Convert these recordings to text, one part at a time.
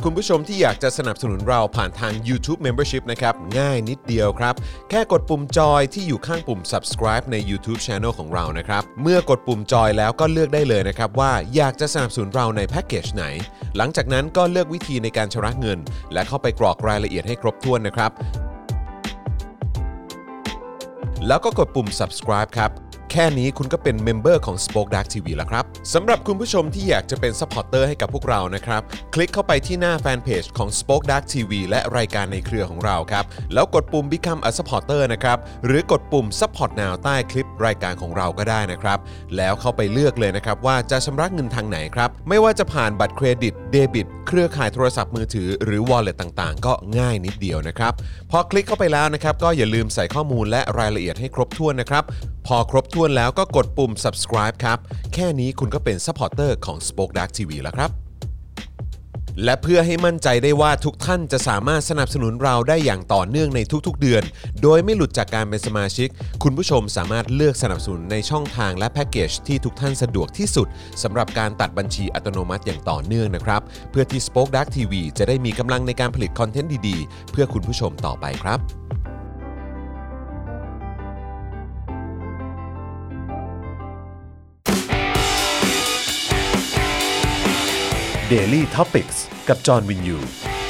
คุณผู้ชมที่อยากจะสนับสนุนเราผ่านทาง YouTube Membership นะครับง่ายนิดเดียวครับแค่กดปุ่มจอยที่อยู่ข้างปุ่ม subscribe ใน YouTube Channel ของเรานะครับเมื่อกดปุ่มจอยแล้วก็เลือกได้เลยนะครับว่าอยากจะสนับสนุนเราในแพ็กเกจไหนหลังจากนั้นก็เลือกวิธีในการชำระเงินและเข้าไปกรอกรายละเอียดให้ครบถ้วนนะครับแล้วก็กดปุ่ม subscribe ครับแค่นี้คุณก็เป็นเมมเบอร์ของ Spoke Dark TV แล้วครับสำหรับคุณผู้ชมที่อยากจะเป็นซัพพอร์ตเตอร์ให้กับพวกเรานะครับคลิกเข้าไปที่หน้าแฟนเพจของ Spoke Dark TV และรายการในเครือของเราครับแล้วกดปุ่ม Become a Supporter นะครับหรือกดปุ่ม Support Now ใต้คลิปรายการของเราก็ได้นะครับแล้วเข้าไปเลือกเลยนะครับว่าจะชำระเงินทางไหนครับไม่ว่าจะผ่านบัตรเครดิตเดบิตเครือข่ายโทรศัพท์มือถือหรือ Wallet ต่างๆก็ง่ายนิดเดียวนะครับพอคลิกเข้าไปแล้วนะครับก็อย่าลืมใส่ข้อมูลและรายละเอียดให้ครบถ้วนนะครับพอครบถ้วนแล้วก็กดปุ่ม subscribe ครับแค่นี้คุณก็เป็นซัพพอร์ตเตอร์ของ Spoke Dark TV แล้วครับและเพื่อให้มั่นใจได้ว่าทุกท่านจะสามารถสนับสนุนเราได้อย่างต่อเนื่องในทุกๆเดือนโดยไม่หลุดจากการเป็นสมาชิกคุณผู้ชมสามารถเลือกสนับสนุนในช่องทางและแพ็กเกจที่ทุกท่านสะดวกที่สุดสำหรับการตัดบัญชีอัตโนมัติอย่างต่อเนื่องนะครับเพื่อที่ Spoke Dark TV จะได้มีกำลังในการผลิตคอนเทนต์ดีๆเพื่อคุณผู้ชมต่อไปครับDaily Topics กับจอห์นวินยู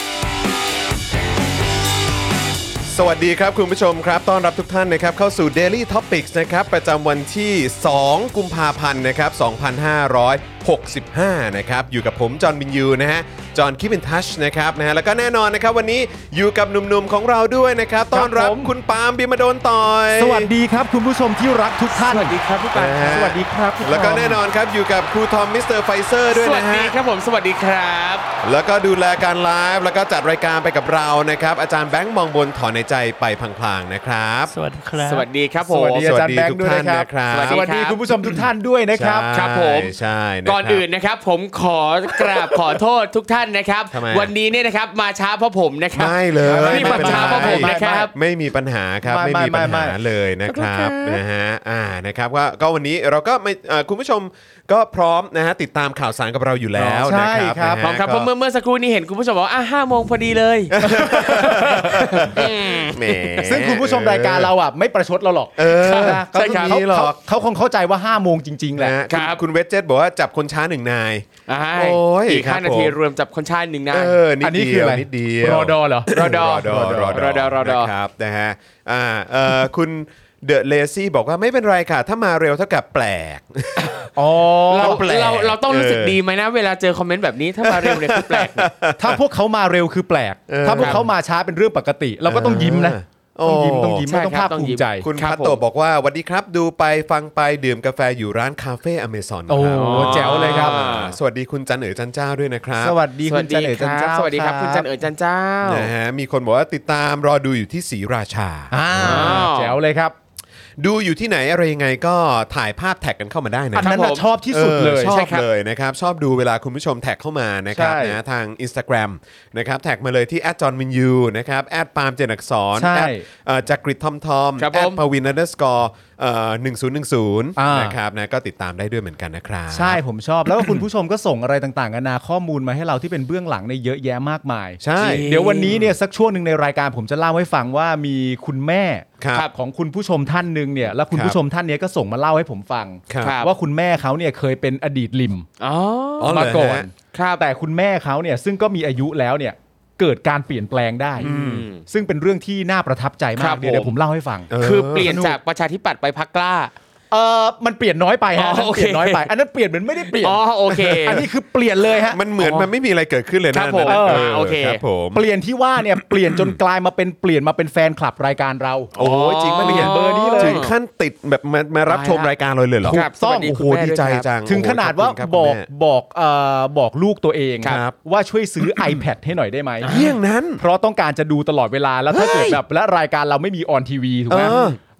สวัสดีครับคุณผู้ชมครับต้อนรับทุกท่านนะครับเข้าสู่ Daily Topics นะครับประจำวันที่2กุมภาพันธ์นะครับ2565นะครับอยู่กับผมจอห์นวินยูนะฮะจอห์นคีปอินทัชนะครับนะฮะแล้วก็แน่นอนนะครับวันนี้อยู่กับหนุ่มๆของเราด้วยนะครับต้อนรับคุณปาล์มบิมโดนต่อยสวัสดีครับคุณผู้ชมที่รักทุกท่านสวัสดีครับพี่ปาล์มสวัสดีครับแล้วก็แน่นอนครับอยู่กับครูทอมมิสเตอร์ไฟเซอร์ด้วยนะฮะสวัสดีครับผมสวัสดีครับแล้วก็ดูแลการไลฟ์แล้วก็จัดรายการไปกับเรานะครับอาจารย์แบงค์มองบนถอนในใจไปพลางๆนะครับสวัสดีครับสวัสดีครับผมสวัสดีอาจารย์แบงค์ด้วยนะครับสวัสดีคุณผู้ชมทุกท่านด้วยนะครับครับผมใช่ก่อนอื่นนะครับผมขอกราบขอโทษทุกท่านนะครับวันนี้เนี่ยนะครับมาช้าเพราะผมนะครับไม่เลยไม่มาช้าเพราะผมนะครับไม่มีปัญหาครับไม่มีปัญหาเลยนะครับนะฮะนะครับก็วันนี้เราก็ไม่คุณผู้ชมก็พร้อมนะฮะติดตามข่าวสารกับเราอยู่แล้วนะครับพร้อมครับเพราะเมื่อสักครู่นี้เห็นคุณผู้ชมบอกว่า5 โมงพอดีเลยซึ่งคุณผู้ชมรายการเราอ่ะไม่ประชดเราหรอกใช่ครับเขาคงเข้าใจว่า5 โมงจริงๆแหละคุณเวจเจตบอกว่าจับคนช้า1 นายโอ้ยอีก5 นาทีรวมจับคนช้า1 นายอันนี้คืออะไรรอดอเหรอรอดอครับนะฮะคุณเดอะเลซี่บอกว่าไม่เป็นไรค่ะถ้ามาเร็วเท่ากับแปลกเราต้องรู้สึกดีไหมนะเวลาเจอคอมเมนต์แบบนี้ถ้ามาเร็วเนี่ยคือแปลกถ้าพวกเขามาเร็วคือแปลกถ้าพวกเขามาช้าเป็นเรื่องปกติเราก็ต้องยิ้มนะต้องยิ้มไม่ต้องภาคภูมิใจคุณพัตโตบอกว่าสวัสดีครับดูไปฟังไปดื่มกาแฟอยู่ร้านคาเฟ่อเมซอนโอ้แจ๋วเลยครับสวัสดีคุณจันเอ๋อจันเจ้าด้วยนะครับสวัสดีคุณจันเอ๋อจันเจ้าสวัสดีครับคุณจันเอ๋อจันเจ้านะฮะมีคนบอกว่าติดตามรอดูอยู่ที่ศรีราชาแจ๋วเลยครับดูอยู่ที่ไหนอะไรยังไงก็ถ่ายภาพแท็กกันเข้ามาได้นะอันนั้นชอบที่สุดเลยชอบเลยนะครับชอบดูเวลาคุณผู้ชมแท็กเข้ามานะครับนะทาง Instagram นะครับแท็กมาเลยที่@johnminyuนะครับ@palm_จักริดทอม@pavin_1010นะครับนะก็ติดตามได้ด้วยเหมือนกันนะครับใช่ผมชอบแล้วก็คุณผู้ชมก็ส่งอะไรต่างๆกันานาข้อมูลมาให้เราที่เป็นเบื้องหลังในเยอะแยะมากมายใช่เดี๋ยววันนี้เนี่ยสักช่วงนึงในรายการผมจะเล่าให้ฟังว่ามีคุณแม่ของคุณผู้ชมท่านนึงเนี่ยแล้วคุณผู้ชมท่านนี้ก็ส่งมาเล่าให้ผมฟังว่าคุณแม่เขาเนี่ยเคยเป็นอดีตลิมมาก่อนแต่คุณแม่เขาเนี่ยซึ่งก็มีอายุแล้วเนี่ยเกิดการเปลี่ยนแปลงได้ซึ่งเป็นเรื่องที่น่าประทับใจมากเดี๋ยวผมเล่าให้ฟังคือเปลี่ยนจากประชาธิปัตย์ไปพรรคกล้ามันเปลี่ยนน้อยไปฮะเปลี่ยนน้อยไปอันนั้นเปลี่ยนเหมือนไม่ได้เปลี่ยนโอเคอันนี้คือเปลี่ยนเลยฮะมันเหมือนมันไม่มีอะไรเกิดขึ้นเลยนะโอเคเปลี่ยนที่ว่าเนี่ยเปลี่ยนจนกลายมาเป็นเปลี่ยนมาเป็นแฟนคลับรายการเราโอ้จริงมันเปลี่ยนเบอร์นี้เลยถึงขั้นติดแบบมารับชมรายการเลยเหรอต้องโอ้โหดีใจจังถึงขนาดว่าบอกลูกตัวเองว่าช่วยซื้อ iPad ให้หน่อยได้ไหมเรื่องนั้นเพราะต้องการจะดูตลอดเวลาแล้วถ้าเกิดแบบและรายการเราไม่มีออนทีวีถูกไหม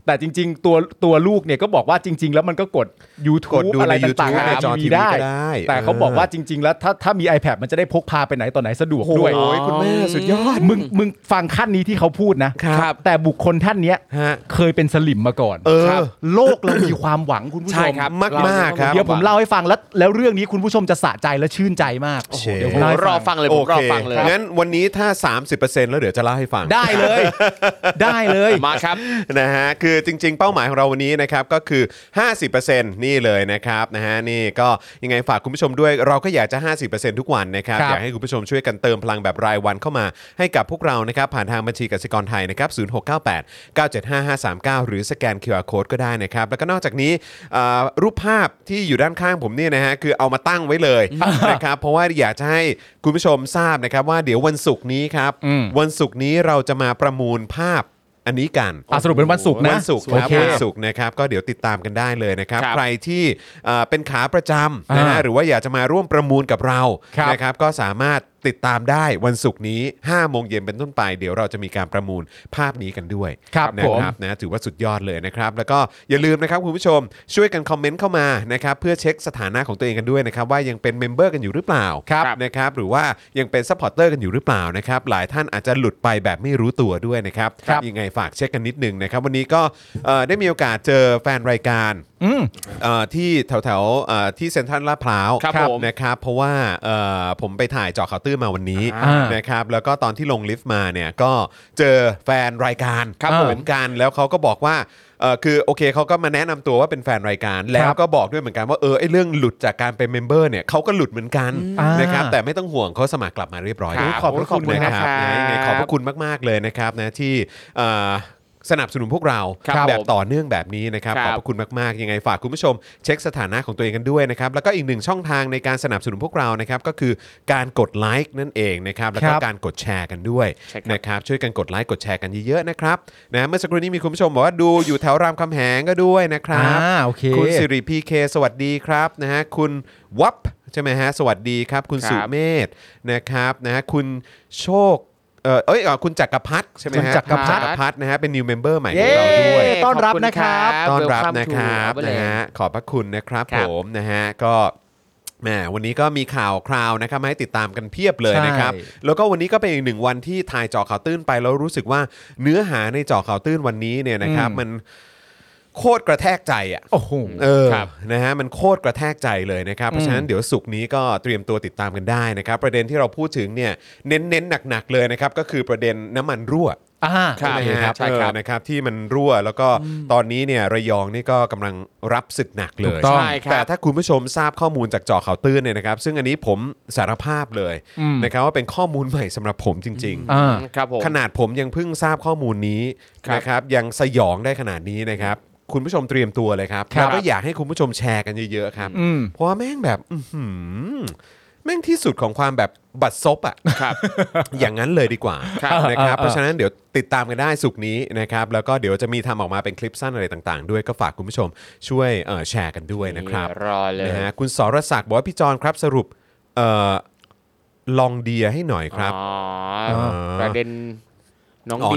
แต่จริงๆตัวลูกเนี่ยก็บอกว่าจริงๆแล้วมันก็กด YouTube อะไรต่างๆในจอทีวีได้แต่เขาบอกว่าจริงๆแล้วถ้ามี iPad มันจะได้พกพาไปไหนต่อไหนสะดวกด้วยโอ้ยคุณแม่สุดยอดมึงฟังขั้นนี้ที่เขาพูดนะครับแต่บุคคลท่านเนี้ยเคยเป็นสลิมมาก่อนโลกเรามีความหวังคุณผู้ชมมากๆครับเดี๋ยวผมเล่าให้ฟังแล้วเรื่องนี้คุณผู้ชมจะสะใจและชื่นใจมากเดี๋ยวผมรอฟังเลยผมรอฟังเลยงั้นวันนี้ถ้า 30% แล้วเดี๋ยวจะเล่าให้ฟังได้เลยมาครับนะฮะคือจริงๆเป้าหมายของเราวันนี้นะครับก็คือ 50% นี่เลยนะครับนะฮะนี่ก็ยังไงฝากคุณผู้ชมด้วยเราก็อยากจะ 50% ทุกวันนะครับอยากให้คุณผู้ชมช่วยกันเติมพลังแบบรายวันเข้ามาให้กับพวกเรานะครับผ่านทางบัญชีกสิกรไทยนะครับ0698 975 539หรือสแกน QR Code ก็ได้นะครับแล้วก็นอกจากนี้รูปภาพที่อยู่ด้านข้างผมเนี่ยนะฮะคือเอามาตั้งไว้เลยนะครับเพราะว่าอยากจะให้คุณผู้ชมทราบนะครับว่าเดี๋ยววันศุกร์นี้ครับวันศุกร์นี้เราจะมาประมูลภาพอันนี้กันสรุปเป็นวันศุกร์นะวันศุกร์ครับวันศุกร์นะครับก็เดี๋ยวติดตามกันได้เลยนะครับใครที่เป็นขาประจำนะฮะหรือว่าอยากจะมาร่วมประมูลกับเรานะครับก็สามารถติดตามได้วันศุกร์นี้ 5 โมงเย็นเป็นต้นไปเดี๋ยวเราจะมีการประมูลภาพนี้กันด้วยนะครับนะถือว่าสุดยอดเลยนะครับแล้วก็อย่าลืมนะครับคุณผู้ชมช่วยกันคอมเมนต์เข้ามานะครับเพื่อเช็คสถานะของตัวเองกันด้วยนะครับว่ายังเป็นเมมเบอร์กันอยู่หรือเปล่านะครับหรือว่ายังเป็นซัพพอร์ตเตอร์กันอยู่หรือเปล่านะครับหลายท่านอาจจะหลุดไปแบบไม่รู้ตัวด้วยนะครับยังไงฝากเช็คกันนิดนึงนะครับวันนี้ก็ได้มีโอกาสเจอแฟนรายการที่แถวๆที่เซ็นทรัลลาดพร้าวนะครับเพราะว่าผมไปถ่ายเจาะข่าวตื้นมาวันนี้นะครับแล้วก็ตอนที่ลงลิฟต์มาเนี่ยก็เจอแฟนรายการเหมือนกันแล้วเขาก็บอกว่าคือโอเคเขาก็มาแนะนำตัวว่าเป็นแฟนรายการแล้วก็บอกด้วยเหมือนกันว่าไอ้เรื่องหลุดจากการเป็นเมมเบอร์เนี่ยเขาก็หลุดเหมือนกันนะครับแต่ไม่ต้องห่วงเขาสมัครกลับมาเรียบร้อยขอบพระคุณนะครับยังไงขอบพระคุณมากๆเลยนะครับนะที่สนับสนุนพวกเราแบบต่อเนื่องแบบนี้นะครับขอบพระคุณมากๆยังไงฝากคุณผู้ชมเช็คสถานะของตัวเองกันด้วยนะครับแล้วก็อีกหนึ่งช่องทางในการสนับสนุนพวกเรานะครับก็คือการกดไลค์นั่นเองนะครับแล้วก็การกดแชร์กันด้วยนะครับช่วยกันกดไลค์กดแชร์กันเยอะๆนะครับนะเมื่อสักครู่นี้มีคุณผู้ชมบอกว่าดูอยู่แถวรามคำแหงก็ด้วยนะครับคุณสิริพีเคสวัสดีครับนะฮะคุณวับใช่ไหมฮะสวัสดีครับคุณสุเมธนะครับนะฮะคุณโชคคุณจักรพัฒน์ใช่ไหมฮะจักรพัฒน์นะฮะเป็น new member ใหม่ของเราด้วยต้อนรับนะครับนะครับนะฮะขอบพระคุณนะครับผมนะฮะก็แหมวันนี้ก็มีข่าวคราวนะครับมาให้ติดตามกันเพียบเลยนะครับแล้วก็วันนี้ก็เป็นอีกหนึ่งวันที่ถ่ายเจาะข่าวตื้นไปแล้วรู้สึกว่าเนื้อหาในเจาะข่าวตื้นวันนี้เนี่ยนะครับมันโคตรกระแทกใจอ่ะโอ้โหนะฮะมันโคตรกระแทกใจเลยนะครับเพราะฉะนั้นเดี๋ยวศุกร์นี้ก็เตรียมตัวติดตามกันได้นะครับประเด็นที่เราพูดถึงเนี่ยเน้นหนักๆเลยนะครับก็คือประเด็นน้ำมันรั่วใช่ครับนะครับที่มันรั่วแล้วก็ตอนนี้เนี่ยระยองนี่ก็กำลังรับศึกหนักเลยแต่ถ้าคุณผู้ชมทราบข้อมูลจากเจาะข่าวตื้นเนี่ยนะครับซึ่งอันนี้ผมสารภาพเลยนะครับว่าเป็นข้อมูลใหม่สำหรับผมจริงๆขนาดผมยังเพิ่งทราบข้อมูลนี้นะครับยังสยองได้ขนาดนี้นะครับคุณผู้ชมเตรียมตัวเลยครับแล้วก็อยากให้คุณผู้ชมแชร์กันเยอะๆครับเพราะว่าแม่งแบบแม่งที่สุดของความแบบบัดซบอ่ะอย่างนั้นเลยดีกว่านะครับเพราะฉะนั้นเดี๋ยวติดตามกันได้ศุกร์นี้นะครับแล้วก็เดี๋ยวจะมีทำออกมาเป็นคลิปสั้นอะไรต่างๆด้วยก็ฝากคุณผู้ชมช่วยแชร์กันด้วยนะครับรอเลยนะฮะคุณสรศักดิ์บอกว่าพี่จอนครับสรุปลองเดียให้หน่อยครับประเด็นน้อง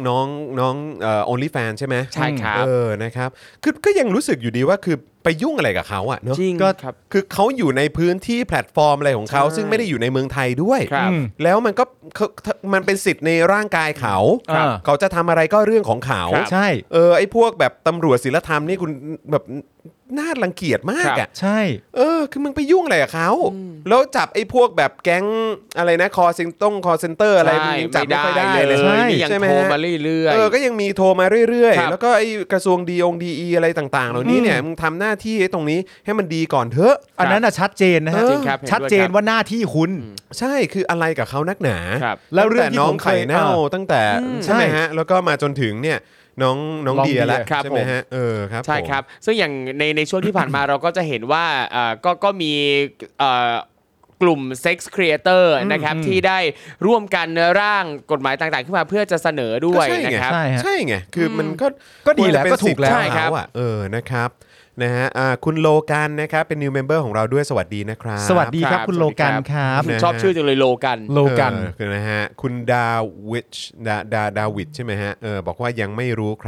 only fan ใช่ไหมใช่ครับนะครับคือก็ยังรู้สึกอยู่ดีว่าคือไปยุ่งอะไรกับเขาอ่ะเนอะจริงก็คือเขาอยู่ในพื้นที่แพลตฟอร์มอะไรของเขาซึ่งไม่ได้อยู่ในเมืองไทยด้วยแล้วมันเป็นสิทธิ์ในร่างกายเขาจะทำอะไรก็เรื่องของเขาใช่ไอ้พวกแบบตำรวจศีลธรรมนี่คุณแบบน่ารังเกียจมากอ่ะใช่คือมึงไปยุ่งอะไรกับเขาแล้วจับไอ้พวกแบบแก๊งอะไรนะคอเซ็นเตอร์อะไรยังจับไม่ค่อยได้เลยใช่ไหมโทรมาเรื่อยๆก็ยังมีโทรมาเรื่อยๆแล้วก็ไอ้กระทรวงดีอะไรต่างๆเหล่านี้เนี่ยมึงทำหน้าที่ตรงนี้ให้มันดีก่อนเถอะอันนั้นน่ะชัดเจนนะฮะชัดเจนว่าหน้าที่คุณใช่คืออะไรกับเขานักหนาแล้วเรื่องที่น้องไข่เน่าตั้งแต่ใช่ไหมฮะแล้วก็มาจนถึงเนี่ยน้องเดียแล้วใช่ไหมฮะครับใช่ครับซึ่งอย่างในช่วงที่ผ่านมาเราก็จะเห็นว่าก็มีกลุ่ม Sex Creator นะครับที่ได้ร่วมกันร่างกฎหมายต่างๆขึ้นมาเพื่อจะเสนอด้วยนะครับใช่ไงคือมันก็ดีแล้วก็ถูกแล้วครับนะครับนะฮะคุณโลกันนะครับเป็น new member ของเราด้วยสวัสดีนะครับสวัสดีครับคุณโลกันครับชอบชื่อจังเลยโลกันนะฮะคุณดาวิดใช่ไหมฮะบอกว่ายังไม่รู้ครับ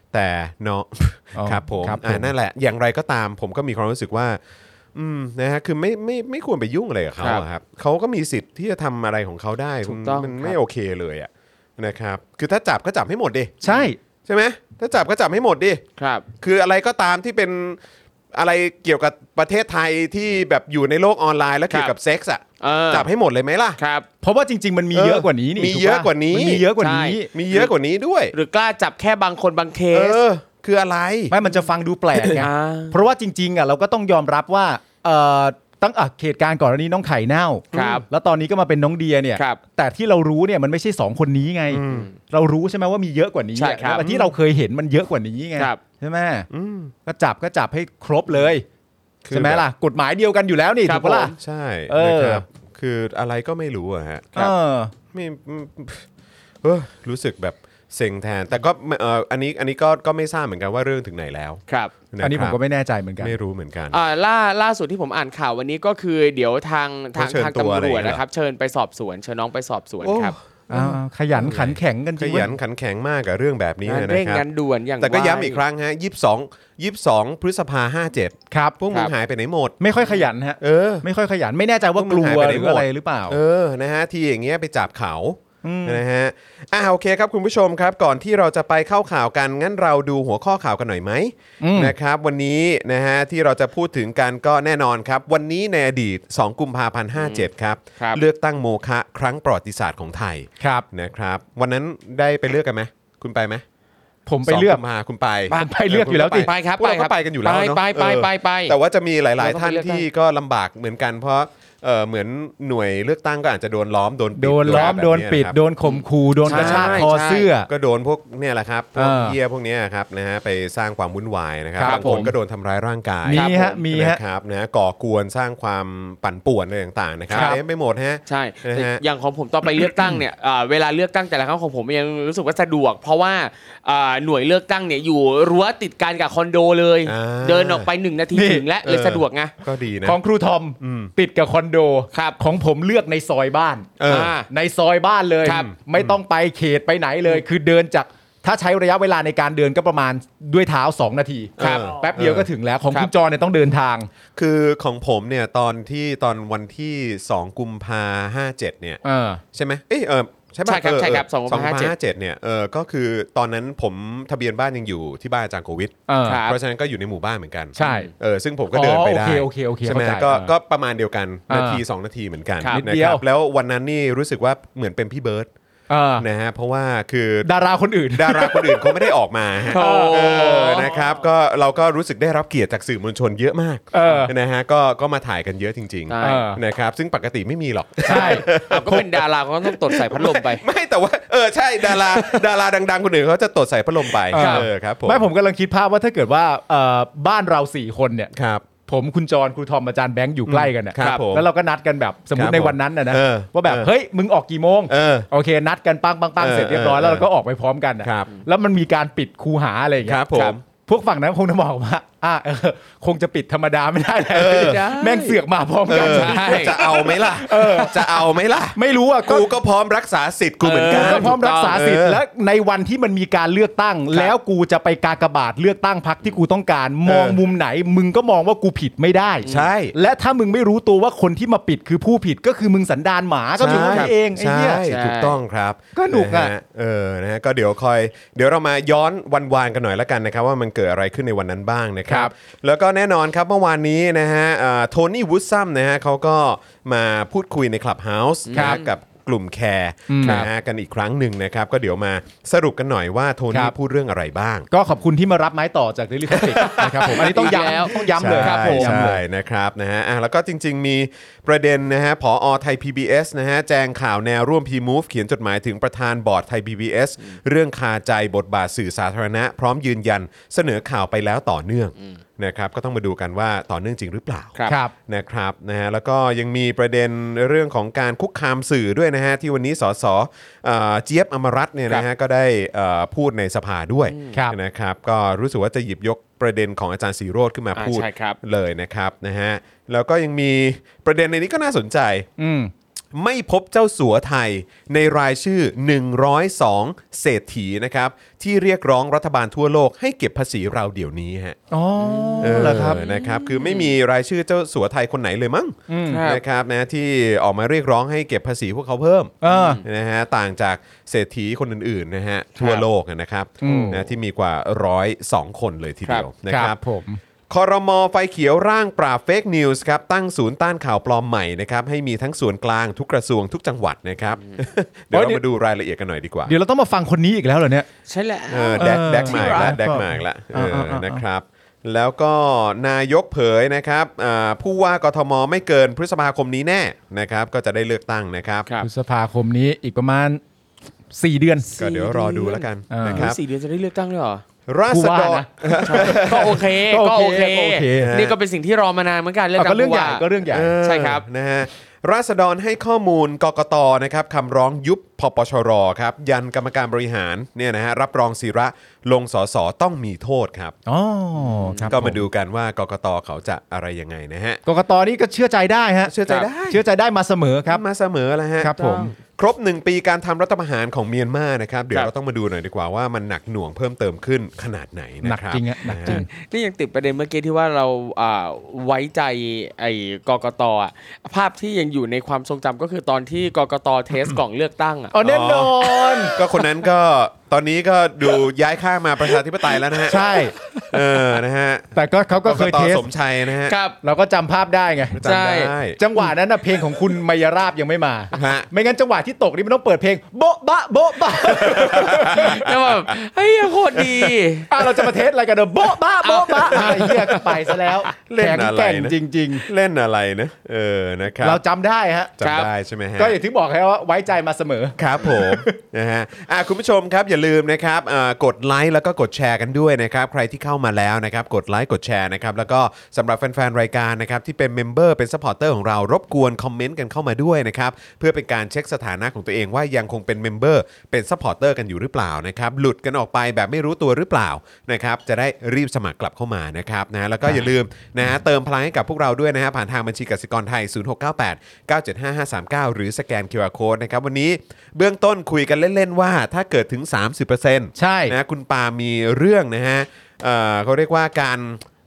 แต่เนาะครับผมนั่นแหละอย่างไรก็ตามผมก็มีความรู้สึกว่านะฮะคือไม่ควรไปยุ่งอะไรกับเขาครับเขาก็มีสิทธิ์ที่จะทำอะไรของเขาได้มันไม่โอเคเลยอ่ะนะครับคือถ้าจับก็จับให้หมดดิใช่ไหมถ้าจับก็จับให้หมดดิครับคืออะไรก็ตามที่เป็นอะไรเกี่ยวกับประเทศไทยที่แบบอยู่ในโลกออนไลน์แล้วเกี่ยวกับเซ็กส์อ่ะจับให้หมดเลยไหมล่ะครับเพราะว่าจริงๆมันมีเยอะกว่านี้นี่มีเยอะกว่านี้มีเยอะกว่านี้มีเยอะกว่านี้ด้วยหรือกล้าจับแค่บางคนบางเคสคืออะไรไม่มันจะฟังดูแปลกไงเพราะว่าจริงๆอ่ะเราก็ต้องยอมรับว่าตั้งเหตุการณ์ก่อนนี้น้องไข่เน่าแล้วตอนนี้ก็มาเป็นน้องเดียเนี่ยแต่ที่เรารู้เนี่ยมันไม่ใช่2คนนี้ไงเรารู้ใช่ไหมว่ามีเยอะกว่านี้แต่ที่เราเคยเห็นมันเยอะกว่านี้ไงใช่ไหมก็จับให้ครบเลยใช่ไหมล่ะกฎหมายเดียวกันอยู่แล้วนี่ถูกปะล่ะใช่นะครับคืออะไรก็ไม่รู้อะฮะไม่รู้สึกแบบเซ็งแทนแต่ก็อันนี้ก็ไม่ทราบเหมือนกันว่าเรื่องถึงไหนแล้วครับอันนี้ผมก็ไม่แน่ใจเหมือนกันไม่รู้เหมือนกันล่าสุดที่ผมอ่านข่าววันนี้ก็คือเดี๋ยวทางตำรวจนะครับเชิญไปสอบสวนเชิญน้องไปสอบสวนครับขยันขันแข็งกันจริงขยันขันแข็งมากกับเรื่องแบบนี้นะครับเร่งงานด่วนอย่างแต่ก็ย้ำอีกครั้งฮะ22พฤษภา57 ครับพวกมึงหายไปไหนหมดไม่ค่อยขยันฮะไม่ค่อยขยันไม่แน่ใจว่ากลัวหรืออะไรหรือเปล่านะฮะที่อย่างเงี้ยไปจับเขานะฮะโอเคครับคุณผู้ชมครับก่อนที่เราจะไปเข้าข่าวกันงั้นเราดูหัวข้อข่าวกันหน่อยไหมนะครับวันนี้นะฮะที่เราจะพูดถึงกันก็แน่นอนครับวันนี้ในอดีต2กุมภาพันธ์57ครับเลือกตั้งโมฆะครั้งประวัติศาสตร์ของไทยนะครับวันนั้นได้ไปเลือกกันไหมคุณไปไหมผมไปเลือกมาคุณไปเลือกอยู่แล้วไปครับพวกเราก็ไปกันอยู่แล้วเนาะไปแต่ว่าจะมีหลายๆท่านที่ก็ลำบากเหมือนกันเพราะเหมือนหน่วยเลือกตั้งก็อาจจะโดนล้อมโดนปิดโดนปิดโดนข่มขู่โดนกระชากคอเสื้อก็โดนพวกเนี่ยแหละครับพวกเหี้ยพวกนี้ครับนะฮะไปสร้างความวุ่นวายนะครับบางคนก็โดนทำร้ายร่างกายมีครับนะก่อกวนสร้างความปั่นป่วนอะไรต่างๆนะครับไม่หมดฮะใช่อย่างของผมตอนไปเลือกตั้งเนี่ยเวลาเลือกตั้งแต่ละครั้งของผมยังรู้สึกว่าสะดวกเพราะว่าหน่วยเลือกตั้งเนี่ยอยู่รั้วติดกันกับคอนโดเลยเดินออกไป1 นาทีถึงและเลยสะดวกไงก็ดีนะของครูทอมติดกับคอนโดของผมเลือกในซอยบ้านในซอยบ้านเลยไม่ต้องไปเขตไปไหนเลยคือเดินจากถ้าใช้ระยะเวลาในการเดินก็ประมาณด้วยเท้า2 นาทีแป๊บเดียวก็ถึงแล้วของคุณจรเนี่ยต้องเดินทางคือของผมเนี่ยตอนวันที่2กุมภาพันธ์57เนี่ยใช่ไหมใช่ครับ 2557เนี่ยก็คือตอนนั้นผมทะเบียนบ้านยังอยู่ที่บ้านอาจารย์โควิดเพราะฉะนั้นก็อยู่ในหมู่บ้านเหมือนกันใช่ซึ่งผมก็เดินไปได้โอเคใช่ไหมก็ประมาณเดียวกันนาที2 นาทีเหมือนกันนะครับแล้ววันนั้นนี่รู้สึกว่าเหมือนเป็นพี่เบิร์ตนะฮะเพราะว่าคือดาราคนอื่นเขาไม่ได้ออกมานะครับก็เราก็รู้สึกได้รับเกียรติจากสื่อมวลชนเยอะมากนะฮะก็มาถ่ายกันเยอะจริงๆนะครับซึ่งปกติไม่มีหรอกใช่ก็เป็นดาราก็ต้องตดใส่พัดลมไปไม่แต่ว่าใช่ดาราดังๆคนอื่นเขาจะตดใส่พัดลมไปครับผมไม่ผมกำลังคิดภาพว่าถ้าเกิดว่าบ้านเรา4 คนเนี่ยผมคุณจรครูทอมอาจารย์แบงค์อยู่ใกล้กันนะแล้วเราก็นัดกันแบบสมมติในวันนั้นนะว่าแบบเฮ้ยมึงออกกี่โมงโอเคนัดกันปังเสร็จเรียบร้อยแล้วเราก็ออกไปพร้อมกันนะแล้วมันมีการปิดคูหาอะไรอย่างเงี้ยพวกฝั่งนั้นคงจะบอกว่าคงจะปิดธรรมดาไม่ได้แล้วแม่งเสือกมาพร้อมกันจะเอาไหมล่ะจะเอาไหมล่ะไม่รู้อ่ะกูก็พร้อมรักษาสิทธิ์กูเหมือนกันก็พร้อมรักษาสิทธิ์และในวันที่มันมีการเลือกตั้งแล้วกูจะไปกากบาทเลือกตั้งพรรคที่กูต้องการมองมุมไหนมึงก็มองว่ากูผิดไม่ได้ใช่และถ้ามึงไม่รู้ตัวว่าคนที่มาปิดคือผู้ผิดก็คือมึงสันดานหมาก็คือมึงเองไอ้เหี้ยถูกต้องครับก็หนุกอ่ะนะฮะก็เดี๋ยวเรามาย้อนวานกันหน่อยแล้วกันนะครับว่ามันเกิดอะไรขึ้นในวันนั้นบ้างนะครับแล้วก็แน่นอนครับเมื่อวานนี้นะฮะโทนี่วูดซัมนะฮะเขาก็มาพูดคุยใน Clubhouse กับกลุ่มแคร์นะฮะกันอีกครั้งหนึ่งนะครับก็เดี๋ยวมาสรุปกันหน่อยว่าโทนี่พูดเรื่องอะไรบ้างก็ขอบคุณที่มารับไม้ต่อจาก Daily Topic นะครับผมอันนี้ต้องย้ำเลยครับผมใช่นะครับนะฮะแล้วก็จริงๆมีประเด็นนะฮะผอ.ไทย PBS นะฮะแจ้งข่าวแนวร่วม P-Move เขียนจดหมายถึงประธานบอร์ดไทย PBS เรื่องคาใจบทบาทสื่อสาธารณะพร้อมยืนยันเสนอข่าวไปแล้วต่อเนื่องนะครับก็ต้องมาดูกันว่าต่อเนื่องจริงหรือเปล่านะครับนะฮะแล้วก็ยังมีประเด็นเรื่องของการคุกคามสื่อด้วยนะฮะที่วันนี้สสเจี๊ยบอมรัตน์เนี่ยนะฮะก็ได้พูดในสภาด้วยนะครับก็รู้สึกว่าจะหยิบยกประเด็นของอาจารย์สีโรจน์ขึ้นมาพูดเลยนะครับนะฮะแล้วก็ยังมีประเด็นในนี้ก็น่าสนใจไม่พบเจ้าสัวไทยในรายชื่อ102เศรษฐีนะครับที่เรียกร้องรัฐบาลทั่วโลกให้เก็บภาษีเราเดี๋ยวนี้ฮะอ๋อเหรอครับนะครับคือไม่มีรายชื่อเจ้าสัวไทยคนไหนเลยมั้งนะครับนะที่ออกมาเรียกร้องให้เก็บภาษีพวกเขาเพิ่มนะฮะต่างจากเศรษฐีคนอื่นๆนะฮะทั่วโลกนะครับนะที่มีกว่า102คนเลยทีเดียวนะครับผมครม.ไฟเขียวร่างปราบเฟกนิวส์ครับตั้งศูนย์ต้านข่าวปลอมใหม่นะครับให้มีทั้งส่วนกลางทุกกระทรวงทุกจังหวัดนะครับ เดี๋ยวเรามาดูรายละเอียดกันหน่อยดีกว่าเดี๋ยวเราต้องมาฟังคนนี้อีกแล้วเหรอเนี่ยใช่แหละแดกมาอีกแล้วนะครับแล้วก็นายกเผยนะครับผู้ว่ากทมไม่เกินพฤษภาคมนี้แน่นะครับก็จะได้เลือกตั้งนะครับพฤษภาคมนี้อีกประมาณ4 เดือนก็เดี๋ยวรอดูแล้วกันนะครับ 4 เดือนจะได้เลือกตั้งด้วยเหรอราษฎรก็โอเคนี่ก็เป็นสิ่งที่รอมานานเหมือนกันเรื่องใหญ่ก็เรื่องใหญ่ใช่ครับนะฮะราษฎรให้ข้อมูลกกตนะครับคำร้องยุบพปชรครับยันกรรมการบริหารเนี่ยนะฮะรับรองศิระลงสสต้องมีโทษครับก็มาดูกันว่ากกตเขาจะอะไรยังไงนะฮะกกตนี่ก็เชื่อใจได้ฮะเชื่อใจได้มาเสมอครับมาเสมอแล้วฮะครับผมครบ1 ปีการทำรัฐประหารของเมียนมานะครับเดี๋ยวเราต้องมาดูหน่อยดีกว่าว่ามันหนักหน่วงเพิ่มเติมขึ้นขนาดไหนนะครับหนักจริงหนักจริงนี่ยังติดประเด็นเมื่อกี้ที่ว่าเราไว้ใจไอ้กกตภาพที่ยังอยู่ในความทรงจำก็คือตอนที่กกตเทสกล่องเลือกตั้งแน่นอนก็คนนั้นก็ตอนนี้ก็ดูย้ายข้างมาประชาธิปไตยแล้วนะฮะใช่นะฮะแต่ก็เขาก็เคยเทสสมชัยนะฮะเราก็จำภาพได้ไงใช่จังหวะนั้นเพลงของคุณมายราบยังไม่มาไม่งั้นจังหวะที่ตกนี่มันต้องเปิดเพลงโบ๊ะบะโบ๊ะบะแล้วแบบเฮ้ยโคตรดีเราจะมาเทสอะไรกันเด้อโบ๊ะบะโบ๊ะบะเหี้ยไปซะแล้วแข็งแกร่งจริงๆเล่นอะไรนะนะครับเราจำได้ฮะจำได้ใช่ไหมฮะก็อย่างที่บอกครับว่าไว้ใจมาเสมอครับผมนะฮะคุณผู้ชมครับอย่าลืมนะครับกดไลค์แล้วก็กดแชร์กันด้วยนะครับใครที่เข้ามาแล้วนะครับกดไลค์กดแชร์นะครับแล้วก็สำหรับแฟนๆรายการนะครับที่เป็นเมมเบอร์เป็นซัพพอร์เตอร์ของเรารบกวนคอมเมนต์กันเข้ามาด้วยนะครับเพื่อเป็นการเช็คสถานะของตัวเองว่ายังคงเป็นเมมเบอร์เป็นซัพพอร์เตอร์กันอยู่หรือเปล่านะครับหลุดกันออกไปแบบไม่รู้ตัวหรือเปล่านะครับจะได้รีบสมัครกลับเข้ามานะครับนะแล้วก็อย่าลืมนะฮะเติมพลังให้กับพวกเราด้วยนะฮะผ่านทางบัญชีกสิกรไทย0698 975539หรือสแกน QR Code นะครับวันนี้เบื้องต้นคุยกันเล่นๆว่าถ้าเกิดถึง 30% ใช่นะคุณปามีเรื่องนะฮะเขาเรียกว่าการ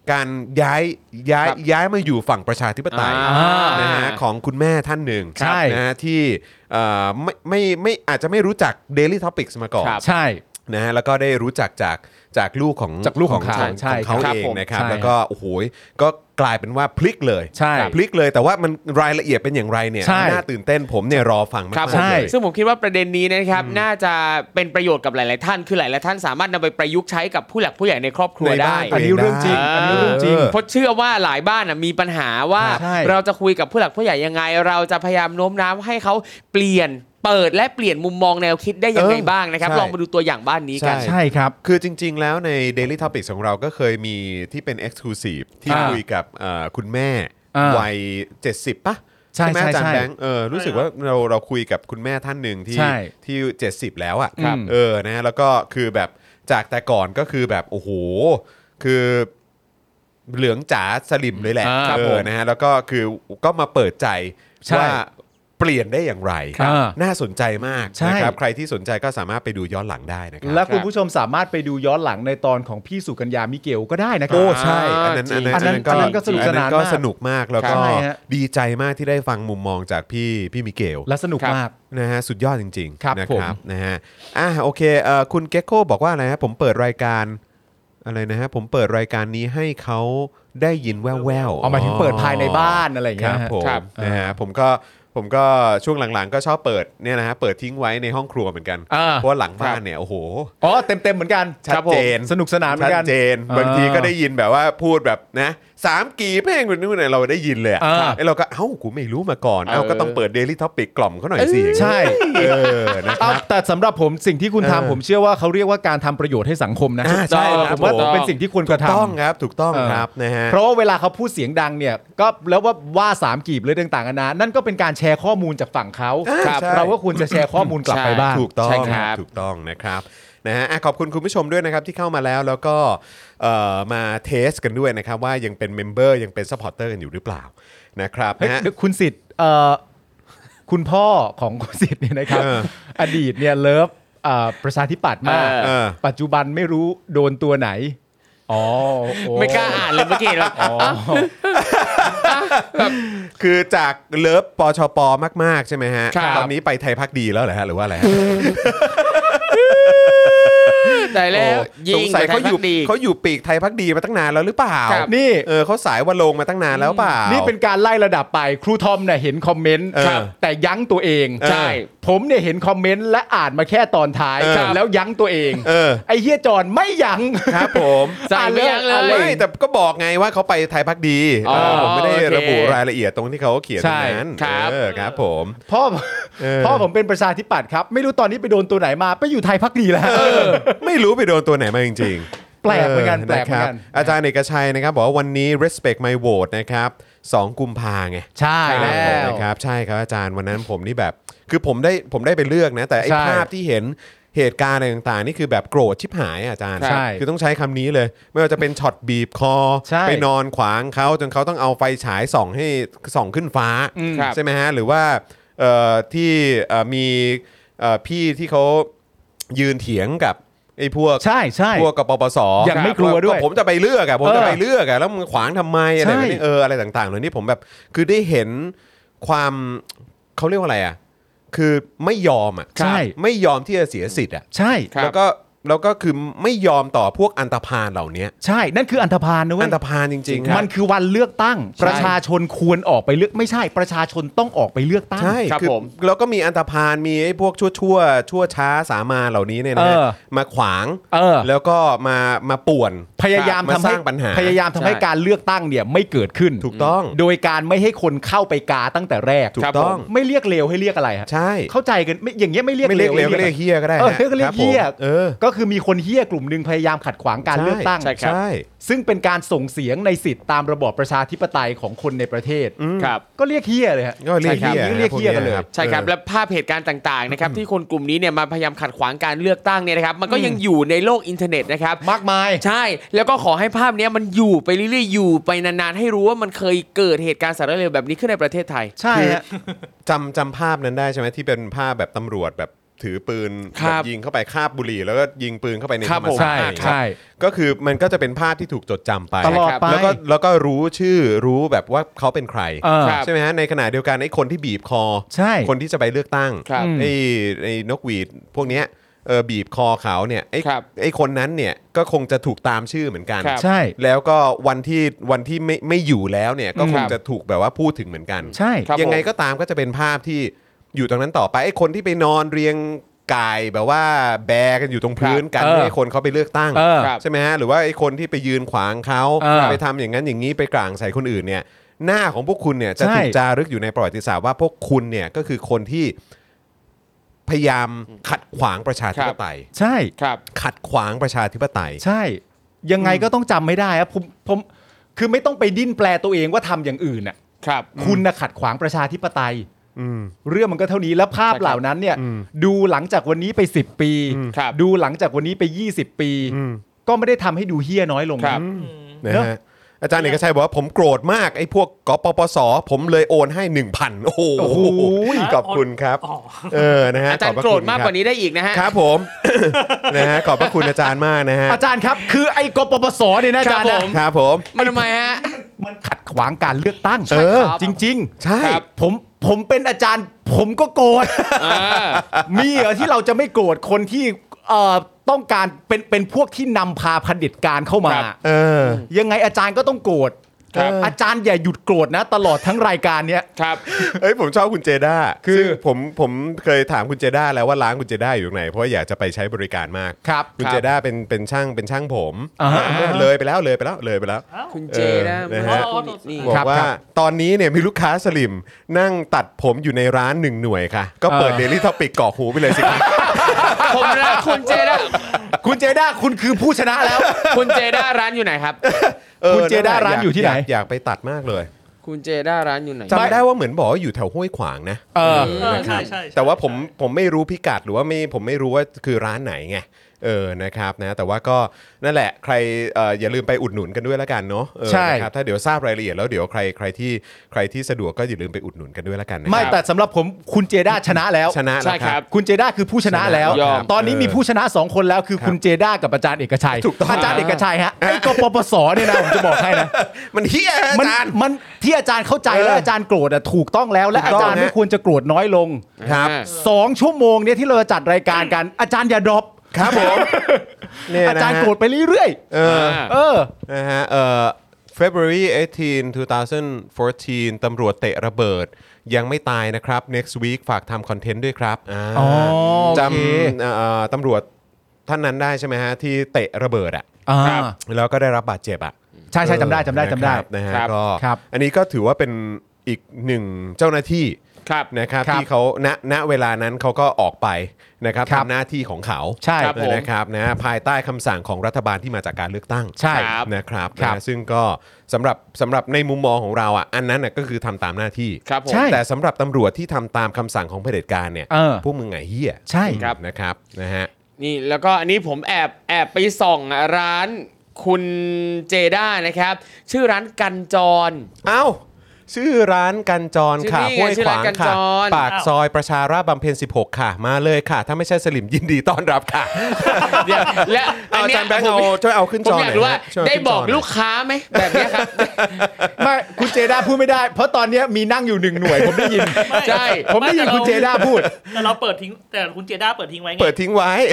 ย้ายมาอยู่ฝั่งประชาธิปไตยนะฮะของคุณแม่ท่านหนึ่งนะฮะที่ไม่อาจจะไม่รู้จัก Daily Topics มาก่อนใช่นะฮะแล้วก็ได้รู้จักจากลูกของเขาเองนะครับแล้วก็โอ้โหก็กลายเป็นว่าพลิกเลยพลิกเลยแต่ว่ามันรายละเอียดเป็นอย่างไรเนี่ยน่าตื่นเต้นผมเนี่ยรอฟังมากเลยซึ่งผมคิดว่าประเด็นนี้นะครับน่าจะเป็นประโยชน์กับหลายๆท่านคือหลายๆท่านสามารถนำไปประยุกต์ใช้กับผู้หลักผู้ใหญ่ในครอบครัวได้อันนี้เรื่องจริงเพราะเชื่อว่าหลายบ้านมีปัญหาว่าเราจะคุยกับผู้หลักผู้ใหญ่ยังไงเราจะพยายามโน้มน้าวให้เขาเปลี่ยนเปิดและเปลี่ยนมุมมองแนวคิดได้ยังไงบ้างนะครับลองมาดูตัวอย่างบ้านนี้กันใช่ครับคือจริงๆแล้วใน Daily Topics ของเราก็เคยมีที่เป็น Exclusive ที่คุยกับคุณแม่วัย70ป่ะใช่ไหมอาจารย์แบงค์รู้สึกว่าเราคุยกับคุณแม่ท่านหนึ่งที่70แล้วอ่ะนะแล้วก็คือแบบจากแต่ก่อนก็คือแบบโอ้โหคือเหลืองจ๋าสลิมเลยแหละนะฮะแล้วก็คือก็มาเปิดใจว่าเปลี่ยนได้อย่างไรน่าสนใจมากนะครับใครที่สนใจก็สามารถไปดูย้อนหลังได้นะครับและคุณผู้ชมสามารถไปดูย้อนหลังในตอนของพี่สุกัญญามิเกลก็ได้นะครับโอ้ใช่อันนั้นก็สนุกสนานสนุกมากแล้วก็ดีใจมากที่ได้ฟังมุมมองจากพี่มิเกลและสนุกมากนะฮะสุดยอดจริงๆนะครับนะฮะโอเคคุณเก็กโก้บอกว่าอะไรฮะผมเปิดรายการอะไรนะฮะผมเปิดรายการนี้ให้เขาได้ยินแว่วๆหมายถึงเปิดภายในบ้านอะไรอย่างเงี้ยครับนะฮะผมก็ช่วงหลังๆก็ชอบเปิดเนี่ยนะฮะเปิดทิ้งไว้ในห้องครัวเหมือนกันเพราะว่าหลังบ้านเนี่ยโอ้โหเต็มเหมือนกันชัดเจนสนุกสนานเหมือนกันชัดเจนบางทีก็ได้ยินแบบว่าพูดแบบนะ3 กีบเพลงนู่นเราได้ยินเลยเราก็กูไม่รู้มาก่อนก็ต้องเปิด Daily Topic กล่อมเขาหน่อยสิใช่นะครับแต่สำหรับผมสิ่งที่คุณทำผมเชื่อว่าเขาเรียกว่าการทำประโยชน์ให้สังคมนะใช่ผมว่าเป็นสิ่งที่ควรกระทำถูกต้องครับถูกต้องครับนะฮะเพราะว่าเวลาเขาพูดเสียงดังเนี่ยก็แล้วว่า3 กีบเลยต่างๆนานานั่นก็เป็นการแชร์ข้อมูลจากฝั่งเขาเราก็ควรจะแชร์ข้อมูลกลับไปบ้างถูกต้องถูกต้องนะครับนะฮะขอบคุณคุณผู้ชมด้วยนะครับที่เข้ามาแล้วก็มาเทสกันด้วยนะครับว่ายังเป็นเมมเบอร์ยังเป็นซัพพอร์เตอร์กันอยู่หรือเปล่านะครับนะคุณสิทธิ์คุณพ่อของคุณสิทธิ์เนี่ยนะครับอดีตเนี่ยเลิฟประชาธิปัตย์มากปัจจุบันไม่รู้โดนตัวไหนไม่กล้าอ่านเลยเมื่อกี้แล้วคือจากเลิฟปชปมากๆใช่ไหมฮะตอนนี้ไปไทยพักดีแล้วเหรอฮะหรือว่าอะไรแต่แล้วสงสัยเขาอยู่ปีกไทยพักดีมาตั้งนานแล้วหรือเปล่านี่เขาสายว่าลงมาตั้งนานแล้วเปล่านี่เป็นการไล่ระดับไปครูทอมเนี่ยเห็นคอมเมนต์แต่ยั้งตัวเองใช่ผมเนี่ยเห็นคอมเมนต์และอ่านมาแค่ตอนท้ายแล้วยั้งตัวเองไอ้เหี้ยจอนไม่ยั้งครับผมไม่ยั้งเลยไม่แต่ก็บอกไงว่าเขาไปไทยพักดีผมไม่ได้ระบุรายละเอียดตรงที่เขาเขียนตรงนั้นครับผมพ่อผมเป็นประชาธิปัตย์ครับไม่รู้ตอนนี้ไปโดนตัวไหนมาไปอยู่ไทยพักดีแล้วไม่รู้ไปโดนตัวไหนมาจริงๆแปลกเหมือนกันแปลกเหมือนกันอาจารย์เอกชัยนะครับบอกว่าวันนี้ respect my vote นะครับ2 กุมภาไงใช่แล้วนะครับใช่ครับอาจารย์วันนั้นผมนี่แบบคือผมได้ไปเลือกนะแต่ไอ้ภาพที่เห็นเหตุการณ์อะไรต่างๆนี่คือแบบโกรธชิบหายอาจารย์คือต้องใช้คำนี้เลยไม่ว่าจะเป็นช็อตบีบคอไปนอนขวางเขาจนเขาต้องเอาไฟฉายส่องให้ส่องขึ้นฟ้าใช่ไหมฮะหรือว่าที่มีพี่ที่เขายืนเถียงกับไอ้พวกพวกกปปสยังไม่กลัวด้วยผมจะไปเลือกผมจะไปเลือกแล้วมึงขวางทำไมอะไรแบบนี้อะไรต่างๆเลยนี่ผมแบบคือได้เห็นความเขาเรียกว่าอะไรคือไม่ยอมไม่ยอมที่จะเสียสิทธิ์ใช่แล้วก็คือไม่ยอมต่อพวกอันธพาลเหล่านี้ใช่นั่นคืออันธพาลนะเว้ยอันธพาลจริงๆมันคือวันเลือกตั้งประชาชนควรออกไปเลือกไม่ใช่ประชาชนต้องออกไปเลือกตั้งใช่ครับผมแล้วก็มีอันธพาลมีไอ้พวกชั่วช้าสามาเหล่านี้เนี่ยนะมาขวางแล้วก็มาป่วนพยายามทำให้ปัญหาพยายามทำให้การเลือกตั้งเนี่ยไม่เกิดขึ้นถูกต้องโดยการไม่ให้คนเข้าไปกาตั้งแต่แรกถูกต้องไม่เรียกเลวให้เรียกอะไรฮะใช่เข้าใจกันไม่อย่างเงี้ยไม่เรียกเลวเรียกเฮียก็ได้เรียกเฮียก็คือมีคนเฮียกลุ่มนึงพยายามขัดขวางการเลือกตั้งใช่ซึ่งเป็นการส่งเสียงในสิทธิ์ตามระบอบประชาธิปไตยของคนในประเทศครับก็เรียกเฮียเลยฮะก็เรียกเฮียกันเลยใช่ครับและภาพเหตุการณ์ต่างๆนะครับที่คนกลุ่มนี้เนี่ยมาพยายามขัดขวางการเลือกตั้งเนี่ยนะครับมันก็ยังอยู่ในโลกอินเทอร์เน็ตนะครับมากมายใช่แล้วก็ขอให้ภาพนี้มันอยู่ไปเรื่อยๆอยู่ไปนานๆให้รู้ว่ามันเคยเกิดเหตุการณ์สารเลวแบบนี้ขึ้นในประเทศไทยใช่ฮะจำภาพนั้นได้ใช่ไหมที่เป็นภาพแบบตำรวจแบบถือปืนยิงเข้าไปคาบบุหรี่แล้วก็ยิงปืนเข้าไปในธรรมศาสตร์ใช่ก็คือมันก็จะเป็นภาพที่ถูกจดจำไปตลอดไปแล้วก็รู้ชื่อรู้แบบว่าเขาเป็นใครใช่ไหมฮะในขณะเดียวกันไอ้คนที่บีบคอคนที่จะไปเลือกตั้งไอ้นกหวีดพวกเนี้ยบีบคอเขาเนี่ยไอ้คนนั้นเนี่ยก็คงจะถูกตามชื่อเหมือนกันใช่แล้วก็วันที่ไม่อยู่แล้วเนี่ยก็คงจะถูกแบบว่าพูดถึงเหมือนกันใช่ยังไงก็ตามก็จะเป็นภาพที่อยู่ตรงนั้นต่อไปไอ้คนที่ไปนอนเรียงกายแบบว่าแบกันอยู่ตรงพื้นกันให้คนเขาไปเลือกตั้งใช่ไหมฮะหรือว่าไอ้คนที่ไปยืนขวางเขาไปทำอย่างนั้นอย่างนี้ไปกลางใส่คนอื่นเนี่ยหน้าของพวกคุณเนี่ยจะถูกจารึกอยู่ในประวัติศาสตร์ว่าพวกคุณเนี่ยก็คือคนที่พยายามขัดขวางประชาธิปไตยใช่ครับขัดขวางประชาธิปไตยใช่ยังไงก็ต้องจำไม่ได้ครับผมคือไม่ต้องไปดิ้นแปลตัวเองว่าทำอย่างอื่นน่ะคุณน่ะขัดขวางประชาธิปไตยเรื่องมันก็เท่านี้แล้วภาพเหล่านั้นเนี่ยดูหลังจากวันนี้ไป10 ปีดูหลังจากวันนี้ไป20 ปีก็ไม่ได้ทำให้ดูเหี้ยน้อยลงนะฮะอาจารย์เอกชัยบอกว่าผมโกรธมากไอ้พวกกปปสผมเลยโอนให้ 1,000 โอ้โหขอบคุณครับนะฮะอาจารย์โกรธมากกว่านี้ได้อีกนะฮะครับผมนะฮะขอบพระคุณอาจารย์มากนะฮะอาจารย์ครับคือไอ้กปปสเนี่ยนะอาจารย์ครับผมมันทำไมฮะมันขัดขวางการเลือกตั้งจริงๆใช่ผมเป็นอาจารย์ผมก็โกรธมีเหรอที่เราจะไม่โกรธคนที่ต้องการเป็นพวกที่นำพาเผด็จการเข้ามายังไงอาจารย์ก็ต้องโกรธอาจารย์อย่าหยุดโกรธนะตลอดทั้งรายการเนี้ยครับผมชอบคุณเจด้าคือผมเคยถามคุณเจด้าแล้วว่าร้านคุณเจด้าอยู่ตรงไหนเพราะอยากจะไปใช้บริการมากคุณเจด้าเป็นช่างผมเลยไปแล้วคุณเจด้าบอกว่าตอนนี้เนี่ยมีลูกค้าสลิมนั่งตัดผมอยู่ในร้าน1 หน่วยค่ะก็เปิด Daily Topic กรอกหูไปเลยสิผมรักคุณเจด้าคุณคือผู้ชนะแล้วคุณเจด้าร้านอยู่ไหนครับคุณเจด้าร้านอยู่ที่ไหนอยากไปตัดมากเลยคุณเจด้าร้านอยู่ไหนจำได้ว่าเหมือนบอกว่าอยู่แถวห้วยขวางนะใช่แต่ว่าผมไม่รู้พิกัดหรือว่าผมไม่รู้ว่าคือร้านไหนไงนะครับนะแต่ว่าก็นั่นแหละใครอย่าลืมไปอุดหนุนกันด้วยละกันเนาะใช่นะครับถ้าเดี๋ยวทราบรายละเอียดแล้วเดี๋ยวใครที่สะดวกก็อย่าลืมไปอุดหนุนกันด้วยละกันนะครับไม่แต่สำหรับผมคุณเจด้าชนะแล้วชนะแล้วครับคุณเจด้าคือผู้ชนะแล้วตอนนี้มีผู้ชนะ2คนแล้วคือคุณเจด้ากับอาจารย์เอกชัยอาจารย์เอกชัยฮะไอ้กปปสเนี่ยนะผมจะบอกให้นะมันเหี้ยอาจารย์มันที่อาจารย์เข้าใจแล้วอาจารย์โกรธถูกต้องแล้วและอาจารย์ไม่ควรจะโกรธน้อยลงครับ 2 ชั่วโมงเนี่ยที่เราจะจัดรายการกันอาจารย์อย่าดรอปครับผมอาจารย์โกรธไปเรื่อยๆนะฮะFebruary 18 2014 ตำรวจเตะระเบิดยังไม่ตายนะครับ next week ฝากทำคอนเทนต์ด้วยครับจำตำรวจท่านนั้นได้ใช่ไหมฮะที่เตะระเบิดแล้วก็ได้รับบาดเจ็บใช่จำได้นะฮะก็อันนี้ก็ถือว่าเป็นอีกหนึ่งเจ้าหน้าที่นะครับที่เขาณเวลานั้นเขาก็ออกไปนะครับทำหน้าที่ของเขาใช่นะครับนะภายใต้คำสั่งของรัฐบาลที่มาจากการเลือกตั้งใช่นะครับซึ่งก็สำหรับในมุมมองของเราอันนั้นก็คือทำตามหน้าที่แต่สำหรับตำรวจที่ทำตามคำสั่งของเผด็จการเนี่ยพวกมึงไงเหี้ยใช่นะครับนะฮะนี่แล้วก็อันนี้ผมแอบไปส่องร้านคุณเจด้านะครับชื่อร้านกันจรชื่อร้านกันจรค่ะห้วยขวางค่ะปากซอยประชาราษฎร์บำเพ็ญ16ค่ะมาเลยค่ะถ้าไม่ใช่สลิมยินดีต้อนรับค่ะและอาจารย์แบงค์ช่วยเอาขึ้นจอหน่อยผมอยากรู้ว่าได้บอกลูกค้าไหมแบบนี้ครับไม่คุณเจด้าพูดไม่ได้เพราะตอนนี้มีนั่งอยู่1หน่วยผมได้ยินใช่ผมได้ยินคุณเจด้าพูดแต่เราเปิดทิ้งแต่คุณเจด้าเปิดทิ้งไว้ไงเปิดทิ้งไว้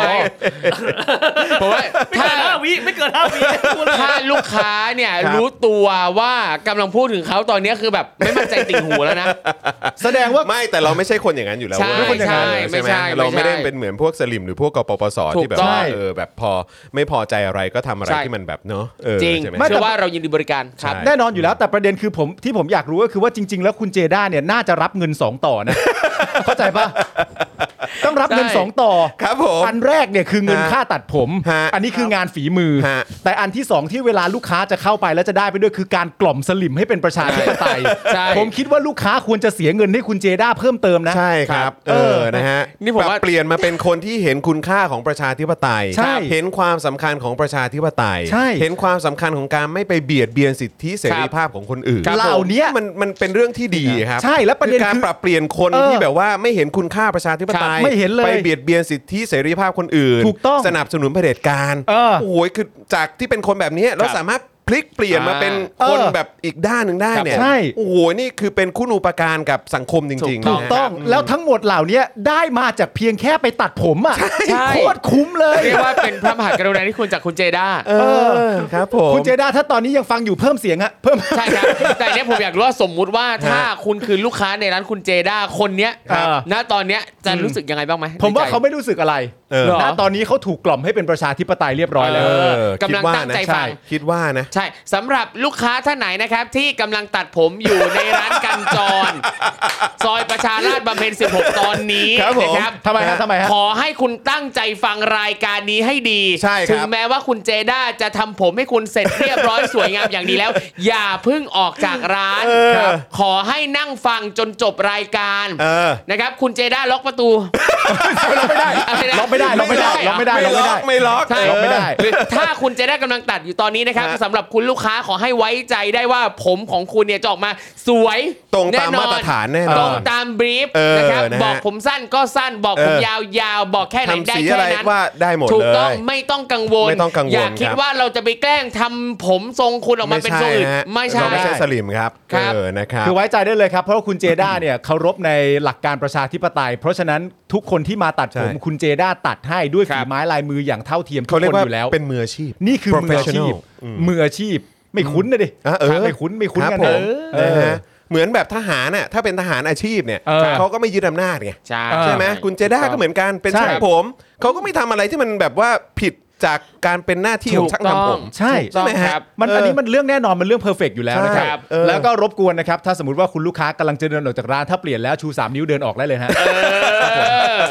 เพราะว่าถ้าไม่เกิน5 วิถ้าลูกค้าเนี่ยรู้ตัวว่ากำลังพูดถึงเขาตอนนี้คือแบบไม่มั่นใจติ่งหูแล้วนะแสดงว่าไม่แต่เราไม่ใช่คนอย่างนั้นอยู่แล้วไม่ใช่เราไม่ได้เป็นเหมือนพวกสลิมหรือพวกกปปสที่แบบแบบพอไม่พอใจอะไรก็ทำอะไรที่มันแบบเนาะจริงเชื่อว่าเรายินดีบริการครับแน่นอนอยู่แล้วแต่ประเด็นคือผมอยากรู้ก็คือว่าจริงๆแล้วคุณเจด้าเนี่ยน่าจะรับเงิน2ต่อนะเข้าใจปะต้องรับเงิน2ต่อครับผมอันแรกเนี่ยคือเงินค่าตัดผมอันนี้คืองานฝีมือแต่อันที่2ที่เวลาลูกค้าจะเข้าไปแล้วจะได้ไปด้วยคือการกล่อมสลิมให้เป็นประชาธิปไตยผมคิดว่าลูกค้าควรจะเสียเงินให้คุณเจด้าเพิ่มเติมนะใช่ครับนะฮะนี่ผมว่าเปลี่ยนมาเป็นคนที่เห็นคุณค่าของประชาธิปไตยเห็นความสำคัญของประชาธิปไตยเห็นความสำคัญของการไม่ไปเบียดเบียนสิทธิเสรีภาพของคนอื่นเหล่านี้มันเป็นเรื่องที่ดีครับใช่แล้วประเด็นคือการปรับเปลี่ยนคนที่แบบว่าไม่เห็นคุณค่าประชาธิปไตยไปเบียดเบียนสิทธิเสรีภาพคนอื่นสนับสนุนเผด็จการโอ้โหคือจากที่เป็นคนแบบนี้เราสามารถพลิกเปลี่ยนมาเป็นคนแบบอีกด้านหนึ่งได้เนี่ยโอ้โหนี่คือเป็นคุณูปการกับสังคมจริงๆถูกต้องแล้วทั้งหมดเหล่านี้ได้มาจากเพียงแค่ไปตัดผมโคตรคุ้มเลยเรียกว่าเป็นพระมหากรุณาธิคุณจากคุณเจด้าครับผมคุณเจด้าถ้าตอนนี้ยังฟังอยู่เพิ่มเสียงเพิ่มใช่ครับแต่เนี้ยผมอยากรู้ว่าสมมุติว่าถ้าคุณคือลูกค้าในร้านคุณเจด้าคนเนี้ยณตอนเนี้ยจะรู้สึกยังไงบ้างไหมผมว่าเขาไม่รู้สึกอะไรณตอนนี้เขาถูกกล่อมให้เป็นประชาธิปไตยเรียบร้อยแล้วกำลังตั้งใจฟังคิดว่านะใช่สำหรับลูกค้าท่านไหนนะครับที่กำลังตัดผมอยู่ในร้านกันจรซอยประชาราษฎร์บำเพ็ญ16ตอนนี้นะครับทำไมฮะขอให้คุณตั้งใจฟังรายการนี้ให้ดีถึงแม้ว่าคุณเจด้าจะทำผมให้คุณเสร็จเรียบร้อยสวยงามอย่างดีแล้วอย่าเพิ่งออกจากร้านขอให้นั่งฟังจนจบรายการนะครับคุณเจด้าล็อกประตูล็อกไม่ได้ไม่ล็อกไม่ได้หรือถ้าคุณเจด้ากำลังตัดอยู่ตอนนี้นะครับสำหรับคุณลูกค้าขอให้ไว้ใจได้ว่าผมของคุณเนี่ยจะออกมาสวยตรงตามมาตรฐานแน่นอนตรงตามบรีฟนะครับบอกผมสั้นก็สั้นบอกผมยาวๆบอกแค่ไหนได้แค่นั้นว่าได้หมดเลยถูกต้องไม่ต้องกังวลอย่าคิดว่าเราจะไปแกล้งทำผมทรงคุณออกมาเป็นทรงอื่นไม่ใช่สลิมครับนะครับคือไว้ใจได้เลยครับเพราะว่าคุณเจด้าเนี่ยเคารพในหลักการประชาธิปไตยเพราะฉะนั้นทุกคนที่มาตัดผมคุณเจด้าตัดให้ด้วยฝีไม้ลายมืออย่างเท่าเทียมทุกคนอยู่แล้วเป็นมืออาชีพนี่คือมืออาชีพไม่คุ้นนะดิไม่คุ้นกันนะเหมือนแบบทหารน่ะถ้าเป็นทหารอาชีพเนี่ยเขาก็ไม่ยึดอำนาจไงใช่ไหมคุณเจด้าก็เหมือนกันเป็นช่างผมเขาก็ไม่ทำอะไรที่มันแบบว่าผิดจากการเป็นหน้าที่ของช่างทำผมใช่ไหมครับอันนี้มันเรื่องแน่นอนมันเรื่องเพอร์เฟกต์อยู่แล้วนะครับแล้วก็รบกวนนะครับถ้าสมมติว่าคุณลูกค้ากำลังจะเดินออกจากร้านถ้าเปลี่ยนแล้วชู3นิ้วเดินออกได้เลยฮะ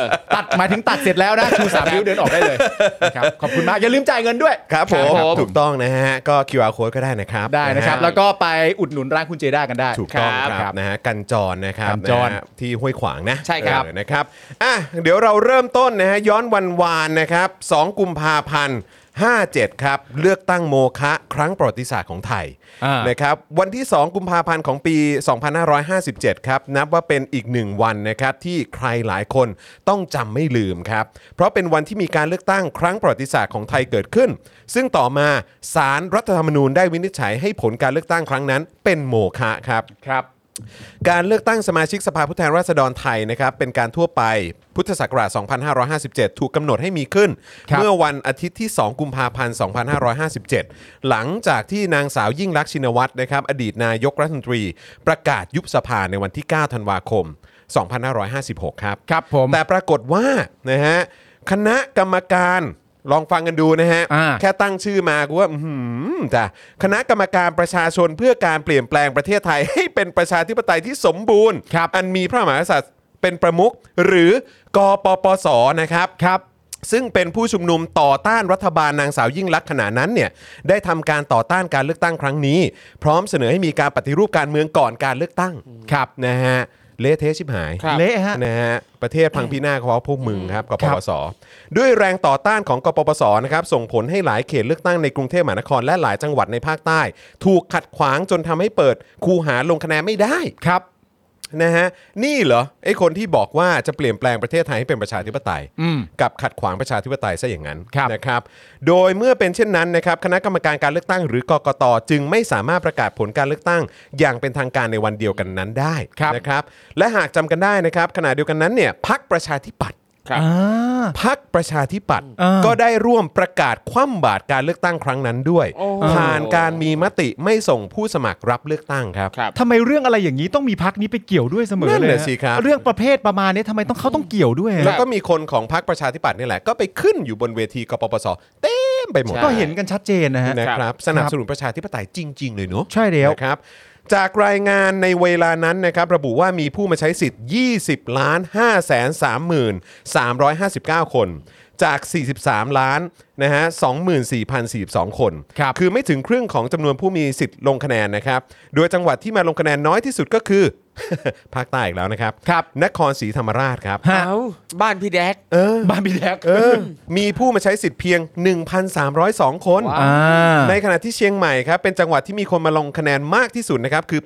ตัดหมายถึงตัดเสร็จแล้วนะชู3นิ้วเดินออกได้เลยนะครับขอบคุณมากอย่าลืมจ่ายเงินด้วยครับผมถูกต้องนะฮะก็ QR code ก็ได้นะครับได้นะครับแล้วก็ไปอุดหนุนร้านคุณเจด้ากันได้ถูกต้องครับนะฮะกันจรนะครับกันจรที่ห้วยขวางนะใช่ครับนะครับเดี๋ยวเราเริ่มต้นนะฮะย้อนวันวานนะครับ2 กุมภาพันธ์57ครับเลือกตั้งโมฆะครั้งประวัติศาสตร์ของไทยนะครับวันที่2 กุมภาพันธ์ของปี 2557ครับนับว่าเป็นอีก1วันนะครับที่ใครหลายคนต้องจำไม่ลืมครับเพราะเป็นวันที่มีการเลือกตั้งครั้งประวัติศาสตร์ของไทยเกิดขึ้นซึ่งต่อมาศาลรัฐธรรมนูญได้วินิจฉัยให้ผลการเลือกตั้งครั้งนั้นเป็นโมฆะครับการเลือกตั้งสมาชิกสภาผู้แทนราษฎรไทยนะครับเป็นการทั่วไปพุทธศักราช 2557 ถูกกำหนดให้มีขึ้นเมื่อวันอาทิตย์ที่ 2 กุมภาพันธ์ 2557 หลังจากที่นางสาวยิ่งลักษณ์ชินวัตรนะครับอดีตนายกรัฐมนตรีประกาศยุบสภาในวันที่ 9 ธันวาคม 2556 ครับผมแต่ปรากฏว่านะฮะคณะกรรมการลองฟังกันดูนะฮะแค่ตั้งชื่อมากูว่าจ้ะคณะกรรมการประชาชนเพื่อการเปลี่ยนแปลงประเทศไทยให้เป็นประชาธิปไตยที่สมบูรณ์อันมีพระมหากษัตริย์เป็นประมุขหรือกปปสนะครับซึ่งเป็นผู้ชุมนุมต่อต้านรัฐบาลนางสาวยิ่งลักษณ์ขณะนั้นเนี่ยได้ทำการต่อต้านการเลือกตั้งครั้งนี้พร้อมเสนอให้มีการปฏิรูปการเมืองก่อนการเลือกตั้งนะฮะเละเทะชิบหายเละฮะนะฮะประเทศพังพินาศเพราะพวกมึงครับกปปสด้วยแรงต่อต้านของกปปสนะครับส่งผลให้หลายเขตเลือกตั้งในกรุงเทพมหานครและหลายจังหวัดในภาคใต้ถูกขัดขวางจนทำให้เปิดคูหาลงคะแนนไม่ได้ครับนะฮะนี่เหรอไอ้คนที่บอกว่าจะเปลี่ยนแปลงประเทศไทยให้เป็นประชาธิปไตยกับขัดขวางประชาธิปไตยซะอย่างนั้นนะครับโดยเมื่อเป็นเช่นนั้นนะครับคณะกรรมการการเลือกตั้งหรือกกต.จึงไม่สามารถประกาศผลการเลือกตั้งอย่างเป็นทางการในวันเดียวกันนั้นได้นะครับและหากจำกันได้นะครับขณะเดียวกันนั้นเนี่ยพรรคประชาธิปัตย์พรรคประชาธิปัตย์ก็ได้ร่วมประกาศคว่ำบาตรการเลือกตั้งครั้งนั้นด้วยผ่านการมีมติไม่ส่งผู้สมัครรับเลือกตั้งครับทำไมเรื่องอะไรอย่างนี้ต้องมีพรรคนี้ไปเกี่ยวด้วยเสมอเลยเรื่องประเภทประมาณนี้ทำไมเขาต้องเกี่ยวด้วยแล้วก็มีคนของพรรคประชาธิปัตย์นี่แหละก็ไปขึ้นอยู่บนเวทีกปปสเต็มไปหมดก็เห็นกันชัดเจนนะครับสนับสนุนประชาธิปไตยจริงๆเลยเนาะใช่แล้วนะครับจากรายงานในเวลานั้นนะครับระบุว่ามีผู้มาใช้สิทธิ์ 20,530,359 คนจาก 43 ล้านนะฮะ 24,042 คนคือไม่ถึงครึ่งของจำนวนผู้มีสิทธิ์ลงคะแนนนะครับโดยจังหวัดที่มาลงคะแนนน้อยที่สุดก็คือ ภาคใต้อีกแล้วนะครับนครศรีธรรมราชครับบ้านพี่แดกบ้านพี่แดกมีผู้มาใช้สิทธิ์เพียง 1,302 คนในขณะที่เชียงใหม่ครับเป็นจังหวัดที่มีคนมาลงคะแนนมากที่สุดนะครับคือ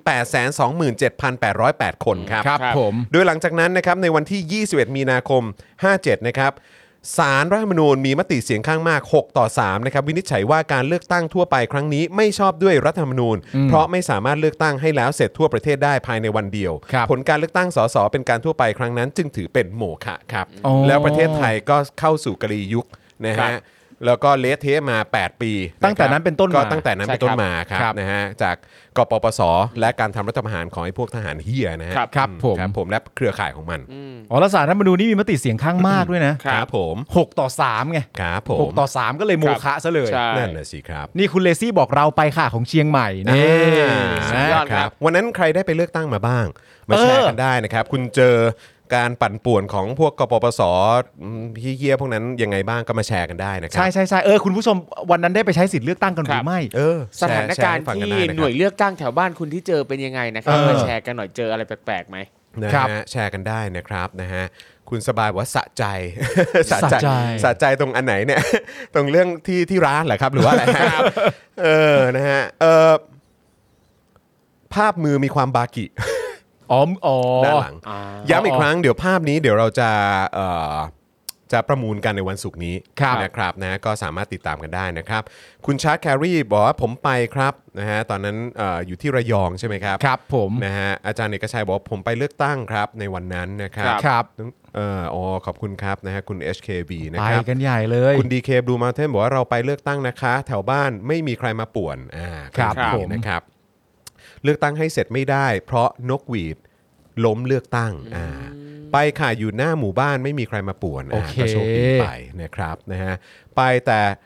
827,808 คนครับผมโดยหลังจากนั้นนะครับในวันที่ 21 มีนาคม 57 นะครับศาลรัฐธรรมนูญมีมติเสียงข้างมาก6-3นะครับวินิจฉัยว่าการเลือกตั้งทั่วไปครั้งนี้ไม่ชอบด้วยรัฐธรรมนูญเพราะไม่สามารถเลือกตั้งให้แล้วเสร็จทั่วประเทศได้ภายในวันเดียวผลการเลือกตั้งสสเป็นการทั่วไปครั้งนั้นจึงถือเป็นโมฆะครับแล้วประเทศไทยก็เข้าสู่กลียุคนะฮะแล้วก็เละเทะมา8ปีตั้งแต่นั้นเป็นต้นมาก็ตั้งแต่นั้นเป็นต้นมาครับนะฮะจากกปปสและการทำรัฐประหารของไอ้พวกทหารเหี้ยนะฮะครับผมและเครือข่ายของมันแล้วศาลรัฐธรรมนูญนี่มีมติเสียงข้างมากด้วยนะครับผม 6-3ไงครับผม 6-3ก็เลยโมฆะซะเลยนั่นแหละสิครับนี่คุณเลซี่บอกเราไปค่ะของเชียงใหม่นี่ครับวันนั้นใครได้ไปเลือกตั้งมาบ้างมาแชร์กันได้นะครับคุณเจอการปั่นป่วนของพวกกปปสเฮี้ยพวกนั้นยังไงบ้างก็มาแชร์กันได้นะครับใช่คุณผู้ชมวันนั้นได้ไปใช้สิทธิ์เลือกตั้งกันหรือไม่สถานการณ์ที่หน่วยเลือกตั้งแถวบ้านคุณที่เจอเป็นยังไงนะครับมาแชร์กันหน่อยเจออะไรแปลกๆไหมนะฮะแชร์กันได้นะครับนะฮะคุณสบายว่าสะใจสะใจตรงอันไหนเนี่ยตรงเรื่องที่ร้านเหรอครับหรือว่าอะไรครับนะฮะภาพมือมีความบากิด้านหลังย้ำอีกครั้งเดี๋ยวภาพนี้เดี๋ยวเราจะประมูลกันในวันศุกร์นี้นะครับนะก็สามารถติดตามกันได้นะครับคุณชาร์ตแครีบอกว่าผมไปครับนะฮะตอนนั้นอยู่ที่ระยองใช่ไหมครับครับผมนะฮะอาจารย์เอกชัยบอกผมไปเลือกตั้งครับในวันนั้นนะครับขอบคุณครับนะฮะคุณ HKB นะครับไปกันใหญ่เลยคุณ DK Blue Mountain บอกว่าเราไปเลือกตั้งนะคะแถวบ้านไม่มีใครมาป่วนครับผมนะครับเลือกตั้งให้เสร็จไม่ได้เพราะนกหวีดล้มเลือกตั้งไปค่ะอยู่หน้าหมู่บ้านไม่มีใครมาป่วนก็โชคดีไปนะครับนะฮะไปแต่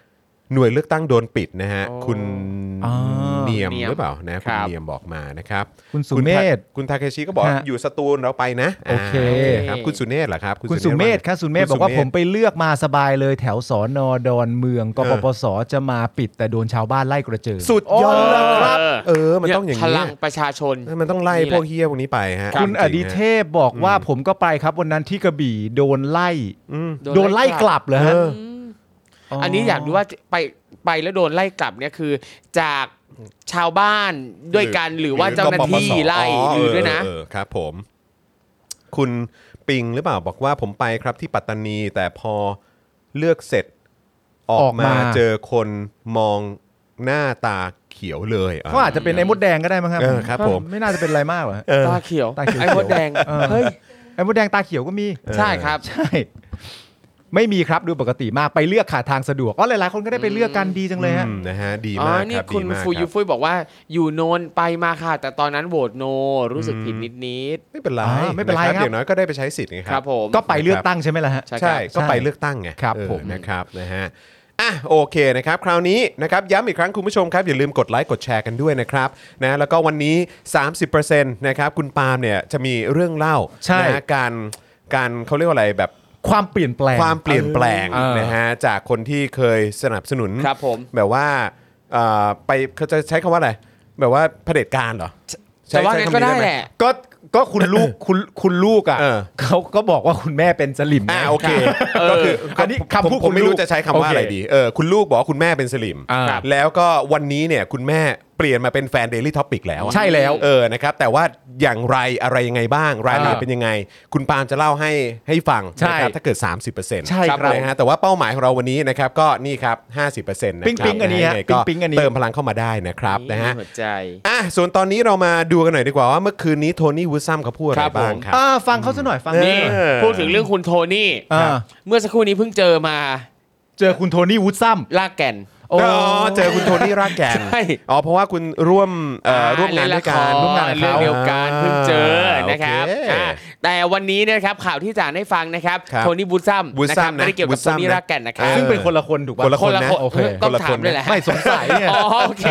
หน่วยเลือกตั้งโดนปิดนะฮะคุณเนียมหรือเปล่านะคุณเนียมบอกมานะครับคุณสุเมธคุณทาเคชิก็บอกอยู่สตูลเราไปนะโอเคครับคุณสุเนศเหรอครับคุณสุเมธครับสุเมธบอกว่าผมไปเลือกมาสบายเลยแถวสน.ดอนเมืองกปปส.จะมาปิดแต่โดนชาวบ้านไล่กระเจิงสุดยอดครับมันต้องอย่างนี้พลังประชาชนมันต้องไล่พวกเฮี้ยพวกนี้ไปฮะคุณอดิเทพบอกว่าผมก็ไปครับวันนั้นที่กระบี่โดนไล่กลับเลยฮะอันนี้อยากดูว่าไปแล้วโดนไล่กลับเนี่ยคือจากชาวบ้านด้วยกันหรือว่าเจ้าหน้าที่ไล่หรือด้วยนะครับผมคุณปิงหรือเปล่าบอกว่าผมไปครับที่ปัตตานีแต่พอเลือกเสร็จออกมาเจอคนมองหน้าตาเขียวเลยเขาอาจจะเป็นไอ้มดแดงก็ได้มั้งครับครับผมไม่น่าจะเป็นอะไรมากหรอกตาเขียวไอ้มดแดงเฮ้ยไอ้มดแดงตาเขียวก็มีใช่ครับใช่ไม่มีครับดูปกติมากไปเลือกขาทางสะดวกหลายๆคนก็ได้ไปเลือกกันดีจังเลยฮะนะฮะดีมากครับนี่คุณฟูยูฟุยบอกว่าอยู่โนนไปมาค่ะแต่ตอนนั้นโหวตโนรู้สึกผิดนิดไม่เป็นไรไม่เป็นไรครับอย่างน้อยก็ได้ไปใช้สิทธิ์ไงครับผมก็ไปเลือกตั้งใช่ไหมล่ะฮะใช่ก็ไปเลือกตั้งไงครับผมนะครับนะฮะโอเคนะครับคราวนี้นะครับย้ำอีกครั้งคุณผู้ชมครับอย่าลืมกดไลค์กดแชร์กันด้วยนะครับนะแล้วก็วันนี้ 30% นะครับคุณปาล์มเนี่ยจะมีเรื่องเล่านะการเขาเรียกว่าอะไรแบบความเปลี่ยนแปลงนะฮะจากคนที่เคยสนับสนุนครับผมแบบว่าไปเขาจะใช้คำว่าอะไรแบบว่าเผด็จการเหรอแต่ว่าก็ได้แหละก็คุณลูกคุณลูกอ่ะเขาก็บอกว่าคุณแม่เป็นสลิมโอเคก็คืออันนี้คำพูดผมไม่รู้จะใช้คำว่าอะไรดีคุณลูกบอกว่าคุณแม่เป็นสลิมแล้วก็วันนี้เนี่ยคุณแม่เปลี่ยนมาเป็นแฟน Daily Topic แล้วใช่แล้วนะครับแต่ว่าอย่างไรอะไรยังไงบ้างรายละเอียดเป็นยังไงคุณปาล์มจะเล่าให้ฟังนะครับถ้าเกิด 30% ใช่ครับนะฮะแต่ว่าเป้าหมายของเราวันนี้นะครับก็นี่ครับ 50% นะครับปิ๊งอันนี้ปิ๊งอันนี้เติมพลังเข้ามาได้นะครับนะฮะหัวใจส่วนตอนนี้เรามาดูกันหน่อยดีกว่าว่าเมื่อคืนนี้โทนี่วูดซัมเขาพูดอะไรบ้างครับฟังเขาซะหน่อยฟังนี่พูดถึงเรื่องคุณโทนี่เมื่อสักครู่นี้เพิ่งเจอคุณโทนี่วูดซัมลากแก่นเจอคุณโทนี่รากแก่นเพราะว่าคุณร่วมงานด้วยกันร่วมงานเรื่องเดียวกันเพิ่งเจอนะครับแต่วันนี้นะครับข่าวที่จะให้ฟังนะครับโทนี่วูดซัมนะครับไม่ได้เกี่ยวกับโทนี่รากแก่นนะครับซึ่งเป็นคนละคนถูกป่ะคนละคนต้องถามด้วยแหละไม่สงสัยเนี่ยโอเค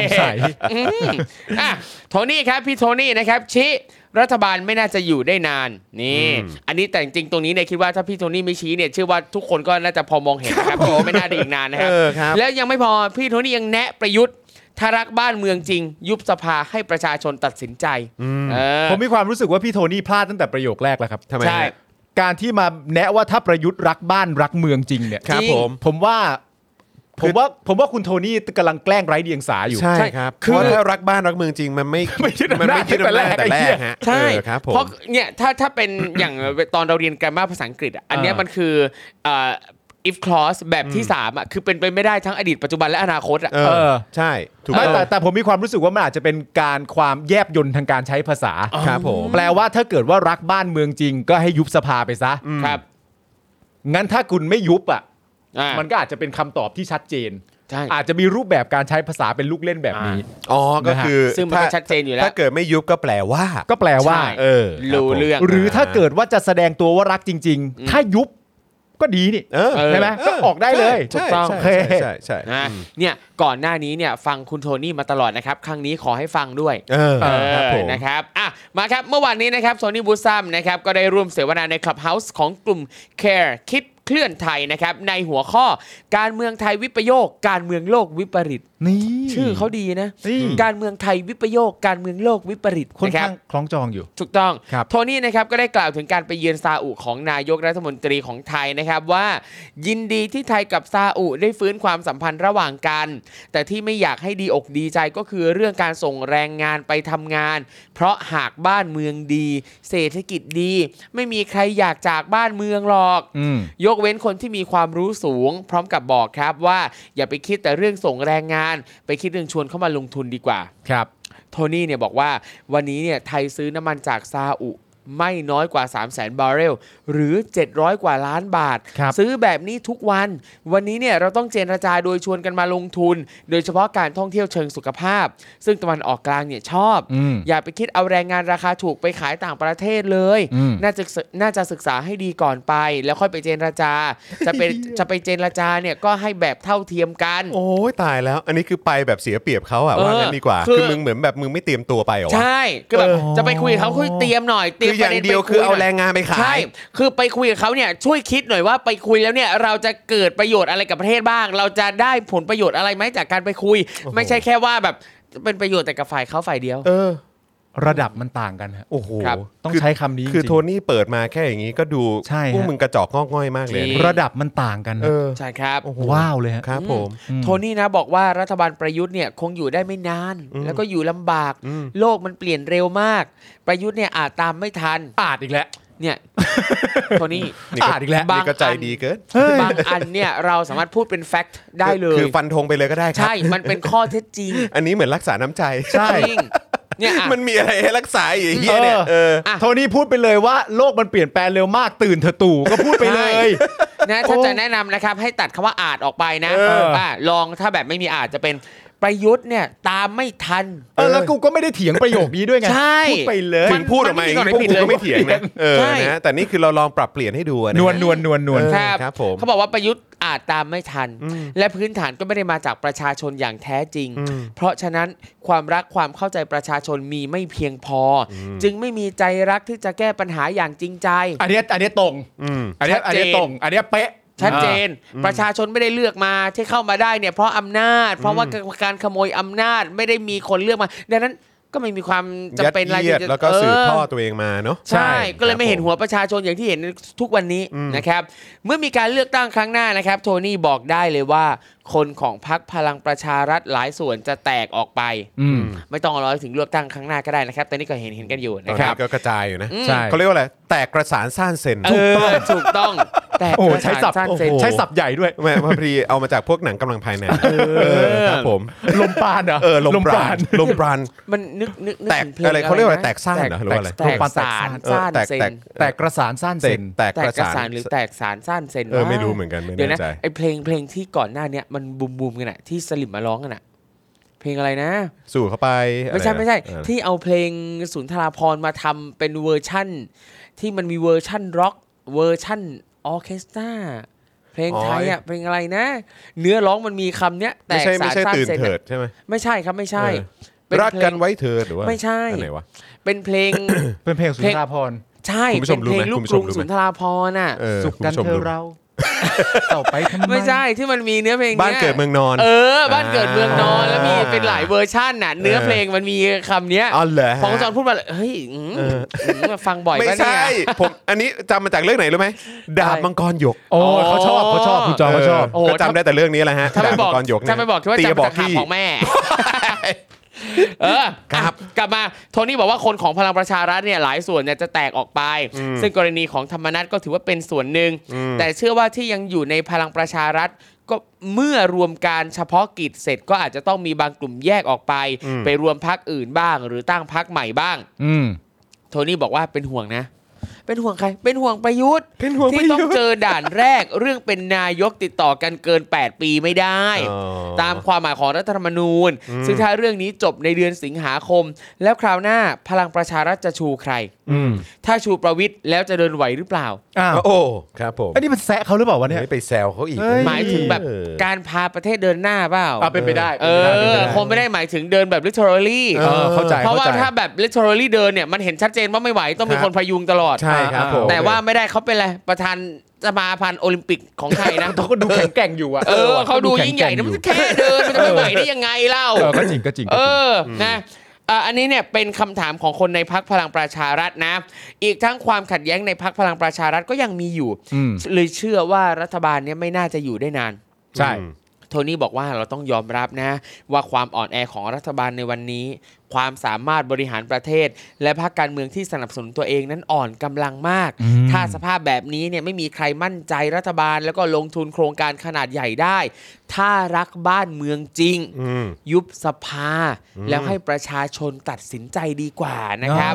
โทนี่ครับพี่โทนี่นะครับชี้รัฐบาลไม่น่าจะอยู่ได้นานนี่อันนี้แต่จริงๆตรงนี้เนี่ยคิดว่าถ้าพี่โทนี่ไม่ชี้เนี่ยเชื่อว่าทุกคนก็น่าจะพอมองเห็นนะครับไม่น่าได้อีกนานนะครับแล้วยังไม่พอพี่โทนี่ยังแนะประยุทธ์ถ้ารักบ้านเมืองจริงยุบสภาให้ประชาชนตัดสินใจผมมีความรู้สึกว่าพี่โทนี่พลาดตั้งแต่ประโยคแรกแล้วครับทำไมใช่การที่มาแนะว่าถ้าประยุทธ์รักบ้านรักเมืองจริงเนี่ยครับผมว่าคุณโทนี่กำลังแกล้งไร้เดียงสาอยู่ใช่ครับเพราะถ้ารักบ้านรักเมืองจริงมันไม่ยึดอำนาจแต่แรกฮะใช่ครับเพราะเนี่ยถ้าเป็นอย่างตอนเราเรียนกราฟมาภาษาอังกฤษอันนี้มันคือif clause แบบที่3คือเป็นไปไม่ได้ทั้งอดีตปัจจุบันและอนาคตใช่ถูกแต่ผมมีความรู้สึกว่ามันอาจจะเป็นการความแยบยลทางการใช้ภาษาครับผมแปลว่าถ้าเกิดว่ารักบ้านเมืองจริงก็ให้ยุบสภาไปซะครับงั้นถ้าคุณไม่ยุบมันก็อาจจะเป็นคำตอบที่ชัดเจนอาจจะมีรูปแบบการใช้ภาษาเป็นลูกเล่นแบบนี้ก็คือซึ่งมันชัดเจนอยู่แล้วถ้าเกิดไม่ยุบก็แปลว่ารู้เรื่องหรือถ้าเกิดว่าจะแสดงตัวว่ารักจริงๆถ้ายุบก็ดีนี่ใช่ไหมก็ออกได้เลยถูกต้องใช่เนี่ยก่อนหน้านี้เนี่ยฟังคุณโทนี่มาตลอดนะครับครั้งนี้ขอให้ฟังด้วยนะครับมาครับเมื่อวานนี้นะครับโทนี่วูดซัมนะครับก็ได้ร่วมเสวนาใน Clubhouse ของกลุ่ม Care คิดเคลื่อนไทยนะครับในหัวข้อการเมืองไทยวิปโยคการเมืองโลกวิปริตชื่อเขาดีนะการเมืองไทยวิปโยคการเมืองโลกวิปริตค่อนข้างคล้องจองอยู่ถูกต้องโทนี่นะครับก็ได้กล่าวถึงการไปเยือนซาอุของนายกรัฐมนตรีของไทยนะครับว่ายินดีที่ไทยกับซาอุได้ฟื้นความสัมพันธ์ระหว่างกันแต่ที่ไม่อยากให้ดีอกดีใจก็คือเรื่องการส่งแรงงานไปทำงานเพราะหากบ้านเมืองดีเศรษฐกิจดีไม่มีใครอยากจากบ้านเมืองหรอกยกเว้นคนที่มีความรู้สูงพร้อมกับบอกครับว่าอย่าไปคิดแต่เรื่องส่งแรงงานไปคิดเรื่องชวนเข้ามาลงทุนดีกว่าครับโทนี่เนี่ยบอกว่าวันนี้เนี่ยไทยซื้อน้ำมันจากซาอุไม่น้อยกว่า 300,000 บาร์เรลหรือ700กว่าล้านบาทซื้อแบบนี้ทุกวันนี้เนี่ยเราต้องเจรจาโดยชวนกันมาลงทุนโดยเฉพาะการท่องเที่ยวเชิงสุขภาพซึ่งตะวันออกกลางเนี่ยชอบอย่าไปคิดเอาแรงงานราคาถูกไปขายต่างประเทศเลยน่าจะศึกษาให้ดีก่อนไปแล้วค่อยไปเจรจาจะไปเจรจาเนี่ยก็ให้แบบเท่าเทียมกันโอ้ยตายแล้วอันนี้คือไปแบบเสียเปรียบเขาอะว่างั้นดีกว่าคือมึงเหมือนแบบมึงไม่เตรียมตัวไปเหรอใช่คือแบบจะไปคุยกับเขาคุยเตรียมหน่อยเตรียมประเด็นเดียวคือเอาแรงงานไปขายใช่คือไปคุยกับเขาเนี่ยช่วยคิดหน่อยว่าไปคุยแล้วเนี่ยเราจะเกิดประโยชน์อะไรกับประเทศบ้างเราจะได้ผลประโยชน์อะไรไหมจากการไปคุยไม่ใช่แค่ว่าแบบเป็นประโยชน์แต่กับฝ่ายเขาฝ่ายเดียวระดับมันต่างกันฮะโอ้โหต้องใช้คำนี้คือโทนี่เปิดมาแค่อย่างนี้ก็ดูพวกมึงกระจอกงอกง่อยมากเลยระดับมันต่างกันใช่ครับว้าวเลยฮะครับผมโทนี่นะบอกว่ารัฐบาลประยุทธ์เนี่ยคงอยู่ได้ไม่นานแล้วก็อยู่ลำบากโลกมันเปลี่ยนเร็วมากประยุทธ์เนี่ยอาจตามไม่ทันอีกแล้วเนี่ยโทนี่อีกแล้วนี่ก็ใจดีเกินบางอันเนี่ยเราสามารถพูดเป็นแฟกต์ได้เลยคือฟันธงไปเลยก็ได้ครับใช่มันเป็นข้อเท็จจริงอันนี้เหมือนรักษาน้ำใจใช่เนี่ยมันมีอะไรให้รักษาอย่างเงี้ยเนี่ยโทนี่พูดไปเลยว่าโลกมันเปลี่ยนแปลงเร็วมากตื่นเถอะตู่ก็พูดไปเลยนะถ้าจะแนะนำนะครับให้ตัดคำว่าอาจออกไปนะลองถ้าแบบไม่มีอาจจะเป็นประยุทธ์เนี่ยตามไม่ทันแล้วกูก็ไม่ได้เถียงประโยคนี้ด้วยไงพูดไปเลยถึงพูดออกมาอย่างนี้พวกกูก็ไม่เถียงนะนะแต่นี่คือเราลองปรับเปลี่ยนให้ดูนวลครับผมเขาบอกว่าประยุทธ์อาจตามไม่ทันและพื้นฐานก็ไม่ได้มาจากประชาชนอย่างแท้จริงเพราะฉะนั้นความรักความเข้าใจประชาชนมีไม่เพียงพอจึงไม่มีใจรักที่จะแก้ปัญหาอย่างจริงใจอันนี้ตรงอันนี้ตรงอันนี้เป๊ะชัดเจนประชาชนไม่ได้เลือกมาที่เข้ามาได้เนี่ยเพราะอำนาจเพราะว่าการขโมยอำนาจไม่ได้มีคนเลือกมาดังนั้นก็ไม่มีความจำเป็นอะไรที่แล้วก็สืบทอดตัวเองมาเนาะใช่ก็เลยไม่เห็นหัวประชาชนอย่างที่เห็นทุกวันนี้นะครับเมื่อมีการเลือกตั้งครั้งหน้านะครับโทนี่บอกได้เลยว่าคนของพรรคพลังประชารัฐหลายส่วนจะแตกออกไปไม่ต้องรอถึงเลือกตั้งครั้งหน้าก็ได้นะครับแต่นี่ก็เห็นกันอยู่นะครับก็กระจายอยู่นะเขาเรียกว่าอะไรแตกกระสานซ่านเซนถูกต้องแต่ใช้ศัพท์ใหญ่ด้วยแม่พอดีเอามาจากพวกหนังกำลังภายในครับผมลมปราณเหรอลมปราณมันนึกแตกอะไรเขาเรียกว่าแตกซ่านเหรอหรือว่าอะไรแตกสารซ่านเซนแตกกระสานซ่านเซนแตกกระสานหรือแตกสารซ่านเซนไม่รู้เหมือนกันไม่แน่ใจไอเพลงที่ก่อนหน้านี้มันบูมกันอะที่สลิมมาร้องกันอะเพลงอะไรนะสู่เข้าไปไม่ใช่ที่เอาเพลงสุนทราภรณ์มาทำเป็นเวอร์ชั่นที่มันมีเวอร์ชั่นร็อกเวอร์ชั่นออร์เคสตราเพลงไทยอ่ะเพลงอะไรนะเนื้อร้องมันมีคำเนี้ยแต่สารซ่านเซนใช่ไหมไม่ใช่ครับไม่ใช่รักกันไว้เถิดหรือว่าไม่ใช่อะไรวะเป็นเพลงสุนทราภรณ์ใช่เป็นเพลงลูกกรุงสุนทราภรณ์น่ะสุขกันเธอเราต่อไปทำไมไม่ใช่ที่มันมีเนื้อเพลงบ้านเกิดเมืองนอนบ้านเกิดเมืองนอนแล้วมีเป็นหลายเวอร์ชันน่ะเนื้อเพลงมันมีคำเนี้ยของจอนพูดมาเฮ้ยฟังบ่อยไม่ใช่ผมอันนี้จำมาจากเรื่องไหนรู้ไหมดาบมังกรหยกโอ้เขาชอบคุณจอนเขาชอบก็จำได้แต่เรื่องนี้แหละฮะดาบมังกรหยกถ้าไม่บอกว่าจำจากข่าวของแม่ครับกลับมาโทนี่บอกว่าคนของพลังประชารัฐเนี่ยหลายส่วนเนี่ยจะแตกออกไปซึ่งกรณีของธรรมนัสก็ถือว่าเป็นส่วนหนึ่งแต่เชื่อว่าที่ยังอยู่ในพลังประชารัฐก็เมื่อรวมการเฉพาะกิจเสร็จก็อาจจะต้องมีบางกลุ่มแยกออกไปรวมพรรคอื่นบ้างหรือตั้งพรรคใหม่บ้างโทนี่บอกว่าเป็นห่วงนะเป็นห่วงใครเป็นห่วงประยุทธ์ที่ต้องเจอด่านแรกเรื่องเป็นนายกติดต่อกันเกิน8ปีไม่ได้ตามความหมายของรัฐธรรมนูญซึ่งถ้าเรื่องนี้จบในเดือนสิงหาคมแล้วคราวหน้าพลังประชารัฐจะชูใครถ้าชูประวิตรแล้วจะเดินไหวหรือเปล่าโอ้ครับผมอันนี้มันแซะเขาหรือเปล่าวะเนี่ยไปแซวเขาอีกหมายถึงแบบการพาประเทศเดินหน้าเปล่าเป็นไปได้คงไม่ได้หมายถึงเดินแบบ literally เข้าใจเพราะว่าถ้าแบบ literally เดินเนี่ยมันเห็นชัดเจนว่าไม่ไหวต้องมีคนพยุงตลอดใช่ครับแต่ว่าไม่ได้เขาเป็นอะไรประธานสมาพันธ์โอลิมปิกของไทยนะเขาก็ดูแข็งแกร่งอยู่อ่ะเขาดูยิ่งใหญ่นะมันแค่เดินมันจะไม่ไหวได้ยังไงเล่าก็จริงนะอันนี้เนี่ยเป็นคำถามของคนในพรรคพลังประชารัฐนะอีกทั้งความขัดแย้งในพรรคพลังประชารัฐก็ยังมีอยู่เลยเชื่อว่ารัฐบาลเนี่ยไม่น่าจะอยู่ได้นานใช่โทนี่บอกว่าเราต้องยอมรับนะว่าความอ่อนแอของรัฐบาลในวันนี้ความสามารถบริหารประเทศและพรรคการเมืองที่สนับสนุนตัวเองนั้นอ่อนกำลังมากถ้าสภาพแบบนี้เนี่ยไม่มีใครมั่นใจรัฐบาลแล้วก็ลงทุนโครงการขนาดใหญ่ได้ถ้ารักบ้านเมืองจริงยุบสภาแล้วให้ประชาชนตัดสินใจดีกว่านะครับ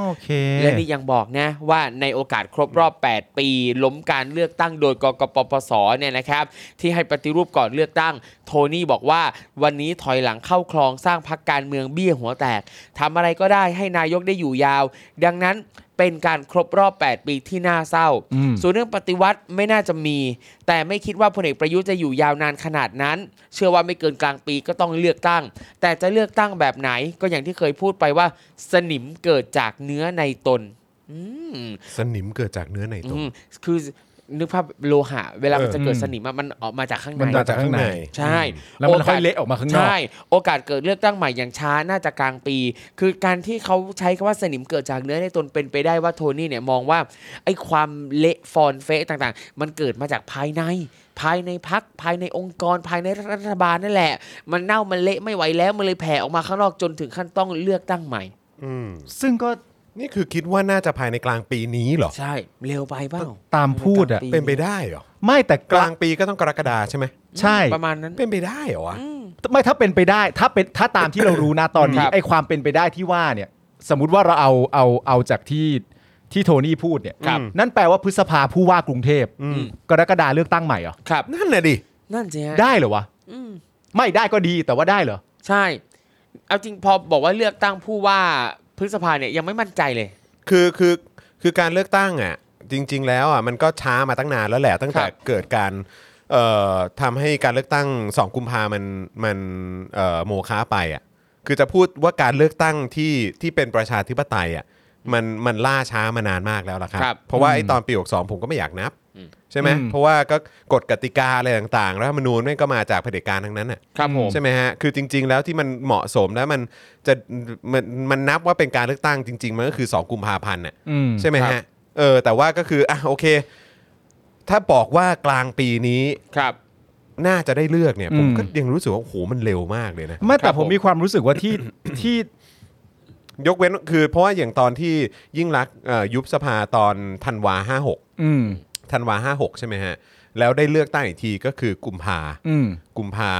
โอเคและนี่ยังบอกนะว่าในโอกาสครบรอบ8ปีล้มการเลือกตั้งโดยกกปปสเนี่ยนะครับที่ให้ปฏิรูปก่อนเลือกตั้งโทนี่บอกว่าวันนี้ถอยหลังเข้าคลองสร้างพรรคการเมืองเบี้ยหัวแตกทำอะไรก็ได้ให้นายกได้อยู่ยาวดังนั้นเป็นการครบรอบ8ปีที่น่าเศร้าส่วนเรื่องปฏิวัติไม่น่าจะมีแต่ไม่คิดว่าพลเอกประยุทธ์จะอยู่ยาวนานขนาดนั้นเชื่อว่าไม่เกินกลางปีก็ต้องเลือกตั้งแต่จะเลือกตั้งแบบไหนก็อย่างที่เคยพูดไปว่าสนิมเกิดจากเนื้อในตนสนิมเกิดจากเนื้อในตนคือนึกภาพโลหะเวลามันจะเกิดสนิมมันออกมาจากข้างในมันมาจากข้างในใช่แล้วมันค่อยเละออกมาข้างนอกใช่โอกาสเกิดเลือกตั้งใหม่อย่างช้าน่าจะกลางปีคือการที่เขาใช้คำว่าสนิมเกิดจากเนื้อในตนเป็นไปได้ว่าโทนี่เนี่ยมองว่าไอ้ความเละฟอนเฟะต่างๆมันเกิดมาจากภายในพรรคภายในองค์กรภายในรัฐบาลนั่นแหละมันเน่ามันเละไม่ไหวแล้วมันเลยแผ่ออกมาข้างนอกจนถึงขั้นต้องเลือกตั้งใหม่ซึ่งก็นี่คือคิดว่าน่าจะภายในกลางปีนี้เหรอใช่เร็วไปเปล่าตามพูดอะเป็นไปได้เหรอไม่แต่กลางปีก็ต้องกรกฎาใช่ไหมใช่ประมาณนั้นเป็นไปได้เหรอวะไม่ถ้าเป็นไปได้ถ้าตามที่เรารู้นะตอนนี้ไอ้ความเป็นไปได้ที่ว่าเนี่ยสมมุติว่าเราเอาจากที่โทนี่พูดเนี่ยนั่นแปลว่าพฤษภาผู้ว่ากรุงเทพกรกฎาเลือกตั้งใหม่เหรอครับนั่นแหละดินั่นสิฮะได้เหรอวะไม่ได้ก็ดีแต่ว่าได้เหรอใช่เอาจริงพอบอกว่าเลือกตั้งผู้ว่าพฤษภาเนี่ยยังไม่มั่นใจเลยคือการเลือกตั้งอ่ะจริงๆแล้วอ่ะมันก็ช้ามาตั้งนานแล้วแหละตั้งแต่เกิดการทำให้การเลือกตั้ง2กุมภามันโมฆะไปอ่ะคือจะพูดว่าการเลือกตั้งที่เป็นประชาธิปไตยอ่ะมันล่าช้ามานานมากแล้วล่ะครับเพราะว่าไอ้ตอนปี62ผมก็ไม่อยากนับใช่ไหมเพราะว่าก็กฎกติกาอะไรต่างๆรัฐธรรมนูญก็มาจากเผด็จการทั้งนั้นน่ะใช่ไหมฮะคือจริงๆแล้วที่มันเหมาะสมแล้วมันนับว่าเป็นการเลือกตั้งจริงๆมันก็คือ2กุมภาพันธ์น่ะใช่ไหมฮะแต่ว่าก็คือโอเคถ้าบอกว่ากลางปีนี้น่าจะได้เลือกเนี่ยผมก็ยังรู้สึกว่าโอ้โหมันเร็วมากเลยนะไม่แต่ผมมีความรู้สึกว่าที่ยกเว้นคือเพราะว่าอย่างตอนที่ยิ่งลักษณ์ยุบสภาตอนธันวา56ธันวา56ใช่ไหมฮะแล้วได้เลือกตั้งอีกทีก็คือกุมภา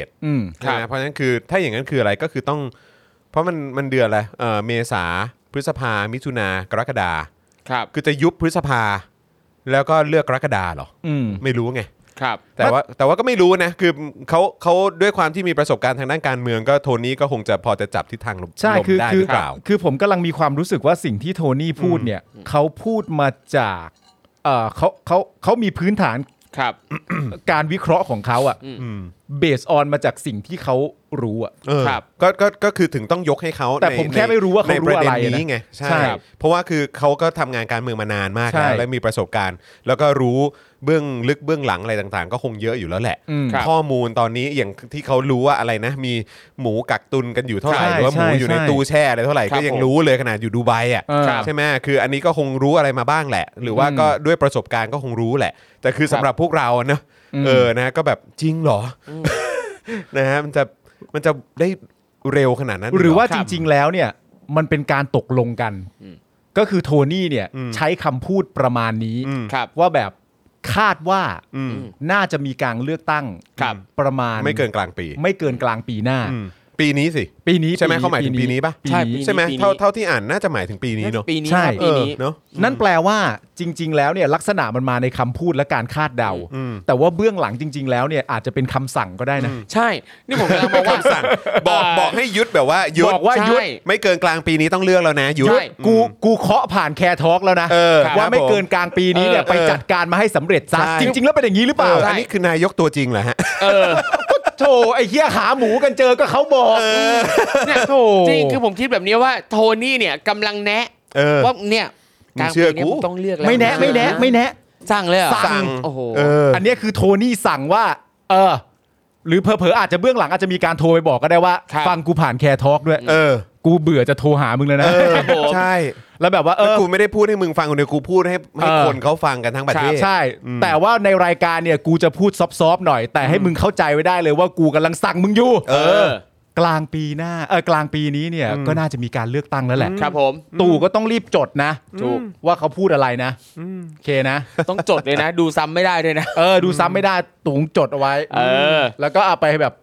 57ใช่ไหมเพราะฉะนั้นคือถ้าอย่างนั้นคืออะไรก็คือต้องเพราะมันเดือนอะไรเมษาพฤษภามิถุนากรกฎาคือจะยุบพฤษภาแล้วก็เลือกกรกฎาเหรอไม่รู้ไงแต่ว่าก็ไม่รู้นะคือเขาด้วยความที่มีประสบการณ์ทางด้านการเมืองก็โทนี่ก็คงจะพอจะจับทิศทางลมได้หรือเปล่าคือผมกำลังมีความรู้สึกว่าสิ่งที่โทนี่พูดเนี่ยเขาพูดมาจากเขามีพื้นฐานการวิเคราะห์ของเขาอ่ะเบสออนมาจากสิ่งที่เขารู้อ่ะก็คือถึงต้องยกให้เขาแต่ผมแค่ไม่รู้ว่าเขารู้อะไรนี้ไงใช่เพราะว่าคือเขาก็ทำงานการเมืองมานานมากแล้วและมีประสบการณ์แล้วก็รู้เบื้องลึกเบื้องหลังอะไรต่างๆก็คงเยอะอยู่แล้วแหละข้อมูลตอนนี้อย่างที่เขารู้ว่าอะไรนะมีหมูกักตุนกันอยู่เท่าไหร่หรือว่าหมูอยู่ในตู้แช่อะไรเท่าไหร่ก็ยังรู้เลยขนาดอยู่ดูไบอ่ะใช่ไหมคืออันนี้ก็คงรู้อะไรมาบ้างแหละหรือว่าก็ด้วยประสบการณ์ก็คงรู้แหละแต่คือสำหรับพวกเราเนอะนะก็แบบจริงเหรอนะฮะมันจะได้เร็วขนาดนั้นหรือว่าจริงๆแล้วเนี่ยมันเป็นการตกลงกันก็คือโทนี่เนี่ยใช้คำพูดประมาณนี้ว่าแบบคาดว่าน่าจะมีการเลือกตั้งประมาณไม่เกินกลางปีหน้าปีนี้สิปีนี้ใช่ไหมเขาหมายถึงปีนี้ป่ะใช่ไหมเท่าที่อ่านน่าจะหมายถึงปีนี้เนาะใช่ปีนี้เนาะนั่นแปลว่าจริงๆแล้วเนี่ยลักษณะมันมาในคำพูดและการคาดเดาแต่ว่าเบื้องหลังจริงๆแล้วเนี่ยอาจจะเป็นคำสั่งก็ได้นะใช่นี่ผมกำลังบอกว่าสั่งบอกให้ยุดแบบว่ายุดไม่เกินกลางปีนี้ต้องเลือกแล้วนะยุดกูเคาะผ่านแคร์ทอล์กแล้วนะว่าไม่เกินกลางปีนี้เนี่ยไปจัดการมาให้สำเร็จซะจริงๆแล้วเป็นอย่างนี้หรือเปล่าอันนี้คือนายกตัวจริงเหรอฮะโธ่ไอ้เหี้ยหาหมูกันเจอก็เขาบอกเนี่ยโธ่จริงคือผมคิดแบบนี้ว่าโทนี่เนี่ยกำลังแนะว่าเนี่ยกลางปีนี้ต้องเลือกแล้วไม่แนะสั่งเลยเหรอสั่งโอ้โหอันนี้คือโทนี่สั่งว่าหรือเผลอๆอาจจะเบื้องหลังอาจจะมีการโทรไปบอกก็ได้ว่าฟังกูผ่านแคร์ทอล์กด้วยกูเบื่อจะโทรหามึงแล้วนะใช่แล้วแบบว่ากูไม่ได้พูดให้มึงฟังคนเดียวกูพูดให้คนเขาฟังกันทั้งประเทศใช่แต่ว่าในรายการเนี่ยกูจะพูดซอฟๆหน่อยแต่ให้มึงเข้าใจไว้ได้เลยว่ากูกำลังสั่งมึงอยู่กลางปีหน้ากลางปีนี้เนี่ยก็น่าจะมีการเลือกตั้งแล้วแหละครับผมตู่ก็ต้องรีบจดนะถูกว่าเขาพูดอะไรนะโอเคนะต้องจดเลยนะดูซ้ำไม่ได้ด้วยนะดูซ้ำไม่ได้ตู่จดเอาไว้แล้วก็เอาไปแบบ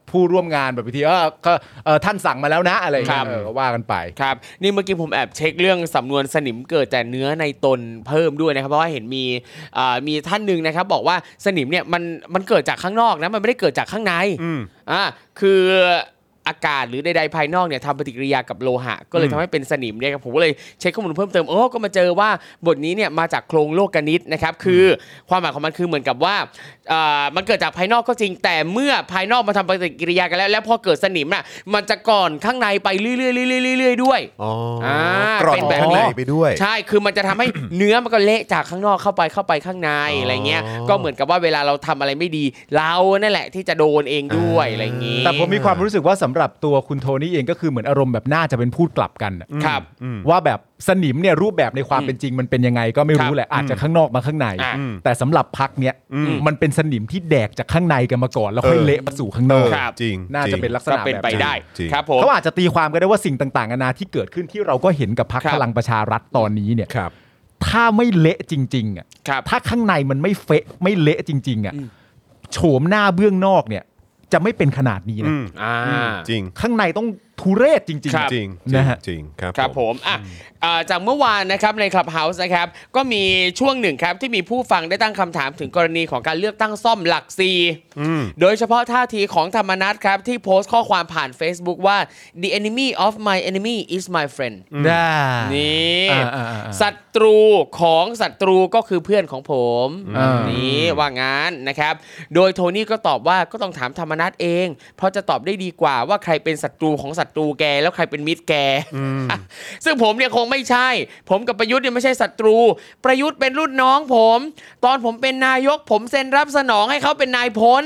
ผู้ร่วมงานแบบวิธีก็ท่านสั่งมาแล้วนะอะไรอย่างเงี้ยก็ว่ากันไปครับนี่เมื่อกี้ผมแอบเช็คเรื่องสำนวนสนิมเกิดแต่เนื้อในตนเพิ่มด้วยนะครับเพราะว่าเห็นมีท่านหนึ่งนะครับบอกว่าสนิมเนี่ยมันเกิดจากข้างนอกนะมันไม่ได้เกิดจากข้างในคืออากาศหรือใดๆภายนอกเนี่ยทำปฏิกิริยากับโลหะก็เลยทำให้เป็นสนิมเนี่ยครับผมก็เลยเช็คข้อมูลเพิ่มเติมก็มาเจอว่าบทนี้เนี่ยมาจากโครงโลกนิตนะครับคือความหมายของมันคือเหมือนกับว่ามันเกิดจากภายนอกก็จริงแต่เมื่อภายนอกมาทำปฏิกิริยากันแล้วพอเกิดสนิมน่ะมันจะก่อนข้างในไปเรื่อยๆด้วยเป็นแบบนี้ไปด้วยใช่คือมันจะทำให้เนื้อมันก็เละจากข้างนอกเข้าไปข้างในอะไรเงี้ยก็เหมือนกับว่าเวลาเราทำอะไรไม่ดีเรานั่นแหละที่จะโดนเองด้วยอะไรอย่างงี้แต่ผมมีความรู้สึกว่าสำหรับตัวคุณโทนี่เองก็คือเหมือนอารมณ์แบบน่าจะเป็นพูดกลับกันครับว่าแบบสนิมเนี่ยรูปแบบในความเป็นจริงมันเป็นยังไงก็ไม่รู้แหละอาจจะข้างนอกมาข้างในแต่สำหรับพรรคเนี้ยมันเป็นสนิมที่แดกจากข้างในกันมาก่อนแล้วค่อยเละมาสู่ข้างนอกจริงน่าจะเป็นลักษณะเป็นไปได้ครับผมเขาอาจจะตีความก็ได้ว่าสิ่งต่างๆนานาที่เกิดขึ้นที่เราก็เห็นกับพรรคพลังประชารัฐตอนนี้เนี่ยถ้าไม่เละจริงๆอ่ะถ้าข้างในมันไม่เฟะไม่เละจริงๆอ่ะโฉมหน้าเบื้องนอกเนี่ยจะไม่เป็นขนาดนี้นะจริงข้างในต้องทุเรศจริงๆจริงนะฮะจริงครับผมจากเมื่อวานนะครับใน Clubhouse นะครับก็มีช่วงหนึ่งครับที่มีผู้ฟังได้ตั้งคำถามถึงกรณีของการเลือกตั้งซ่อมหลัก4โดยเฉพาะท่าทีของธรรมนัสครับที่โพสต์ข้อความผ่าน Facebook ว่า the enemy of my enemy is my friend นี่ศัตรูของศัตรูก็คือเพื่อนของผมนี่ว่างั้นนะครับโดยโทนี่ก็ตอบว่าก็ต้องถามธรรมนัสเองเพราะจะตอบได้ดีกว่าว่าใครเป็นศัตรูของศัตรูแกแล้วใครเป็นมิตรแกซึ่งผมเนี่ยคงไม่ใช่ผมกับประยุทธ์เนี่ยไม่ใช่ศัตรูประยุทธ์เป็นรุ่นน้องผมตอนผมเป็นนายกผมเซ็นรับสนองให้เขาเป็นนายพล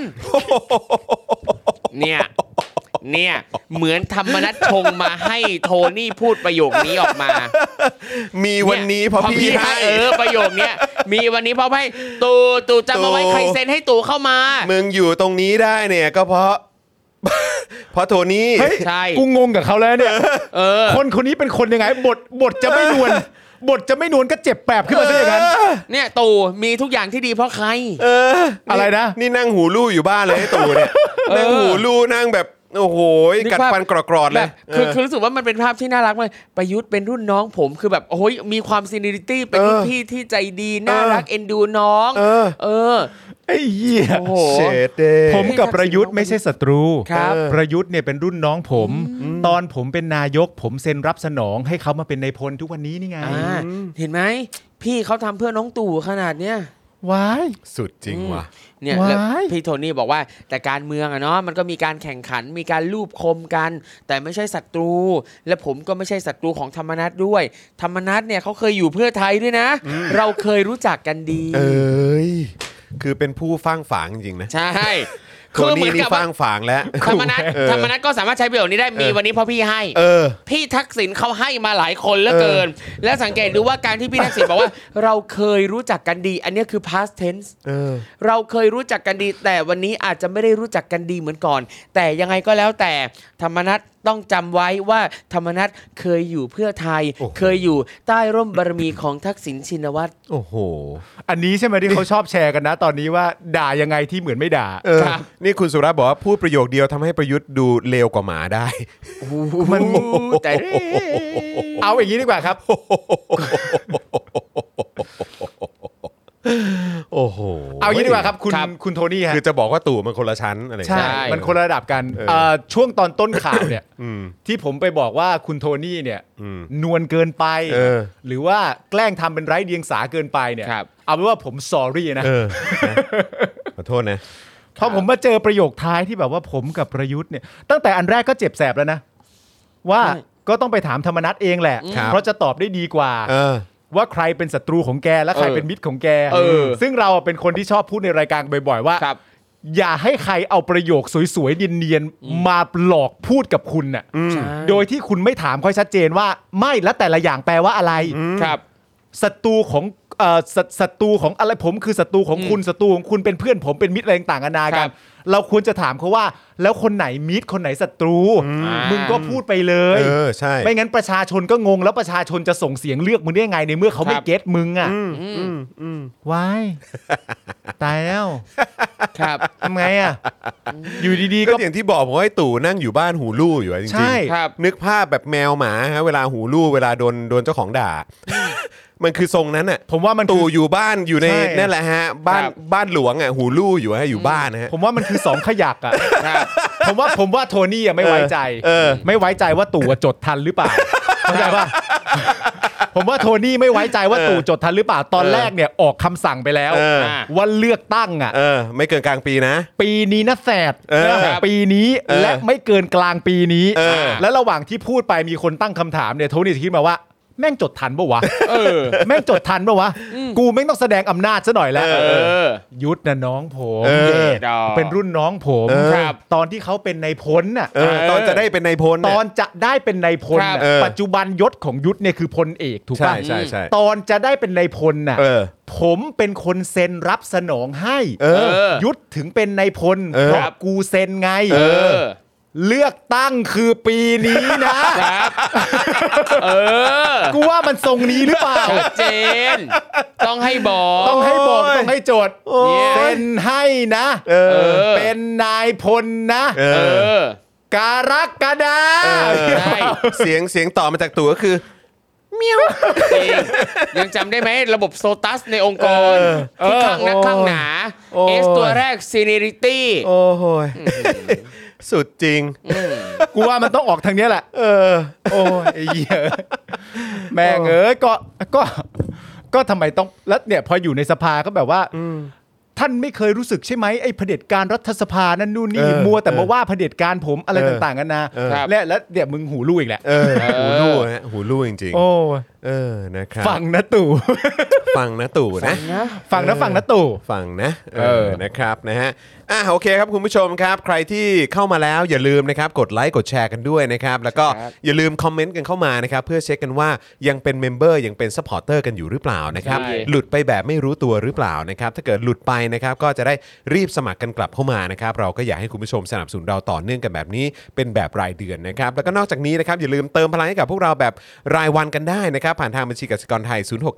เนี่ยเหมือนธรรมนัสชงมาให้โทนี่พูดประโยคนี้ออกมามีวันนี้เพราะพี่ให้ประโยคเนี้ยมีวันนี้เพราะให้ตู่จำเอาไว้ใครเซ็นให้ตู่เข้ามามึงอยู่ตรงนี้ได้เนี่ยก็เพราะโทนี่ใช่กูงงกับเขาแล้วเนี่ยคนนี้เป็นคนยังไงบทจะไม่นวลก็เจ็บแปบขึ้นมาซะอย่างนั้นเนี่ยตู่มีทุกอย่างที่ดีเพราะใครอะไรนะนี่นั่งหูลู่อยู่บ้านเลยตู่เนี่ยนั่งหูลู่นั่งแบบโอ้โหกัดฟันกรอดๆเลยคือรู้สึกว่ามันเป็นภาพที่น่ารักมากประยุทธ์เป็นรุ่นน้องผมคือแบบโอ้ยมีความซีเนียริตี้เป็นรุ่นพี่ที่ใจดีน่ารักเอ็นดูน้องไอ้เหี้ยผมกับประยุทธ์ไม่ใช่ศัตรูประยุทธ์เนี่ยเป็นรุ่นน้องผมตอนผมเป็นนายกผมเซ็นรับสนองให้เขามาเป็นนายพลทุกวันนี้นี่ไงเห็นไหมพี่เขาทำเพื่อน้องตู่ขนาดเนี้ยว้ายสุดจริงว่ะเนี่ยพี่โทนี่บอกว่าแต่การเมืองอะเนาะมันก็มีการแข่งขันมีการลูบคมกันแต่ไม่ใช่ศัตรูและผมก็ไม่ใช่ศัตรูของธรรมนัสด้วยธรรมนัสเนี่ยเขาเคยอยู่เพื่อไทยด้วยนะเราเคยรู้จักกันดีคือเป็นผู้ฟ้างฝางจริงๆนะใช่คือเหมือนกับฟ้างฝางแล้วธรรมนัสก็สามารถใช้ประโยชน์นี้ได้มีวันนี้เพราะพี่ให้พี่ทักษิณเขาให้มาหลายคนเหลือเกินและสังเกตดูว่าการที่พี่ทักษิณบอกว่าเราเคยรู้จักกันดีอันนี้คือ past tense เราเคยรู้จักกันดีแต่วันนี้อาจจะไม่ได้รู้จักกันดีเหมือนก่อนแต่ยังไงก็แล้วแต่ธรรมนัสต้องจำไว้ว่าธรรมนัสเคยอยู่เพื่อไทยเคยอยู่ใต้ร่มบารมีของทักษิณชินวัตรโอ้โหอันนี้ใช่ไหมที่เขาชอบแชร์กันนะตอนนี้ว่าด่ายังไงที่เหมือนไม่ด่านี่คุณสุรัตน์บอกว่าพูดประโยคเดียวทำให้ประยุทธ์ดูเลวกว่าหมาได้มันแต่เอาอย่างนี้ดีกว่าครับโอ้โหเอางี้ดีกว่าครับคุณโทนี่ฮะคือจะบอกว่าตู่มันคนละชั้นอะไรใช่มันคนระดับกันช่วงตอนต้นข่าวเนี่ยที่ผมไปบอกว่าคุณโทนี่เนี่ยนวลเกินไปหรือว่าแกล้งทำเป็นไร้เดียงสาเกินไปเนี่ยเอาเป็นว่าผมสอรี่นะขอโทษนะพอผมมาเจอประโยคท้ายที่แบบว่าผมกับประยุทธ์เนี่ยตั้งแต่อันแรกก็เจ็บแสบแล้วนะว่าก็ต้องไปถามธรรมนัสเองแหละเพราะจะตอบได้ดีกว่าว่าใครเป็นศัตรูของแกและใครเป็นมิตรของแกซึ่งเราเป็นคนที่ชอบพูดในรายการบ่อยๆว่าอย่าให้ใครเอาประโยคสวยๆเนียนๆมาหลอกพูดกับคุณน่ะโดยที่คุณไม่ถามค่อยชัดเจนว่าไม่และแต่ละอย่างแปลว่าอะไรครับศัตรูของศัตรูของอะไรผมคือศัตรูของคุณศัตรูของคุณเป็นเพื่อนผมเป็นมิตรอะไรต่างๆนานากันเราควรจะถามเขาว่าแล้วคนไหนมิตรคนไหนศัตรูมึงก็พูดไปเลยใช่ไม่งั้นประชาชนก็งงแล้วประชาชนจะส่งเสียงเลือกมึงได้ยังไงในเมื่อเขาไม่เก็ตมึงอ่ะว้ายตายแล้วครับทำไงอ่ะอยู่ดีๆก็อย่างที่บอกผมว่าไอ้ตู่นั่งอยู่บ้านหูลู่อยู่จริงๆนึกภาพแบบแมวหมาฮะเวลาหูลู่เวลาโดนเจ้าของด่ามันคือทรงนั้นอ่ะผมว่ามันตู่อยู่บ้านอยู่ในนั่นแหละฮะบ้านหลวงอ่ะหูลู่อยู่ฮะอยู่บ้านนะฮะผมว่ามันคือ2ขยักอ่ะผมว่าโทนี่อ่ะไม่ไว้ใจไม่ไว้ใจว่าตู่จดทันหรือเปล่าเข้าใจป่ะผมว่าโทนี่ไม่ไว้ใจว่าตู่จดทันหรือเปล่าตอนแรกเนี่ยออกคำสั่งไปแล้วว่าเลือกตั้งอ่ะไม่เกินกลางปีนะปีนี้นะแสดปีนี้และไม่เกินกลางปีนี้แล้วระหว่างที่พูดไปมีคนตั้งคำถามเนี่ยโทนี่คิดมาว่าแม่งจดทันปะวะแม่งจดทันปะวะกูแม่งต้องแสดงอำนาจซะหน่อยแล้วยุทธนะน้องผมเป็นรุ่นน้องผมตอนที่เขาเป็นนายพลน่ะตอนจะได้เป็นนายพลตอนจะได้เป็นนายพลปัจจุบันยศของยุทธเนี่ยคือพลเอกถูกป่ะใช่ตอนจะได้เป็นนายพลน่ะผมเป็นคนเซ็นรับสนองให้ยุทธถึงเป็นนายพลเพราะกูเซ็นไงเลือกตั้งคือปีนี้นะครับกูว่ามันทรงนี้หรือเปล่าชัดเจนต้องให้บอกต้องให้โจทย์เป็นให้นะเป็นนายพลนะกรกฎาเสียงต่อมาจากตู่ก็คือเมียวยังจำได้ไหมระบบโซตัสในองค์กรที่ข้างนักข้างหนา S ตัวแรก seniority โอ้โหสุดจริงกูว่ามันต้องออกทางนี้แหละโอ้ยไอ้เหี้ยแม่งก็ทำไมต้องแล้วเนี่ยพออยู่ในสภาก็แบบว่าท่านไม่เคยรู้สึกใช่ไหมไอ้เผด็จการรัฐสภานั่นนู่นนี่มัวแต่มาว่าเผด็จการผมอะไรต่างๆกันนะแล้วเดี๋ยวมึงหูลู่อีกแหละหูลู่จริงๆโอ้นะครับฟังนะตู่ฟังนะตู่นะฟังนะตู่ฟังนะนะครับนะฮะโอเคครับคุณผู้ชมครับใครที่เข้ามาแล้วอย่าลืมนะครับกดไลค์กดแชร์กันด้วยนะครับแล้วก็อย่าลืมคอมเมนต์กันเข้ามานะครับเพื่อเช็คกันว่ายังเป็นเมมเบอร์ยังเป็นซัพพอร์เตอร์กันอยู่หรือเปล่านะครับหลุดไปแบบไม่รู้ตัวหรือเปล่านะครับถ้าเกิดหลุดไปนะครับก็จะได้รีบสมัครกันกลับเข้ามานะครับเราก็อยากให้คุณผู้ชมสนับสนุนเราต่อเนื่องกันแบบนี้เป็นแบบรายเดือนนะครับแล้วก็นอกจากนี้นะครับอย่าลืมเติมพลังให้กับพวกเราแบบรายวันกันได้นะครับผ่านทางบัญชีกสิกรไทย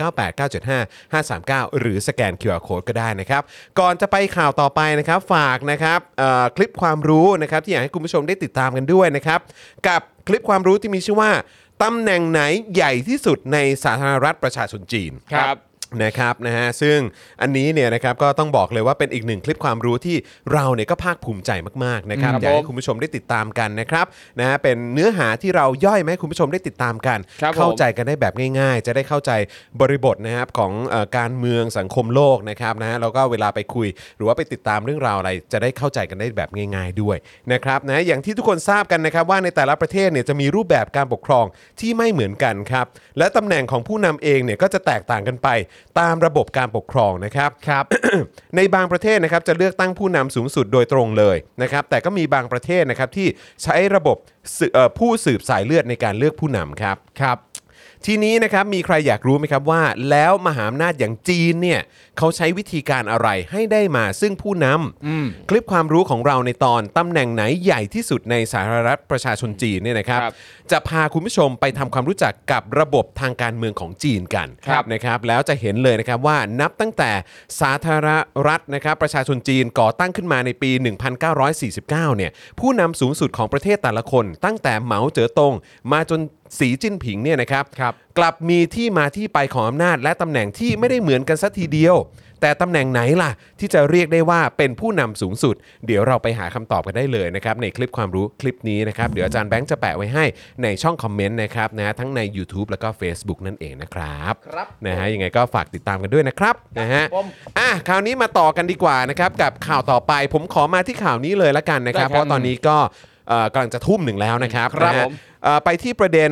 0698975539หรือสแกน QR Code ก็ได้นะครับก่อนจะไปข่าวต่อไปนะครับฝากนะครับคลิปความรู้นะครับที่อยากให้คุณผู้ชมได้ติดตามกันด้วยนะครับกับคลิปความรู้ที่มีชื่อว่าตำแหน่งไหนใหญ่ที่สุดในสาธารณรัฐประชาชนจีนครับนะครับนะฮะซึ่งอันนี้เนี่ยนะครับก็ต้องบอกเลยว่าเป็นอีกหนึ่งคลิปความรู้ที่เราเนี่ยก็ภาคภูมิใจมากๆนะครับอยากให้คุณผู้ชมได้ติดตามกันนะครับนะฮะเป็นเนื้อหาที่เราย่อยมาให้คุณผู้ชมได้ติดตามกันเข้าใจกันได้แบบง่ายๆจะได้เข้าใจบริบทนะครับของการเมืองสังคมโลกนะครับนะฮะแล้วก็เวลาไปคุยหรือว่าไปติดตามเรื่องราวอะไรจะได้เข้าใจกันได้แบบง่ายๆด้วยนะครับนะอย่างที่ทุกคนทราบกันนะครับว่าในแต่ละประเทศเนี่ยจะมีรูปแบบการปกครองที่ไม่เหมือนกันครับและตำแหน่งของผู้นำเองเนี่ยก็จะแตกต่างกันไปตามระบบการปกครองนะครับ ในบางประเทศนะครับจะเลือกตั้งผู้นำสูงสุดโดยตรงเลยนะครับแต่ก็มีบางประเทศนะครับที่ใช้ระบบผู้สืบสายเลือดในการเลือกผู้นำครับทีนี้นะครับมีใครอยากรู้ไหมครับว่าแล้วมหาอำนาจอย่างจีนเนี่ยเขาใช้วิธีการอะไรให้ได้มาซึ่งผู้นำคลิปความรู้ของเราในตอนตำแหน่งไหนใหญ่ที่สุดในสาธารณรัฐประชาชนจีนเนี่ยนะครับจะพาคุณผู้ชมไปทำความรู้จักกับระบบทางการเมืองของจีนกันนะครับแล้วจะเห็นเลยนะครับว่านับตั้งแต่สาธารณรัฐนะครับประชาชนจีนก่อตั้งขึ้นมาในปี 1949 เนี่ยผู้นำสูงสุดของประเทศแต่ละคนตั้งแต่เหมาเจ๋อตงมาจนสีจิ้นผิงเนี่ยนะครับกลับมีที่มาที่ไปของอำนาจและตำแหน่งที่ไม่ได้เหมือนกันสักทีเดียวแต่ตำแหน่งไหนล่ะที่จะเรียกได้ว่าเป็นผู้นำสูงสุดเดี๋ยวเราไปหาคำตอบกันได้เลยนะครับในคลิปความรู้คลิปนี้นะครับเดี๋ยวอาจารย์แบงค์จะแปะไว้ให้ในช่องคอมเมนต์นะครับนะทั้งใน YouTube แล้วก็ Facebook นั่นเองนะครับนะฮะยังไงก็ฝากติดตามกันด้วยนะครับนะฮะคราวนี้มาต่อกันดีกว่านะครับกับข่าวต่อไปผมขอมาที่ข่าวนี้เลยละกันนะครับเพราะตอนนี้ก็กำลังจะทุ่มหนึ่งแล้วนะครับไปที่ประเด็น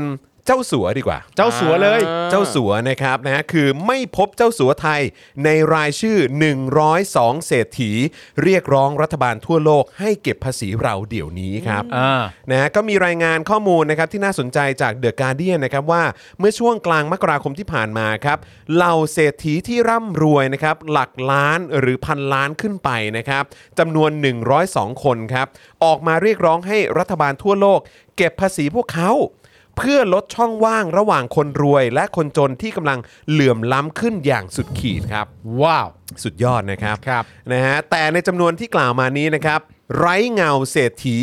เจ้าสัวดีกว่าเจ้าสัวเลยเจ้าสัวนะครับนะฮะคือไม่พบเจ้าสัวไทยในรายชื่อ102เศรษฐีเรียกร้องรัฐบาลทั่วโลกให้เก็บภาษีเราเดี๋ยวนี้ครับนะฮะก็มีรายงานข้อมูลนะครับที่น่าสนใจจาก The Guardian นะครับว่าเมื่อช่วงกลางมกราคมที่ผ่านมาครับเหล่าเศรษฐีที่ร่ำรวยนะครับหลักล้านหรือพันล้านขึ้นไปนะครับจำนวน102คนครับออกมาเรียกร้องให้รัฐบาลทั่วโลกเก็บภาษีพวกเขาเพื่อลดช่องว่างระหว่างคนรวยและคนจนที่กำลังเหลื่อมล้ำขึ้นอย่างสุดขีดครับว้าวสุดยอดนะครับครับนะฮะแต่ในจำนวนที่กล่าวมานี้นะครับไร้เงาเศรษฐี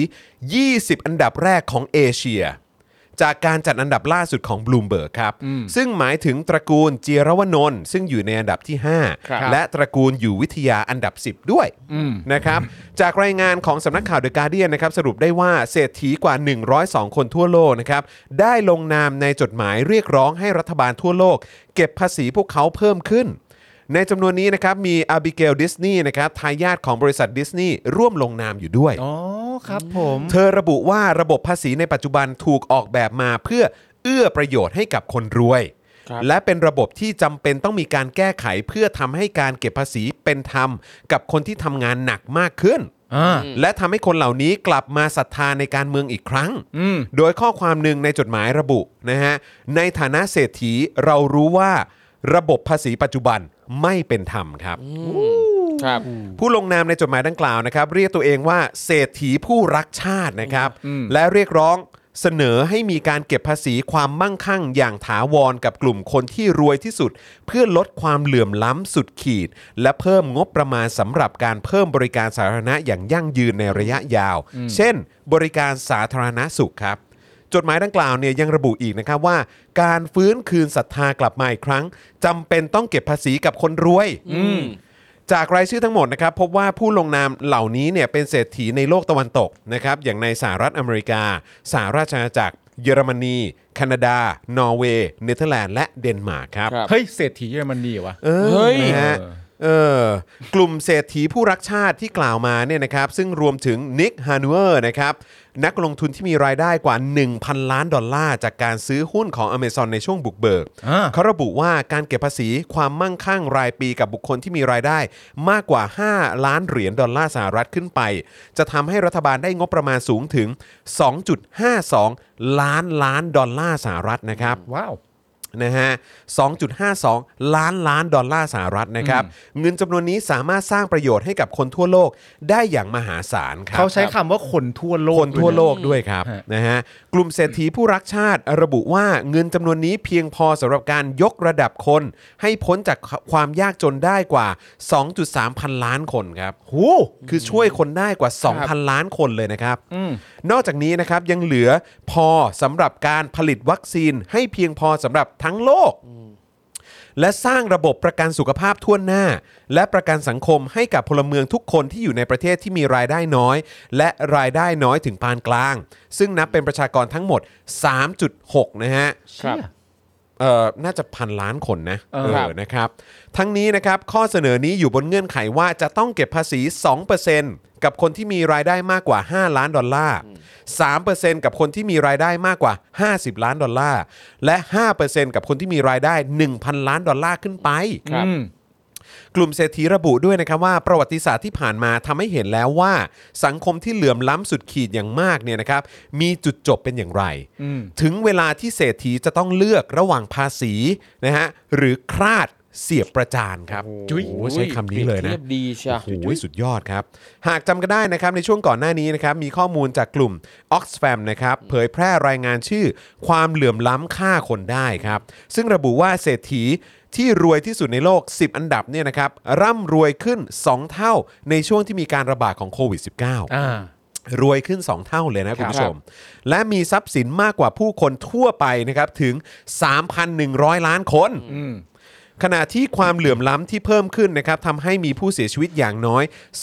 20อันดับแรกของเอเชียจากการจัดอันดับล่าสุดของ Bloomberg ครับซึ่งหมายถึงตระกูลจีรวนนท์ซึ่งอยู่ในอันดับที่5และตระกูลอยู่วิทยาอันดับ10ด้วยนะครับจากรายงานของสำนักข่าว The Guardian นะครับสรุปได้ว่าเศรษฐีกว่า102คนทั่วโลกนะครับได้ลงนามในจดหมายเรียกร้องให้รัฐบาลทั่วโลกเก็บภาษีพวกเขาเพิ่มขึ้นในจำนวนนี้นะครับมีอาบิเกลดิสนีย์นะครับทายาทของบริษัทดิสนีย์ร่วมลงนามอยู่ด้วยอ๋อครับผมเธอระบุว่าระบบภาษีในปัจจุบันถูกออกแบบมาเพื่อเอื้อประโยชน์ให้กับคนรวยและเป็นระบบที่จำเป็นต้องมีการแก้ไขเพื่อทำให้การเก็บภาษีเป็นธรรมกับคนที่ทำงานหนักมากขึ้นและทำให้คนเหล่านี้กลับมาศรัทธาในการเมืองอีกครั้งโดยข้อความหนึ่งในจดหมายระบุนะฮะในฐานะเศรษฐีเรารู้ว่าระบบภาษีปัจจุบันไม่เป็นธรรมครับผู้ลงนามในจดหมายดังกล่าวนะครับเรียกตัวเองว่าเศรษฐีผู้รักชาตินะครับและเรียกร้องเสนอให้มีการเก็บภาษีความมั่งคั่งอย่างถาวรกับกลุ่มคนที่รวยที่สุดเพื่อลดความเหลื่อมล้ำสุดขีดและเพิ่มงบประมาณสำหรับการเพิ่มบริการสาธารณะอย่างยั่งยืนในระยะยาวเช่นบริการสาธารณสุขครับจดหมายดังกล่าวเนี่ยยังระบุอีกนะครับว่าการฟื้นคืนศรัทธากลับมาอีกครั้งจำเป็นต้องเก็บภาษีกับคนรวยจากรายชื่อทั้งหมดนะครับพบว่าผู้ลงนามเหล่านี้เนี่ยเป็นเศรษฐีในโลกตะวันตกนะครับอย่างในสหรัฐอเมริกาสหราชอาณาจักรเยอรมนีแคนาดานอร์เวย์เนเธอร์แลนด์และเดนมาร์กครับเฮ้ยเศรษฐีเยอรมนีวะเฮ้ยนะฮะกลุ่มเศรษฐีผู้รักชาติที่กล่าวมาเนี่ยนะครับซึ่งรวมถึงนิกฮานูเออร์นะครับนักลงทุนที่มีรายได้กว่า 1,000 ล้านดอลลาร์จากการซื้อหุ้นของ Amazon ในช่วงบุกเบิกเขาระบุว่าการเก็บภาษีความมั่งคั่งรายปีกับบุคคลที่มีรายได้มากกว่า5ล้านเหรียญดอลลาร์สหรัฐขึ้นไปจะทำให้รัฐบาลได้งบประมาณสูงถึง 2.52 ล้านดอลลาร์สหรัฐนะครับว้าวนะฮะ 2.52 ล้านดอลลาร์สหรัฐนะครับเงินจำนวนนี้สามารถสร้างประโยชน์ให้กับคนทั่วโลกได้อย่างมหาศาลครับเขาใช้คำว่าคนทั่วโลกด้วยครับนะฮะกลุ่มเศรษฐีผู้รักชาติระบุว่าเงินจำนวนนี้เพียงพอสำหรับการยกระดับคนให้พ้นจากความยากจนได้กว่า 2.3 พันล้านคนครับโหคือช่วยคนได้กว่า 2,000 ล้านคนเลยนะครับนอกจากนี้นะครับยังเหลือพอสำหรับการผลิตวัคซีนให้เพียงพอสำหรับทั้งโลกและสร้างระบบประกันสุขภาพทั่วหน้าและประกันสังคมให้กับพลเมืองทุกคนที่อยู่ในประเทศที่มีรายได้น้อยและรายได้น้อยถึงปานกลางซึ่งนับเป็นประชากรทั้งหมด 3.6 นะฮะน่าจะพันล้านคนนะครับทั้งนี้นะครับข้อเสนอนี้อยู่บนเงื่อนไขว่าจะต้องเก็บภาษี 2% กับคนที่มีรายได้มากกว่า5ล้านดอลลาร์ 3% กับคนที่มีรายได้มากกว่า50ล้านดอลลาร์และ 5% กับคนที่มีรายได้ 1,000 ล้านดอลลาร์ขึ้นไปกลุ่มเศรษฐีระบุด้วยนะครับว่าประวัติศาสตร์ที่ผ่านมาทำให้เห็นแล้วว่าสังคมที่เหลื่อมล้ำสุดขีดอย่างมากเนี่ยนะครับมีจุดจบเป็นอย่างไรถึงเวลาที่เศรษฐีจะต้องเลือกระหว่างภาษีนะฮะหรือคราดเสียบประจานครับใช้คำนี้เลยนะดีใช่สุดยอดครับหากจำกันได้นะครับในช่วงก่อนหน้านี้นะครับมีข้อมูลจากกลุ่ม Oxfam นะครับเผยแพร่รายงานชื่อความเหลื่อมล้ำฆ่าคนได้ครับซึ่งระบุว่าเศรษฐีที่รวยที่สุดในโลก10อันดับเนี่ยนะครับร่ำรวยขึ้น2เท่าในช่วงที่มีการระบาดของโควิด -19 รวยขึ้น2เท่าเลยนะคุณผู้ชมและมีทรัพย์สินมากกว่าผู้คนทั่วไปนะครับถึง 3,100 ล้านคนขณะที่ความเหลื่อมล้ำที่เพิ่มขึ้นนะครับทำให้มีผู้เสียชีวิตอย่างน้อย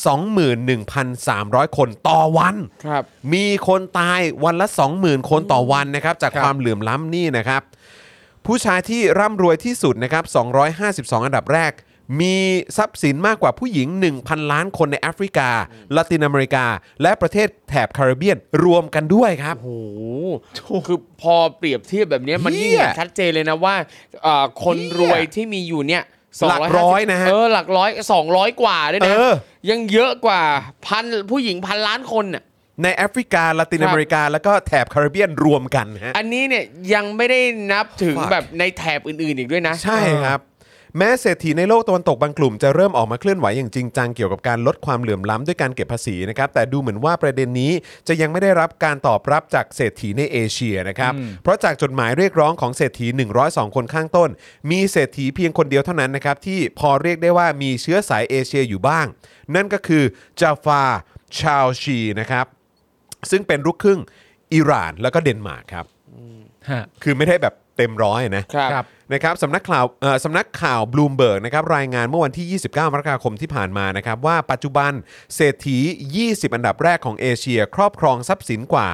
21,300 คนต่อวันมีคนตายวันละ 20,000 คนต่อวันนะครับจากความเหลื่อมล้ำนี่นะครับผู้ชายที่ร่ำรวยที่สุดนะครับ252อันดับแรกมีทรัพย์สินมากกว่าผู้หญิง 1,000 ล้านคนในแอฟริกาละตินอเมริกาและประเทศแถบแคริบเบียนรวมกันด้วยครับโอ้โหคือพอเปรียบเทียบแบบนี้มันยิ่งเห็นชัดเจนเลยนะว่าคนรวยที่มีอยู่เนี่ยหลักร้อยนะฮะหลักร้อย200กว่าด้วยนะยังเยอะกว่าผู้หญิง1,000 ล้านคนน่ะในแอฟริกาละตินอเมริกาแล้วก็แถบแคริบเบียนรวมกันฮะอันนี้เนี่ยยังไม่ได้นับถึงแบบในแถบอื่นๆอีกด้วยนะใช่ครับแม้เศรษฐีในโลกตะวันตกบางกลุ่มจะเริ่มออกมาเคลื่อนไหวอย่างจริงจังเกี่ยวกับการลดความเหลื่อมล้ำด้วยการเก็บภาษีนะครับแต่ดูเหมือนว่าประเด็นนี้จะยังไม่ได้รับการตอบรับจากเศรษฐีในเอเชียนะครับเพราะจากจดหมายเรียกร้องของเศรษฐี102คนข้างต้นมีเศรษฐีเพียงคนเดียวเท่านั้นนะครับที่พอเรียกได้ว่ามีเชื้อสายเอเชียอยู่บ้างนั่นก็คือจาฟาชาวชีนะครับซึ่งเป็นลูกครึ่งอิหร่านแล้วก็เดนมาร์กครับคือไม่ได้แบบเต็มร้อยนะครับนะครับสำนักข่าวบลูมเบิร์กนะครับรายงานเมื่อวันที่ 29 มกราคมที่ผ่านมานะครับว่าปัจจุบันเศรษฐี 20 อันดับแรกของเอเชียครอบครองทรัพย์สินกว่า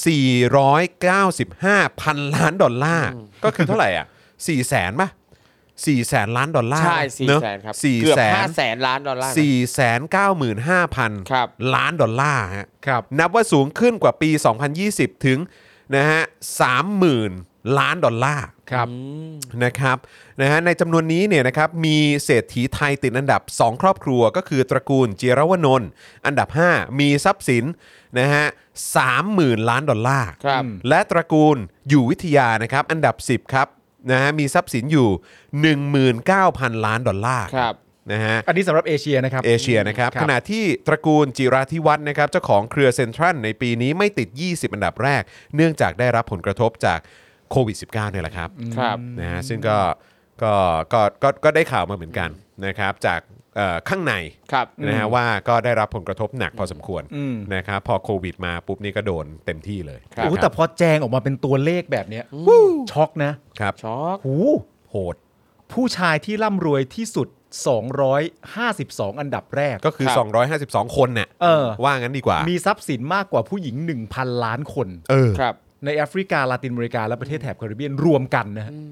495,000 ล้านดอลลาร์ก็คือเท่าไหร่อ่ะ 400,000 ป่ะ 400,000 ล้านดอลลาร์ใช่ 400,000 ครับเกือบ 500,000 ล้านดอลลาร์ 495,000 ล้านดอลลาร์ครับนับว่าสูงขึ้นกว่าปี 2020 ถึงนะฮะ 30,000 ล้านดอลลาร์ครับนะครับในจำนวนนี้เนี่ยนะครับมีเศรษฐีไทยติดอันดับ2ครอบครัวก็คือตระกูลจิรวนนท์อันดับ5มีทรัพย์สินนะฮะ 30,000 ล้านดอลลาร์และตระกูลอยู่วิทยานะครับอันดับ10ครับนะฮะมีทรัพย์สินอยู่ 19,000 ล้านดอลลาร์นะฮะอันนี้สำหรับเอเชียนะครับขณะที่ตระกูลจิราธิวัฒน์นะครับเจ้าของเครือเซ็นทรัลในปีนี้ไม่ติด20อันดับแรกเนื่องจากได้รับผลกระทบจากโควิด -19 เนี่ยแหละครับนะฮะซึ่งก็ได้ข่าวมาเหมือนกันนะครับจากข้างในนะฮะว่าก็ได้รับผลกระทบหนักพอสมควรนะครับพอโควิดมาปุ๊บนี่ก็โดนเต็มที่เลยแต่พอแจงออกมาเป็นตัวเลขแบบนี้ช็อกนะครับช็อกโหดผู้ชายที่ร่ำรวยที่สุด252อันดับแรกก็คือ252คนเนี่ยว่างั้นดีกว่ามีทรัพย์สินมากกว่าผู้หญิง 1,000 ล้านคนครับในแอฟริกาลาตินอเมริกาและประเทศแถบแคริบเบียนรวมกันนะฮะ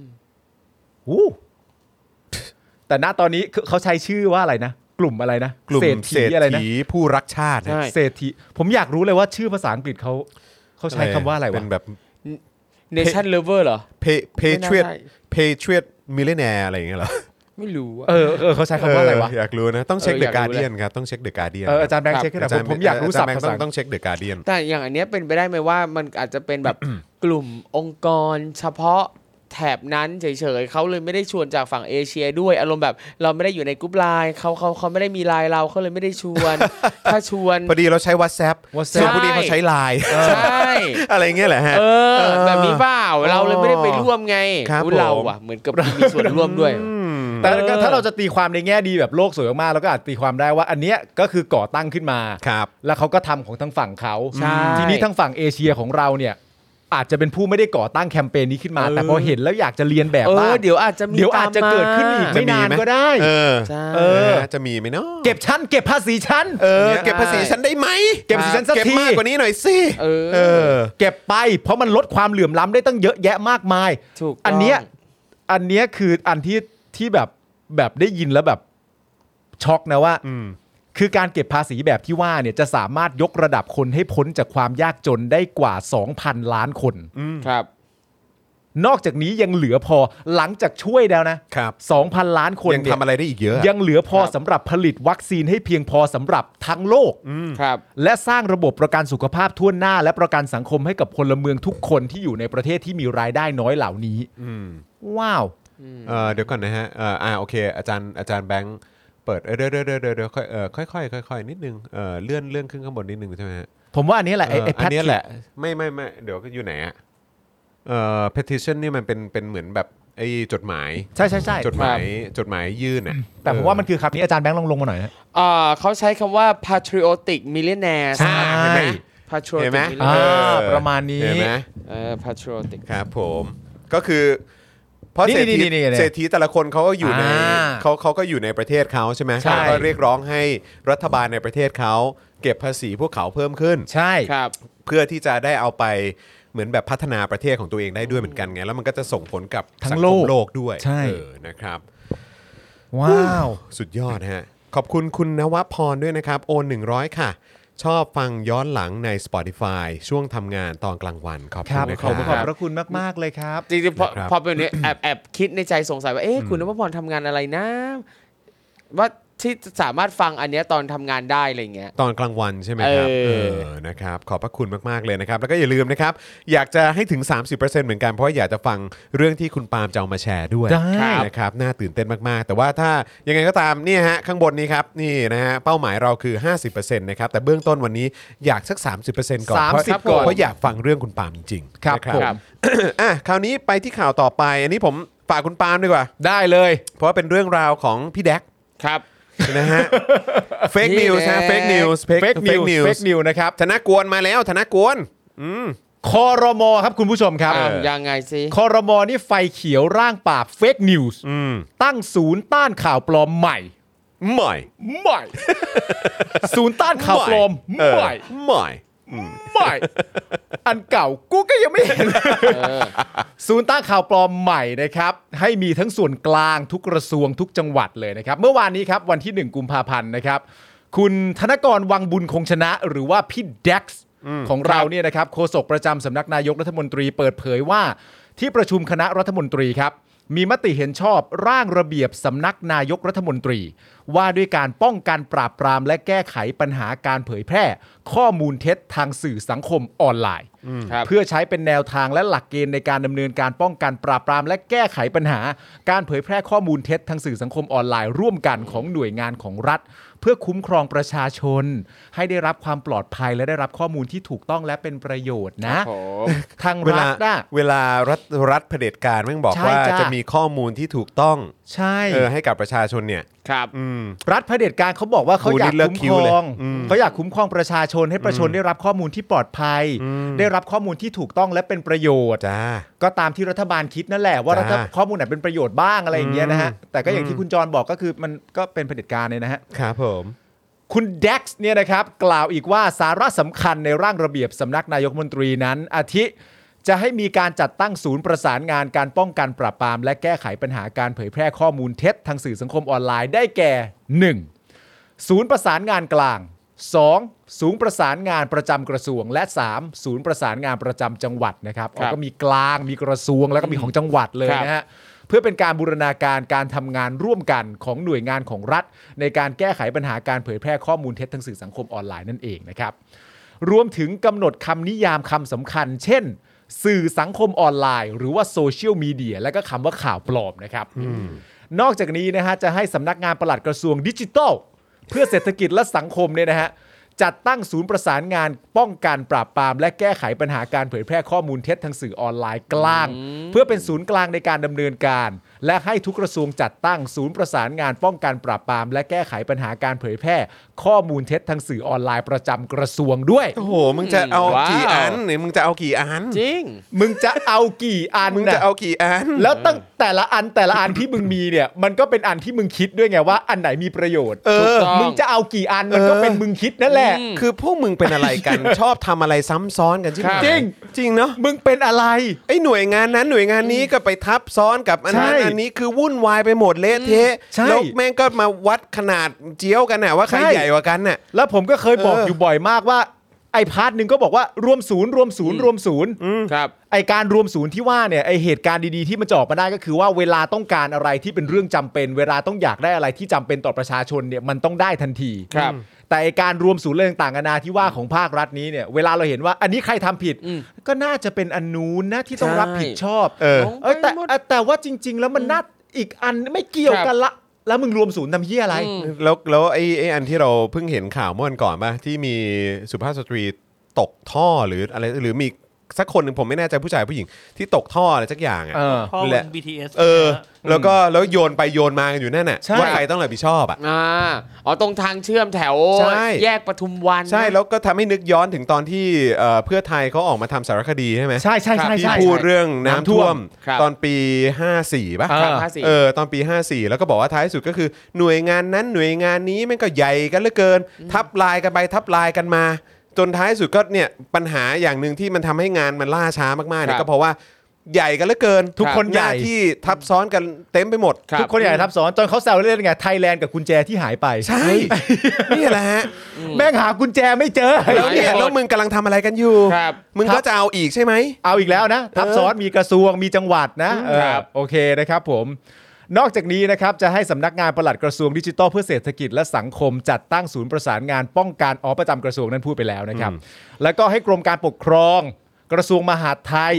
แต่ณตอนนี้เขาใช้ชื่อว่าอะไรนะกลุ่มอะไรนะกลุ่มเศรษฐีผู้รักชาติเศรษฐีผมอยากรู้เลยว่าชื่อภาษาอังกฤษเขาใช้คำว่าอะไรวะเป็นแบบ Nation Lover เหรอ Patriot Millionaire อะไรอย่างเงี้ยเหรอไม่รู้เขาใช้คำว่าอะไรวะอยากรู้นะต้องเช็ค The Guardian ครับต้องเช็ค The Guardian อาจารย์แบงค์เช็คให้หน่อยผมอยากรู้ศัพท์ภาษาต้องเช็ค The Guardian แต่อย่างอันนี้เป็นไปได้ไหมว่ามันอาจจะเป็นแบบ กลุ่มองค์กรเฉพาะแถบนั้นเฉยๆเขาเลยไม่ได้ชวนจากฝั่งเอเชียด้วยอารมณ์แบบเราไม่ได้อยู่ในกลุ่มไลน์เขาไม่ได้มีไลน์เราเขาเลยไม่ได้ชวนถ้าชวนพอดีเราใช้ WhatsApp พอดีเขาใช้ไลน์ใช่อะไรเงี้ยแหละฮะแบบนี้เปล่าเราเลยไม่ได้ไปร่วมไงเราอะเหมือนกับมีส่วนร่วมด้วยแต่ถ้าเราจะตีความในแง่ดีแบบโลกสวยมากเราก็อาจตีความได้ว่าอันเนี้ยก็คือก่อตั้งขึ้นมาแล้วเขาก็ทำของทางฝั่งเขาทีนี้ทางฝั่งเอเชียของเราเนี่ยอาจจะเป็นผู้ไม่ได้ก่อตั้งแคมเปญนี้ขึ้นมาแต่พอเห็นแล้วอยากจะเรียนแบบบ้างเดี๋ยวอาจจะเกิดขึ้นอีกไม่นานก็ได้จะมีไหมเนาะเก็บภาษีชั้นเก็บภาษีชั้นได้ไหมเก็บภาษีชั้นสักทีมากกว่านี้หน่อยสิเก็บไปเพราะมันลดความเหลื่อมล้ำได้ตั้งเยอะแยะมากมายอันเนี้ยคืออันที่แบบได้ยินแล้วแบบช็อกนะว่าคือการเก็บภาษีแบบที่ว่าเนี่ยจะสามารถยกระดับคนให้พ้นจากความยากจนได้กว่า 2,000 ล้านคนครับนอกจากนี้ยังเหลือพอหลังจากช่วยแล้วนะ 2,000 ล้านคนยังทำอะไรได้อีกเยอะยังเหลือพอสำหรับผลิตวัคซีนให้เพียงพอสำหรับทั้งโลกครับและสร้างระบบประกันสุขภาพทั่วหน้าและประกันสังคมให้กับพลเมืองทุกคนที่อยู่ในประเทศที่มีรายได้น้อยเหล่านี้ว้าวเดี๋ยวก่อนนะฮะโอเคอาจารย์แบงค์เปิดเดี๋ยวค่อยนิดนึงเลื่อนขึ้นข้างบนนิดนึงใช่ไหมฮะผมว่าอันนี้แหละอันนี้แหละไม่เดี๋ยวก็อยู่ไหนอ่ะpetition นี่มันเป็นเหมือนแบบไอ้จดหมายใช่จดหมายยื่นอ่ะแต่ผมว่ามันคือคำนี้อาจารย์แบงค์ลงมาหน่อยนะเขาใช้คำว่า patriotic millionaire ใช่ patriotic ประมาณนี้เห็นไหมpatriotic ครับผมก็คือเพราะเศรษฐีแต่ละคนเขาก็อยู่ในเขาก็อยู่ในประเทศเขาใช่ไหมเขาก็เรียกร้องให้รัฐบาลในประเทศเขาเก็บภาษีพวกเขาเพิ่มขึ้นใช่ครับเพื่อที่จะได้เอาไปเหมือนแบบพัฒนาประเทศของตัวเองได้ด้วยเหมือนกันไงแล้วมันก็จะส่งผลกับทั้งโลกด้วยใช่นะครับว้าวสุดยอดฮะขอบคุณคุณนวพรด้วยนะครับโอน100ค่ะชอบฟังย้อนหลังใน Spotify ช่วงทำงานตอนกลางวันขอบคุณนะคขรัอบบ พระคุณมากๆเลยครับจริงๆนะครับพอเป็นนี้แอบคิดในใจสงสัยว่าคุณนพพรทำงานอะไรนะว่าที่สามารถฟังอันเนี้ยตอนทำงานได้อะไรเงี้ยตอนกลางวันใช่ไหมครับนะครับขอบพระคุณมากๆเลยนะครับแล้วก็อย่าลืมนะครับอยากจะให้ถึง 30%เหมือนกันเพราะอยากจะฟังเรื่องที่คุณปาล์มจะเอามาแชร์ด้วยได้นะครับน่าตื่นเต้นมากๆแต่ว่าถ้ายังไงก็ตามเนี่ยฮะข้างบนนี้ครับนี่นะฮะเป้าหมายเราคือ 50% นะครับแต่เบื้องต้นวันนี้อยากสัก 30% ก่อนเพราะอยากฟังเรื่องคุณปาล์มจริงๆครับนะผมอ่ะคราวนี้ไปที่ข่าวต่อไปอันนี้ผมฝากคุณปาล์มดีกว่าได้เลยเพราะว่าเป็นเรื่องราวของพี่แดกครับนะฮะ เฟกนิวส์นะเฟกนิวส์เฟกนิวนะครับธนกวนมาแล้วธนกวนครม.ครับคุณผู้ชมครับยังไงสิครม.นี่ไฟเขียวร่างปราบเฟกนิวส์ตั้งศูนย์ต้านข่าวปลอมใหม่ ศูนย์ต้านข่าวปลอมใหม่อันเก่ากูก็ยังไม่เห็นศูนย์ต้านข่าวปลอมใหม่นะครับให้มีทั้งส่วนกลางทุกกระทรวงทุกจังหวัดเลยนะครับเมื่อวานนี้ครับวันที่1กุมภาพันธ์นะครับคุณธนกรวังบุญคงชนะหรือว่าพี่แด็กซ์ของเราเนี่ยนะครับโฆษกประจำสำนักนายกรัฐมนตรีเปิดเผยว่าที่ประชุมคณะรัฐมนตรีครับมีมติเห็นชอบร่างระเบียบสำนักนายกรัฐมนตรีว่าด้วยการป้องกันปราบปรามและแก้ไขปัญหาการเผยแพร่ข้อมูลเท็จทางสื่อสังคมออนไลน์เพื่อใช้เป็นแนวทางและหลักเกณฑ์ในการดำเนินการป้องกันปราบปรามและแก้ไขปัญหาการเผยแพร่ข้อมูลเท็จทางสื่อสังคมออนไลน์ร่วมกันของหน่วยงานของรัฐเพื่อคุ้มครองประชาชนให้ได้รับความปลอดภัยและได้รับข้อมูลที่ถูกต้องและเป็นประโยชน์นะทางรัฐเวลารัฐเผด็จการแม่งบอกว่าจะมีข้อมูลที่ถูกต้องใช่ให้กับประชาชนเนี่ยครับรัฐเผด็จการเขาบอกว่าเขาอยากคุ้มครองเขาอยากคุ้มครองประชาชนให้ประชาชนได้รับข้อมูลที่ปลอดภัยได้รับข้อมูลที่ถูกต้องและเป็นประโยชน์ก็ตามที่รัฐบาลคิดนั่นแหละว่าข้อมูลไหนเป็นประโยชน์บ้างอะไรอย่างเงี้ยนะฮะแต่ก็อย่างที่คุณจรบอกก็คือมันก็เป็นเผด็จการเลยนะฮะครับผมคุณแด็กซ์เนี่ยนะครับกล่าวอีกว่าสาระสำคัญในร่างระเบียบสำนักนายกรัฐมนตรีนั้นอาทิจะให้มีการจัดตั้งศูนย์ประสานงานการป้องกันปราบปรามและแก้ไขปัญหาการเผยแพร่ข้อมูลเท็จทางสื่อสังคมออนไลน์ได้แก่ 1. ศูนย์ประสานงานกลาง 2. ศูนย์ประสานงานประจำกระทรวงและ 3. ศูนย์ประสานงานประจำจังหวัดนะครับก็มีกลางมีกระทรวงแล้วก็มีของจังหวัดเลยนะฮะเพื่อเป็นการบูรณาการการทำงานร่วมกันของหน่วยงานของรัฐในการแก้ไขปัญหาการเผยแพร่ข้อมูลเท็จทางสื่อสังคมออนไลน์นั่นเองนะครับรวมถึงกำหนดคำนิยามคำสำคัญเช่นสื่อสังคมออนไลน์หรือว่าโซเชียลมีเดียและก็คำว่าข่าวปลอมนะครับนอกจากนี้นะฮะจะให้สำนักงานปลัดกระทรวงดิจิทัลเพื่อเศรษฐกิจและสังคมเนี่ยนะฮะจัดตั้งศูนย์ประสานงานป้องกันปราบปรามและแก้ไขปัญหาการเผยแพร่ข้อมูลเท็จทางสื่อออนไลน์กลางเพื่อเป็นศูนย์กลางในการดำเนินการและให้ทุกกระทรวงจัดตั้งศูนย์ประสานงานป้องกันปราบปรามและแก้ไขปัญหาการเผยแพร่ข้อมูลเท็จทางสื่อออนไลน์ประจำกระทรวงด้วยโอ้โหมึงจะเอากี่อันเนี่ยมึงจะเอากี่อันจริงมึงจะเอากี่อันมึงจะเอากี่อันแล้วตั้งแต่ละอันที่มึงมีเนี่ยมันก็เป็นอันที่มึงคิดด้วยไงว่าอันไหนมีประโยชน์มึงจะเอากี่อันมันก็เป็นมึงคิดนั่นแหละคือพวกมึงเป็นอะไรกัน ชอบทำอะไรซ้ำซ้อนกันใช่ไหมจริงเนาะมึงเป็นอะไรไอ้หน่วยงานนั้นหน่วยงานนี้ก็ไปทับซ้อนกับอันนั้นอันนี้คือวุ่นวายไปหมดเละเทะแล้วแม่งก็มาวัดขนาดเจี๊ยวกันน่ะว่าใครใหญ่กว่ากันน่ะแล้วผมก็เคยบอกอยู่บ่อยมากว่าไอ้พาร์ทนึงก็บอกว่ารวมศูนย์ครับไอ้การรวมศูนย์ที่ว่าเนี่ยไอ้เหตุการณ์ดีๆที่มันจะออกมาได้ก็คือว่าเวลาต้องการอะไรที่เป็นเรื่องจำเป็นเวลาต้องอยากได้อะไรที่จำเป็นต่อประชาชนเนี่ยมันต้องได้ทันทีครับแต่การรวมศูนย์เรื่องต่างๆนานาที่ว่าของภาครัฐนี้เนี่ยเวลาเราเห็นว่าอันนี้ใครทำผิดก็น่าจะเป็นอันนู้นนะที่ต้องรับผิดชอบแต่ว่าจริงๆแล้วมันน่าอีกอันไม่เกี่ยวกันละแล้วมึงรวมศูนย์ทำเหี้ยอะไรแล้วไอ้อันที่เราเพิ่งเห็นข่าวเมื่อวันก่อนป่ะที่มีสุภาพสตรีตกท่อหรืออะไรหรือมีสักคนหนึ่งผมไม่แน่ใจผู้ชายผู้หญิงที่ตกท่ออะไรสักอย่างอ่ะท่อบน BTS แล้วโยนไปโยนมากันอยู่นั่นน่ะว่าใครต้องรับผิดชอบอ่ะตรงทางเชื่อมแถวแยกปทุมวันใช่แล้วก็ทำให้นึกย้อนถึงตอนที่เพื่อไทยเขาออกมาทำสารคดีใช่ไหมใช่ที่พูดเรื่องน้ำท่วมตอนปี54ป่ะตอนปี54แล้วก็บอกว่าท้ายสุดก็คือหน่วยงานนั้นหน่วยงานนี้มันก็ใหญ่กันเหลือเกินทับลายกันไปทับลายกันมาจนท้ายสุดก็เนี่ยปัญหาอย่างนึงที่มันทำให้งานมันล่าช้ามากๆเนี่ยก็เพราะว่าใหญ่กันเหลือเกินทุกคนใหญ่น้าที่ทับซ้อนกันเต็มไปหมดทุกคนใหญ่ทับซ้อนจนเขาแซวเล่นๆไงไทยแลนด์กับกุญแจที่หายไปใช่นี่แหละฮะแม่งหากุญแจไม่เจอแล้วมึงกำลังทำอะไรกันอยู่มึงก็จะเอาอีกใช่ไหมเอาอีกแล้วนะทับซ้อนมีกระทรวงมีจังหวัดนะโอเคนะครับผมนอกจากนี้นะครับจะให้สำนักงานปลัดกระทรวงดิจิทัลเพื่อเศรษฐกิจและสังคมจัดตั้งศูนย์ประสานงานป้องกันประจำกระทรวงนั้นพูดไปแล้วนะครับแล้วก็ให้กรมการปกครองกระทรวงมหาดไทย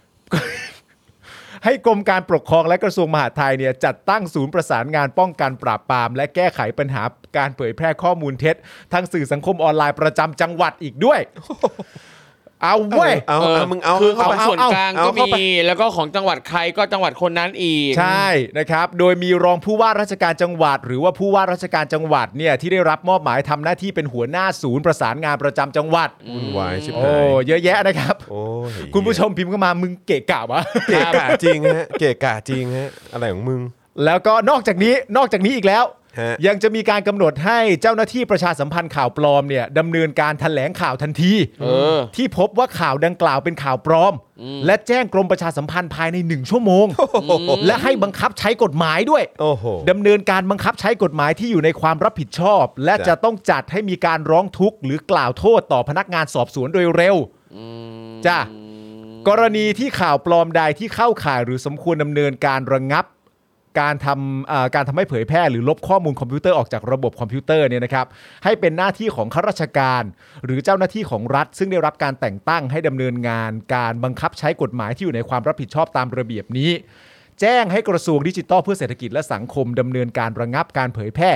ให้กรมการปกครองและกระทรวงมหาดไทยเนี่ยจัดตั้งศูนย์ประสานงานป้องกันปราบปรามและแก้ไขปัญหาการเผยแพร่ข้อมูลเท็จทางสื่อสังคมออนไลน์ประจำจังหวัดอีกด้วยเอาเว้ยมึงเอาคือของส่วนกลางก็มีแล้วก็ของจังหวัดใครก็จังหวัดคนนั้นอีกใช่นะครับโดยมีรองผู้ว่าราชการจังหวัดหรือว่าผู้ว่าราชการจังหวัดเนี่ยที่ได้รับมอบหมายทำหน้าที่เป็นหัวหน้าศูนย์ประสานงานประจำจังหวัดวายชิบหายโอ้เยอะแยะนะครับคุณผู้ชมพิมพ์เข้ามามึงเกะกะวะเกะกะจริงฮะเกะกะจริงฮะอะไรของมึงแล้วก็นอกจากนี้อีกแล้วยังจะมีการกำหนดให้เจ้าหน้าที่ประชาสัมพันธ์ข่าวปลอมเนี่ยดำเนินการแถลงข่าวทันทีที่พบว่าข่าวดังกล่าวเป็นข่าวปลอมและแจ้งกรมประชาสัมพันธ์ภายใน1ชั่วโมงและให้บังคับใช้กฎหมายด้วยดำเนินการบังคับใช้กฎหมายที่อยู่ในความรับผิดชอบและจะต้องจัดให้มีการร้องทุกข์หรือกล่าวโทษต่อพนักงานสอบสวนโดยเร็วจ้ะกรณีที่ข่าวปลอมใดที่เข้าข่ายหรือสมควรดำเนินการระงับการทำให้เผยแพร่หรือลบข้อมูลคอมพิวเตอร์ออกจากระบบคอมพิวเตอร์เนี่ยนะครับให้เป็นหน้าที่ของข้าราชการหรือเจ้าหน้าที่ของรัฐซึ่งได้รับการแต่งตั้งให้ดำเนินงานการบังคับใช้กฎหมายที่อยู่ในความรับผิดชอบตามระเบียบนี้แจ้งให้กระทรวงดิจิทัลเพื่อเศรษฐกิจและสังคมดำเนินการระงับการเผยแพร่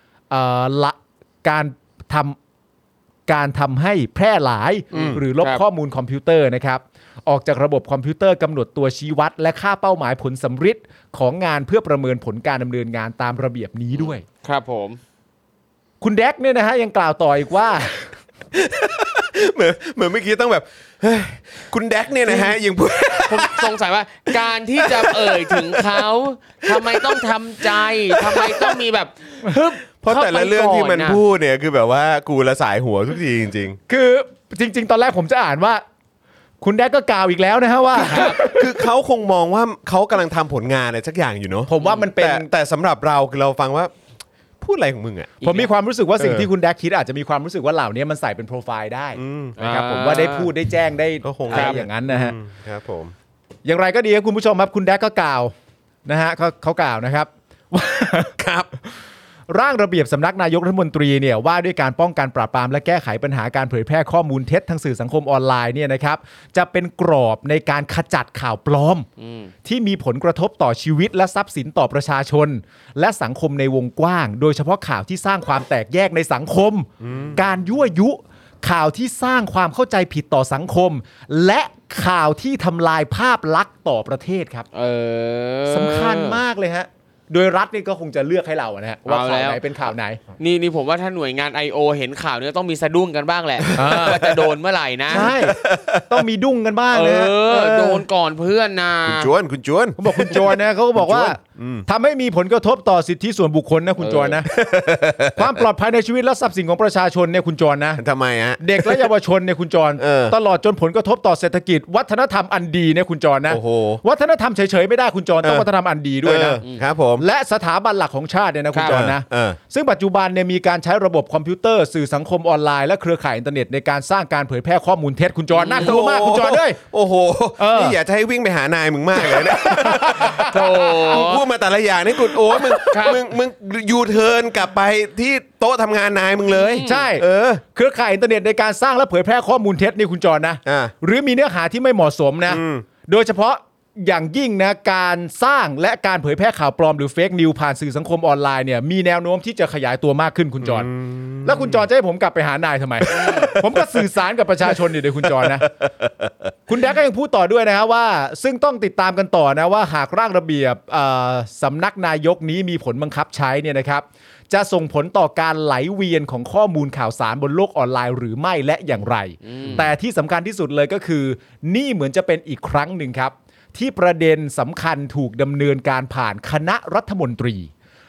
การทำให้แพร่หลายหรือลบข้อมูลคอมพิวเตอร์นะครับออกจากระบบคอมพิวเตอร์กำหนดตัวชี้วัดและค่าเป้าหมายผลสำฤทธิ์ของงานเพื่อประเมินผลการดำเนินงานตามระเบียบนี้ด้วยครับผมคุณแดกเนี่ยนะฮะยังกล่าวต่ออีกว่าเหมือนเมื่อกี้ต้องแบบคุณแดกเนี่ยนะฮะยังพูดผมสงสัยว่าการที่จะถึงเขาทำไมต้องทำใจทำไมต้องมีแบบเพราะแต่ละเรื่องที่มันพูดเนี่ยคือแบบว่ากูละสายหัวทุกทีจริงๆคือจริงๆตอนแรกผมจะอ่านว่าคุณแดกก็กล่าวอีกแล้วนะฮะว่าคือเขาคงมองว่าเขากำลังทำผลงานอะไรสักอย่างอยู่เนาะผมว่ามันเป็นแต่สำหรับเราคือเราฟังว่าพูดอะไรของมึงอ่ะผมมีความรู้สึกว่าสิ่งที่คุณแดกคิดอาจจะมีความรู้สึกว่าเหล่านี้มันใส่เป็นโปรไฟล์ได้นะครับผมว่าได้พูดได้แจ้งได้อะไรอย่างนั้นนะฮะครับผมอย่างไรก็ดีครับคุณผู้ชมครับคุณแดกก็กล่าวนะฮะเขากล่าวนะครับครับร่างระเบียบสำนักนายกรัฐมนตรีเนี่ยว่าด้วยการป้องกันปราบปรามและแก้ไขปัญหาการเผยแพร่ข้อมูลเท็จทางสื่อสังคมออนไลน์เนี่ยนะครับจะเป็นกรอบในการขจัดข่าวปลอมที่มีผลกระทบต่อชีวิตและทรัพย์สินต่อประชาชนและสังคมในวงกว้างโดยเฉพาะข่าวที่สร้างความแตกแยกในสังคมการยั่วยุข่าวที่สร้างความเข้าใจผิดต่อสังคมและข่าวที่ทำลายภาพลักษณ์ต่อประเทศครับสำคัญมากเลยฮะโดยรัฐนี่ก็คงจะเลือกให้เรานะฮะว่าข่าวไหนเป็นข่าวไหนนี่ผมว่าถ้าหน่วยงาน I.O. เห็นข่าวนี้ต้องมีสะดุ้งกันบ้างแหละว่าจะโดนเมื่อไหร่นะใช่ต้องมีดุ้งกันบ้างเลยโดนก่อนเพื่อนนะคุณจวนเขาบอกคุณจวนนะเขาก็บอกว่าทำให้มีผลกระทบต่อสิทธิส่วนบุคคลนะคุณจวนนะความปลอดภัยในชีวิตและทรัพย์สินของประชาชนเนี่ยคุณจวนนะทำไมฮะเด็กและเยาวชนเนี่ยคุณจวนตลอดจนผลกระทบต่อเศรษฐกิจวัฒนธรรมอันดีเนี่ยคุณจวนนะวัฒนธรรมเฉยๆไม่ได้คุณจวนต้องวัฒนธรรมอันดีด้วยนะครับผมและสถาบันหลักของชาติเนี่ยนะคุณจอนนะซึ่งปัจจุบันเนี่ยมีการใช้ระบบคอมพิวเตอร์สื่อสังคมออนไลน์และเครือข่ายอินเทอร์เน็ตในการสร้างการเผยแพร่ข้อมูลเท็จคุณจอนน่ากลัวมากคุณจอนเลยโอ้โหนี่อยากจะให้วิ่งไปหานายมึงมากเลยนะโธ่พูดมาแต่ละอย่างนี่กูโอ้มึงยูเทิร์นกลับไปที่โต๊ะทำงานนายมึงเลยใช่เครือข่ายอินเทอร์เน็ตในการสร้างและเผยแพร่ข้อมูลเท็จนี่คุณจอนนะหรือมีเนื้อหาที่ไม่เหมาะสมนะโดยเฉพาะอย่างยิ่งนะการสร้างและการเผยแพร่ข่าวปลอมหรือเฟกนิวผ่านสื่อสังคมออนไลน์เนี่ยมีแนวโน้มที่จะขยายตัวมากขึ้นคุณจอนแล้วคุณจอนจะให้ผมกลับไปหานายทำไม ผมก็สื่อสารกับประชาชนอยู่เลยคุณจอนนะคุณแดกก็ยังพูดต่อด้วยนะฮะว่าซึ่งต้องติดตามกันต่อนะว่าหากร่างระเบียบสำนักนายกนี้มีผลบังคับใช้เนี่ยนะครับจะส่งผลต่อการไหลเวียนของข้อมูลข่าวสารบนโลกออนไลน์หรือไม่และอย่างไรแต่ที่สำคัญที่สุดเลยก็คือนี่เหมือนจะเป็นอีกครั้งหนึ่งครับที่ประเด็นสำคัญถูกดำเนินการผ่านคณะรัฐมนตรี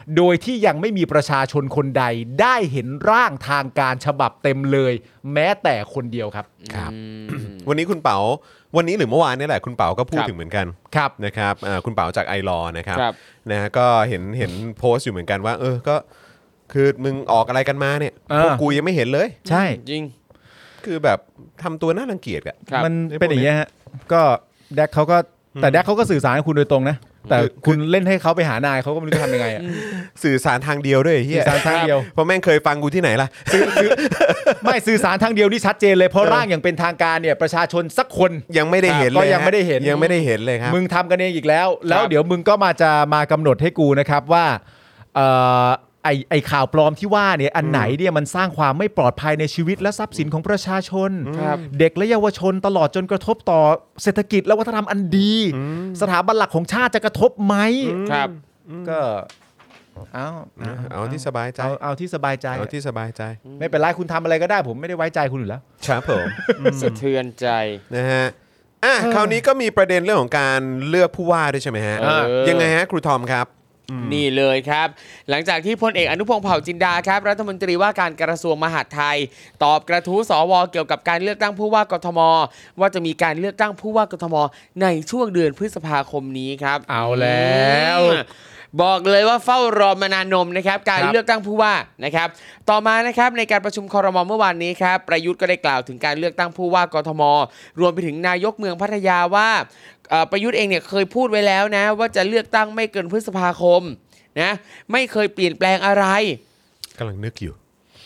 โดยที่ยังไม่มีประชาชนคนใดได้เห็นร่างทางการฉบับเต็มเลยแม้แต่คนเดียวครับครับ วันนี้คุณเป๋าวันนี้หรือเมื่อวานนี่แหละคุณเป๋าก็พูดถึงเหมือนกันครับนะครับคุณเป๋าจากไอรอนะครับครับนะฮะก็เห็นโพสต์อยู่เหมือนกันว่าก็คือมึงออกอะไรกันมาเนี่ยพวกกูยังไม่เห็นเลยใช่จริงคือแบบทำตัวน่ารังเกียจอะครับมันเป็นอย่างเงี้ยฮะก็แดกเขาก็แต่แดกเขาก็สื่อสารกับคุณโดยตรงนะแต่คุณเล่นให้เขาไปหานายเขาก็ไม่รู้จะทำยังไงอ่ะสื่อสารทางเดียวด้วยไอ้เฮียสื่อสารทางเดียวเพราะแม่งเคยฟังกูที่ไหนล่ะไม่สื่อสารทางเดียวนี่ชัดเจนเลยเพราะร่างอย่างเป็นทางการเนี่ยประชาชนสักคนยังไม่ได้เห็นเลยก็ยังไม่ได้เห็นยังไม่ได้เห็นเลยครับมึงทำกันเองอีกแล้ว แล้วเดี๋ยวมึงก็มากำหนดให้กูนะครับว่าไอ้ข่าวปลอมที่ว่าเนี่ยอันไหนเนี่ยมันสร้างความไม่ปลอดภัยในชีวิตและทรัพย์สินของประชาชนครับเด็กและเยาวชนตลอดจนกระทบต่อเศรษฐกิจและวัฒนธรรมอันดี สถาบันหลักของชาติจะกระทบไหมครับก็เอาเอาที่สบายใจเอาที่สบายใจเอาที่สบายใจไม่เป็นไรคุณทำอะไรก็ได้ผมไม่ได้ไว้ใจคุณอยู่แล้วครับผมสะเทือนใจนะฮะคราวนี้ก็มีประเด็นเรื่องของการเลือกผู้ว่าด้วยใช่ไหมฮะ ยังไงฮะครูทอมครับนี่เลยครับ หลังจากที่พลเอกอนุพงษ์เผ่าจินดาครับรัฐมนตรีว่าการกระทรวงมหาดไทย ตอบกระทู้สวเกี่ยวกับการเลือกตั้งผู้ว่ากทมว่าจะมีการเลือกตั้งผู้ว่ากทมในช่วงเดือนพฤษภาคมนี้ครับเอาแล้วบอกเลยว่าเฝ้ารอมานานนมนะครับการเลือกตั้งผู้ว่านะครับต่อมานะครับในการประชุมครม.เมื่อวานนี้ครับประยุทธ์ก็ได้กล่าวถึงการเลือกตั้งผู้ว่ากทมรวมไปถึงนายกเมืองพัทยาว่าประยุทธ์เองเนี่ยเคยพูดไว้แล้วนะว่าจะเลือกตั้งไม่เกินพฤษภาคมนะไม่เคยเปลี่ยนแปลงอะไรกำลังนึกอยู่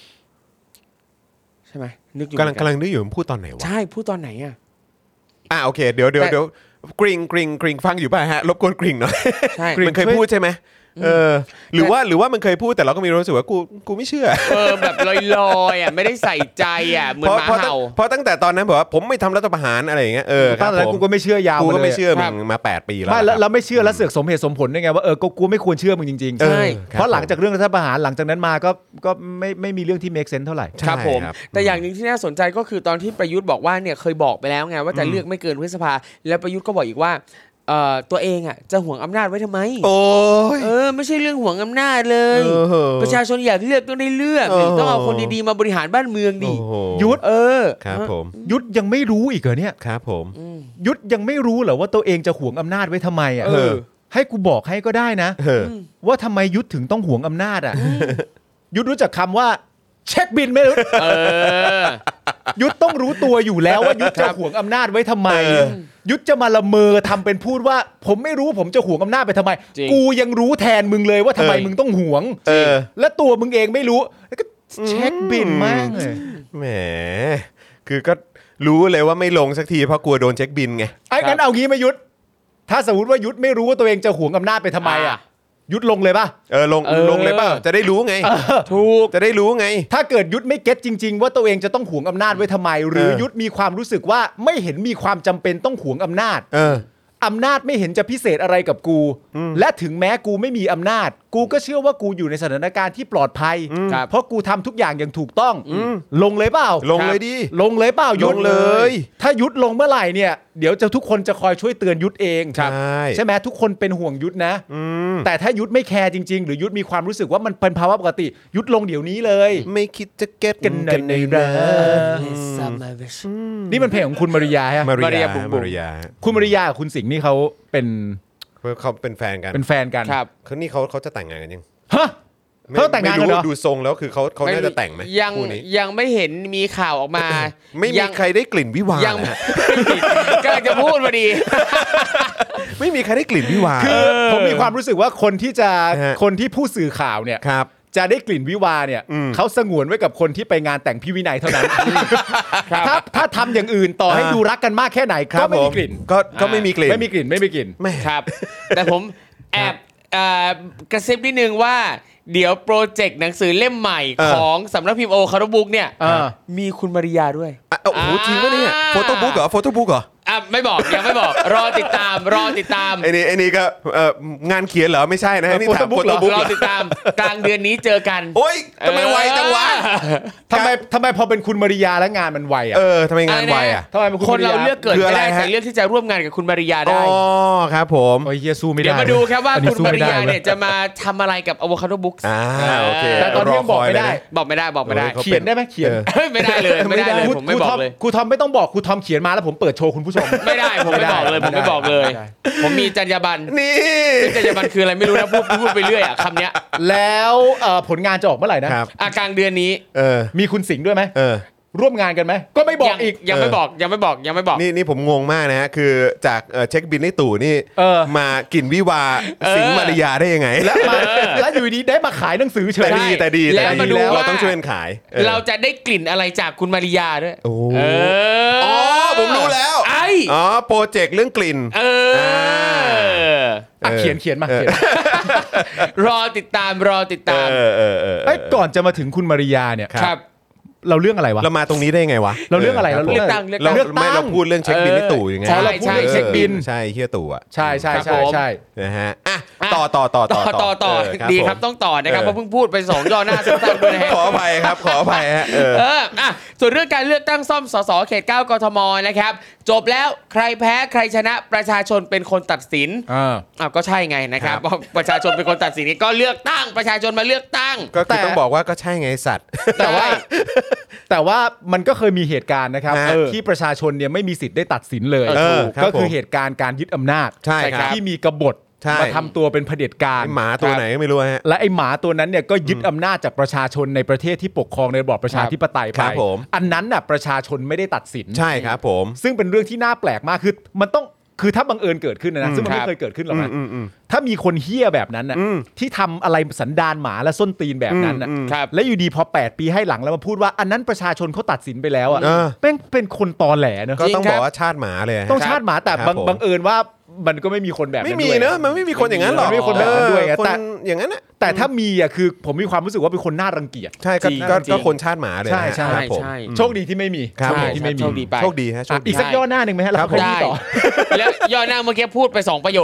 ใช่ไหมนึกอยู่กำลังนึกอยู่มันพูดตอนไหนวะใช่พูดตอนไหนอ่ะโอเคเดี๋ยวกริงฟังอยู่ป่ะฮะรบกวนกริงหน่อยใช่มันเคยพูดใช่ไหมหรือว่ามันเคยพูดแต่เราก็มีรู้สึกว่ากูไม่เชื่อแบบลอยๆอ่ะไม่ได้ใส่ใจอ่ะเหมือนหมาเห่าเพราะตั้งแต่ตอนนั้นบอกว่าผมไม่ทำรัฐประหารอะไรอย่างเงี้ยคตั้รับงแต่นั้นผมกูก็ไม่เชื่อยาวกูก็ไม่ลยเชื่อคมึรับงมา8ปีแล้วไม่ครับแล้วไม่เชื่อแล้วเสือกสมเหตุสมผลได้ไงว่ากูไม่ควรเชื่อมึงจริงๆใช่เพราะหลังจากเรื่องรัฐประหารหลังจากนั้นมาก็ไม่มีเรื่องที่ make sense เท่าไหร่ครับผมใช่ครับแต่อย่างหนึ่งที่น่าสนใจก็คือตอนที่ประยุทธ์บอกว่าเนี่ยเคยบอกไปแล้วไงว่าจะเลือกไม่เกินพฤษภาแล้วประยุทธ์ก็บอกอีกว่าตัวเองอ่ะจะห่วงอำนาจไว้ทำไมโอ้ยไม่ใช่เรื่องห่วงอำนาจเลย ประชาชนอยากเลือกต้องได้เลือกต้องเอาคนดีๆมาบริหารบ้านเมืองดิยุทธครับผมยุทธยังไม่รู้อีกเหรอเนี่ยครับผมยุทธยังไม่รู้เหรอว่าตัวเองจะห่วงอำนาจไว้ทำไมอ่ะให้กูบอกให้ก็ได้นะว่าทำไมยุทธถึงต้องห่วงอำนาจอ่ะยุทธรู้จักคำว่าเช็คบินไหมยุทธยุทธต้องรู้ตัวอยู่แล้วว่ายุทธจะห่วงอำนาจไว้ทำไมยุทธจะมาละเมอทำเป็นพูดว่าผมไม่รู้ผมจะห่วงอำนาจไปทำไมกูยังรู้แทนมึงเลยว่าทำไมมึงต้องห่วงและตัวมึงเองไม่รู้แล้วก็เช็คบินมากเลยแหมคือก็รู้เลยว่าไม่ลงสักทีเพราะกลัวโดนเช็คบินไงไอ้งั้นเอางี้ไหมยุทธถ้าสมมติว่ายุทธไม่รู้ว่าตัวเองจะห่วงอำนาจไปทำไมอ่ะยุทธลงเลยป่ะลงเลยป่ะจะได้รู้ไงถูกจะได้รู้ไงถ้าเกิดยุทธไม่เก็ตจริงๆว่าตัวเองจะต้องห่วงอำนาจไว้ทำไมหรือยุทธมีความรู้สึกว่าไม่เห็นมีความจำเป็นต้องห่วงอำนาจอำนาจไม่เห็นจะพิเศษอะไรกับกูและถึงแม้กูไม่มีอำนาจกูก็เชื่อว่ากูอยู่ในสถานการณ์ที่ปลอดภัยเพราะกูทำทุกอย่างอย่างถูกต้องลงเลยเปล่าลงเลยดิลงเลยเปล่ายุทธลงเลยถ้ายุทธลงเมื่อไหร่เนี่ยเดี๋ยวจะทุกคนจะคอยช่วยเตือนยุทธเองใช่ไหมทุกคนเป็นห่วงยุทธนะแต่ถ้ายุทธไม่แคร์จริงๆหรือยุทธมีความรู้สึกว่ามันเป็นภาวะปกติยุทธลงเดี๋ยวนี้เลยไม่คิดจะเก็ตกันในเรื่องนี่มันเพลงของคุณมาริยาฮะมาริยาคุณมาริยากับคุณสิงห์นี่เขาเป็นเขาเป็นแฟนกันเป็นแฟนกันครับนี่เขาจะแต่งงานกันยังฮะเขาแต่งงานกันเหรอดูทรงแล้วคือเขาน่าจะแต่งไหมยังคู่นี้ยังไม่เห็นมีข่าวออกมาไม่มีใครได้กลิ่นวิวาห์ยังนะฮะก็จะพูดพอดีไม่มีใครได้กลิ่นวิวาห์คือผมมีความรู้สึกว่าคนที่ผู้สื่อข่าวเนี่ยครับจะได้กลิ่นวิวาเนี่ยเขาสงวนไว้กับคนที่ไปงานแต่งพี่วินัยเท่านั้นถ้าทำอย่างอื่นต่อให้ดูรักกันมากแค่ไหนก็ไม่มีกลิ่นก็ไม่มีกลิ่นไม่มีกลิ่นครับ แต่ผมแอบกระซิบนิดนึงว่าเดี๋ยวโปรเจกต์หนังสือเล่มใหม่ของสำนักพิมพ์โอคาร์บุ๊กเนี่ยมีคุณมาริยาด้วยโอ้โหจริงปะเนี่ยโฟโต้บุ๊กเหรอไม่บอกยังไม่บอกรอติดตามไอ้นี่ก็งานเขียนเหรอไม่ใช่นะนี่ถามโฟโต้บุ๊กรอติดตามกลางเดือนนี้เจอกันโอ๊ยทำไมไวจังวะทำไมพอเป็นคุณมาริยาแล้วงานมันไวอ่ะทำไมงานไวอ่ะทำไมคนเราเลือกเกิดไม่ได้แต่เลือกที่จะร่วมงานกับคุณมาริยาได้อ๋อครับผมโอ้ยเฮียสู้ไม่ได้เดี๋ยวมาดูครับว่าคุณมาริยาเนี่ยจะมาทำอะไรกับ Avocado Books โอเคแต่ตอนนี้ยังบอกไม่ได้เขียนได้ไหมเขียนไม่ได้เลยผมไม่บอกเลยครูทอมไม่ต้องบอกครูทอมเขียนมาแล้วผมเปิดโชว์คุณผู้ชมไม่ได้ผมไม่บอกเลยผมมีจรรยาบรรณนี่จรรยาบรรณคืออะไรไม่รู้นะพูดไปเรื่อยคำเนี้ยแล้วผลงานจะออกเมื่อไหร่นะกลางเดือนนี้มีคุณสิงห์ด้วยไหมร่วมงานกันไหมก็ไม่บอกอีกยังไม่บอกนี่ผมงงมากนะฮะคือจากเช็คบินให้ตู่นี่มากินวิวาสิงห์มาริยาได้ยังไงแล้วอยู่ดีได้มาขายหนังสือเฉยแต่ดีเราต้องช่วยกันขายเราจะได้กลิ่นอะไรจากคุณมาริยาด้วยอ๋อผมรู้แล้วโปรเจกต์เรื่องกลิ่นเขียนมารอติดตามก่อนจะมาถึงคุณมาริยาเนี่ยเราเรื่องอะไรวะเรามาตรงนี้ได้ไงวะเราเรื่องอะไรเราเลือกตั้งเราพูดเรื่องเช็คบินให้ตู่ยังไงใช่เช็คบินใช่เฮียตู่อ่ะใช่นะฮะต่อดีครับต้องต่อนะครับเพราะเพิ่งพูดไป2ย่อหน้าสั้นๆด้วยนะฮะขออภัยครับฮะส่วนเรื่องการเลือกตั้งซ่อมสสเขต9กทมนะครับจบแล้วใครแพ้ใครชนะประชาชนเป็นคนตัดสินก็ใช่ไงนะครับประชาชนเป็นคนตัดสินก็เลือกตั้งประชาชนมาเลือกตั้งก็คือต้องบอกว่าก็ใช่ไงสัตว์แต่ว่ามันก็เคยมีเหตุการณ์นะครับที่ประชาชนเนี่ยไม่มีสิทธิ์ได้ตัดสินเลยก็คือเหตุการณ์การยึดอำนาจที่มีกบฏมาทำตัวเป็นเผด็จการหมาตัวไหนไม่รู้ฮะและไอ้หมาตัวนั้นเนี่ยก็ยึดอำนาจจากประชาชนในประเทศที่ปกครองในระบอบประชาธิปไตยไปอันนั้นน่ะประชาชนไม่ได้ตัดสินใช่ครับผมซึ่งเป็นเรื่องที่น่าแปลกมากคือถ้าบังเอิญเกิดขึ้นนะซึ่งมันไม่เคยเกิดขึ้นหรอกนะถ้ามีคนเฮี้ยแบบนั้นน่ะที่ทำอะไรสันดานหมาและส้นตีนแบบนั้นน่ะและอยู่ดีพอ8ปีให้หลังแล้วมาพูดว่าอันนั้นประชาชนเขาตัดสินไปแล้วอ่ะเป็นคนตอแหลเนอะก็ต้องบอกว่าชาติหมาเลยต้องชาติหมาแต่บังเอิญว่ามันก็ไม่มีคนแบบนั้นด้วยไม่มีเนอะมันไม่มีคนอย่างนั้นหรอกไม่มีคนแบบนั้นด้วยแต่อย่างนั้นแต่ถ้ามีอ่ะคือผมมีความรู้สึกว่าเป็นคนน่ารังเกียจใช่ก็คนชาติหมาเลยใช่โชคดีที่ไม่มีโชคดีที่ไม่มีโชคดีฮะอีกสักย่อหน้านึงไหมฮะแล้วได้แล้วย่อหน้าเมื่อกี้พูดไป2ประโยค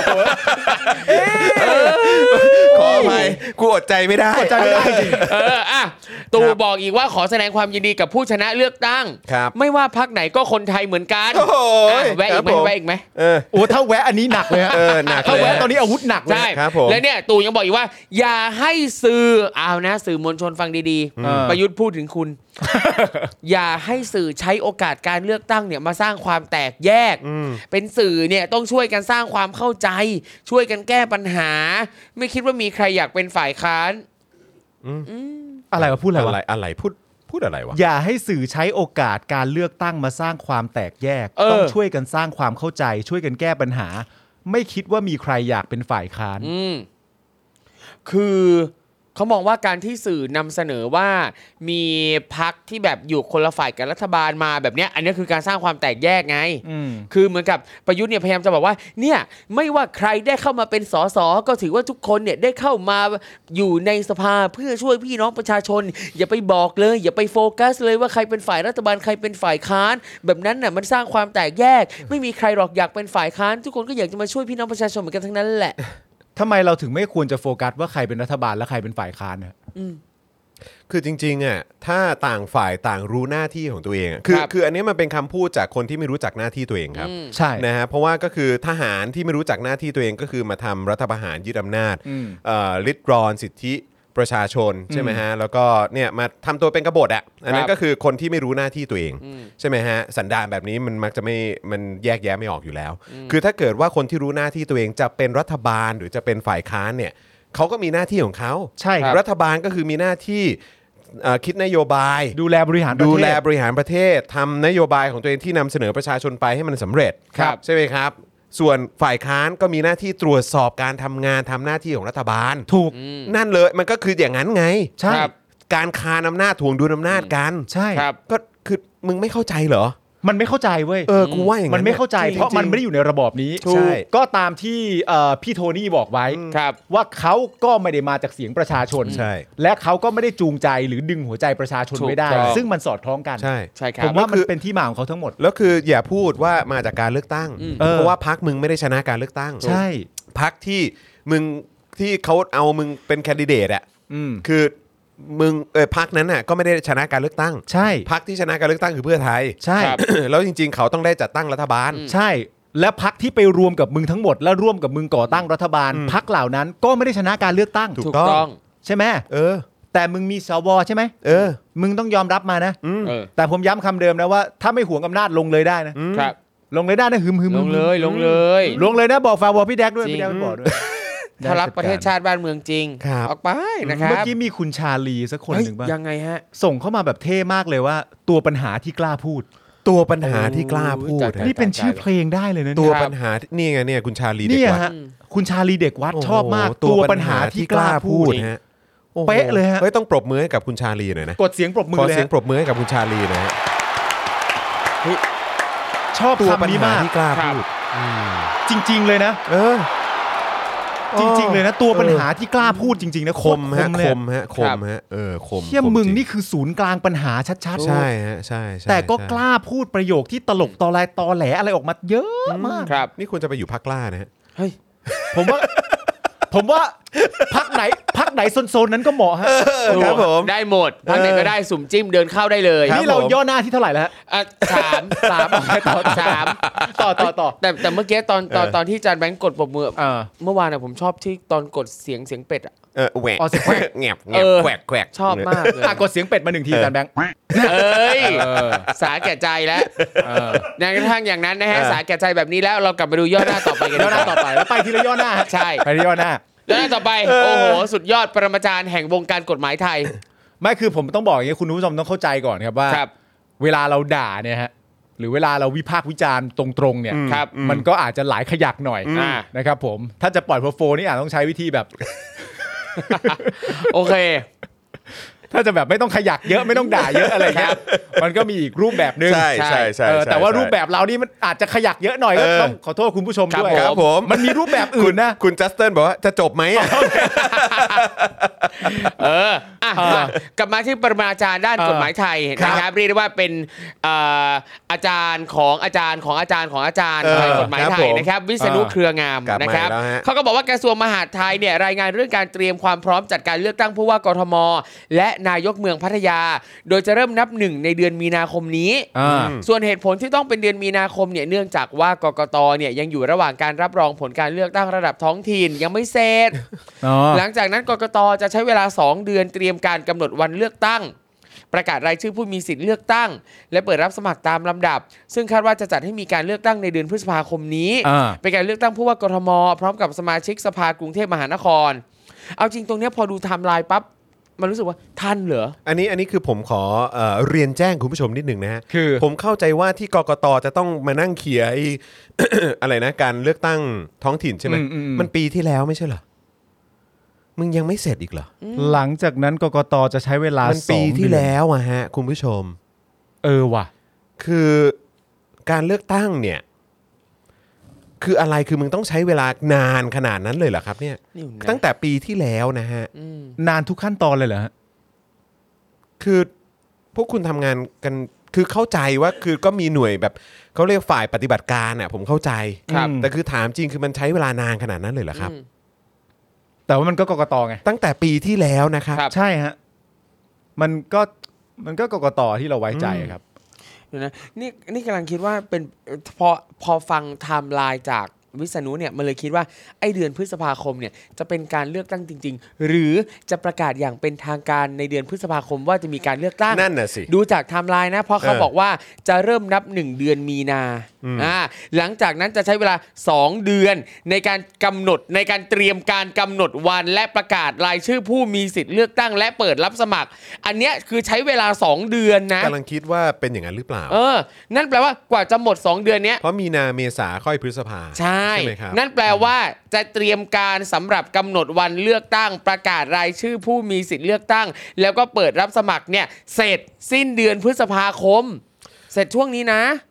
ขออภัยกูอดใจไม่ได้จริงตู่บอกอีกว่าขอแสดงความยินดีกับผู้ชนะเลือกตั้งไม่ว่าพรรคไหนก็คนไทยเหมือนกันแวะอีกไหมโอ้ถ้าแวะอันนี้หนักเลยฮะถ้าแวะตอนนี้อาวุธหนักเลยแล้วเนี่ยตู่ยังบอกอีกว่าอย่าให้สื่อสื่อมวลชนฟังดีๆประยุทธ์พูดถึงคุณอย่าให้สื่อใช้โอกาสการเลือกตั้งเนี่ยมาสร้างความแตกแยกเป็นสื่อเนี่ยต้องช่วยกันสร้างความเข้าใจช่วยกันแก้ปัญหาไม่คิดว่ามีใครอยากเป็นฝ่ายค้านอะไรวะพูดอะไรพูดอะไรวะอย่าให้สื่อใช้โอกาสการเลือกตั้งมาสร้างความแตกแยกต้องช่วยกันสร้างความเข้าใจช่วยกันแก้ปัญหาไม่คิดว่ามีใครอยากเป็นฝ่ายค้านคือเขามองว่าการที่สื่อนำเสนอว่ามีพรรคที่แบบอยู่คนละฝ่ายกับรัฐบาลมาแบบเนี้ยอันนี้คือการสร้างความแตกแยกไงคือเหมือนกับประยุทธ์เนี่ยพยายามจะบอกว่าเนี่ยไม่ว่าใครได้เข้ามาเป็นสสก็ถือว่าทุกคนเนี่ยได้เข้ามาอยู่ในสภาเพื่อช่วยพี่น้องประชาชนอย่าไปบอกเลยอย่าไปโฟกัสเลยว่าใครเป็นฝ่ายรัฐบาลใครเป็นฝ่ายค้านแบบนั้นน่ะมันสร้างความแตกแยกไม่มีใครหรอกอยากเป็นฝ่ายค้านทุกคนก็อยากจะมาช่วยพี่น้องประชาชนเหมือนกันทั้งนั้นแหละทำไมเราถึงไม่ควรจะโฟกัสว่าใครเป็นรัฐบาลและใครเป็นฝ่ายค้านเนี่ยคือจริงๆอ่ะถ้าต่างฝ่ายต่างรู้หน้าที่ของตัวเองคืออันนี้มันเป็นคำพูดจากคนที่ไม่รู้จักหน้าที่ตัวเองครับใช่นะฮะเพราะว่าก็คือทหารที่ไม่รู้จักหน้าที่ตัวเองก็คือมาทำรัฐประหารยึดอำนาจริดรอนสิทธิประชาชนใช่ไหมฮะแล้วก็เนี่ยมาทำตัวเป็นกบฏอ่ะอันนั้นก็คือคนที่ไม่รู้หน้าที่ตัวเองใช่ไหมฮะสันดานแบบนี้มันมักจะไม่มันแยกแยะไม่ออกอยู่แล้วคือถ้าเกิดว่าคนที่รู้หน้าที่ตัวเองจะเป็นรัฐบาลหรือจะเป็นฝ่ายค้านเนี่ยเขาก็มีหน้าที่ของเขาใช่รัฐบาลก็คือมีหน้าที่คิดนโยบายดูแลบริหารประเทศทำนโยบายของตัวเองที่นำเสนอประชาชนไปให้มันสำเร็จใช่ไหมครับส่วนฝ่ายค้านก็มีหน้าที่ตรวจสอบการทำงานทำหน้าที่ของรัฐบาลถูกนั่นเลยมันก็คืออย่างนั้นไงใช่การคานอำนาจถ่วงดุลอำนาจกันใช่ก็คือมึงไม่เข้าใจเหรอมันไม่เข้าใจเว้ยกูว่าอย่างนั้นมันไม่เข้าใจเพราะมันไม่ได้อยู่ในระบอบนี้ใช่ก็ตามที่พี่โทนี่บอกไว้ว่าเขาก็ไม่ได้มาจากเสียงประชาชนและเขาก็ไม่ได้จูงใจหรือดึงหัวใจประชาชนไว้ได้ซึ่งมันสอดคล้องกันใช่ครับผมว่ามันเป็นที่มาของเขาทั้งหมดแล้วคืออย่าพูดว่ามาจากการเลือกตั้งเพราะว่าพรรคมึงไม่ได้ชนะการเลือกตั้งใช่พรรคที่มึงที่เขาเอามึงเป็นแคนดิเดตอ่ะคือมึงพรรคนั้นน่ะก็ไม่ได้ชนะการเลือกตั้งใช่พรรคที่ชนะการเลือกตั้งคือเพื่อไทยใช่แล้วจริงๆเขาต้องได้จัดตั้งรัฐบาลใช่และพรรคที่ไปรวมกับมึงทั้งหมดและร่วมกับมึงก่อตั้งรัฐบาลพรรคเหล่านั้นก็ไม่ได้ชนะการเลือกตั้งถูกต้องใช่ไหมแต่มึงมีสวใช่ไหมมึงต้องยอมรับมานะแต่ผมย้ำคำเดิมนะว่าถ้าไม่หวงอำนาจลงเลยได้นะครับลงเลยได้นะหึมลงเลยนะบอกฝากบอกพี่แดกด้วยพี่แดกบอกด้วยถ้ารักประเทศชาติบ้านเมืองจริงออกไปนะครับเมื่อกี้มีคุณชาลีสักคนหนึ่งบ้างยังไงฮะส่งเข้ามาแบบเท่มากเลยว่าตัวปัญหาที่กล้าพูดตัวปัญหาที่กล้าพูดนี่เป็นชื่อเพลงได้เลยนะตัวปัญหานี่ไงเนี่ยคุณชาลีเด็กวัดคุณชาลีเด็กวัดชอบมากตัวปัญหาที่กล้าพูดฮะเป๊ะเลยฮะเฮ้ยต้องปรบมือให้กับคุณชาลีหน่อยนะกดเสียงปรบมือเลยขอเสียงปรบมือให้กับคุณชาลีนะฮะชอบคำนี้มากที่กล้าพูดจริงๆเลยนะจริงๆเลยนะตัวปัญหาที่กล้าพูดจริงๆนะคมฮะคมเชี่ยมึงนี่คือศูนย์กลางปัญหาชัดๆใช่ฮะใช่แต่ก็กล้าพูดประโยคที่ตลกตอแหลอะไรออกมาเยอะมากครับนี่ควรจะไปอยู่พรรคกล้านะฮะเฮ้ยผมว่าพักไหนโซนนั้นก็เหมาะฮะครับผมได้หมดพักไหนก็ได้สุ่มจิ้มเดินเข้าได้เลยนี่เราย่อหน้าที่เท่าไหร่แล้วฮะต่อแต่เมื่อกี้ตอนที่อาจารย์แบงค์กดปรบมือเมื่อวานผมชอบที่ตอนกดเสียงเป็ดอ่ะแหวกแงบแขวกชอบมากเลยกดเสียงเป็ดมา1ทีอาจารย์แบงค์สาแก่ใจแล้วในกระทั่งอย่างนั้นนะฮะสาแก่ใจแบบนี้แล้วเรากลับมาดูย่อหน้าต่อไปกันย่อหน้าต่อไปแล้วไปทีละย่อหน้าใช่ไปทีละย่อหน้าแล้วต่อไปโอ้โหสุดยอดปรมาจารย์แห่งวงการกฎหมายไทยไม่คือผมต้องบอกอย่างนี้คุณผู้ชมต้องเข้าใจก่อนครับว่าเวลาเราด่าเนี่ยฮะหรือเวลาเราวิพากษ์วิจารณ์ตรงๆเนี่ยมันก็อาจจะหลายขยักหน่อยนะครับผมถ้าจะปล่อยโฟนี่อาจต้องใช้วิธีแบบโอเคถ้าจะแบบไม่ต้องขยักเยอะไม่ต้องด่าเยอะอะไรเงี้ยมันก็มีอีกรูปแบบนึงใช่แต่ว่ารูปแบบเรานี่มันอาจจะขยักเยอะหน่อยก็ต้องขอโทษคุณผู้ชมด้วยครับผมมันมีรูปแบบอื่นนะคุณจัสตินบอกว่าจะจบไหมกลับมาที่ปรมาจารย์ด้านกฎหมายไทยนะครับเรียกได้ว่าเป็นอาจารย์ของอาจารย์ของอาจารย์ของอาจารย์กฎหมายไทยนะครับวิษณุเครืองามนะครับเขาก็บอกว่ากระทรวงมหาดไทยเนี่ยรายงานเรื่องการเตรียมความพร้อมจัดการเลือกตั้งผู้ว่ากทมและนายกเมืองพัทยาโดยจะเริ่มนับ1ในเดือนมีนาคมนี้ส่วนเหตุผลที่ต้องเป็นเดือนมีนาคมเนี่ยเนื่องจากว่ากกตเนี่ยยังอยู่ระหว่างการรับรองผลการเลือกตั้งระดับท้องถิ่นยังไม่เสร็จหลังจากนั้นกกตจะใช้เวลา2เดือนเตรียมการกำหนดวันเลือกตั้งประกาศรายชื่อผู้มีสิทธิ์เลือกตั้งและเปิดรับสมัครตามลำดับซึ่งคาดว่าจะจัดให้มีการเลือกตั้งในเดือนพฤษภาคมนี้เป็นการเลือกตั้งผู้ว่ากทมพร้อมกับสมาชิกสภากรุงเทพมหานครเอาจริงตรงนี้พอดูไทม์ไลน์ปั๊บมันรู้สึกว่าทันเหรออันนี้คือผมขอเรียนแจ้งคุณผู้ชมนิดหนึ่งนะฮะคือผมเข้าใจว่าที่กกตจะต้องมานั่งเคลียร์ อะไรนะการเลือกตั้งท้องถิ่นใช่ไหมมันปีที่แล้วไม่ใช่เหรอมึงยังไม่เสร็จอีกเหรอหลังจากนั้นกกตจะใช้เวลา2 เดือนปีที่แล้วอะฮะคุณผู้ชมว่ะคือการเลือกตั้งเนี่ยคืออะไรคือมึงต้องใช้เวลานานขนาดนั้นเลยเหรอครับเนี่ยตั้งแต่ปีที่แล้วนะฮะนานทุกขั้นตอนเลยเหรอฮะคือพวกคุณทำงานกันคือเข้าใจว่าคือก็มีหน่วยแบบเขาเรียกฝ่ายปฏิบัติการน่ะผมเข้าใจแต่คือถามจริงคือมันใช้เวลานานขนาดนั้นเลยเหรอครับแต่ว่ามันก็กกตไงตั้งแต่ปีที่แล้วนะครับใช่ฮะมันก็กกตที่เราไว้ใจครับนะนี่กำลังคิดว่าเป็นพอฟังไทม์ไลน์จากวิษณุเนี่ยมันเลยคิดว่าไอ้เดือนพฤษภาคมเนี่ยจะเป็นการเลือกตั้งจริงๆหรือจะประกาศอย่างเป็นทางการในเดือนพฤษภาคมว่าจะมีการเลือกตั้งนั่นน่ะสิดูจากไทม์ไลน์นะเพราะเขาบอกว่าจะเริ่มนับ1เดือนมีนาหลังจากนั้นจะใช้เวลา2เดือนในการกำหนดในการเตรียมการกำหนดวันและประกาศรายชื่อผู้มีสิทธิ์เลือกตั้งและเปิดรับสมัครอันเนี้ยคือใช้เวลา2เดือนนะกำลังคิดว่าเป็นอย่างนั้นหรือเปล่านั่นแปลว่ากว่าจะหมด2เดือนเนี้ยเพราะมีนาเมษาค่อยพฤษภาใช่ไหมครับนั่นแปลว่าจะเตรียมการสำหรับกำหนดวันเลือกตั้งประกาศรายชื่อผู้มีสิทธิ์เลือกตั้งแล้วก็เปิดรับสมัครเนี่ยเสร็จสิ้นเดือนพฤษภาคมเสร็จช่วงนี้นะ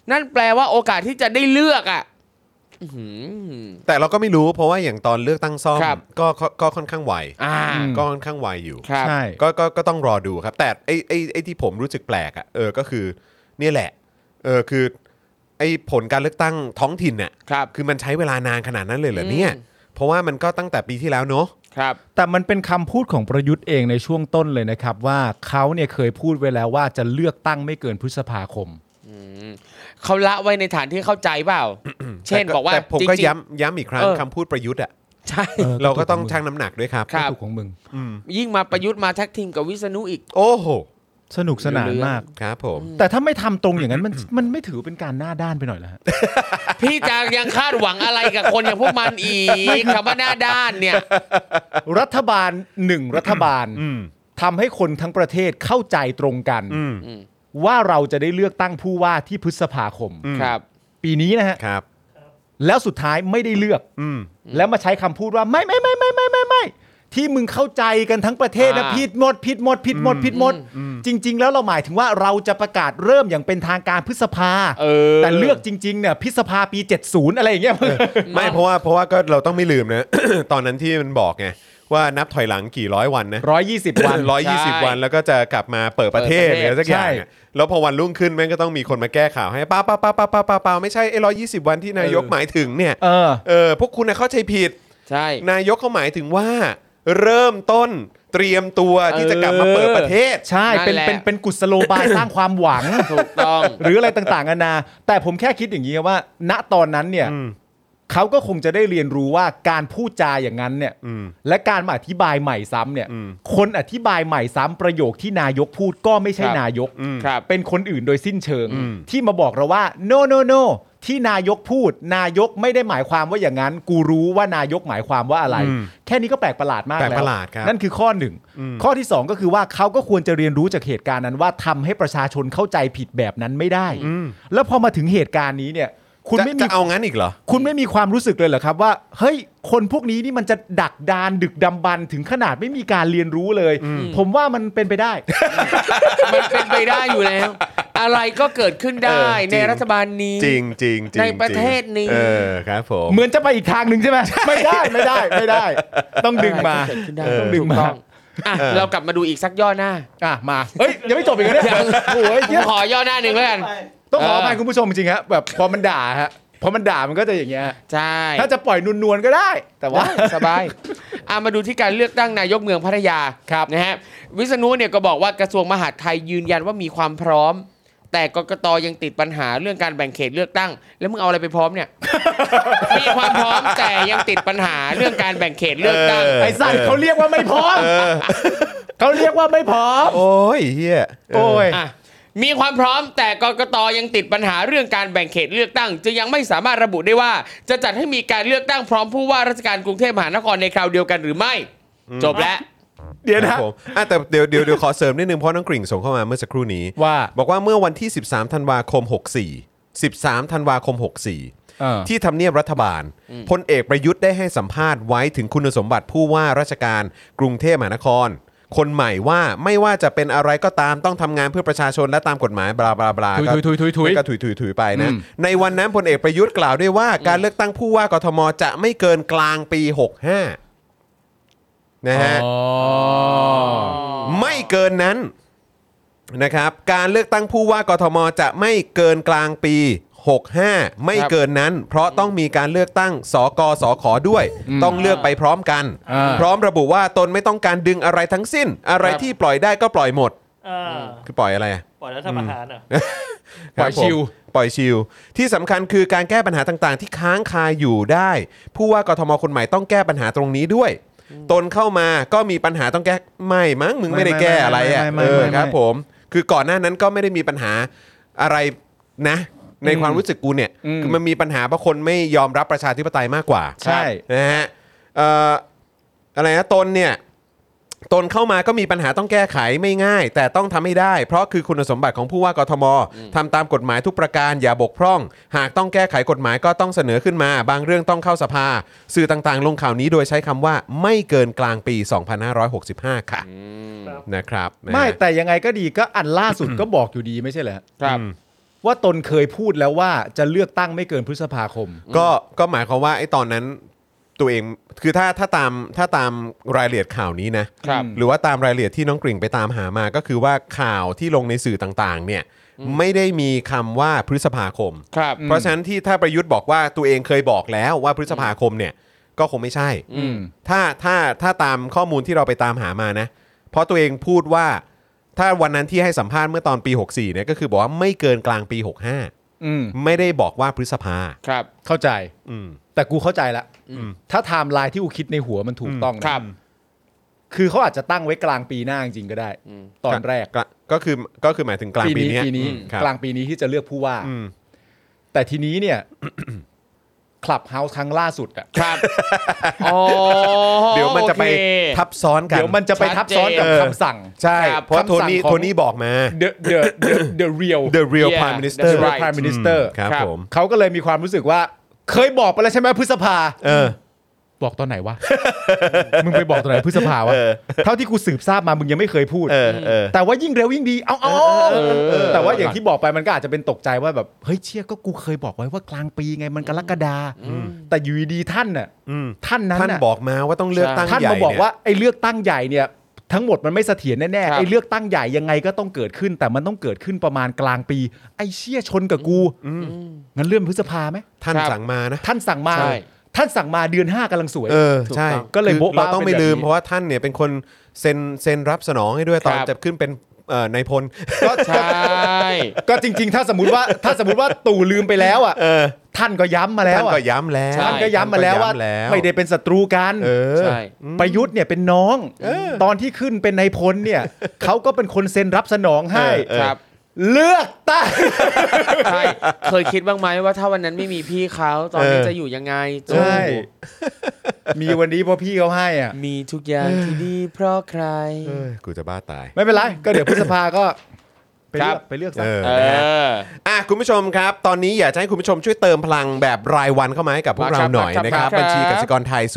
นั่นแปลว่าโอกาสที่จะได้เลือกอ่ะแต่เราก็ไม่รู้เพราะว่าอย่างตอนเลือกตั้งซ่อมครับก็ค่อนข้างไว ก็ค่อนข้างไวอยู่ครับใช่ก็ต้องรอดูครับ แต่ไอ้ที่ผมรู้สึกแปลกอ่ะก็คือเนี่ยแหละคือไอ้ผลการเลือกตั้งท้องถิ่นเนี่ยครับคือมันใช้เวลานานขนาดนั้นเลยเหรอเนี่ยเพราะว่ามันก็ตั้งแต่ปีที่แล้วเนอะครับแต่มันเป็นคำพูดของประยุทธ์เองในช่วงต้นเลยนะครับว่าเขาเนี่ยเคยพูดไว้แล้วว่าจะเลือกตั้งไม่เกินพฤษภาคมเขาละไว้ในฐานที่เข้าใจเปล่า เช่นบอกว่าแต่ผมก็จริงย้ำอีกครั้งคำพูดประยุทธ์อ่ะๆใช่เราก็ต้องชั่งน้ำหนักด้วยครับครับถูกของมึงยิ่งมาประยุทธ์มาแท็กทีมกับวิษณุอีกโอ้โหสนุกสนานมากครับผมแต่ถ้าไม่ทำตรงอย่างนั้นมันไม่ถือเป็นการหน้าด้านไปหน่อยเหรอฮะพี่จะยังคาดหวังอะไรกับคนอย่างพวกมันอีกคำว่าหน้าด้านเนี่ยรัฐบาลรัฐบาลทำให้คนทั้งประเทศเข้าใจตรงกันว่าเราจะได้เลือกตั้งผู้ว่าที่พฤษภาคมครับปีนี้นะฮะครับแล้วสุดท้ายไม่ได้เลือกแล้วมาใช้คำพูดว่าไม่ที่มึงเข้าใจกันทั้งประเทศนะผิดหมดจริง ๆ แล้วเราหมายถึงว่าเราจะประกาศเริ่มอย่างเป็นทางการพฤษภาแต่เลือกจริงๆเนี่ยพฤษภาปี70อะไรอย่างเงี้ยไม่เพราะว่าก็เราต้องไม่ลืมนะ ตอนนั้นที่มันบอกไงว่านับถอยหลังกี่ร้อยวันนะ 120 วัน 120 วันแล้วก็จะกลับมาเปิดประเทศหรือสักอย่างอะแล้วพอวันรุ่งขึ้นแม่งก็ต้องมีคนมาแก้ข่าวให้เปล่าไม่ใช่ไอ้120 วันที่นายกหมายถึงเนี่ยพวกคุณน่ะเข้าใจผิดใช่นายกเขาหมายถึงว่าเริ่มต้นเตรียมตัวที่จะกลับมาเปิดประเทศใช่เป็นกุศโลบายสร้างความหวังถูกต้องหรืออะไรต่างๆนานาแต่ผมแค่คิดอย่างนี้ว่าณตอนนั้นเนี่ยเขาก็คงจะได้เรียนรู้ว่าการพูดจาอย่างนั้นเนี่ยและการมาอธิบายใหม่ซ้ำเนี่ยคนอธิบายใหม่ซ้ำประโยคที่นายกพูดก็ไม่ใช่นายกเป็นคนอื่นโดยสิ้นเชิงที่มาบอกเราว่า no ที่นายกพูดนายกไม่ได้หมายความว่าอย่างนั้นกูรู้ว่านายกหมายความว่าอะไรแค่นี้ก็แปลกประหลาดมากแล้วแปลกประหลาดครับนั่นคือข้อหนึ่งข้อที่สองก็คือว่าเขาก็ควรจะเรียนรู้จากเหตุการณ์นั้นว่าทำให้ประชาชนเข้าใจผิดแบบนั้นไม่ได้แล้วพอมาถึงเหตุการณ์นี้เนี่ยคุณไม่มีจะเอางั้นอีกเหรอคุณไม่มีความรู้สึกเลยเหรอครับว่าเฮ้ยคนพวกนี้นี่มันจะดักดานดึกดำบรรพ์ถึงขนาดไม่มีการเรียนรู้เลยผมว่ามันเป็นไปได้มันเป็นไปได้อยู่แล้ว อะไรก็เกิดขึ้นได้ในรัฐบาลนี้จริงในประเทศนี้ครับผมเหมือนจะไปอีกทางหนึ่งใช่ไหม ไม่ได้ต้องดึงมาเกิดขึ้นได้ต้องดึงมาเรากลับมาดูอีกสักย่อหน้ามาเฮ้ยยังไม่จบอีกเลยเนี่ยโอ้ยผมขอย่อหน้าหนึ่งแล้วกันต้องขออภัยคุณผู้ชมจริงๆฮะแบบพอมันด่ามันก็จะอย่างเงี้ยใช่ถ้าจะปล่อยนวลๆก็ได้ แต่ว่าสบายมาดูที่การเลือกตั้งนายกเมืองพัทยานะฮะวิษณุเนี่ยก็บอกว่ากระทรวงมหาดไทยยืนยันว่ามีความพร้อมแต่กกต.ยังติดปัญหาเรื่องการแบ่งเขตเลือกตั้งแล้วมึงเอาอะไรไปพร้อมเนี่ย มีความพร้อมแต่ยังติดปัญหาเรื่องการแบ่งเขตเลือกตั้งไอ้สัตว์เขาเรียกว่าไม่พร้อมเขาเรียกว่าไม่พร้อมโอ้ยเฮียโอ้ยมีความพร้อมแต่กกต.ยังติดปัญหาเรื่องการแบ่งเขตเลือกตั้งจึงยังไม่สามารถระบุได้ว่าจะจัดให้มีการเลือกตั้งพร้อมผู้ว่าราชการกรุงเทพมหานครในคราวเดียวกันหรือไม่จบแล้วเดี๋ยวนะแต่เดี๋ยวขอเสริมนิดนึงเพราะน้องกริ่งส่งเข้ามาเมื่อสักครู่นี้ว่าบอกว่าเมื่อวันที่13ธันวาคม64ที่ทำเนียบรัฐบาลพลเอกประยุทธ์ได้ให้สัมภาษณ์ไว้ถึงคุณสมบัติผู้ว่าราชการกรุงเทพมหานครคนใหม่ว่าไม่ว่าจะเป็นอะไรก็ตามต้องทำงานเพื่อประชาชนและตามกฎหมายบลาบลาบลาก็ถุยไปนะในวันนั้นพลเอกประยุทธ์กล่าวด้วยว่าการเลือกตั้งผู้ว่ากทมจะไม่เกินกลางปี65นะฮะไม่เกินนั้นนะครับการเลือกตั้งผู้ว่ากทมจะไม่เกินกลางปี65ไม่เกินนั้นเพราะต้องมีการเลือกตั้งสกสขด้วยต้องเลือกไปพร้อมกันพร้อมระบุว่าตนไม่ต้องการดึงอะไรทั้งสิ้นอะไรที่ปล่อยได้ก็ปล่อยหมดคือปล่อยอะไรปล่อยรัฐประหารปล่อยชิลที่สำคัญคือการแก้ปัญหาต่างๆที่ค้างคาอยู่ได้ผู้ว่ากทมคนใหม่ต้องแก้ปัญหาตรงนี้ด้วยตนเข้ามาก็มีปัญหาต้องแก้ไม่มั้งมึงไม่ได้แก้อะไรอ่ะครับผมคือก่อนหน้านั้นก็ไม่ได้มีปัญหาอะไรนะในความรู้สึกกูเนี่ยคือมันมีปัญหาเพราะคนไม่ยอมรับประชาธิปไตยมากกว่าใช่นะฮะอะไรนะตนเข้ามาก็มีปัญหาต้องแก้ไขไม่ง่ายแต่ต้องทำให้ได้เพราะคือคุณสมบัติของผู้ว่ากทมทำตามกฎหมายทุกประการอย่าบกพร่องหากต้องแก้ไขกฎหมายก็ต้องเสนอขึ้นมาบางเรื่องต้องเข้าสภาสื่อต่างๆลงข่าวนี้โดยใช้คำว่าไม่เกินกลางปี2565ค่ะนะครับไม่แต่ยังไงก็ดีก็อันล่าสุดก็บอกอยู่ดีไม่ใช่เหรอครับว่าตนเคยพูดแล้วว่าจะเลือกตั้งไม่เกินพฤษภาคมก็หมายความว่าไอ้ตอนนั้นตัวเองคือถ้าตามรายละเอียดข่าวนี้นะหรือว่าตามรายละเอียดที่น้องกริ่งไปตามหามาก็คือว่าข่าวที่ลงในสื่อต่างๆเนี่ยไม่ได้มีคำว่าพฤษภาคมเพราะฉะนั้นที่ถ้าประยุทธ์บอกว่าตัวเองเคยบอกแล้วว่าพฤษภาคมเนี่ยก็คงไม่ใช่ถ้าตามข้อมูลที่เราไปตามหามานะเพราะตัวเองพูดว่าถ้าวันนั้นที่ให้สัมภาษณ์เมื่อตอนปี64เนี่ยก็คือบอกว่าไม่เกินกลางปี65ไม่ได้บอกว่าพฤษภาครับเข้าใจแต่กูเข้าใจละถ้าไทม์ไลน์ที่กูคิดในหัวมันถูกต้องนะคือเขาอาจจะตั้งไว้กลางปีหน้าจริงๆก็ได้ตอนแรกก็คือหมายถึงกลางปีนี้กลางปีนี้ที่จะเลือกผู้ว่าแต่ทีนี้เนี่ยคลับเฮาส์ครั้งล่าสุดอ่ะครับเดี๋ยวมันจะไปทับซ้อนกันเดี๋ยวมันจะไปทับซ้อนกับคำสั่งใช่เพราะโทนี่บอกมา the real prime minister ครับผมเขาก็เลยมีความรู้สึกว่าเคยบอกไปแล้วใช่ไหมพฤษภาบอกตอนไหนวะ มึงไปบอกตอนไหนพฤษภาวะเท่าที่กูสืบทราบมามึงยังไม่เคยพูดแต่ว่ายิ่งเร็วยิ่งดีเอาแต่ว่าอย่างที่บอกไปมันก็อาจจะเป็นตกใจว่าแบบเฮ้ยเชี่ยก็กูเคยบอกไว้ว่ากลางปีไงมันกรกฎาแต่อยู่ดีท่านน่ะท่านนั้นท่านบอกมาว่าต้องเลือกตั้งใหญ่ท่านมาบอกว่าไอ้เลือกตั้งใหญ่เนี่ยทั้งหมดมันไม่เสถียรแน่ๆไอ้เลือกตั้งใหญ่ยังไงก็ต้องเกิดขึ้นแต่มันต้องเกิดขึ้นประมาณกลางปีไอ้เชี่ยชนกับกูงั้นเลื่อนพฤษภาไหมท่านสั่งมานะท่านสั่งมาเดือน5กำลังสวยใช่ก็เลยเราต้องไม่ลืมเพราะว่าท่านเนี่ยเป็นคนเซ็นรับสนองให้ด้วยตอนจะขึ้นเป็นนายพลก็ใช่ก็จริงๆถ้าสมมติว่าตู่ลืมไปแล้วอ่ะท่านก็ย้ำมาแล้วท่านก็ย้ำแล้วว่าไม่ได้เป็นศัตรูกันประยุทธ์เนี่ยเป็นน้องตอนที่ขึ้นเป็นนายพลเนี่ยเขาก็เป็นคนเซ็นรับสนองให้เลือกตั้งใช่เคยคิดบ้างไหมว่าถ้าวันนั้นไม่มีพี่เขาตอนนี้จะอยู่ยังไงใช่มีวันนี้เพราะพี่เขาให้อ่ะมีทุกอย่างที่ดีเพราะใครกูจะบ้าตายไม่เป็นไรก็เดี๋ยวพฤษภาก็ไปเลือกซะคุณผู้ชมครับตอนนี้อยากจะให้คุณผู้ชมช่วยเติมพลังแบบรายวันเข้ามาให้กับพวกเราหน่อยนะครับบัญชีกสิกรไทย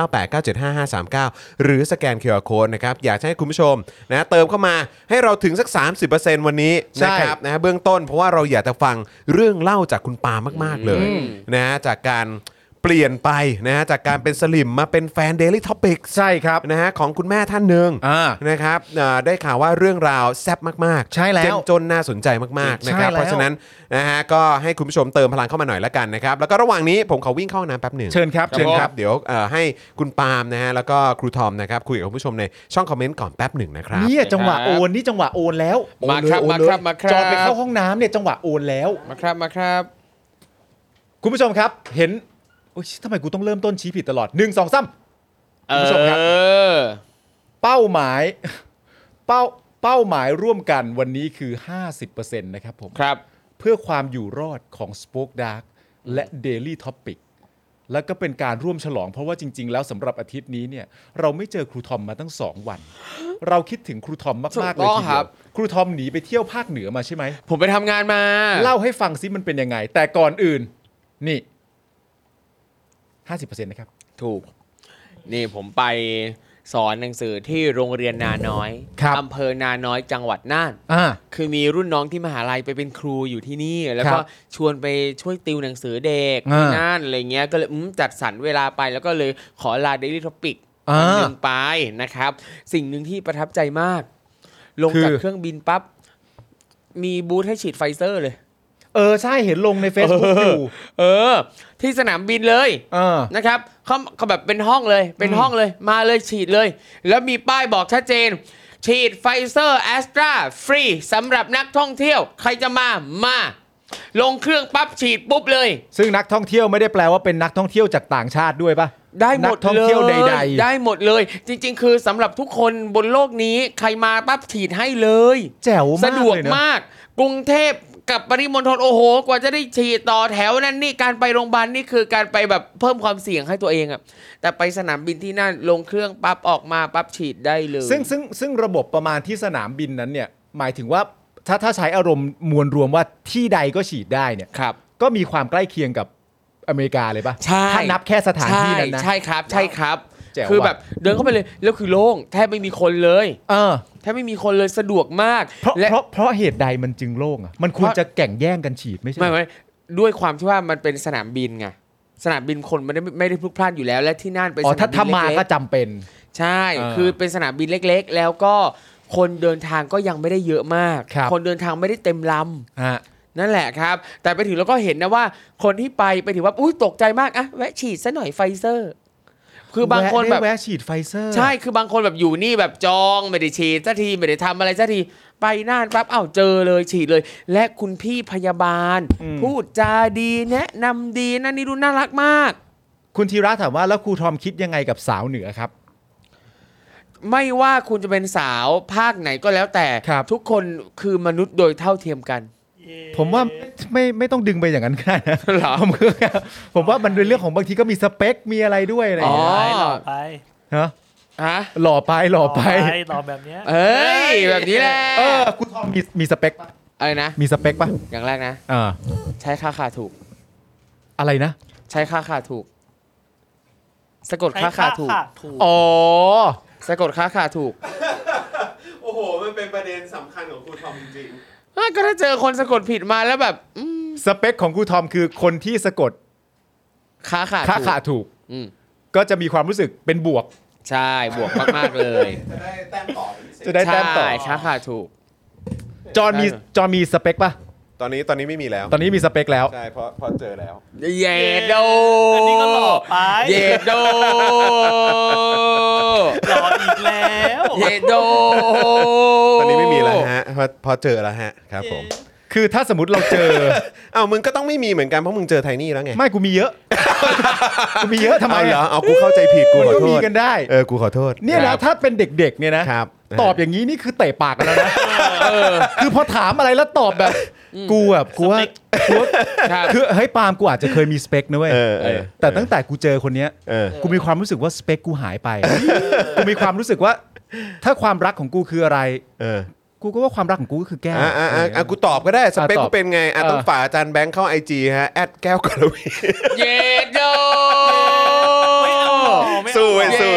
0698975539หรือสแกน QR Code นะครับอยากให้คุณผู้ชมนะเติมเข้ามาให้เราถึงสัก 30% วันนี้นะครับนะเบื้องต้นเพราะว่าเราอยากจะฟังเรื่องเล่าจากคุณปามากๆเลยนะจากการเปลี่ยนไปนะฮะจากการเป็นสลิมมาเป็นแฟน Daily Topics ใช่ครับนะฮะของคุณแม่ท่านหนึ่งนะครับได้ข่าวว่าเรื่องราวแซ่บมากๆใช่แล้วเจ้มจนน่าสนใจมากๆนะครับเพราะฉะนั้นนะฮะก็ให้คุณผู้ชมเติมพลังเข้ามาหน่อยละกันนะครับแล้วก็ระหว่างนี้ผมขอวิ่งเข้าห้องน้ำแป๊บหนึ่งเชิญครับเดี๋ยวให้คุณปาล์มนะฮะแล้วก็ครูทอมนะครับคุยกับคุณผู้ชมในช่องคอมเมนต์ก่อนแป๊บหนึ่งนะครับนี่จังหวะโอนนี่จังหวะโอนแล้วมาครับจอดไปเข้าห้องน้ำเนี่ยจังหวะโอนแล้วมาครับคุณผู้ชมครับเห็นทำไมกูต้องเริ่มต้นชี้ผิดตลอด1 2 3คุณผู้ชมครับเป้าหมายร่วมกันวันนี้คือ 50% นะครับผมครับเพื่อความอยู่รอดของ Spoke Dark และ Daily Topic แล้วก็เป็นการร่วมฉลองเพราะว่าจริงๆแล้วสำหรับอาทิตย์นี้เนี่ยเราไม่เจอครูทอมมาตั้ง2วันเราคิดถึงครูทอมมากๆเลยทีเดียวครูทอมหนีไปเที่ยวภาคเหนือมาใช่ไหมผมไปทำงานมาเล่าให้ฟังซิมันเป็นยังไงแต่ก่อนอื่นนี่50% นะครับถูกนี่ผมไปสอนหนังสือที่โรงเรียนนาน้อยอำเภอนาน้อยจังหวัดน่านคือมีรุ่นน้องที่มหาลัยไปเป็นครูอยู่ที่นี่แล้วก็ชวนไปช่วยติวหนังสือเด็กที่น่านอะไรเงี้ยก็เลยจัดสรรเวลาไปแล้วก็เลยขอลา Daily Topic วันนึงไปนะครับสิ่งหนึ่งที่ประทับใจมากลงจากเครื่องบินปั๊บมีบูธให้ฉีดไฟเซอร์เลยใช่เห็นลงใน Facebook อยู่ที่สนามบินเลยนะครับเขาแบบเป็นห้องเลยมาเลยฉีดเลยแล้วมีป้ายบอกชัดเจนฉีดไฟเซอร์แอสตราฟรีสำหรับนักท่องเที่ยวใครจะมาลงเครื่องปั๊บฉีดปุ๊บเลยซึ่งนักท่องเที่ยวไม่ได้แปลว่าเป็นนักท่องเที่ยวจากต่างชาติด้วยป่ะได้หมดท่องเที่ยวใดๆได้หมดเลยจริงๆคือสำหรับทุกคนบนโลกนี้ใครมาปั๊บฉีดให้เลยแจ๋วมากสะดวกมากกรุงเทพกับปริมณฑลโอ้โหกว่าจะได้ฉีดต่อแถวนั่นนี่การไปโรงพยาบาลนี่คือการไปแบบเพิ่มความเสี่ยงให้ตัวเองอ่ะแต่ไปสนามบินที่นั่นลงเครื่องปั๊บออกมาปั๊บฉีดได้เลยซึ่งระบบประมาณที่สนามบินนั้นเนี่ยหมายถึงว่าถ้าใช้อารมณ์มวลรวมว่าที่ใดก็ฉีดได้เนี่ยก็มีความใกล้เคียงกับอเมริกาเลยป่ะถ้านับแค่สถานที่นั้นนะใช่ครับคือแบบเดินเข้าไปเลยแล้วคือโล่งแทบไม่มีคนเลยแทบไม่มีคนเลยสะดวกมากเพราะเหตุใดมันจึงโล่งอ่ะมันควรจะแข่งแย่งกันฉีดไม่ใช่ไม่ด้วยความที่ว่ามันเป็นสนามบินไงสนามบินคนไม่ได้พลุกพล่านอยู่แล้วและที่นั่นเป็นสนามบินเล็กๆถ้ามาก็จำเป็นใช่คือเป็นสนามบินเล็กๆแล้วก็คนเดินทางก็ยังไม่ได้เยอะมากคนเดินทางไม่ได้เต็มลำนั่นแหละครับแต่ไปถึงแล้วก็เห็นนะว่าคนที่ไปถึงว่าอุ้ยตกใจมากอะแวะฉีดซะหน่อยไฟเซอร์คือบางคนแบบแวะฉีดไฟเซอร์ใช่คือบางคนแบบอยู่นี่แบบจองไม่ได้ฉีดสักทีไม่ได้ทำอะไรสักทีไปน่านปั๊บเจอเลยฉีดเลยและคุณพี่พยาบาลพูดจาดีแนะนำดีนั่นนี่ดูน่ารักมากคุณธีระถามว่าแล้วครูทอมคิดยังไงกับสาวเหนือครับไม่ว่าคุณจะเป็นสาวภาคไหนก็แล้วแต่ทุกคนคือมนุษย์โดยเท่าเทียมกันผมว่าไม่ต้องดึงไปอย่างนั้นก็ได้นะผมว่ามันเป็นเรื่องของบางทีก็มีสเปคมีอะไรด้วยอะไรอย่างเงี้ยหล่อไปฮะหล่อไปหล่อแบบเนี้ยแบบนี้แหละคุณทอมมีสเปคป่ะอะไรนะมีสเปคป่ะอย่างแรกนะใช้ค่าขาถูกอะไรนะใช้ค่าขาถูกสะกดค่าขาถูกสะกดค่าขาถูกโอ้โหมันเป็นประเด็นสำคัญของครูทอมจริงก็ถ้าเจอคนสะกดผิดมาแล้วแบบสเปคของครูทอมคือคนที่สะกดค่าขาถูกก็จะมีความรู้สึกเป็นบวกใช่บวกมากๆเลยจะได้แต้มต่อใช่ค่าขาถูกจอมีสเปคป่ะตอนนี้ไม่มีแล้วตอนนี้มีสเปคแล้วใช่เพราะเจอแล้วเยโดอันนี้ก็หล่อไปเยโดหล่ออีกแล้วเยโดตอนนี้ไม่มีแล้วฮะพอเจอแล้วฮะครับผมคือถ้าสมมติเราเจอมึงก็ต้องไม่มีเหมือนกันเพราะมึงเจอไทนี่แล้วไงไม่กูมีเยอะกูมีเยอะทำไมเอากูเข้าใจผิดกูขอโทษมีกันได้กูขอโทษเนี่ยแล้วถ้าเป็นเด็กๆเนี่ยนะตอบอย่างนี้นี่คือเตะปากกันแล้วนะคือพอถามอะไรแล้วตอบแบบกูว่าคือเฮ้ยปาล์มกูอาจจะเคยมีสเปคนะเว้ยแต่ตั้งแต่กูเจอคนเนี้ยกูมีความรู้สึกว่าสเปคกูหายไปกูมีความรู้สึกว่าถ้าความรักของกูคืออะไรกูก็ว่าความรักของกูก็คือแก้วกูตอบก็ได้สเปคกูเป็นไงต้องฝากอาจารย์แบงค์เข้า IG ฮะ@แก้วกรวีเยโดสู้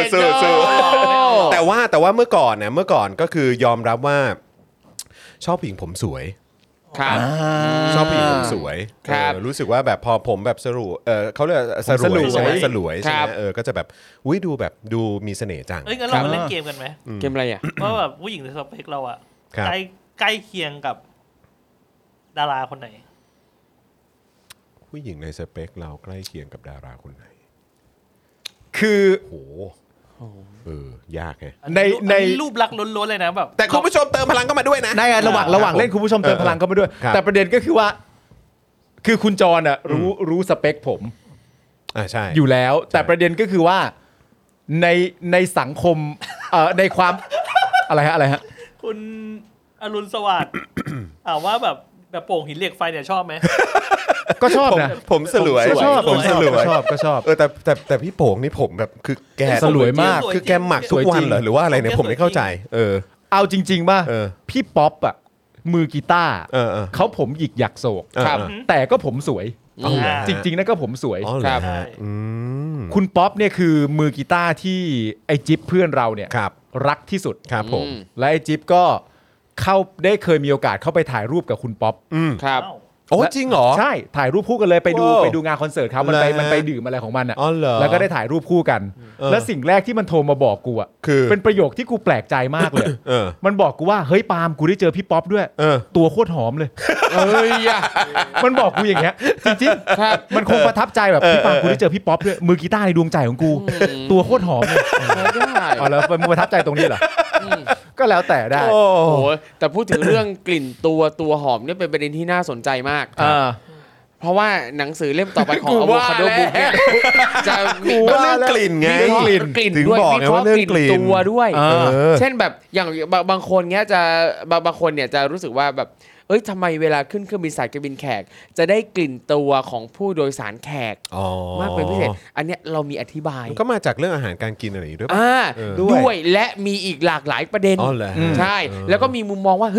แต่ว่าเมื่อก่อนก็คือยอมรับว่าชอบผู้หญิงผมสวยชอบผู้หญิงผมสวยรู้สึกว่าแบบพอผมแบบสรุปเขาเรียกสลวยใช่ไหมสลวยใช่ไหมก็จะแบบดูแบบดูมีเสน่ห์จังงั้นเรามาเล่นเกมกันไหมเกมอะไรอ่ะว่าแบบผู้หญิงในสเปคเราอ่ะใกล้เคียงกับดาราคนไหนผู้หญิงในสเปคเราใกล้เคียงกับดาราคนไหนคือโหยากไงในรูปลักษณ์ล้วนๆเลยนะแบบแต่คุณผู้ชมเติมพลังเข้ามาด้วยนะในระหว่างเล่นคุณผู้ชมเติมพลังเข้ามาด้วยแต่ประเด็นก็คือว่าคือคุณจรรู้สเปคผมใช่อยู่แล้วแต่ประเด็นก็คือว่าในสังคมในความอะไรฮะคุณอรุณสวัสดิ์ว่าแบบโป่งหินเหล็กไฟเนี่ยชอบไหมก็ชอบนะผมสลวยผมสลวยก็ชอบแต่พี่โป่งนี่ผมแบบคือแกสลวยมากคือแกหมักทุกวันเหรอหรือว่าอะไรเนี่ยผมไม่เข้าใจเอาจริงๆป่ะพี่ป๊อปอ่ะมือกีตาร์เขาผมหยิกหยักโศกแต่ก็ผมสวยจริงๆนะก็ผมสวยครับคุณป๊อปเนี่ยคือมือกีตาร์ที่ไอจิ๊บเพื่อนเราเนี่ยรักที่สุดครับผมและไอจิ๊บก็เคยมีโอกาสเข้าไปถ่ายรูปกับคุณป๊อปครับโอ้จริงเหรอใช่ถ่ายรูปคู่กันเลยไปดูงานคอนเสิร์ตเขามันไปดื่มอะไรของมันอ่ะแล้วก็ได้ถ่ายรูปคู่กันแล้วสิ่งแรกที่มันโทรมาบอกกูอ่ะเป็นประโยคที่กูแปลกใจมากเลยมันบอกกูว่าเฮ้ยปาล์มกูได้เจอพี่ป๊อปด้วยตัวโคตรหอมเลยมันบอกกูอย่างเงี้ยจริงๆมันคงประทับใจแบบพี่ปาล์มกูได้เจอพี่ป๊อปด้วยมือกีตาร์ในดวงใจของกูตัวโคตรหอมเลยอ๋อแล้วมันประทับใจตรงนี้เหรอก็แล้วแต่ได้โอ้โหแต่พูดถึงเรื่องกลิ่นตัวหอมเนี่ยเป็นประเด็นที่น่าสนใจมากเพราะว่าหนังสือเล่มต่อไปของ Avocado Book เนี่ยจะมีเรื่องกลิ่นไงกลิ่นด้วยวิเคราะห์กลิ่นตัวด้วยเช่นแบบอย่างบางคนเนี้ยจะบางคนเนี่ยจะรู้สึกว่าแบบทำไมเวลาขึ้นเครื่องบินสายการบินแขกจะได้กลิ่นตัวของผู้โดยสารแขกมากเป็นพิเศษอันเนี้ยเรามีอธิบายก็มาจากเรื่องอาหารการกินอะไรด้วยป่ะด้วยและมีอีกหลากหลายประเด็นใช่แล้วก็มีมุมมองว่าเฮ้ย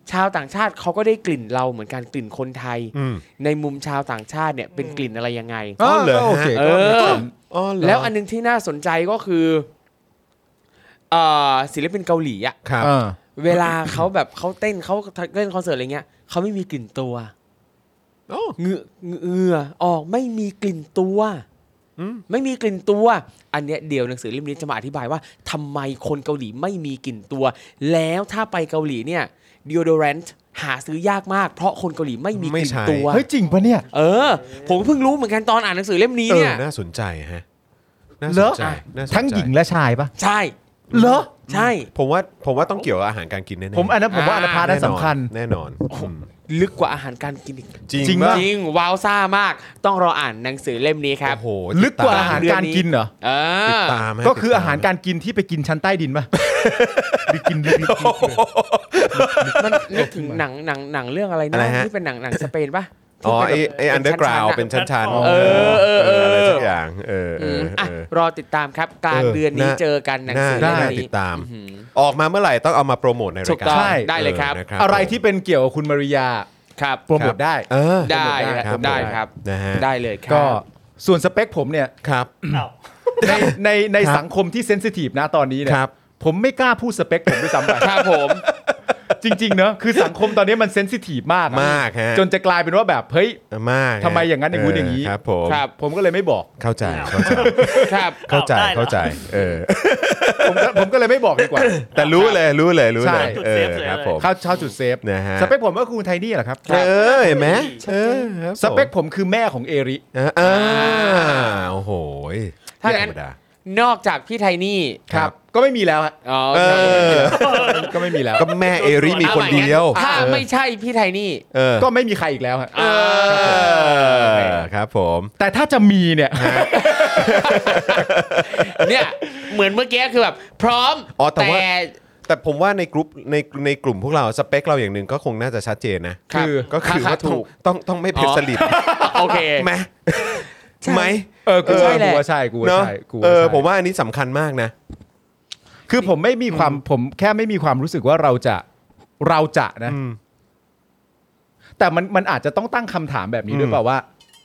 ชาวต่างชาติเขาก็ได้กลิ่นเราเหมือนกันกลิ่นคนไทยในมุมชาวต่างชาติเนี่ยเป็นกลิ่นอะไรยังไงอ๋อเหรอโอเคแล้วอันนึงที่น่าสนใจก็คือศิลปินเกาหลีอ่ะเวลาเขาแบบเขาเต้นเขาเล่นคอนเสิร์ตอะไรเงี้ยเขาไม่มีกลิ่นตัวเหงื่อออกไม่มีกลิ่นตัวไม่มีกลิ่นตัวอันเนี้ยเดี๋ยวหนังสือเล่มนี้จะมาอธิบายว่าทำไมคนเกาหลีไม่มีกลิ่นตัวแล้วถ้าไปเกาหลีเนี่ย deodorant หาซื้อยากมากเพราะคนเกาหลีไม่มีกลิ่นตัวเฮ้ยจริงปะเนี่ยผมเพิ่งรู้เหมือนกันตอนอ่านหนังสือเล่มนี้เนี่ยน่าสนใจฮะน่าสนใจทั้งหญิงและชายปะใช่เหรอใช่ผมว่าต้องเกี่ยวกับอาหารการกินแน่ๆผมว่าอันพาร์ทนั้นสำคัญแน่นอนลึกกว่าอาหารการกินอีกจริงจริงว้าวซ่ามากต้องรออ่านหนังสือเล่มนี้ครับลึกกว่าอาหารการกินเหรอติดตามก็คืออาหารการกินที่ไปกินชั้นใต้ดินป่ะไปกินลึกมันนึกถึงหนังเรื่องอะไรนะที่เป็นหนังสเปนป่ะไออันเดอร์กราวด์เป็นชั้นๆอะไรสักอย่างรอติดตามครับกลางเดือนนี้เจอกันหนังสือเล่มนี้ติดตามออกมาเมื่อไหร่ต้องเอามาโปรโมทในรายการได้เลยครับอะไรที่เป็นเกี่ยวกับคุณมาริยาครับโปรโมทได้ได้ครับได้เลยครับก็ส่วนสเปคผมเนี่ยครับในสังคมที่เซนซิทีฟนะตอนนี้เนี่ยผมไม่กล้าพูดสเปคผมด้วยซ้ำไปครับผมจริงๆเนอะคือสังคมตอนนี้มันเซนซิทีฟมากจนจะกลายเป็นว่าแบบเฮ้ยทำไมอย่างนั้นอย่างงู้นอย่างนี้ครับผมก็เลยไม่บอกเข้าใจครับเข้าใจผมก็เลยไม่บอกดีกว่าแต่รู้เลยครับผมเข้าจุดเซฟนะฮะสเปคผมก็คือไทนี่แหละครับเห็นไหมสเปคผมคือแม่ของเอริโอ้โหถ้างั้นนอกจากพี่ไทนี่ครับก็ไม่มีแล้วฮะก็ไม่มีแล้วก็แม่เอริมีคนเดียวถ้าไม่ใช่พี่ไทนี่ก็ไม่มีใครอีกแล้วฮะครับผมแต่ถ้าจะมีเนี่ยเหมือนเมื่อกี้คือแบบพร้อมแต่ผมว่าในกลุ่มพวกเราสเปคเราอย่างหนึ่งก็คงน่าจะชัดเจนนะก็คือว่าต้องไม่เผ็ดสลิดโอเคไหมกูใช่แหละกูใช่ผมว่าอันนี้สำคัญมากนะคือผมแค่ไม่มีความรู้สึกว่าเราจะนะแต่มันอาจจะต้องตั้งคำถามแบบนี้ด้วยเปล่าว่า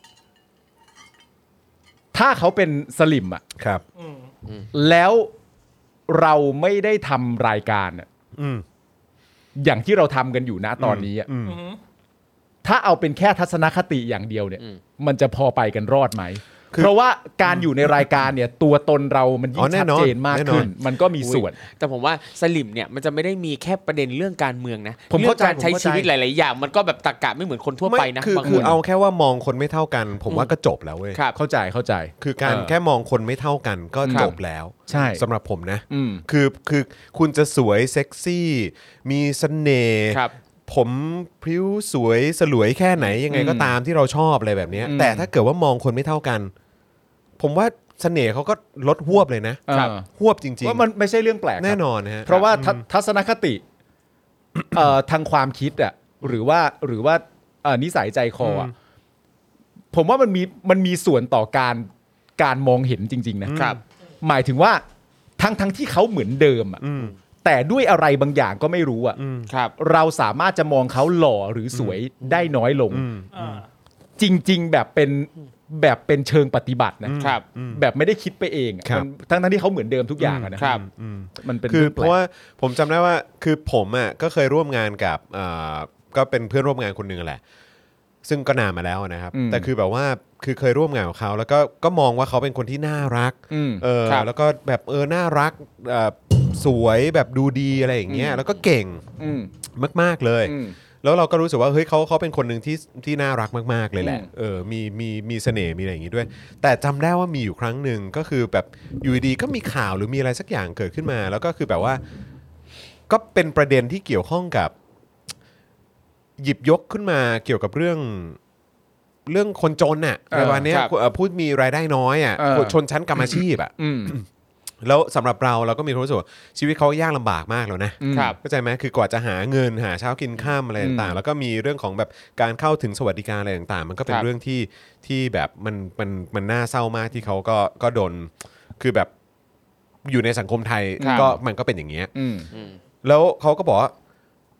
ถ้าเขาเป็นสลิมอ่ะครับแล้วเราไม่ได้ทำรายการอย่างที่เราทำกันอยู่นะตอนนี้อ่ะถ้าเอาเป็นแค่ทัศนคติอย่างเดียวเนี่ยมันจะพอไปกันรอดไหมเพราะว่าการอยู่ในรายการเนี่ยตัวตนเรามันยิ่งชัดเจนมากขึ้นมันก็มีส่วนแต่ผมว่าสลิมเนี่ยมันจะไม่ได้มีแค่ประเด็นเรื่องการเมืองนะเรื่องการใช้ชีวิตหลายๆอย่างมันก็แบบตรรกะไม่เหมือนคนทั่วไปนะคือเอาแค่ว่ามองคนไม่เท่ากันผมว่าก็จบแล้วเว้ยเข้าใจคือการแค่มองคนไม่เท่ากันก็จบแล้วใช่สำหรับผมนะคือคุณจะสวยเซ็กซี่มีเสน่ห์ผมพริ้วสวยสลวยแค่ไหนยังไงก็ตามที่เราชอบอะไรแบบนี้แต่ถ้าเกิดว่ามองคนไม่เท่ากันผมว่าเสน่ห์เขาก็ลดหวบเลยนะหวบจริงๆว่ามันไม่ใช่เรื่องแปลกแน่นอนฮะเพราะว่าทัศนคติทางความคิดอ่ะหรือว่านิสัยใจคออ่ะผมว่ามันมีส่วนต่อการมองเห็นจริงๆนะครับหมายถึงว่าทั้งที่เขาเหมือนเดิมอ่ะแต่ด้วยอะไรบางอย่างก็ไม่รู้อ่ะเราสามารถจะมองเขาหล่อหรือสวยได้น้อยลงจริงๆแบบเป็นเชิงปฏิบัตินะครับแบบไม่ได้คิดไปเองทั้งที่เขาเหมือนเดิมทุกอย่างนะครับมันเป็นคือเพราะว่าผมจำได้ว่าคือผมอ่ะก็เคยร่วมงานกับก็เป็นเพื่อนร่วมงานคนหนึ่งแหละซึ่งก็นานมาแล้วนะครับแต่คือแบบว่าคือเคยร่วมงานกับเขาแล้วก็มองว่าเขาเป็นคนที่น่ารักแล้วก็แบบน่ารักสวยแบบดูดีอะไรอย่างเงี้ยแล้วก็เก่งมากๆเลยแล้วเราก็รู้สึกว่าเฮ้ยเขาเป็นคนหนึ่งที่น่ารักมากๆเลยแหละมีเสน่ห์มีอะไรอย่างงี้ด้วยแต่จำได้ว่ามีอยู่ครั้งหนึ่งก็คือแบบอยู่ดีก็มีข่าวหรือมีอะไรสักอย่างเกิดขึ้นมาแล้วก็คือแบบว่าก็เป็นประเด็นที่เกี่ยวข้องกับหยิบยกขึ้นมาเกี่ยวกับเรื่องคนจนน่ะในวันนี้พูดมีรายได้น้อยอ่ะชนชั้นกรรมอาชีพอ่ะแล้วสำหรับเราก็มีความรู้สึกว่าชีวิตเขายากลำบากมากแล้วนะเข้าใจไหมคือกว่าจะหาเงินหาเช้ากินข้ามอะไรต่างๆแล้วก็มีเรื่องของแบบการเข้าถึงสวัสดิการอะไรต่างๆมันก็เป็นเรื่องที่แบบมันน่าเศร้ามากที่เขาก็โดนคือแบบอยู่ในสังคมไทยก็มันก็เป็นอย่างเงี้ยแล้วเขาก็บอกว่า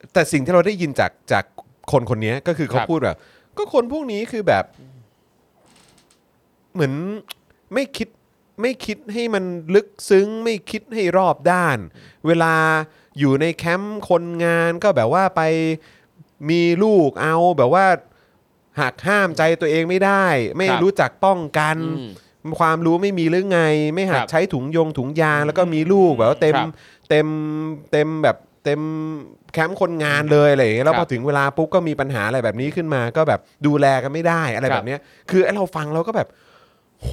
แต่สิ่งที่เราได้ยินจากคนนี้ก็คือเขาพูดแบบก็คนพวกนี้คือแบบเหมือนไม่คิดให้มันลึกซึ้งไม่คิดให้รอบด้านเวลาอยู่ในแคมป์คนงานก็แบบว่าไปมีลูกเอาแบบว่าหักห้ามใจตัวเองไม่ได้ไม่รู้จักป้องกันความรู้ไม่มีหรือไงไม่หัดใช้ถุงยางแล้วก็มีลูกแบบว่าเต็มแบบเต็มแคมป์คนงานเลยอะไรอย่างเงี้ยแล้วพอถึงเวลาปุ๊บก็มีปัญหาอะไรแบบนี้ขึ้นมาก็แบบดูแลกันไม่ได้อะไรแบบเนี้ยคือไอ้เราฟังเราก็แบบโห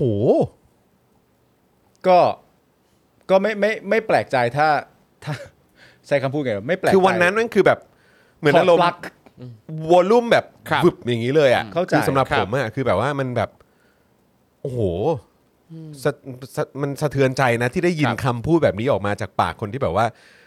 ก็ไม่แปลกใจถ้าใช้คำพูดไงไม่แปลกใจคือวันนั้นนั่นคือแบบเหมือนอารมณ์วอลลุ่มแบบวึบอย่างนี้เลยอ่ะคือสำหรับผมอ่ะคือแบบว่ามันแบบโอ้โหมันสะเทือนใจนะที่ได้ยินคำพูดแบบนี้ออกมาจากปากคนที่แบบว่า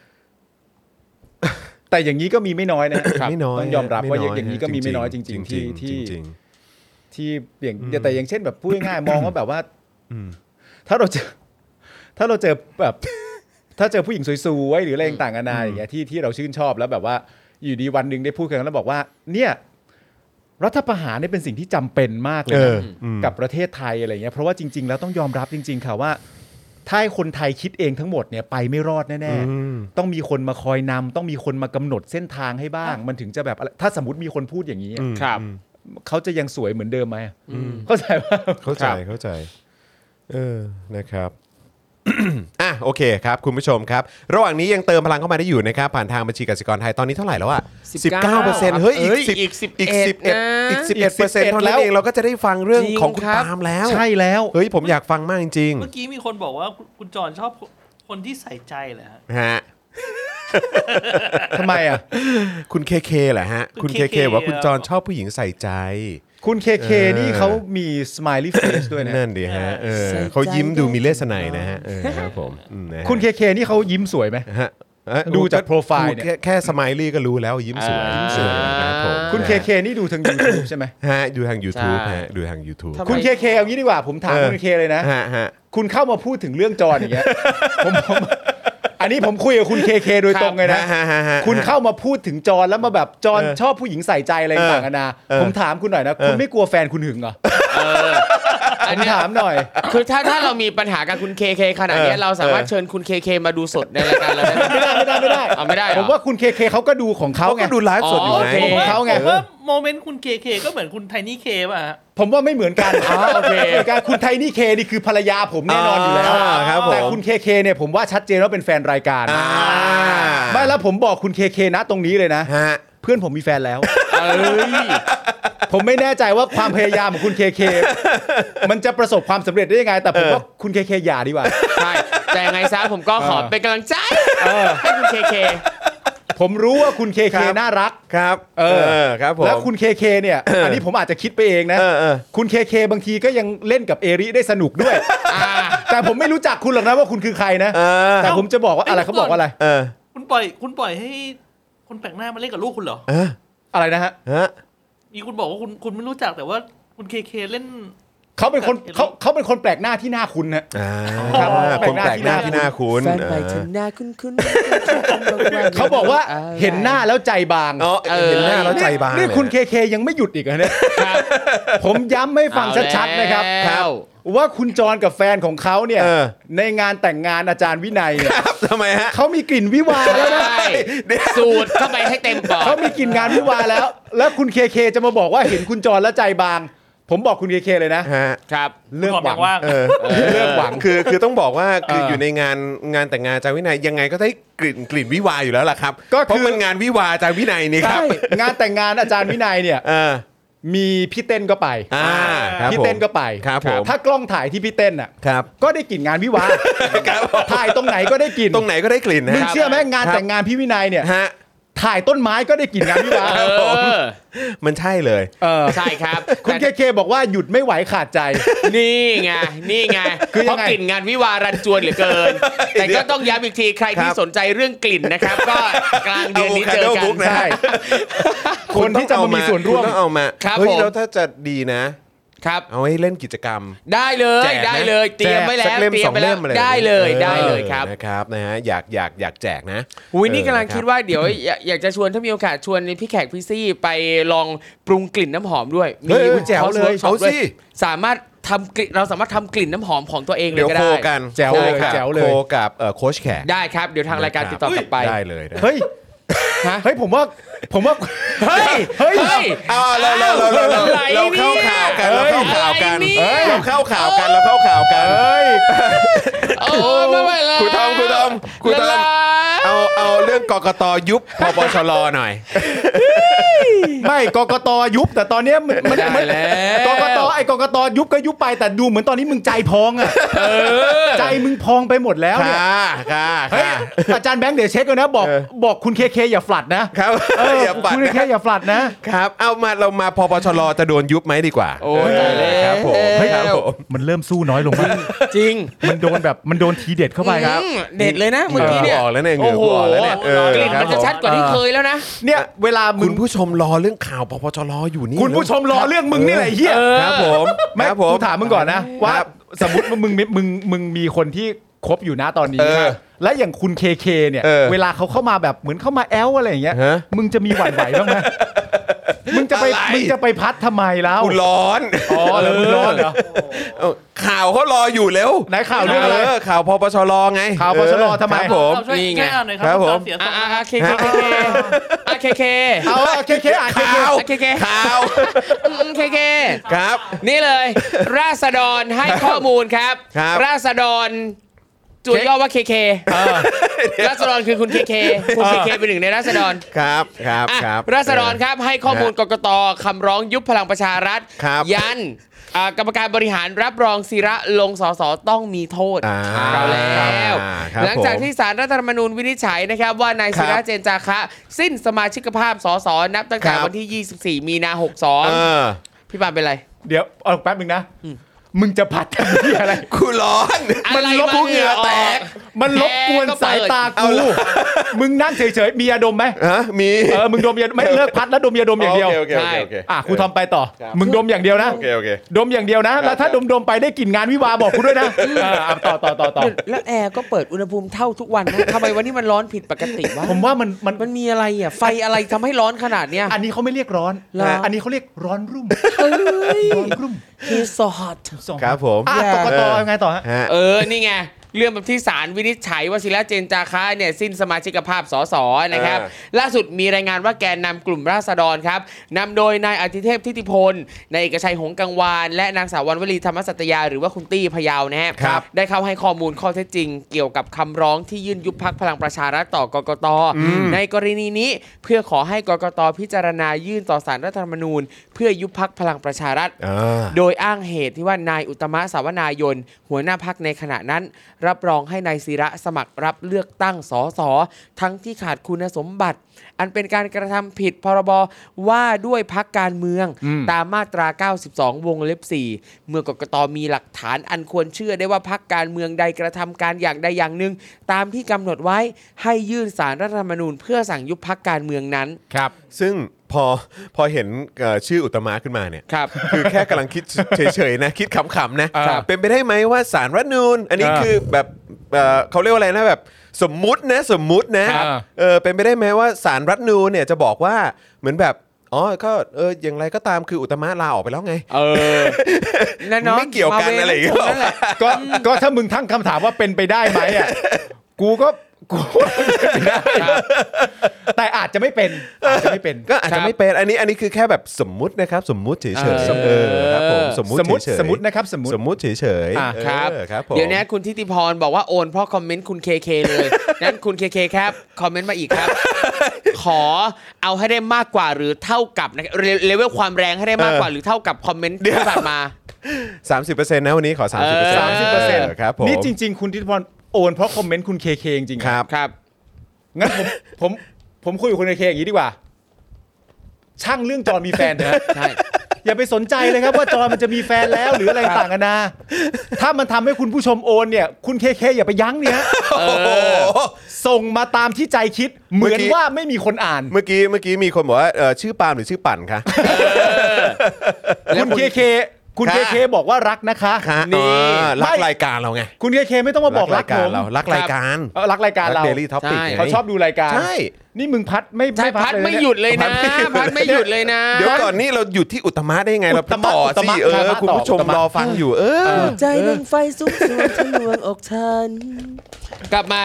แต่อย่างนี้ก็มีไม่น้อยนะไม่น้อยต้องยอมรับว่าอย่างนี้ก็มีไม่น้อยจริงๆที่อย่างแต่อย่างเช่นแบบพูดง่ายๆมองว่าแบบว่าถ้าเราเจอแบบถ้าเจอผู้หญิงสวยๆหรืออะไรต่างๆนานาอย่างเงี้ยที่เราชื่นชอบแล้วแบบว่าอยู่ดีวันนึงได้พูดกันแล้วบอกว่าเนี่ยรัฐประหารเนี่ยเป็นสิ่งที่จำเป็นมากเลยนะกับประเทศไทยอะไรเงี้ยเพราะว่าจริงๆแล้วต้องยอมรับจริงๆค่ะว่าถ้าคนไทยคิดเองทั้งหมดเนี่ยไปไม่รอดแน่ๆต้องมีคนมาคอยนำต้องมีคนมากำหนดเส้นทางให้บ้างมันถึงจะแบบถ้าสมมติมีคนพูดอย่างนี้เขาจะยังสวยเหมือนเดิมไหมเข้าใจว่าเข้าใจนะครับ โอเคครับคุณผู้ชมครับระหว่างนี้ยังเติมพลังเข้ามาได้อยู่นะครับผ่านทางบัญชีกสิกรไทยตอนนี้เท่าไหร่แล้วอ่ะ 19% เฮ้ยอีก 11% เท่านั้นเองเราก็จะได้ฟังเรื่องของคุณปาล์มแล้วใช่แล้วเฮ้ยผมอยากฟังมากจริงๆเมื่อกี้มีคนบอกว่าคุณจอนชอบคนที่ใส่ใจเหรอฮะทำไมอ่ะคุณเคเหรอฮะคุณเคว่าคุณจอนชอบผู้หญิงใส่ใจคุณเคนี่เขามี smiley face ด้วยนะนั่นดิฮะเขายิ้มดูมีเลสไนนะฮะครับผมคุณเคนี่เขายิ้มสวยไหมดูจากโปรไฟล์เนี่ยแค่สไมลี่ก็รู้แล้วยิ้มสวยครับผมคุณเคนี่ดูทาง YouTube ใช่ไหมฮะดูทาง YouTube ฮะดูทาง YouTube คุณเคเอางี้ดีกว่าผมถามคุณเคเลยนะคุณเข้ามาพูดถึงเรื่องจอนอย่างเงี้ยผมอันนี้ผมคุยกับคุณเคโดยตรงเลยนะคุณเข้ามาพูดถึงจอนแล้วมาแบบจอนชอบผู้หญิงใส่ใจอะไรต่างๆนาผมถามคุณหน่อยนะคุณไม่กลัวแฟนคุณหึงเหรอผมถามหน่อยคือถ้าเรามีปัญหากับคุณเคขนาดนี้เราสามารถเชิญคุณเคมาดูสดในรายการเราได้ไม่ได้ผมว่าคุณเคเขาก็ดูของเขาไงก็ดูไลฟ์สดอยู่ไงของเขาไงว่าโมเมนต์คุณเคก็เหมือนคุณไทนี่เคป่ะผมว่าไม่เหมือนกันโอเคคุณไทนี่เคนี่คือภรรยาผมแน่นอนอยู่แล้วแต่คุณเคเนี่ยผมว่าชัดเจนว่าเป็นแฟนรายการไม่แล้วผมบอกคุณเคนะตรงนี้เลยนะเพื่อนผมมีแฟนแล้วผมไม่แน่ใจว่าความพยายามของคุณเคมันจะประสบความสำเร็จได้ยังไงแต่ผมว่าคุณเคอย่าดีกว่าใช่แต่ยังไงซะผมก็ขอเป็นกำลังใจให้คุณเคผมรู้ว่าคุณเคน่ารักครับครับผมแล้วคุณเคเนี่ยอันนี้ผมอาจจะคิดไปเองนะคุณเคบางทีก็ยังเล่นกับเอริได้สนุกด้วยแต่ผมไม่รู้จักคุณหรอกนะว่าคุณคือใครนะแต่ผมจะบอกว่าอะไรเขาบอกว่าอะไรคุณปล่อยให้คนแปลกหน้ามาเล่นกับลูกคุณเหรออะไรนะฮะนี่คุณบอกว่าคุณไม่รู้จักแต่ว่าคุณเคเล่นเขาเป็นคนแปลกหน้าที่หน้าคุณนะคนแปลกหน้าที่หน้าคุณแฟนใหม่ถึงหน้าคุณเขาบอกว่าเห็นหน้าแล้วใจบางเห็นหน้าแล้วใจบางนี่คุณเคยังไม่หยุดอีกนะผมย้ำให้ฟังชัดๆนะครับว่าคุณจอนกับแฟนของเขาเนี่ยในงานแต่งงานอาจารย์วินัยเนี่ยทำไมฮะเขามีกลิ่นวิวาแล้วนะสูตรเข้าไปให้เต็มปอดเขามีกลิ่นงานวิวาแล้วคุณเคจะมาบอกว่าเห็นคุณจอนแล้วใจบางผมบอกคุณเคเลยนะครับเรื่องหวังเรื่องหวังคือต้องบอกว่าคืออยู่ในงานแต่งงานอาจารย์วินัยยังไงก็ได้กลิ่นวิวาอยู่แล้วล่ะครับเพราะมันงานวิวาอาจารย์วินัยนี่ครับงานแต่งงานอาจารย์วินัยเนี่ยมีพี่เต้นก็ไปพี่เต้นก็ไปถ้ากล้องถ่ายที่พี่เต้นอ่ะก็ได้กลิ่นงานวิวาถ่ายตรงไหนก็ได้กลิ่นตรงไหนก็ได้กลิ่นมึงเชื่อไหมงานแต่งงานพี่วินัยเนี่ยถ่ายต้นไม้ก็ได้กลิ่นงานวิวามันใช่เลยใช่ครับคุณเคบอกว่าหยุดไม่ไหวขาดใจนี่ไงเพราะกลิ่นงานวิวารันจวนเหลือเกินแต่ก็ต้องย้ำอีกทีใครที่สนใจเรื่องกลิ่นนะครับก็กลางเดือนนี้เจอกันใช่คนที่จะมามีส่วนร่วมต้องเอามาเฮ้ยแล้วถ้าจะดีนะครับเอาไว้เล่นกิจกรรมได้เลยได้เลยเตรียมไว้แล้วเตรียมไปแล้วได้เลยได้เลยครับนะครับนะฮะอยากแจกนะอุ้ยนี่กำลังคิดว่าเดี๋ยวอยากจะชวนถ้ามีโอกาสชวนพี่แขกพี่ซี่ไปลองปรุงกลิ่นน้ำหอมด้วยมีแจ๋วเลยเอาสิสามารถเราสามารถทำกลิ่นน้ำหอมของตัวเองเลยก็ได้เดี๋ยวโคกันแจ๋วเลยโคกับโค้ชแขกได้ครับเดี๋ยวทางรายการติดต่อกลับไปได้เลยเฮ้ยผมว่าเฮ้ยเราเข้าข่าวกันเราเข้าข่าวกันเฮ้ยโอ้ไม่ไหวแล้วคุณทอมเอาเรื่องกกตยุบพปชรหน่อยไม่กกตยุบแต่ตอนนี้มันกกตยุบก็ยุบไปแต่ดูเหมือนตอนนี้มึงใจพองอ่ะใจมึงพองไปหมดแล้วเนี่ยเฮ้ยอาจารย์แบงค์เดี๋ยวเช็คกันนะบอกคุณเคอย่าฟลัดนะครับคุณเคอย่าฟลัดนะครับเอามาเรามาพปชรจะโดนยุบไหมดีกว่าโอ้ยตายแล้วครับผมมันเริ่มสู้น้อยลงจริงมันโดนทีเด็ดเข้าไปครับเด็ดเลยนะเมื่อกี้เนี่ยออกแล้วเนี่ยเหงื่อออกแล้วเนี่ยกลิ่นมันจะชัดกว่าที่เคยแล้วนะเนี่ยเวลาคุณผู้ชมรอเรื่องข่าวพปชรอยู่นี่คุณผู้ชมรอเรื่องมึงนี่แหละเหี้ยครับผมกูถามมึงก่อนนะว่าสมมติมึงมีคนที่คบอยู่นะตอนนี้และอย่างคุณเคเนี่ยเวลาเขาเข้ามาแบบเหมือนเข้ามาแอลอะไรอย่างเงี้ยมึงจะมีหวั่นไหวบ้างไหมมึงจะไปพัดทำไมแล้วกูร้อนแล้วมึงร้อนเหรอข่าวเขารออยู่แล้วไหนข่าวเรื่องอะไรข่าวพปชรไงข่าวพปชรทำไมผมนี่ไงครับผมเคเอาเคข่าวเคครับนี่เลยราษฎรให้ข้อมูลครับราษฎรจุดย่อว่าเคราษฎรคือคุณเคคุณเคเป็นหนึ่งในราษฎรครับราษฎรครับให้ข้อมูลกกต.คำร้องยุบพลังประชารัฐยันกรรมการบริหารรับรองศิระลงสสต้องมีโทษเอาแล้วหลังจากที่ศาลรัฐธรรมนูญวินิจฉัยนะครับว่านายศิระเจนจาคะสิ้นสมาชิกภาพสสนับตั้งแต่วันที่24มีนา62พี่ปานเป็นไรเดี๋ยวเอาแป๊บนึงนะมึงจะผัดกันที่อะไรกูร้อนมันลบกูเหงื่อแตกมันลบกวนสายตากูมึงนั่งเฉยๆมียาดมไหมมีมึงดมยาไม่เลิกพัดแล้วดมยาดมอย่างเดียวใช่ครูทอมไปต่อมึงดมอย่างเดียวนะดมอย่างเดียวนะแล้วถ้าดมไปได้กลิ่นงานวิวาบอกกูด้วยนะต่อแล้วแอร์ก็เปิดอุณหภูมิเท่าทุกวันนะทำไมวันนี้มันร้อนผิดปกติวะผมว่ามันมีอะไรอ่ะไฟอะไรทำให้ร้อนขนาดเนี้ยอันนี้เขาไม่เรียกร้อนอันนี้เขาเรียกร้อนรุ่ม He's so hot ครับผมกกตยังไงต่อฮะนี่ไงเรื่องแบบที่ศาลวินิจฉัยว่าศิระเจนจาคะเนี่ยสิ้นสมาชิกภาพสสนะครับล่าสุดมีรายงานว่าแกนนำกลุ่มราษฎรครับนำโดยนายอธิเทพทิติพลนายเอกชัยหงส์กังวานและนางสาววรรณวลีธรรมสัตยาหรือว่าคุณตี้พะเยานะครับได้เข้าให้ข้อมูลข้อเท็จจริงเกี่ยวกับคำร้องที่ยื่นยุบพรรคพลังประชารัฐต่อกกต.ในกรณีนี้เพื่อขอให้กกต.พิจารณายื่นต่อศาลรัฐธรรมนูญเพื่อยุบพรรคพลังประชารัฐโดยอ้างเหตุที่ว่านายอุตมะสาวนายนหัวหน้าพรรคในขณะนั้นรับรองให้นายศิระสมัครรับเลือกตั้งสสทั้งที่ขาดคุณสมบัติอันเป็นการกระทำผิดพรบว่าด้วยพรรคการเมืองตามมาตรา92วงเล็บ4เมื่อกกตมีหลักฐานอันควรเชื่อได้ว่าพรรคการเมืองใดกระทำการอย่างใดอย่างหนึ่งตามที่กำหนดไว้ให้ยื่นศาลรัฐธรรมนูญเพื่อสั่งยุบพรรคการเมืองนั้นครับซึ่งพอเห็นชื่ออุตมะขึ้นมาเนี่ยคือแค่กำลังคิดเฉยๆนะคิดขำๆนะเป็นไปได้ไหมว่าศาลรัฐธรรมนูญอันนี้คือแบบเขาเรียกว่าอะไรนะแบบสมมุตินะเป็นไปได้ไหมว่าศาลรัฐธรรมนูญเนี่ยจะบอกว่าเหมือนแบบก็อย่างไรก็ตามคืออุตมะลาออกไปแล้วไงไม่เกี่ยวกันอะไรอย่างเงี้ยก็ถ้ามึงทั้งคำถามว่าเป็นไปได้ไหมอ่ะกูไม่ได้แต่อาจจะไม่เป็นก็อาจจะไม่เป็นอันนี้คือแค่แบบสมมุตินะครับสมมุติเฉยๆครับผมสมมุตินะครับสมมุติเฉยๆครับเดี๋ยวนี้คุณทิติพรบอกว่าโอนเพราะคอมเมนต์คุณเคเลยงั้นคุณเคครับคอมเมนต์มาอีกครับขอเอาให้ได้มากกว่าหรือเท่ากับเลเวลความแรงให้ได้มากกว่าหรือเท่ากับคอมเมนต์ที่ผ่านมา 30% นะวันนี้ขอ 30% ครับผมนี่จริงๆคุณทิติพรโอนเพราะคอมเมนต์คุณเคจริงๆครับงั้นผมคุยกับคุณเคอย่างนี้ดีกว่าช่างเรื่องจอมีแฟนเถอะใช่อย่าไปสนใจเลยครับว่าจอมันจะมีแฟนแล้วหรืออะไรต่างกันนะถ้ามันทำให้คุณผู้ชมโอนเนี่ยคุณเคอย่าไปยั้งเนี่ยส่งมาตามที่ใจคิดเหมือนว่าไม่มีคนอ่านเมื่อกี้มีคนบอกว่าชื่อปาล์มหรือชื่อปั่นคะคุณเคคุณเคเคบอกว่ารักนะคะนี่รักรายการเราไงคุณเคเคไม่ต้องมาบอกรักผมรักรายการรักรายการเรา Daily Topic เขาชอบดูรายการใช่นี่มึงพัดไม่พัดไม่หยุดเลยนะพัดไม่หยุดเลยนะเดี๋ยวก่อนนี่เราหยุดที่อุตมะได้ไงเราต่อสิคุณผู้ชมรอฟังอยู่ใจเร่งไฟสูงสุดทะลวงอกฉันกลับมา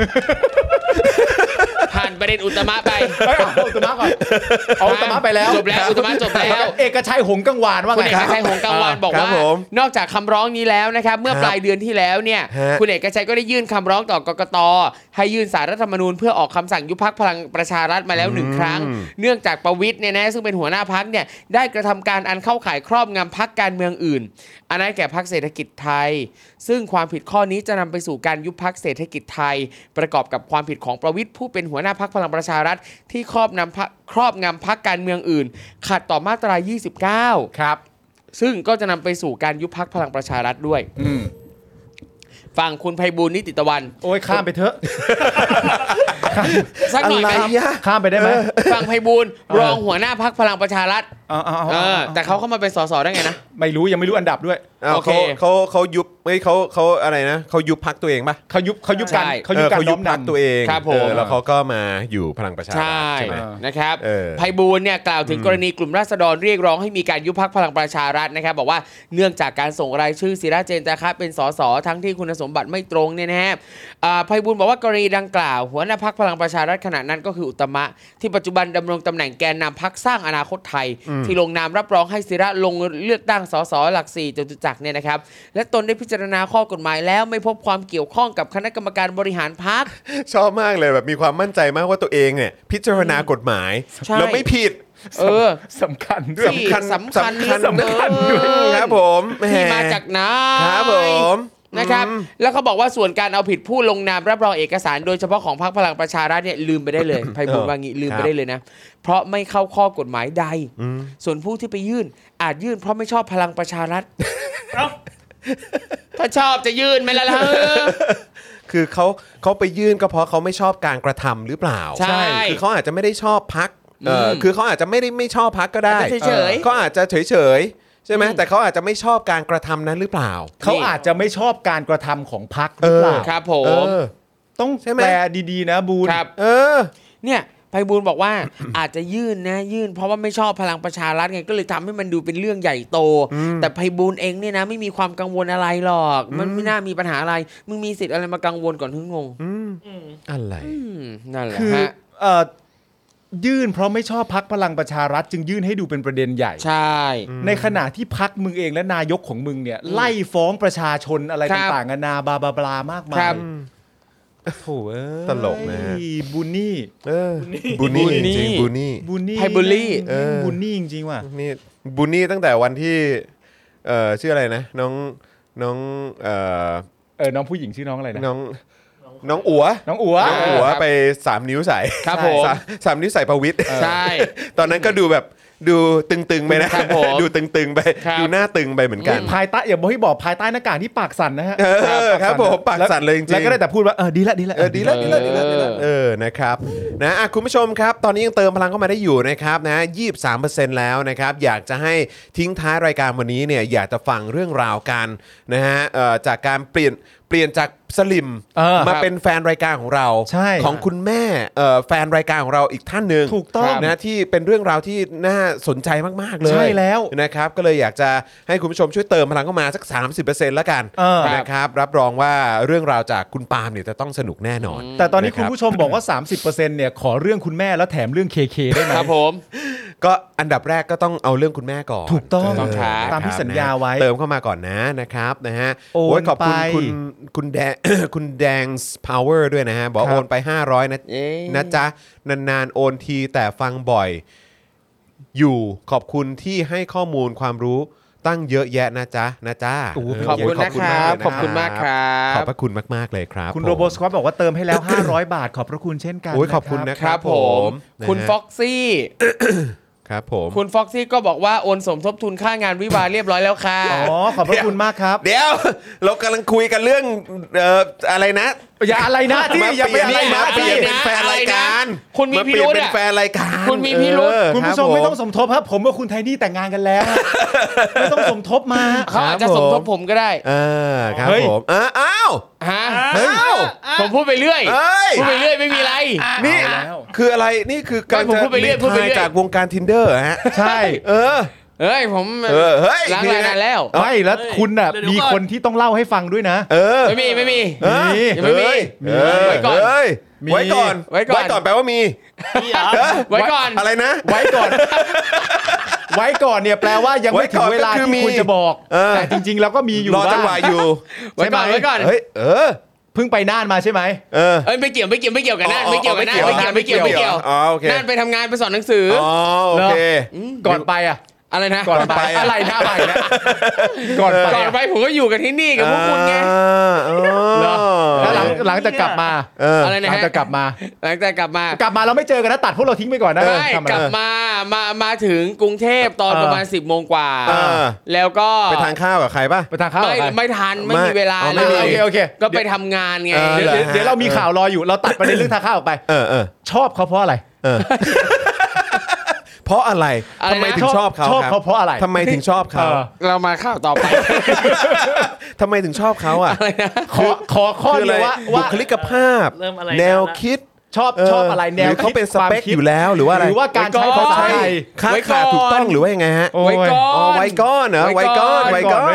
ผ่านประเด็นอุตมะไปเอาอุตมะก่อนเอาอุตมะไปแล้วจบแล้วอุตมะจบแล้วเอกชัยหงส์กังวานว่าไงคุณเอกชัยหงส์กังวานบอกว่านอกจากคำร้องนี้แล้วนะครับเมื่อปลายเดือนที่แล้วเนี่ยคุณเอกชัยก็ได้ยื่นคำร้องต่อกกต.ให้ยื่นศาลรัฐธรรมนูญเพื่อออกคำสั่งยุบพรรคพลังประชารัฐมาแล้ว1ครั้งเนื่องจากประวิตรเนี่ยนะซึ่งเป็นหัวหน้าพรรคเนี่ยได้กระทำการอันเข้าข่ายครอบงำพรรคการเมืองอื่นอันนั้นแก่พรรคเศรษฐกิจไทยซึ่งความผิดข้อนี้จะนำไปสู่การยุบพรรคเศรษฐกิจไทยประกอบกับความผิดของประวิตรผู้เป็นหัวหน้าพรรคพลังประชารัฐที่ครอบงำพรรคการเมืองอื่นขัดต่อมาตรา29 ครับซึ่งก็จะนำไปสู่การยุบพรรคพลังประชารัฐด้วยฝั่งคุณไพบูลย์นิติตะวันโอ้ยข้ามไปเถอะสักหน่อยไหมข้ามไปได้ไหมฝั่งไพบูลย์รองหัวหน้าพรรคพลังประชารัฐแต่เขาเข้ามาเป็นสสได้ไงนะไม่รู้ยังไม่รู้อันดับด้วยโอเคเขายุบเขาอะไรนะเขายุบพรรคตัวเองป่ะเขายุบการล้มพรรคตัวเองครับผมแล้วเขาก็มาอยู่พลังประชารัฐใช่ไหมนะครับไพบูลย์เนี่ยกล่าวถึงกรณีกลุ่มราษฎรเรียกร้องให้มีการยุบพรรคพลังประชารัฐนะครับบอกว่าเนื่องจากการส่งรายชื่อศิระเจนจาคะเป็นสสทั้งที่คุณสมบัติไม่ตรงเนี่ยนะฮะไพบูลย์บอกว่ากรณีดังกล่าวหัวหน้าพรรคพลังประชารัฐขณะนั้นก็คืออุตมะที่ปัจจุบันดำรงตำแหน่งแกนนำพรรคสร้างอนาคตไทยที่ลงนามรับรองให้ศิระลงเลือกตั้งสสหลัก4จตุจักรเนี่ยนะครับและตนได้พิจารณาข้อกฎหมายแล้วไม่พบความเกี่ยวข้องกับคณะกรรมการบริหารพรรคชอบมากเลยแบบมีความมั่นใจมากว่าตัวเองเนี่ยพิจารณากฎหมายแล้วไม่ผิดสำคัญด้วยสำคัญด้วยครับผมที่มาจากไหนครับผมนะครับแล้วเขาบอกว่าส่วนการเอาผิดผู้ลงนามรับรองเอกสารโดยเฉพาะของพรรคพลังประชารัฐเนี่ยลืมไปได้เลยไพบูลย์ว่างี้ลืมไปได้เลยนะเพราะไม่เข้าข้อกฎหมายใดส่วนผู้ที่ไปยื่นอาจยื่นเพราะไม่ชอบพลังประชารัฐถ้าชอบจะยื่นไหมล่ะคือเขาไปยื่นก็เพราะเขาไม่ชอบการกระทำหรือเปล่าใช่คือเขาอาจจะไม่ได้ชอบพรรคคือเขาอาจจะไม่ชอบพรรคก็ได้เขาอาจจะเฉยใช่ไหมแต่เขาอาจจะไม่ชอบการกระทำนั้นหรือเปล่าเขาอาจจะไม่ชอบการกระทำของพรรคหรือเปล่าครับผมต้องแปลดีๆนะบูลครับเนี่ยไพบูลย์บอกว่าอาจจะยื่นเพราะว่าไม่ชอบพลังประชารัฐไงก็เลยทำให้มันดูเป็นเรื่องใหญ่โตแต่ไพบูลย์เองเนี่ยนะไม่มีความกังวลอะไรหรอกมันไม่น่ามีปัญหาอะไรมึงมีสิทธิ์อะไรมากังวลก่อนถึงงงอะไรนั่นแหละฮะยื่นเพราะไม่ชอบพรรคพลังประชารัฐจึงยื่นให้ดูเป็นประเด็นใหญ่ใช่ในขณะที่พรรคมึงเองและนายกของมึงเนี่ยไล่ฟ้องประชาชนอะไรต่างๆนานาบลามากมายโถ่ตลกนะบูนี่บูนี่จริงบูนี่ไพบูลลี่บูนี่จริงว่ะนี่บูนี่ตั้งแต่วันที่ชื่ออะไรนะน้องน้องผู้หญิงชื่อน้องอะไรนะน้องอั๋วไป3นิ้วใส่ครับผม 3นิ้วใส่ประวิตรใช่ตอนนั้นก็ดูแบบดูตึงๆไปนะดูตึงๆไปดูหน้าตึงไปเหมือนกันภายใต้อย่าบอกภายใต้หน้ากากที่ปากสั่นนะฮะครับผมปากสั่นเลยจริงๆแล้วก็ได้แต่พูดว่าดีละนะครับนะคุณผู้ชมครับตอนนี้ยังเติมพลังเข้ามาได้อยู่นะครับนะ 23% แล้วนะครับอยากจะให้ทิ้งท้ายรายการวันนี้เนี่ยอยากจะฟังเรื่องราวกันนะฮะจากการเปลี่ยนจากสลิมมาเป็นแฟนรายการของเราของคุณแม่แฟนรายการของเราอีกท่านหนึ่งถูกต้องนะที่เป็นเรื่องราวที่น่าสนใจมากๆเลยใช่แล้วนะครับก็เลยอยากจะให้คุณผู้ชมช่วยเติมพลังเข้ามาสัก 30% แล้วกันนะครับรับรองว่าเรื่องราวจากคุณปาล์มเนี่ยจะต้องสนุกแน่นอนแต่ตอนนี้คุณผู้ชมบอกว่า 30% เนี่ยขอเรื่องคุณแม่แล้วแถมเรื่อง KK ได้ไหมครับผมก็อันดับแรกก็ต้องเอาเรื่องคุณแม่ก่อนถูกต้องตามที่สัญญาไว้เติมเข้ามาก่อนนะครับนะฮะโอ้ยขอบคุณคุณแดง power ด้วยนะฮะบอกโอนไป500นะจ๊ะนานๆโอนทีแต่ฟังบ่อยอยู่ขอบคุณที่ให้ข้อมูลความรู้ตั้งเยอะแยะนะจ๊ะขอบคุณนะครับขอบคุณมากครับขอบพระคุณมากๆเลยครับคุณโรโบสควอตบอกว่าเติมให้แล้ว500 บาทขอบพระคุณเช่นกันโอ้ยขอบคุณนะครับผมคุณฟ็อกซี่ครับผมคุณฟ็อกซี่ก็บอกว่าโอนสมทบทุนค่างานวิวาเรียบร้อยแล้วค่ะอ๋อขอบพระคุณมากครับเดี๋ยวเรากำลังคุยกันเรื่องอะไรนะอย่าอะไรนะที่อย่าไปอะไรนะเปลี่ยนเป็นแฟนรายการคุณมีพิรุธเป็นแฟนรายการคุณมีพิรุธคุณผู้ชมไม่ต้องสมทบครับผมกับคุณไทนี่แต่งงานกันแล้วไม่ต้องสมทบมาเขาอาจจะสมทบผมก็ได้ครับผมอ้าวฮะผมพูดไปเรื่อยพูดไปเรื่อยไม่มีอะไรนี่คืออะไรนี่คือการพูดไปเรื่อยพูดไปเรื่อยจากวงการ Tinder ฮะใช่เฮ้ยผมล้างรายนานแล้วไม่แล้วคุณน่ะมีคนที่ต้องเล่าให้ฟังด้วยนะไม่มีไว้ก่อนไว้ก่อนแปลว่ามีไว้ก่อนอะไรนะไว้ก่อนไว้ก่อนเนี่ยแปลว่ายังไม่ถึงเวลาที่คุณจะบอกแต่จริงๆแล้วก็มีอยู่รอจังหวะอยู่ไว้ก่อนเฮ้ยเพิ่งไปน่านมาใช่ไหมไม่เกี่ยวกับน่านไม่เกี่ยวน่านไปทำงานไปสอนหนังสือโอเคก่อนไปอะไรนะก่อนไปอะไรหน้าใหม่นะก่อนไปผมก็อยู่กันที่นี่กับพวกคุณไงแล้วหลังจะกลับมาอะไรนะหลังจะกลับมาเราไม่เจอกันนะตัดพวกเราทิ้งไปก่อนนะไม่กลับมาถึงกรุงเทพตอนประมาณ 10 โมงกว่าแล้วก็ไปทานข้าวกับใครป่ะไปทานข้าวไม่ทันไม่มีเวลาโอเคก็ไปทำงานไงเดี๋ยวเรามีข่าวรออยู่เราตัดประเด็นเรื่องทานข้าวออกไปชอบเขาเพราะอะไรเพราะอะไรทำไมถึงชอบเขาเพราะอะไรทำไมถึงชอบเขาเรามาข่าวต่อไปทำไมถึงชอบเขาขอข้อเดียวว่าบุคลิกภาพแนวคิดชอบอะไรแนวเขาเป็นสเปคอยู่แล้วหรือว่าอะไรหรือว่าการใช้ภาษาไทยค่าถูกต้องหรือว่ายังไงฮะไว้ก้อนเหรอไว้ก้อน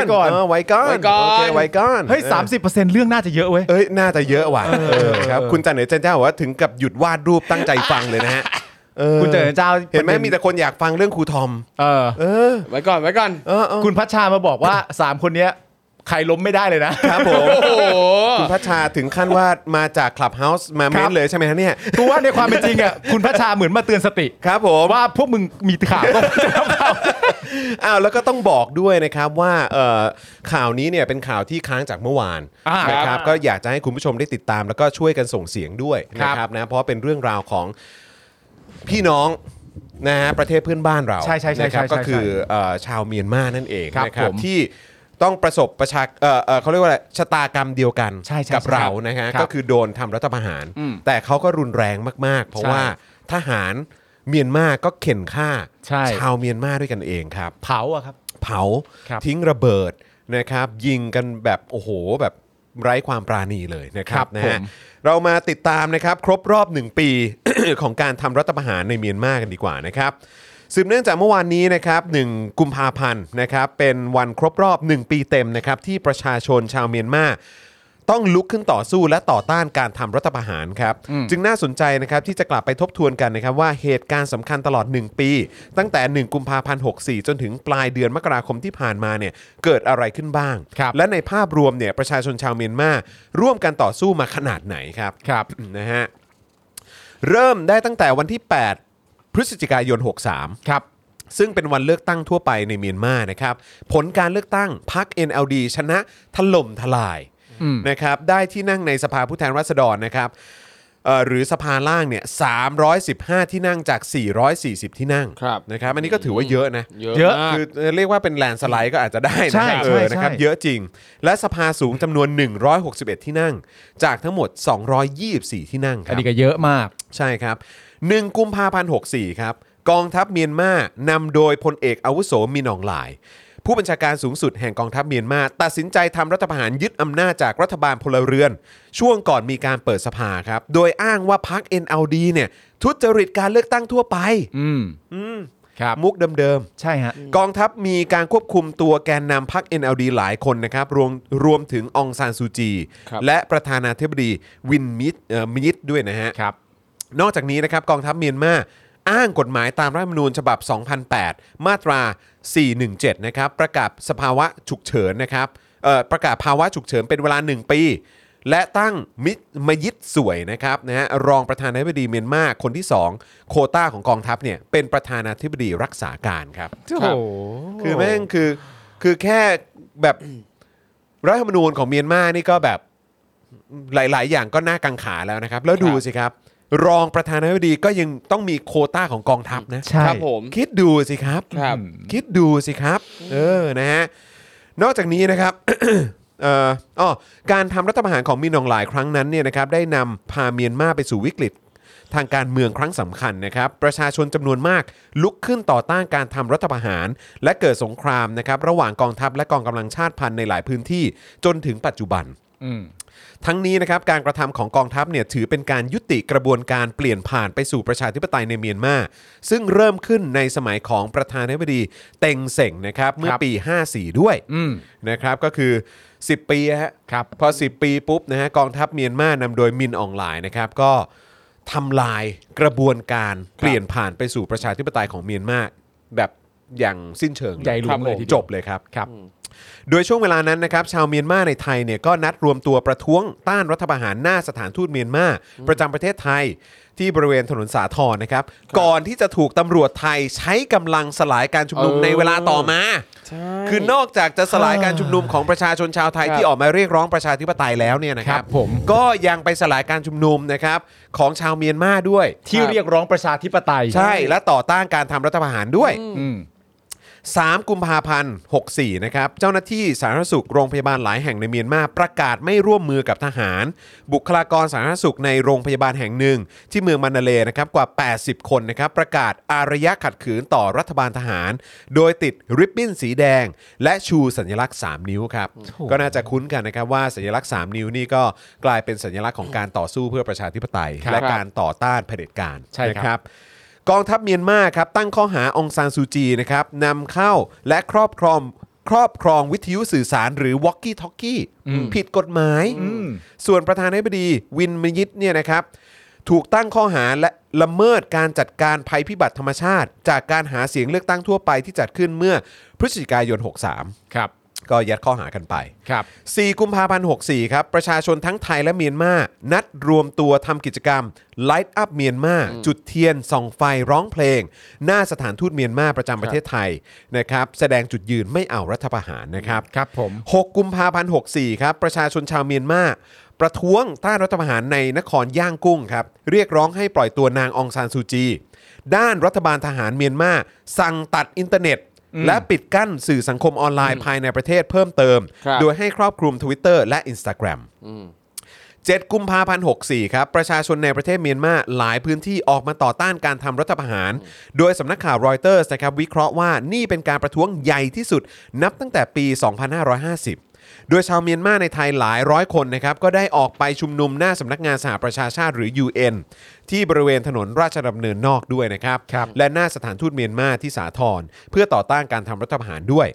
เฮ้ย 30% เรื่องน่าจะเยอะเว้ยน่าจะเยอะว่ะครับคุณจันเหนือจันเจ้าบอกว่าถึงกับหยุดวาดรูปตั้งใจฟังเลยนะฮะคุณเจอเจ้าเห็นไหมมีแต่คนอยากฟังเรื่องครูทอมไว้ก่อนคุณพัชชามาบอกว่า3คนเนี้ยใครล้มไม่ได้เลยนะครับผมคุณพัชชาถึงขั้นว่ามาจากคลับเฮาส์มาเม้นเลยใช่ไหมฮะเนี่ยคือว่าในความเป็นจริงอ่ะคุณพัชชาเหมือนมาเตือนสติครับผมว่าพวกมึงมีข่าวก็แล้วก็ต้องบอกด้วยนะครับว่าข่าวนี้เนี่ยเป็นข่าวที่ค้างจากเมื่อวานนะครับก็อยากจะให้คุณผู้ชมได้ติดตามแล้วก็ช่วยกันส่งเสียงด้วยนะครับนะเพราะเป็นเรื่องราวของพี่น้องนะฮะประเทศเพื่อนบ้านเราใช่นะครับก็คือชาวเมียนมานั่นเองนะครับที่ต้องประสบเขาเรียกว่าอะไรชะตากรรมเดียวกันกับเรานะฮะก็คือโดนทำรัฐประหารแต่เขาก็รุนแรงมากๆเพราะว่าทหารเมียนมาก็เข็นฆ่าชาวเมียนมาด้วยกันเองครับเผาอะครับเผาทิ้งระเบิดนะครับยิงกันแบบโอ้โหแบบไร้ความปราณีเลยนะครับนะฮะเรามาติดตามนะครับครบรอบ1ปี ของการทำรัฐประหารในเมียนมากันดีกว่านะครับสืบเนื่องจากเมื่อวานนี้นะครับ1กุมภาพันธ์นะครับเป็นวันครบรอบ1ปีเต็มนะครับที่ประชาชนชาวเมียนมาต้องลุกขึ้นต่อสู้และต่อต้านการทำรัฐประหารครับจึงน่าสนใจนะครับที่จะกลับไปทบทวนกันนะครับว่าเหตุการณ์สำคัญตลอด1ปีตั้งแต่1กุมภาพันธ์64จนถึงปลายเดือนมกราคมที่ผ่านมาเนี่ยเกิดอะไรขึ้นบ้างและในภาพรวมเนี่ยประชาชนชาวเมียนมาร่วมกันต่อสู้มาขนาดไหนครับนะฮะเริ่มได้ตั้งแต่วันที่8พฤศจิกายน63 ครับซึ่งเป็นวันเลือกตั้งทั่วไปในเมียนมานะครับผลการเลือกตั้งพรรค NLD ชนะถล่มทลายนะครับได้ที่นั่งในสภาผู้แทนราษฎรนะครับหรือสภาล่างเนี่ย315ที่นั่งจาก440ที่นั่งนะครับอันนี้ก็ถือว่าเยอะนะเยอะคือเรียกว่าเป็นแลนสไลด์ก็อาจจะได้นะนะครับเยอะจริงและสภาสูงจำนวน161ที่นั่งจากทั้งหมด224ที่นั่งครับอันนี้ก็เยอะมากใช่ครับ1กุมภาพันธ์64ครับกองทัพเมียนมานำโดยพลเอกอาวุโสมินอองหลายผู้บัญชาการสูงสุดแห่งกองทัพเมียนมาตัดสินใจทำรัฐประหารยึดอำนาจจากรัฐบาลพลเรือนช่วงก่อนมีการเปิดสภาครับโดยอ้างว่าพรรค NLD เนี่ยทุจริตการเลือกตั้งทั่วไปครับมุกเดิมๆใช่ฮะกองทัพมีการควบคุมตัวแกนนำพรรค NLD หลายคนนะครับรวมถึงองซานซูจีและประธานาธิบดีวินมิตด้วยนะฮะนอกจากนี้นะครับกองทัพเมียนมาอ้างกฎหมายตามรัฐธรรมนูญฉบับ 2008 มาตรา 417 นะครับประกาศสภาวะฉุกเฉินนะครับประกาศภาวะฉุกเฉินเป็นเวลา1ปีและตั้งมายิดสวยนะครับนะฮะรองประธานาธิบดีเมียนมาคนที่2โควต้าของกองทัพเนี่ยเป็นประธานาธิบดีรักษาการครับคือแม่งคือแค่แบบรัฐธรรมนูญของเมียนมานี่ก็แบบหลายๆอย่างก็น่ากังขาแล้วนะครับแล้วดูสิครับรองประธานาธิบดีก็ยังต้องมีโควต้าของกองทัพนะใช่ครับผมคิดดูสิครับครับคิดดูสิครับนะฮะนอกจากนี้นะครับ การทำรัฐประหารของมินอองหลายครั้งนั้นเนี่ยนะครับได้นำพาเมียนมาไปสู่วิกฤตทางการเมืองครั้งสำคัญนะครับประชาชนจำนวนมากลุกขึ้นต่อต้านการทำรัฐประหารและเกิดสงครามนะครับระหว่างกองทัพและกองกำลังชาติพันธุ์ในหลายพื้นที่จนถึงปัจจุบันทั้งนี้นะครับการกระทำของกองทัพเนี่ยถือเป็นการยุติกระบวนการเปลี่ยนผ่านไปสู่ประชาธิปไตยในเมียนมาซึ่งเริ่มขึ้นในสมัยของประธานาธิบดีเต็งเส็งนะครับเมื่อปี 54 ด้วยนะครับก็คือ10 ปีฮะพอ10 ปีปุ๊บนะฮะกองทัพเมียนมานำโดยมินอองหลายนะครับก็ทำลายกระบวนการเปลี่ยนผ่านไปสู่ประชาธิปไตยของเมียนมาแบบอย่างสิ้นเชิงใหญ่หลวงเลยจบเลยครับโดยช่วงเวลานั้นนะครับชาวเมียนมาในไทยเนี่ยก็นัดรวมตัวประท้วงต้านรัฐประหารหน้าสถานทูตเมียนมาประจำประเทศไทยที่บริเวณถนนสาทรนะครับก่อนที่จะถูกตำรวจไทยใช้กำลังสลายการชุมนุมในเวลาต่อมาคือนอกจากจะสลายการชุมนุมของประชาชนชาวไทยที่ออกมาเรียกร้องประชาธิปไตยแล้วเนี่ยนะครับก็ยังไปสลายการชุมนุมนะครับของชาวเมียนมาด้วยที่เรียกร้องประชาธิปไตยใช่และต่อต้านการทำรัฐประหารด้วย3 กุมภาพันธ์ 64 นะครับเจ้าหน้าที่สาธารณสุขโรงพยาบาลหลายแห่งในเมียนมาประกาศไม่ร่วมมือกับทหารบุคลากรสาธารณสุขในโรงพยาบาลแห่งหนึ่งที่เมืองมันนาเลนะครับกว่า80 คนนะครับประกาศอารยะขัดขืนต่อรัฐบาลทหารโดยติดริบบิ้นสีแดงและชูสัญลักษณ์3นิ้วครับก็น่าจะคุ้นกันนะครับว่าสัญลักษณ์3นิ้วนี่ก็กลายเป็นสัญลักษณ์ของการต่อสู้เพื่อประชาธิปไตยและการต่อต้านเผด็จการนะครับกองทัพเมียนมาครับตั้งข้อหาองซานซูจีนะครับนำเข้าและครอบครองวิทยุสื่อสารหรือวอลกี้ทอกกี้ผิดกฎหมายส่วนประธานาธิบดีวินมยิตเนี่ยนะครับถูกตั้งข้อหาและละเมิดการจัดการภัยพิบัติธรรมชาติจากการหาเสียงเลือกตั้งทั่วไปที่จัดขึ้นเมื่อพฤศจิกายน 63ครับก็ยัดข้อหากันไปครับ4 กุมภาพันธ์ 64 ครับประชาชนทั้งไทยและเมียนมานัดรวมตัวทำกิจกรรม Light Up เมียนมาจุดเทียนส่องไฟร้องเพลงหน้าสถานทูตเมียนมาประจำประเทศไทยนะครับแสดงจุดยืนไม่เอารัฐประหารนะครับครับผม 6 กุมภาพันธ์ 64 ครับประชาชนชาวเมียนมาประท้วงต้านรัฐประหารในนครย่างกุ้งครับเรียกร้องให้ปล่อยตัวนางองซานซูจีด้านรัฐบาลทหารเมียนมาสั่งตัดอินเทอร์เน็ตและปิดกั้นสื่อสังคมออนไลน์ภายในประเทศเพิ่มเติมโดยให้ครอบคลุม Twitter และ Instagram 7 กุมภาพันธ์ 64 ครับประชาชนในประเทศเมียนมาหลายพื้นที่ออกมาต่อต้านการทำรัฐประหารโดยสำนักข่าวรอยเตอร์สนะครับวิเคราะห์ว่านี่เป็นการประท้วงใหญ่ที่สุดนับตั้งแต่ปี 2550โดยชาวเมียนมาในไทยหลายร้อยคนนะครับก็ได้ออกไปชุมนุมหน้าสำนักงานสหประชาชาติหรือ UN ที่บริเวณถนนราชดำเนินนอกด้วยนะครับและหน้าสถานทูตเมียนมาที่สาทรเพื่อต่อต้านการทำรัฐประหารด้วย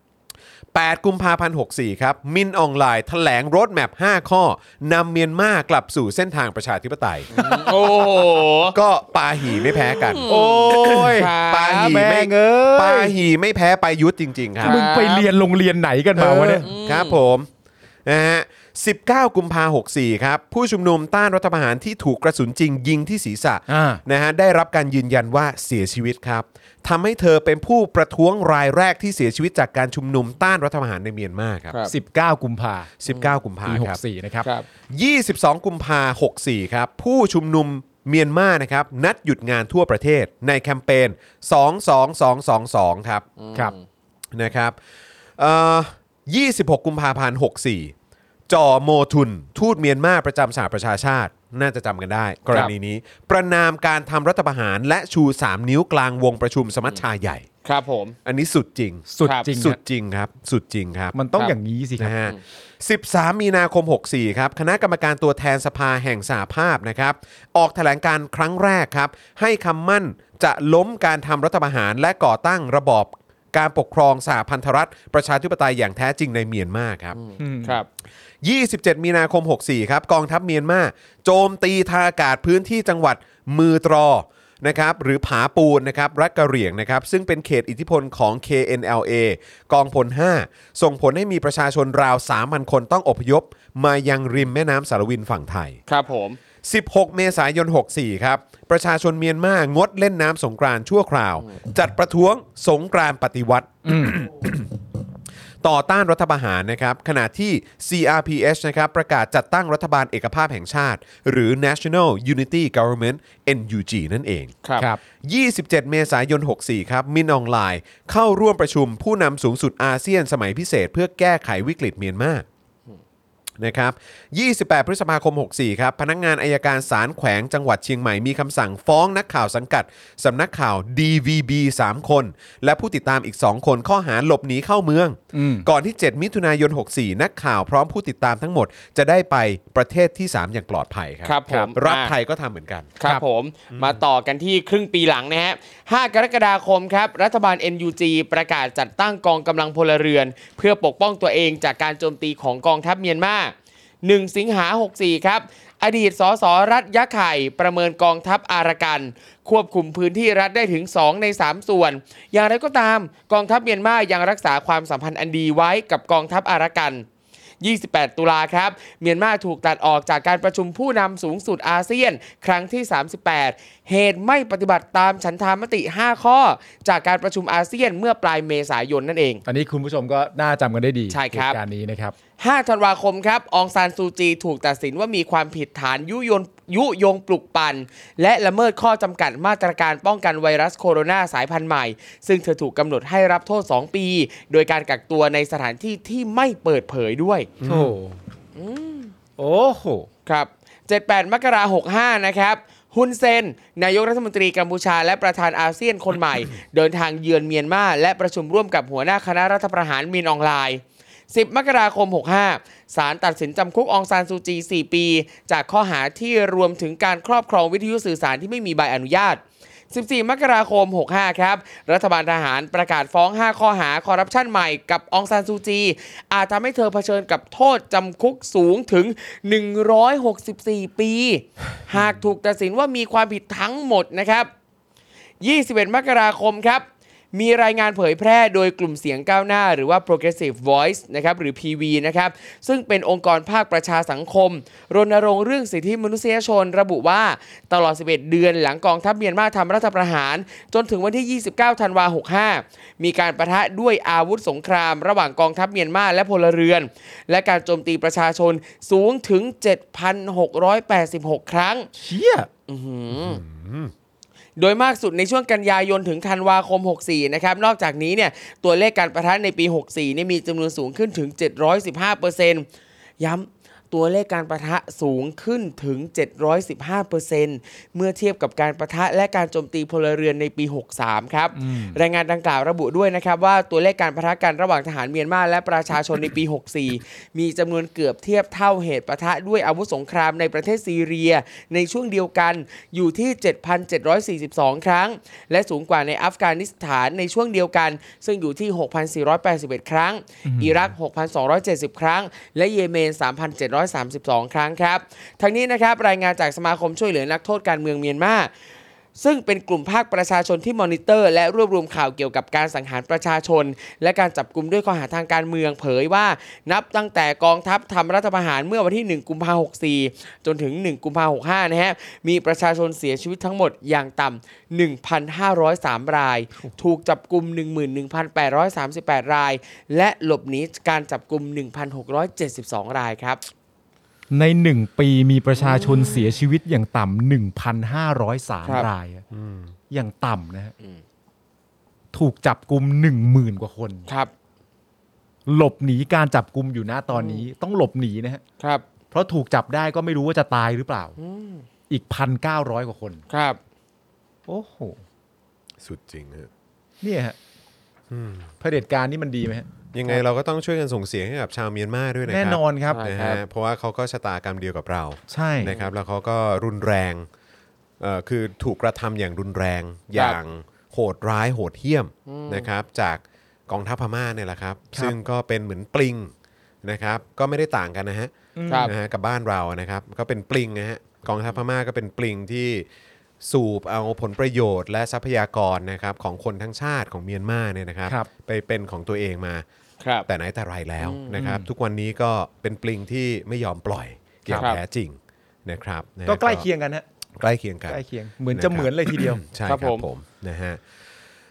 8 กุมภาพันธ์ 64 ครับมินอองไลน์แถลงโรดแมพ 5 ข้อนำเมียนมากลับสู่เส้นทางประชาธิปไตยโอ้ก็ปาหีไม่แพ้กันโอ้ยปาหีไม่แพ้ไปยุทธจริงๆครับมึงไปเรียนโรงเรียนไหนกันมาวะเนี่ยครับผมนะฮะ19 กุมภาพันธ์ 64 ครับผู้ชุมนุมต้านรัฐประหารที่ถูกกระสุนจริงยิงที่ศีรษะนะฮะได้รับการยืนยันว่าเสียชีวิตครับทำให้เธอเป็นผู้ประท้วงรายแรกที่เสียชีวิตจากการชุมนุมต้านรัฐประหารในเมียนมาครับ 19 กุมภาพันธ์ครับ64นะครับ 22 กุมภาพันธ์ 64 ครับผู้ชุมนุมเมียนมานะครับนัดหยุดงานทั่วประเทศในแคมเปญ22222ครับนะครับ26 กุมภาพันธ์ 64จอโมทุนทูตเมียนมาประจำสหประชาชาติน่าจะจำกันได้กรณีนี้ประนามการทำรัฐประหารและชู3นิ้วกลางวงประชุมสมัชชาใหญ่ครับผมอันนี้สุดจริงครับสุดจริงครับมันต้องอย่างนี้สิครับนะฮะ13 มีนาคม 64 ครับคณะกรรมการตัวแทนสภาแห่งสหภาพนะครับออกแถลงการครั้งแรกครับให้คำมั่นจะล้มการทำรัฐประหารและก่อตั้งระบอบการปกครองสหพันธรัฐประชาธิปไตยอย่างแท้จริงในเมียนมาครับ27 มีนาคม 64 ครับกองทัพเมียนมาโจมตีทางอากาศพื้นที่จังหวัดมือตรอนะครับหรือผาปูนนะครับรัฐกะเหรี่ยงนะครับซึ่งเป็นเขตอิทธิพลของ KNLA กองพล 5ส่งผลให้มีประชาชนราว 3,000 คนต้องอพยพมายังริมแม่น้ำสารวินฝั่งไทยครับผม 16 เมษายน 64 ครับประชาชนเมียนมางดเล่นน้ำสงกรานต์ชั่วคราวจัดประท้วงสงกรานต์ปฏิวัติต่อต้านรัฐประหารนะครับขณะที่ CRPH นะครับประกาศจัดตั้งรัฐบาลเอกภาพแห่งชาติหรือ National Unity Government NUG นั่นเองครับ 27 เมษายน 64 ครับมินอองไลน์เข้าร่วมประชุมผู้นำสูงสุดอาเซียนสมัยพิเศษเพื่อแก้ไขวิกฤตเมียนมานะครับ 28 พฤษภาคม 64 ครับพนักงานอัยการศาลแขวงจังหวัดเชียงใหม่มีคำสั่งฟ้องนักข่าวสังกัดสำนักข่าว DVB 3 คนและผู้ติดตามอีก 2 คนข้อหาหลบหนีเข้าเมืองก่อนที่ 7 มิถุนายน 64 นักข่าวพร้อมผู้ติดตามทั้งหมดจะได้ไปประเทศที่ 3 อย่างปลอดภัยครับครับผมรัฐไทยก็ทำเหมือนกันครับผมมาต่อกันที่ครึ่งปีหลังนะฮะ 5 กรกฎาคมครับรัฐบาล NUG ประกาศจัดตั้งกองกำลังพลเรือนเพื่อปกป้องตัวเองจากการโจมตีของกองทัพเมียนมา1 สิงหา 64 ครับอดีตสสรัฐยะไข่ประเมินกองทัพอารากันควบคุมพื้นที่รัฐได้ถึง2 ใน 3 ส่วนอย่างไรก็ตามกองทัพเมียนมายังรักษาความสัมพันธ์อันดีไว้กับกองทัพอารากัน28 ตุลาครับเมียนมาถูกตัดออกจากการประชุมผู้นำสูงสุดอาเซียนครั้งที่ 38 เหตุไม่ปฏิบัติตามฉันทามติ 5 ข้อจากการประชุมอาเซียนเมื่อปลายเมษายนนั่นเองอันนี้คุณผู้ชมก็น่าจำกันได้ดีใช่ครับเหตุการณ์นี้นะครับ 5 ธันวาคมครับองซานซูจีถูกตัดสินว่ามีความผิดฐานยุยงปลุกปั่นและละเมิดข้อจำกัดมาตรการป้องกันไวรัสโคโรนาสายพันธุ์ใหม่ซึ่งเธอถูกกำหนดให้รับโทษ 2 ปี โดยการกักตัวในสถานที่ที่ไม่เปิดเผยด้วยโอ้โหครับ 78 มกราคม 65 นะครับฮุนเซนนายกรัฐมนตรีกัมพูชาและประธานอาเซียนคนใหม่ เดินทางเยือนเมียนมาและประชุมร่วมกับหัวหน้าคณะรัฐประหารมินอองไลน์10 มกราคม 65 ศาลตัดสินจำคุกองซานซูจี 4 ปี จากข้อหาที่รวมถึงการครอบครองวิทยุสื่อสารที่ไม่มีใบอนุญาต 14 มกราคม 65 ครับรัฐบาลทหารประกาศฟ้อง 5 ข้อหาคอร์รัปชันใหม่กับองซานซูจีอาจทำให้เธอเผชิญกับโทษจำคุกสูงถึง 164 ปี หากถูกตัดสินว่ามีความผิดทั้งหมดนะครับ 21 มกราคมครับมีรายงานเผยแพร่โดยกลุ่มเสียงก้าวหน้าหรือว่า Progressive Voice นะครับหรือ PV นะครับซึ่งเป็นองค์กรภาคประชาสังคมรณรงค์เรื่องสิทธิมนุษยชนระบุว่าตลอด 11 เดือนหลังกองทัพเมียนมาทำรัฐประหารจนถึงวันที่ 29 ธันวาคม 65 มีการปะทะด้วยอาวุธสงครามระหว่างกองทัพเมียนมาและพลเรือนและการโจมตีประชาชนสูงถึง 7,686 ครั้งเชี่ยโดยมากสุดในช่วงกันยายนถึงธันวาคม 64 นะครับนอกจากนี้เนี่ยตัวเลขการปะทะในปี 64 นี่มีจำนวนสูงขึ้นถึง 715% ย้ำตัวเลขการปะทะสูงขึ้นถึง 715% เมื่อเทียบกับการปะทะและการโจมตีพลเรือนในปี 63 ครับรายงานดังกล่าวระบุด้วยนะครับว่าตัวเลขการปะทะกันระหว่างทหารเมียนมาและประชาชนในปี 64 มีจำนวนเกือบเทียบเท่าเหตุปะทะด้วยอาวุธสงครามในประเทศซีเรียในช่วงเดียวกันอยู่ที่ 7,742 ครั้งและสูงกว่าในอัฟกานิสถานในช่วงเดียวกันซึ่งอยู่ที่ 6,481 ครั้งอิรัก 6,270 ครั้งและเยเมน 3,732 ครั้งครับทั้งนี้นะครับรายงานจากสมาคมช่วยเหลือนักโทษการเมืองเมียนมาซึ่งเป็นกลุ่มภาคประชาชนที่มอนิเตอร์และรวบรวมข่าวเกี่ยวกับการสังหารประชาชนและการจับกุมด้วยข้อหาทางการเมืองเผยว่านับตั้งแต่กองทัพทำรัฐประหารเมื่อวันที่ 1 กุมภาพันธ์ 64 จนถึง 1 กุมภาพันธ์ 65 นะฮะมีประชาชนเสียชีวิตทั้งหมดอย่างต่ำ 1,503 รายถูกจับกุม 11,838 รายและหลบหนีการจับกุม 1,672 รายครับใน1ปีมีประชาชนเสียชีวิตอย่างต่ำ 1,503 รายอย่างต่ำนะฮะถูกจับกุม 10,000 กว่าคนครับหลบหนีการจับกุมอยู่นะตอนนี้ต้องหลบหนีนะฮะครับเพราะถูกจับได้ก็ไม่รู้ว่าจะตายหรือเปล่าอีก 1,900 กว่าคนครับโอ้โหสุดจริงฮะเนี่ยฮะเผด็จการนี่มันดีไหมฮะยังไงเราก็ต้องช่วยกันส่งเสียงให้กับชาวเมียนมาด้วยนะครับแน่นอนครับนะฮะเพราะว่าเขาก็ชะตากรรมเดียวกับเราใช่นะครับแล้วเขาก็รุนแรงคือถูกกระทำอย่างรุนแรงอย่างโหดร้ายโหดเหี้ยมนะครับจากกองทัพพม่าเนี่ยแหละครับซึ่งก็เป็นเหมือนปลิงนะครับก็ไม่ได้ต่างกันนะฮะกับบ้านเรานะครับก็เป็นปลิงนะฮะกองทัพพม่าก็เป็นปลิงที่สูบเอาผลประโยชน์และทรัพยากรนะครับของคนทั้งชาติของเมียนมาเนี่ยนะครับไปเป็นของตัวเองมาแต่ไหนแต่ไรแล้วนะครับทุกวันนี้ก็เป็นปลิงที่ไม่ยอมปล่อยอย่างแท้จริงนะครับก็ใกล้เคียงกันฮะใกล้เคียงกันใกล้เคียงเหมือนจะเหมือนเลยทีเดียวใช่ครับผมนะฮะ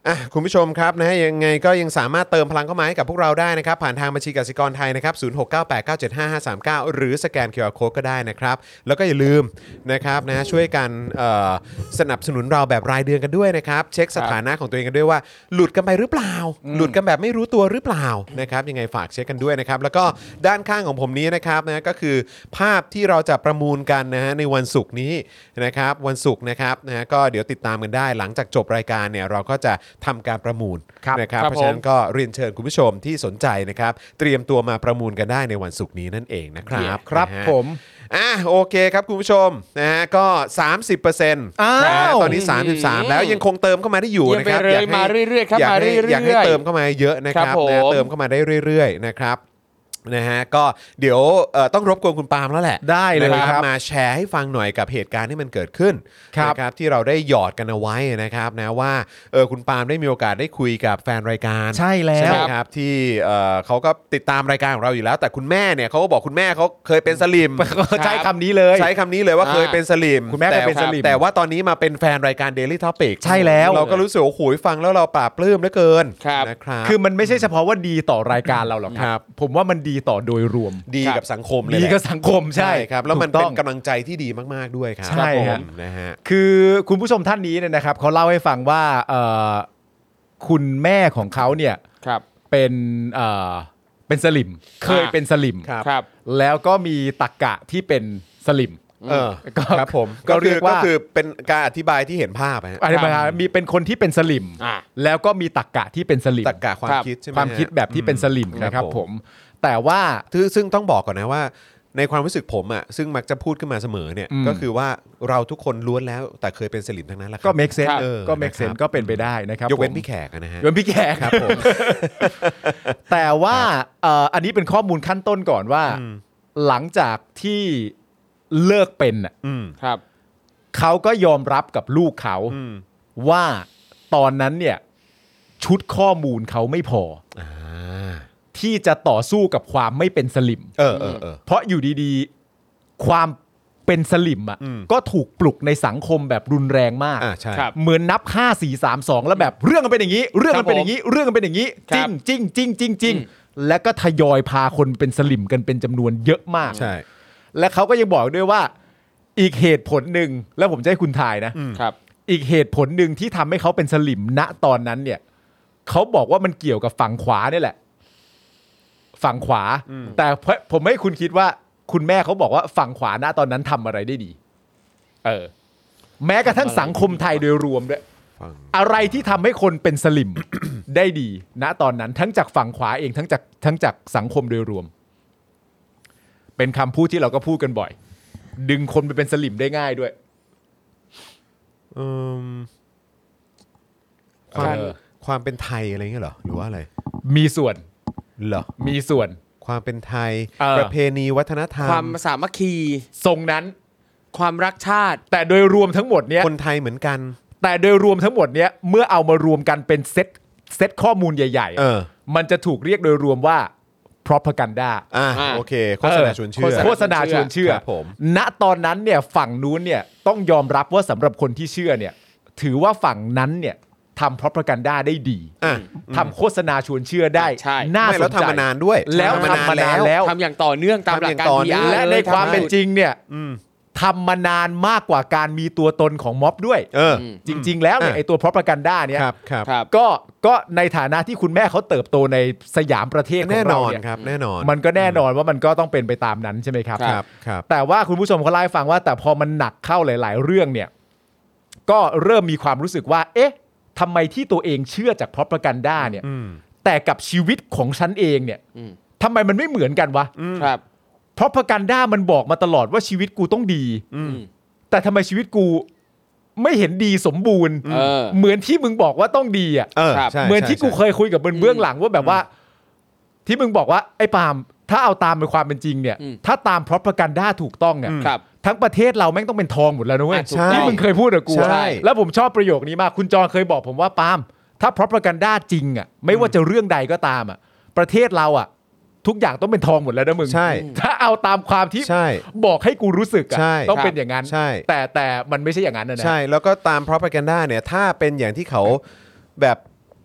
คุณผู้ชมครับนะฮะยังไงก็ยังสามารถเติมพลังเข้ามาให้กับพวกเราได้นะครับผ่านทางบัญชีกสิกรไทยนะครับ0698975539หรือสแกน QR Code ก็ได้นะครับแล้วก็อย่าลืมนะครับนะช่วยกันสนับสนุนเราแบบรายเดือนกันด้วยนะครับเช็คสถานะของตัวเองกันด้วยว่าหลุดกันไปหรือเปล่าหลุดกันแบบไม่รู้ตัวหรือเปล่านะครับยังไงฝากเช็คกันด้วยนะครับแล้วก็ด้านข้างของผมนี้นะครับนะก็คือภาพที่เราจะประมูลกันนะฮะในวันศุกร์นี้นะครับวันศุกร์นะครับนะฮะก็เดี๋ยวติดตามกันได้หลังจากจบรายการเนี่ยเราก็จะทำการประมูลนะครับเพราะฉะนั้นก็เรียนเชิญคุณผู้ชมที่สนใจนะครับเตรียมตัวมาประมูลกันได้ในวันศุกร์นี้นั่นเองนะครับครับผมโอเคครับคุณผู้ชมนะฮะก็ 30% ตอนนี้33แล้วยังคงเติมเข้ามาได้อยู่นะครับอยากให้มาเรื่อยๆครับมาเรื่อยๆอยากให้เติมเข้ามาเยอะนะครับนะเติมเข้ามาได้เรื่อยๆนะครับนะฮะก็เดี๋ยวต้องรบกวนคุณปาล์มแล้วแหละได้เลยครับมาแชร์ให้ฟังหน่อยกับเหตุการณ์ที่มันเกิดขึ้นนะครับที่เราได้หยอดกันเอาไว้นะครับนะว่าคุณปาล์มได้มีโอกาสได้คุยกับแฟนรายการใช่แล้วครับที่เขาก็ติดตามรายการของเราอยู่แล้วแต่คุณแม่เนี่ยเขาก็บอกคุณแม่เขาเคยเป็นสลิมใช้คำนี้เลยว่าเคยเป็นสลิมคุณแม่เคยเป็นสลิมแต่ว่าตอนนี้มาเป็นแฟนรายการ Daily Topic ใช่แล้วเราก็รู้สึกโอ้โหฟังแล้วเราปลาบปลื้มเหลือเกินนะครับคือมันไม่ใช่เฉพาะว่าดีต่อรายการเราหรอกครับผมว่ามันดีต่อโดยรวมดีกับสังคมเลยดีกับสังคมใช่ครับแล้วมันเป็นกำลังใจที่ดีมากๆด้วยครับใช่ครับนะฮะคือคุณผู้ชมท่านนี้เนี่ยนะครับเขาเล่าให้ฟังว่าคุณแม่ของเขาเนี่ยเป็นสลิมเคยเป็นสลิมแล้วก็มีตรรกะที่เป็นสลิมครับผมก็เรียกว่าคือเป็นการอธิบายที่เห็นภาพอธิบายมีเป็นคนที่เป็นสลิมแล้วก็มีตรรกะที่เป็นสลิมตรรกะความคิดใช่ไหมความคิดแบบที่เป็นสลิมนะครับผมแต่ว่าซึ่งต้องบอกก่อนนะว่าในความรู้สึกผมอ่ะซึ่งมักจะพูดขึ้นมาเสมอเนี่ยก็คือว่าเราทุกคนล้วนแล้วแต่เคยเป็นสลิมทั้งนั้นแหละก็ make sense ก็ make sense ก็เป็นไปได้นะครับยกเว้นพี่แขกนะฮะยกเว้นพี่แขกครับผมแต่ว่าอันนี้เป็นข้อมูลขั้นต้นก่อนว่าหลังจากที่เลิกเป็นอ่ะเขาก็ยอมรับกับลูกเขาว่าตอนนั้นเนี่ยชุดข้อมูลเขาไม่พอที่จะต่อสู้กับความไม่เป็นสลิมเพราะอยู่ดีๆความเป็นสลิมอ่ะก็ถูกปลุกในสังคมแบบรุนแรงมากเหมือนนับ5 4 3 2แล้วแบบเรื่องมันเป็นอย่างนี้เรื่องมันเป็นอย่างนี้เรื่องมันเป็นอย่างนี้จริงจริงจริงจริงจริงแล้วก็ทยอยพาคนเป็นสลิมกันเป็นจำนวนเยอะมากใช่และเขาก็ยังบอกด้วยว่าอีกเหตุผลหนึ่งแล้วผมจะให้คุณทายนะครับอีกเหตุผลหนึ่งที่ทำให้เขาเป็นสลิมณตอนนั้นเนี่ยเขาบอกว่ามันเกี่ยวกับฝั่งขวานี่แหละฝั่งขวาแต่ผมให้คุณคิดว่าคุณแม่เขาบอกว่าฝั่งขวาณตอนนั้นทำอะไรได้ดีแม้กระทั่งสังคมไทยโดยรวมด้วยอะไรที่ทำให้คนเป็นสลิม ได้ดีณตอนนั้นทั้งจากฝั่งขวาเองทั้งจากสังคมโดยรวมเป็นคำพูดที่เราก็พูดกันบ่อยดึงคนไปเป็นสลิมได้ง่ายด้วยความเป็นไทยอะไรเงี้ยเหรอหรือว่าอะไรมีส่วนเหรอมีส่วนความเป็นไทยประเพณีวัฒนธรรมความสามัคคีทรงนั้นความรักชาติแต่โดยรวมทั้งหมดเนี้ยคนไทยเหมือนกันแต่โดยรวมทั้งหมดเนี้ยเมื่อเอามารวมกันเป็นเซตข้อมูลใหญ่ๆมันจะถูกเรียกโดยรวมว่า propaganda โอเคโฆษณาชวนเชื่อโฆษณาชวนเชื่อณตอนนั้นเนี่ยฝั่งนู้นเนี่ยต้องยอมรับว่าสำหรับคนที่เชื่อเนี่ยถือว่าฝั่งนั้นเนี่ยทำ propaganda ได้ดีทำโฆษณาชวนเชื่อได้น่าสนใจแล้วทำมานานด้วยแล้วทำมานานแล้วทำอย่างต่อเนื่องตามหลักการ PR และในความเป็นจริงเนี่ยทำมานานมากกว่าการมีตัวตนของม็อบด้วยจริงๆแล้วเนี่ยไอตัว propaganda เนี่ยก็ในฐานะที่คุณแม่เขาเติบโตในสยามประเทศของเราเนี่ยแน่นอนมันก็แน่นอนว่ามันก็ต้องเป็นไปตามนั้นใช่ไหมครับแต่ว่าคุณผู้ชมเขาเล่าให้ฟังว่าแต่พอมันหนักเข้าหลายๆเรื่องเนี่ยก็เริ่มมีความรู้สึกว่าเอ๊ะทำไมที่ตัวเองเชื่อจาก propaganda เนี่ยแต่กับชีวิตของฉันเองเนี่ยทำไมมันไม่เหมือนกันวะpropaganda มันบอกมาตลอดว่าชีวิตกูต้องดีแต่ทำไมชีวิตกูไม่เห็นดีสมบูรณ์เหมือนที่มึงบอกว่าต้องดีอ่ะเหมือนที่กูเคยคุยกับเบื้องหลังว่าแบบว่าที่มึงบอกว่าไอ้ปาล์มถ้าเอาตามในความเป็นจริงเนี่ยถ้าตาม propaganda ถูกต้องเนี่ยทั้งประเทศเราแม่งต้องเป็นทองหมดแล้วนะเว้ยที่มึงเคยพูดกับกูแล้วผมชอบประโยคนี้มากคุณจรเคยบอกผมว่าปาล์มถ้า propaganda จริงอ่ะไม่ว่าจะเรื่องใดก็ตามอ่ะประเทศเราอ่ะทุกอย่างต้องเป็นทองหมดแล้วนะมึงถ้าเอาตามความที่บอกให้กูรู้สึกอ่ะต้องเป็นอย่างนั้นแต่มันไม่ใช่อย่างนั้นนะใช่แล้วก็ตาม propaganda เนี่ยถ้าเป็นอย่างที่เขาแบบ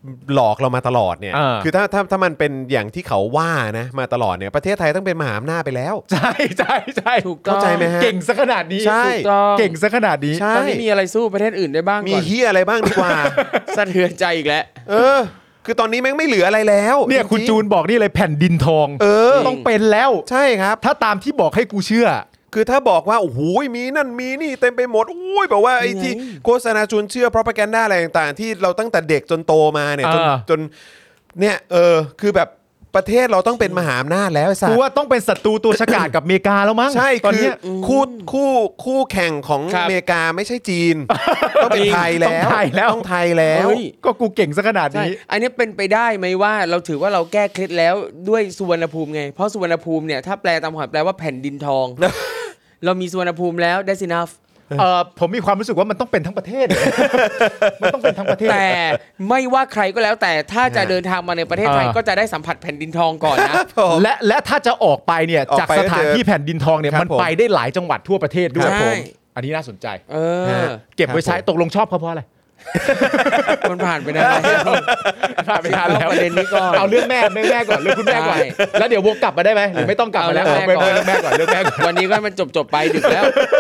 หลอกเรามาตลอดเนี่ยคือถ้ามันเป็นอย่างที่เขาว่านะมาตลอดเนี่ยประเทศไทยต้องเป็นมหาอำนาจไปแล้วใช่ถูกต้องเข้าใจไหมฮะเก่งซะขนาดนี้ใช่เก่งซะขนาดนี้ตอนนี้มีอะไรสู้ประเทศอื่นได้บ้างมีเหี้ยอะไรบ้างดีกว่าสะเทือนใจอีกแล้วคือตอนนี้แม่งไม่เหลืออะไรแล้วเนี่ยคุณจูนบอกนี่เลยแผ่นดินทองต้องเป็นแล้วใช่ครับถ้าตามที่บอกให้กูเชื่อคือถ้าบอกว่าโอ้โหมีนั่นมีนี่เต็มไปหมดแบบว่าไอ้ที่โฆษณาชวนเชื่อ propaganda อะไรต่างๆที่เราตั้งแต่เด็กจนโตมาเนี่ยจนเนี่ยคือแบบประเทศเราต้องเป็นมหาอำนาจแล้วไอ้สัสกูว่าต้องเป็นศัตรูตัวฉกาจกับอเมริกาแล้วมั้งใช่ตอนนี้คู่แข่งของอเมริกาไม่ใช่จีนต้องเป็นไทยแล้วต้องไทยแล้วก็กูเก่งซะขนาดนี้อันนี้เป็นไปได้ไหมว่าเราถือว่าเราแก้เคล็ดแล้วด้วยสุวรรณภูมิไงเพราะสุวรรณภูมิเนี่ยถ้าแปลตามความแปลว่าแผ่นดินทองเรามีสุวรรณภูมิแล้ว that's enough ผมมีความรู้สึกว่ามันต้องเป็นทั้งประเทศมันต้องเป็นทั้งประเทศแต่ไม่ว่าใครก็แล้วแต่ถ้าจะเดินทางมาในประเทศไทยก็จะได้สัมผัสแผ่นดินทองก่อนนะและถ้าจะออกไปเนี่ยจากสถานที่แผ่นดินทองเนี่ยมันไปได้หลายจังหวัดทั่วประเทศด้วยผมอันนี้น่าสนใจเก็บไว้ใช้ตกลงชอบเขาเพราะอะไรมันผ่านไปได้ผ่านไปนานแล้วประเด็นนี้ก่อนเอาเรื่องแม่ก่อนเรื่องคุณแม่ก่อนแล้วเดี๋ยววกกลับมาได้ไหมหรือไม่ต้องกลับมาแล้วเรื่องแม่ก่อนวันนี้ก็มันจบไปดึกแล้ว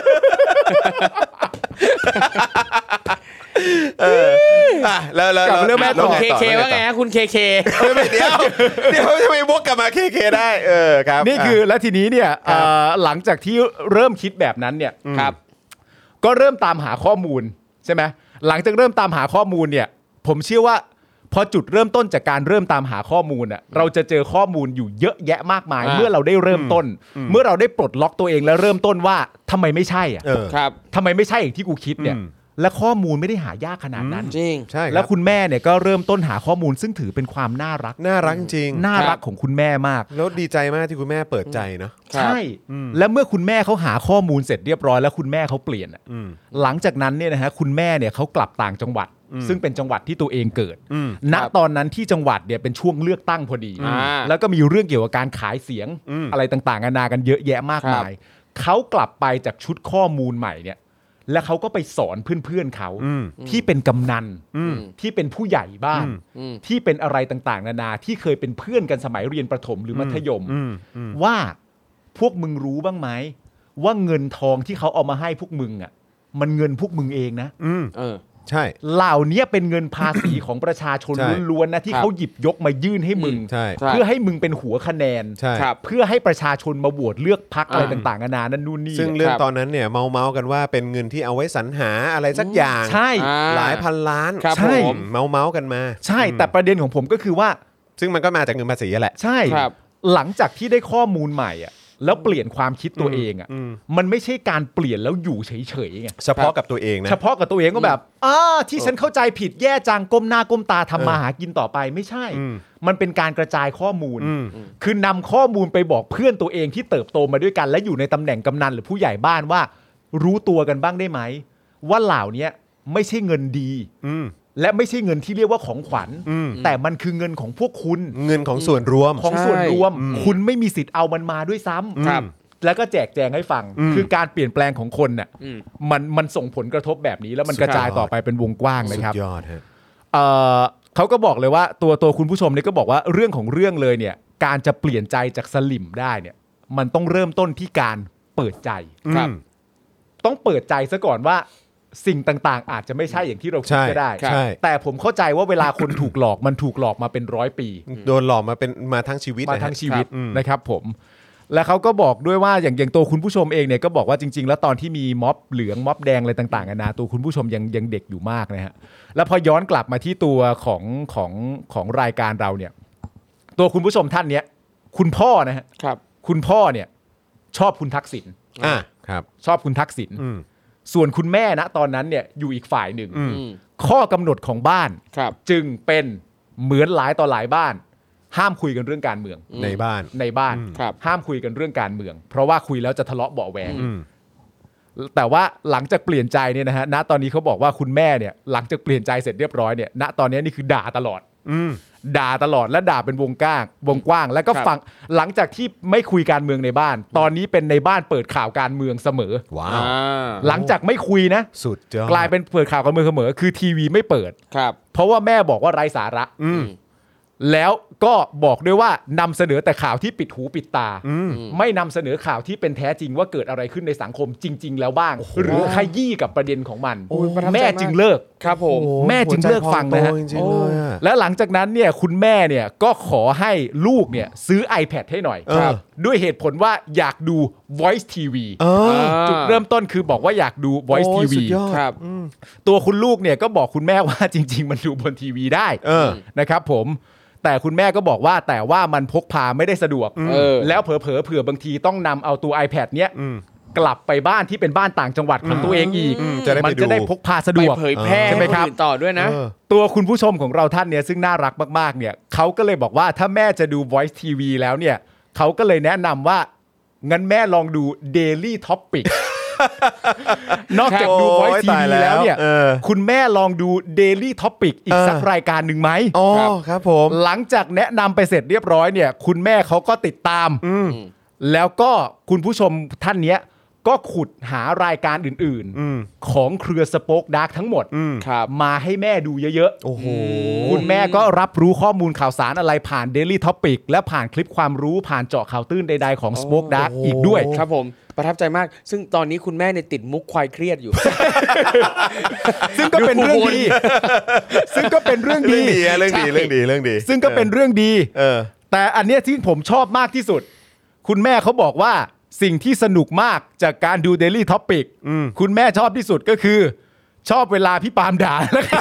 แล้วเรื่องแม่ต่อเคว่าไงฮะคุณเคเดี๋ยวจะไปวกกลับมาเคได้ครับนี่คือแล้วทีนี้เนี่ยหลังจากที่เริ่มคิดแบบนั้นเนี่ยครับก็เริ่มตามหาข้อมูลใช่ไหมหลังจากเริ่มตามหาข้อมูลเนี่ยผมเชื่อว่าพอจุดเริ่มต้นจากการเริ่มตามหาข้อมูลอ่ะเราจะเจอข้อมูลอยู่เยอะแยะมากมายเมื่อเราได้เริ่มต้นเมื่อเราได้ปลดล็อกตัวเองแล้วเริ่มต้นว่าทำไมไม่ใช่อ่ะครับทำไมไม่ใช่อย่างที่กูคิดเนี่ยและข้อมูลไม่ได้หายากขนาดนั้นจริงใช่แล้วคุณแม่เนี่ยก็เริ่มต้นหาข้อมูลซึ่งถือเป็นความน่ารักจริงน่ารักของคุณแม่มากแล้วดีใจมากที่คุณแม่เปิดใจเนาะใช่แล้วเมื่อคุณแม่เขาหาข้อมูลเสร็จเรียบร้อยแล้วคุณแม่เขาเปลี่ยนหลังจากนั้นเนี่ยนะฮะคุณแม่เนี่ยเขากลับต่างจังหวัดซึ่งเป็นจังหวัดที่ตัวเองเกิดณตอนนั้นที่จังหวัดเนี่ยเป็นช่วงเลือกตั้งพอดีแล้วก็มีเรื่องเกี่ยวกับการขายเสียงอะไรต่างๆนานากันเยอะแยะมากมายเขากลับไปจากชุดข้อมูลใหม่เนี่ยแล้วเขาก็ไปสอนเพื่อนๆเขาที่เป็นกำนันที่เป็นผู้ใหญ่บ้านที่เป็นอะไรต่างๆนานาที่เคยเป็นเพื่อนกันสมัยเรียนประถมหรือมัธยมว่าพวกมึงรู้บ้างไหมว่าเงินทองที่เขาเอามาให้พวกมึงอ่ะมันเงินพวกมึงเองนะใช่เหล่านี้เป็นเงินภาษีของประชาชนล้วนๆนะที่เขาหยิบยกมายื่นให้มึงเพื่อให้มึงเป็นหัวคะแนนเพื่อให้ประชาชนมาโหวตเลือกพรรคอะไรต่างๆนานานั่นนู่นนี่ซึ่งเรื่องตอนนั้นเนี่ยเมากันว่าเป็นเงินที่เอาไว้สรรหาอะไรสักอย่างใช่หลายพันล้านใช่เมากันมาใช่แต่ประเด็นของผมก็คือว่าซึ่งมันก็มาจากเงินภาษีแหละใช่หลังจากที่ได้ข้อมูลใหม่อ่ะแล้วเปลี่ยนความคิดตัวเองอ่ะมันไม่ใช่การเปลี่ยนแล้วอยู่เฉยๆไงเฉพาะกับตัวเองนะเฉพาะกับตัวเองก็แบบที่ฉันเข้าใจผิดแย่จังก้มหน้าก้มตาทำมาหากินต่อไปไม่ใช่มันเป็นการกระจายข้อมูลคือนำข้อมูลไปบอกเพื่อนตัวเองที่เติบโตมาด้วยกันและอยู่ในตำแหน่งกำนันหรือผู้ใหญ่บ้านว่ารู้ตัวกันบ้างได้ไหมว่าเหล่านี้ไม่ใช่เงินดีและไม่ใช่เงินที่เรียกว่าของขวัญแต่มันคือเงินของพวกคุณเงินของส่วนรวมคุณไม่มีสิทธิ์เอามันมาด้วยซ้ำแล้วก็แจกแจงให้ฟังคือการเปลี่ยนแปลงของคนเนี่ยมันส่งผลกระทบแบบนี้แล้วมันกระจายต่อไปเป็นวงกว้างนะครับสุดยอดฮะเขาก็บอกเลยว่าตัวคุณผู้ชมเนี่ยก็บอกว่าเรื่องของเรื่องเลยเนี่ยการจะเปลี่ยนใจจากสลิมได้เนี่ยมันต้องเริ่มต้นที่การเปิดใจต้องเปิดใจซะก่อนว่าสิ่งต่างๆอาจจะไม่ใช่อย่างที่เราคิดก็ได้แต่ผมเข้าใจว่าเวลาคนถูกหลอกมันถูกหลอกมาเป็น100 ปีโดนหลอกมาทั้งชีวิตนะครับผมและเขาก็บอกด้วยว่าอย่างตัวคุณผู้ชมเองเนี่ยก็บอกว่าจริงๆแล้วตอนที่มีม็อบเหลืองม็อบแดงอะไรต่างๆนานาตัวคุณผู้ชมยังเด็กอยู่มากนะฮะแล้วพอย้อนกลับมาที่ตัวของรายการเราเนี่ยตัวคุณผู้ชมท่านเนี้ยคุณพ่อนะฮะคุณพ่อเนี่ยชอบคุณทักษิณครับชอบคุณทักษิณส่วนคุณแม่นะตอนนั้นเนี่ยอยู่อีกฝ่ายหนึ่งข้อกำหนดของบ้านจึงเป็นเหมือนหลายต่อหลายบ้านห้ามคุยกันเรื่องการเมืองในบ้านห้ามคุยกันเรื่องการเมืองเพราะว่าคุยแล้วจะทะเลาะเบาะแวงแต่ว่าหลังจากเปลี่ยนใจเนี่ยนะฮะณตอนนี้เขาบอกว่าคุณแม่เนี่ยหลังจากเปลี่ยนใจเสร็จเรียบร้อยเนี่ยณตอนนี้นี่คือด่าตลอดด่าตลอดและด่าเป็นวงกว้างแล้วก็ฟังหลังจากที่ไม่คุยการเมืองในบ้านตอนนี้เป็นในบ้านเปิดข่าวการเมืองเสมอว้าวหลังจากไม่คุยนะสุดยอดกลายเป็นเปิดข่าวการเมืองเสมอคือทีวีไม่เปิดครับเพราะว่าแม่บอกว่าไร้สาระแล้วก็บอกด้วยว่านำเสนอแต่ข่าวที่ปิดหูปิดตาไม่นำเสนอข่าวที่เป็นแท้จริงว่าเกิดอะไรขึ้นในสังคมจริงๆแล้วบ้างหรือขยี้กับประเด็นของมันแม่จึงเลิกครับผมแม่จึงเลิกฟังนะฮะแล้วหลังจากนั้นเนี่ยคุณแม่เนี่ยก็ขอให้ลูกเนี่ยซื้อ iPad ให้หน่อยด้วยเหตุผลว่าอยากดู Voice TV จุดเริ่มต้นคือบอกว่าอยากดู Voice TV ครับตัวคุณลูกเนี่ยก็บอกคุณแม่ว่าจริงๆมันดูบนทีวีได้นะครับผมแต่คุณแม่ก็บอกว่าแต่ว่ามันพกพาไม่ได้สะดวกแล้วเผลอเผื่อบางทีต้องนำเอาตัว iPad เนี้ยกลับไปบ้านที่เป็นบ้านต่างจังหวัดของตัวเองอีกมันจะได้พกพาสะดวกไปเผยแพร่ใช่ไหมครับต่อด้วยนะตัวคุณผู้ชมของเราท่านเนี่ยซึ่งน่ารักมากๆเนี่ยเขาก็เลยบอกว่าถ้าแม่จะดู Voice TV แล้วเนี่ยเขาก็เลยแนะนำว่างั้นแม่ลองดู Daily Topic นอกจากดู Voice TV แล้วเนี่ยคุณแม่ลองดู Daily Topic อีกสักรายการหนึ่งไหมครับผมหลังจากแนะนำไปเสร็จเรียบร้อยเนี่ยคุณแม่เขาก็ติดตามแล้วก็คุณผู้ชมท่านเนี้ยก็ขุดหารายการอื่นๆของเครือ Spoke Dark ทั้งหมดมาให้แม่ดูเยอะๆโอ้โหคุณแม่ก็รับรู้ข้อมูลข่าวสารอะไรผ่าน Daily Topic และผ่านคลิปความรู้ผ่านเจาะข่าวตื้นใดๆของ Spoke Dark อีกด้วยครับผมประทับใจมากซึ่งตอนนี้คุณแม่เนี่ยติดมุกควายเครียดอยู่ซึ่งก็เป็นเรื่องดีซึ่งก็เป็นเรื่องดีเรื่องดีซึ่งก็เป็นเรื่องดีแต่อันเนี้ยที่ผมชอบมากที่สุดคุณแม่เขาบอกว่าสิ่งที่สนุกมากจากการดู Daily Topic คุณแม่ชอบที่สุดก็คือชอบเวลาพี่ปาล์มด่านะครับ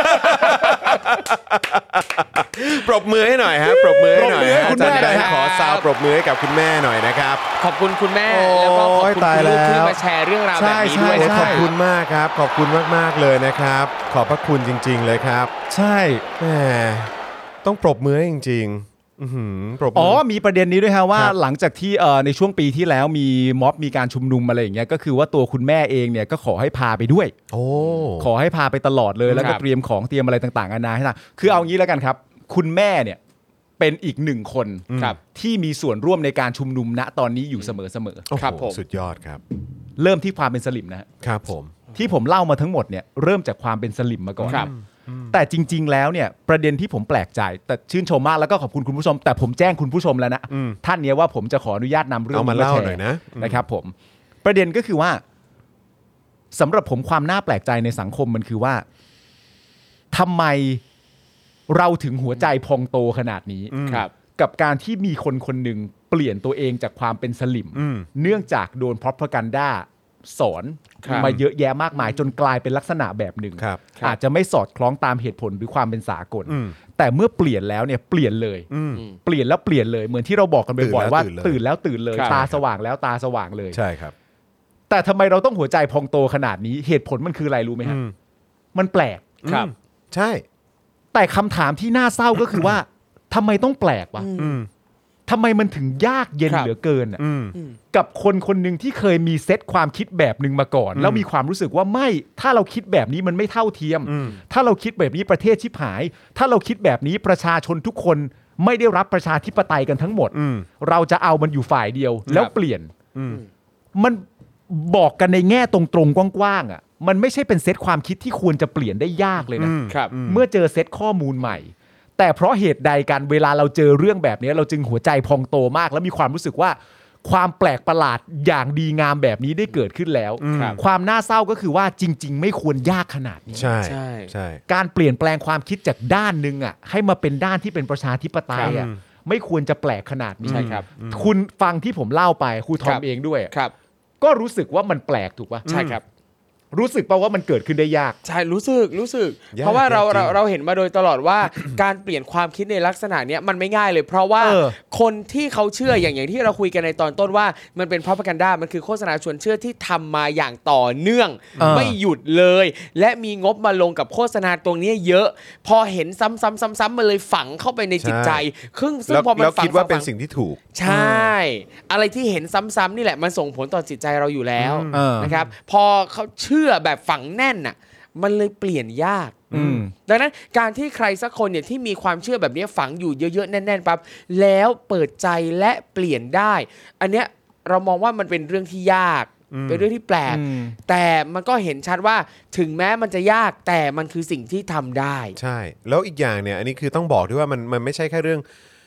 ปรบมือให้หน่อยฮะปรบมือให้หน่อยคุณแม่ขอซาวปรบมือให้กับคุณแม่หน่อยนะครับขอบคุณคุณแม่แล้วก็ขอบคุณลูกที่มาแชร์เรื่องราวแบบนี้ด้วยขอบคุณมากครับขอบคุณมากๆเลยนะครับขอบพระคุณจริงๆเลยครับใช่แหมต้องปรบมือให้จริงมีประเด็นนี้ด้วยฮะว่าหลังจากที่ในช่วงปีที่แล้วมีม็อบมีการชุมนุมอะไรอย่างเงี้ยก็คือว่าตัวคุณแม่เองเนี่ยก็ขอให้พาไปด้วยขอให้พาไปตลอดเลยแล้วก็เตรียมของเตรียมอะไรต่างๆนานาให้นะคือเอางี้แล้วกันครับคุณแม่เนี่ยเป็นอีกหนึ่งคนที่มีส่วนร่วมในการชุมนุมณตอนนี้อยู่เสมอๆครับผมสุดยอดครับเริ่มที่ความเป็นสลิมนะครับผมที่ผมเล่ามาทั้งหมดเนี่ยเริ่มจากความเป็นสลิมมาก่อนแต่จริงๆแล้วเนี่ยประเด็นที่ผมแปลกใจแต่ชื่นชมมากแล้วก็ขอบคุณคุณผู้ชมแต่ผมแจ้งคุณผู้ชมแล้วนะท่านเนี้ยว่าผมจะขออนุญาตนำเรื่องมาเล่าหน่อยนะครับผมประเด็นก็คือว่าสำหรับผมความน่าแปลกใจในสังคมมันคือว่าทำไมเราถึงหัวใจพองโตขนาดนี้กับการที่มีคนคนหนึ่งเปลี่ยนตัวเองจากความเป็นสลิมเนื่องจากโดน propaganda สอนมาเยอะแยะมากมายจนกลายเป็นลักษณะแบบหนึ่งอาจจะไม่สอดคล้องตามเหตุผลหรือความเป็นสากลแต่เมื่อเปลี่ยนแล้วเนี่ยเปลี่ยนเลยเปลี่ยนแล้วเปลี่ยนเลยเหมือนที่เราบอกกันบ่อยๆว่าตื่นแล้วตื่นเลยตาสว่างแล้วตาสว่างเลยใช่ครับแต่ทำไมเราต้องหัวใจพองโตขนาดนี้เหตุผลมันคืออะไรรู้ไหมฮะมันแปลกครับใช่แต่คำถามที่น่าเศร้าก็คือว่าทำไมต้องแปลกวะทำไมมันถึงยากเย็นเหลือเกินกับคนคนหนึ่งที่เคยมีเซตความคิดแบบหนึ่งมาก่อนแล้วมีความรู้สึกว่าไม่ถ้าเราคิดแบบนี้มันไม่เท่าเทียมถ้าเราคิดแบบนี้ประเทศชิบหายถ้าเราคิดแบบนี้ประชาชนทุกคนไม่ได้รับประชาธิปไตยกันทั้งหมดเราจะเอามันอยู่ฝ่ายเดียวแล้วเปลี่ยนมันบอกกันในแง่ตรงๆกว้างๆอ่ะมันไม่ใช่เป็นเซตความคิดที่ควรจะเปลี่ยนได้ยากเลยนะเมื่อเจอเซตข้อมูลใหม่แต่เพราะเหตุใดกันเวลาเราเจอเรื่องแบบนี้เราจึงหัวใจพองโตมากแล้วมีความรู้สึกว่าความแปลกประหลาดอย่างดีงามแบบนี้ได้เกิดขึ้นแล้วความน่าเศร้าก็คือว่าจริงๆไม่ควรยากขนาดนี้ใช่การเปลี่ยนแปลงความคิดจากด้านนึงอ่ะให้มาเป็นด้านที่เป็นประชาธิปไตยอ่ะไม่ควรจะแปลกขนาดนี้คุณฟังที่ผมเล่าไปครูทอมเองด้วยก็รู้สึกว่ามันแปลกถูกป่ะใช่ครับรู้สึกป่ะว่ามันเกิดขึ้นได้ยากใช่รู้สึกเพราะว่าเราเห็นมาโดยตลอดว่า การเปลี่ยนความคิดในลักษณะนี้มันไม่ง่ายเลยเพราะว่าคนที่เขาเชื่ออย่างที่เราคุยกันในตอนต้นว่ามันเป็น propaganda มันคือโฆษณาชวนเชื่อที่ทำมาอย่างต่อเนื่องไม่หยุดเลยและมีงบมาลงกับโฆษณาตรงนี้เยอะพอเห็นซ้ำๆมันเลยฝังเข้าไปในจิตใจซึ่งพอมันฝังคิดว่าเป็นสิ่งที่ถูกใช่อะไรที่เห็นซ้ำๆนี่แหละมันส่งผลต่อจิตใจเราอยู่แล้วนะครับพอเขาเชื่อแบบฝังแน่นน่ะมันเลยเปลี่ยนยากดังนั้นการที่ใครสักคนเนี่ยที่มีความเชื่อแบบนี้ฝังอยู่เยอะๆแน่นๆปั๊บแล้วเปิดใจและเปลี่ยนได้อันเนี้ยเรามองว่ามันเป็นเรื่องที่ยากเป็นเรื่องที่แปลกแต่มันก็เห็นชัดว่าถึงแม้มันจะยากแต่มันคือสิ่งที่ทำได้ใช่แล้วอีกอย่างเนี่ยอันนี้คือต้องบอกด้วยว่ามันไม่ใช่แค่เรื่อง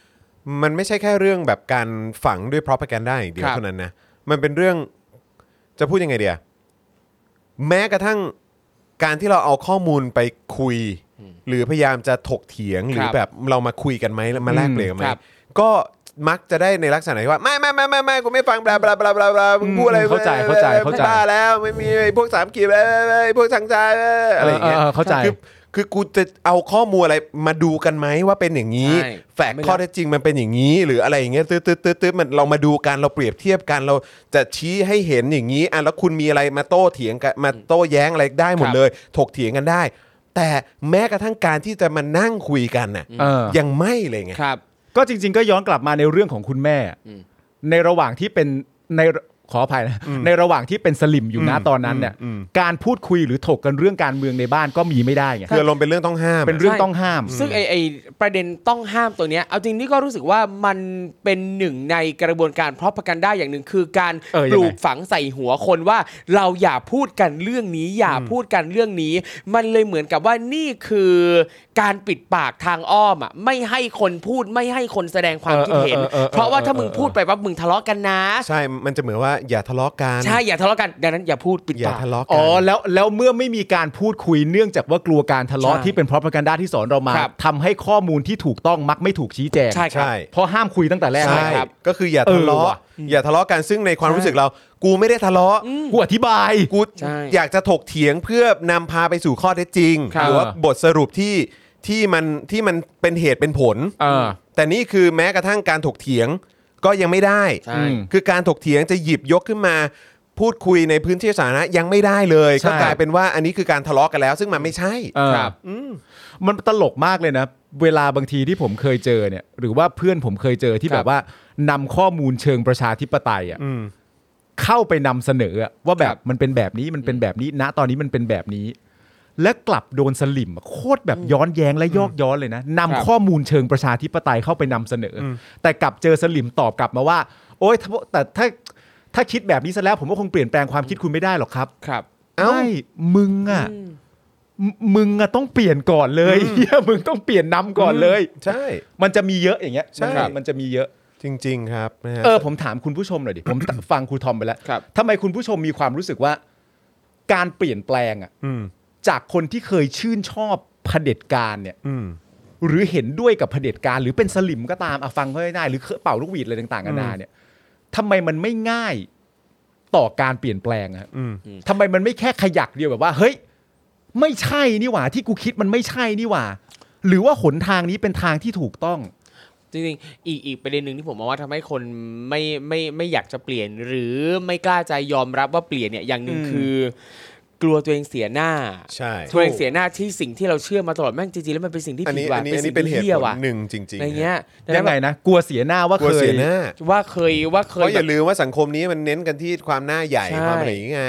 แบบการฝังด้วย propaganda อย่างเดียวเท่านั้นนะมันเป็นเรื่องจะพูดยังไงเดียแม้กระทั่งการที่เราเอาข้อมูลไปคุยหรือพยายามจะถกเถียงหรือแบบเรามาคุยกันไหมมาแลกเปลี่ยนกันไหมก็มักจะได้ในลักษณะที่ว่าไม่กูไม่ฟังบลาบลาบลาบลามึงพูดอะไรเข้าใจบ้าแล้วไม่มีพวก3 กีบพวกสังจายอะไรอย่างเงี้ยเข้าใจคือกูจะเอาข้อมูลอะไรมาดูกันไหมว่าเป็นอย่างนี้แฟกต์ข้อเท็จจริงมันเป็นอย่างนี้หรืออะไรอย่างเงี้ยตื้อมันเรามาดูกันเราเปรียบเทียบกันเราจะชี้ให้เห็นอย่างนี้แล้วคุณมีอะไรมาโต้เถียงกันมาโต้แย้งอะไรได้หมดเลยถกเถียงกันได้แต่แม้กระทั่งการที่จะมานั่งคุยกันน่ะยังไม่เลยไงก็จริงๆก็ย้อนกลับมาในเรื่องของคุณแม่ในระหว่างที่เป็นในขออภัยนะในระหว่างที่เป็นสลิมอยู่นะตอนนั้นเนี่ยการพูดคุยหรือถกกันเรื่องการเมืองในบ้านก็มีไม่ได้ไงคืออารมณ์เป็นเรื่องต้องห้ามเป็นเรื่องต้องห้ามซึ่งไอประเด็นต้องห้ามตัวเนี้ยเอาจริงนี่ก็รู้สึกว่ามันเป็นหนึ่งในกระบวนการpropagandaอย่างหนึ่งคือการปลูกฝังใส่หัวคนว่าเราอย่าพูดกันเรื่องนี้อย่าพูดกันเรื่องนี้มันเลยเหมือนกับว่านี่คือการปิดปากทางอ้อมอ่ะไม่ให้คนพูดไม่ให้คนแสดงความคิดเห็นเพราะว่าถ้ามึงพูดไปว่ามึงทะเลาะกันนะใช่มันจะเหมือนว่าอย่าทะเลาะกันใช่อย่าทะเลาะกันดังนั้นอย่าพูดปิดปากแล้วเมื่อไม่มีการพูดคุยเนื่องจากว่ากลัวการทะเลาะที่เป็น propaganda ที่สอนเรามาทำให้ข้อมูลที่ถูกต้องมักไม่ถูกชี้แจงใช่เพราะห้ามคุยตั้งแต่แรกใช่ก็คืออย่าทะเลาะกันซึ่งในความรู้สึกเรากูไม่ได้ทะเลาะกูอธิบายกูอยากจะถกเถียงเพื่อนำพาไปสู่ข้อเท็จจริงหรือว่าบทสรุปที่มันเป็นเหตุเป็นผลแต่นี่คือแม้กระทั่งการถกเถียงก็ยังไม่ได้คือการถกเถียงจะหยิบยกขึ้นมาพูดคุยในพื้นที่สาธารณะยังไม่ได้เลยก็กลายเป็นว่าอันนี้คือการทะเลาะกันแล้วซึ่งมันไม่ใช่ครับมันตลกมากเลยนะเวลาบางทีที่ผมเคยเจอเนี่ยหรือว่าเพื่อนผมเคยเจอที่แบบว่านำข้อมูลเชิงประชาธิปไตยเข้าไปนำเสนอว่าแบบมันเป็นแบบนี้มันเป็นแบบนี้ณตอนนี้มันเป็นแบบนี้และกลับโดนสลิมโคตรแบบย้อนแย้งและยอกย้อนเลยนะนำข้อมูลเชิงประชาธิปไตยเข้าไปนำเสนอแต่กลับเจอสลิมตอบกลับมาว่าโอ๊ยแต่ถ้าคิดแบบนี้ซะแล้วผมก็คงเปลี่ยนแปลงความคิดคุณไม่ได้หรอกครับไม่มึงต้องเปลี่ยนก่อนเลยมึงต้องเปลี่ยนนำก่อนเลยใช่มันจะมีเยอะอย่างเงี้ยมันจะมีเยอะจริงๆครับผมถามคุณผู้ชมหน่อยดิผมฟังครูทอมไปแล้วทำไมคุณผู้ชมมีความรู้สึกว่าการเปลี่ยนแปลงจากคนที่เคยชื่นชอบเผด็จการเนี่ยหรือเห็นด้วยกับเผด็จการหรือเป็นสลิมก็ตามฟังเขาง่ายๆหรือเป่าลูกหวีดอะไรต่างๆกันานาเนี่ยทำไมมันไม่ง่ายต่อการเปลี่ยนแปลงอะทำไมมันไม่แค่ขยักเดียวแบบว่าเฮ้ยไม่ใช่นี่หว่าที่กูคิดมันไม่ใช่นี่หว่าหรือว่าหนทางนี้เป็นทางที่ถูกต้องจริงๆอีกประเด็นหนึ่งที่ผมมองว่าทำให้คนไม่อยากจะเปลี่ยนหรือไม่กล้าจะยอมรับว่าเปลี่ยนเนี่ยอย่างหนึ่งคือกลัวตัวเองเสียหน้าใช่ตัวเองเสียหน้าที่สิ่งที่เราเชื่อมาตลอดแม่งจริงๆแล้วมันเป็นสิ่งที่ผิดหวังเป็นสิ่งที่เหี้ยว่ะหนึ่งจริงๆอะไรเงี้ยยังไงนะกลัวเสียหน้าว่าเคยเพราะอย่าลืมว่าสังคมนี้มันเน้นกันที่ความหน้าใหญ่ความอะไรอย่างไง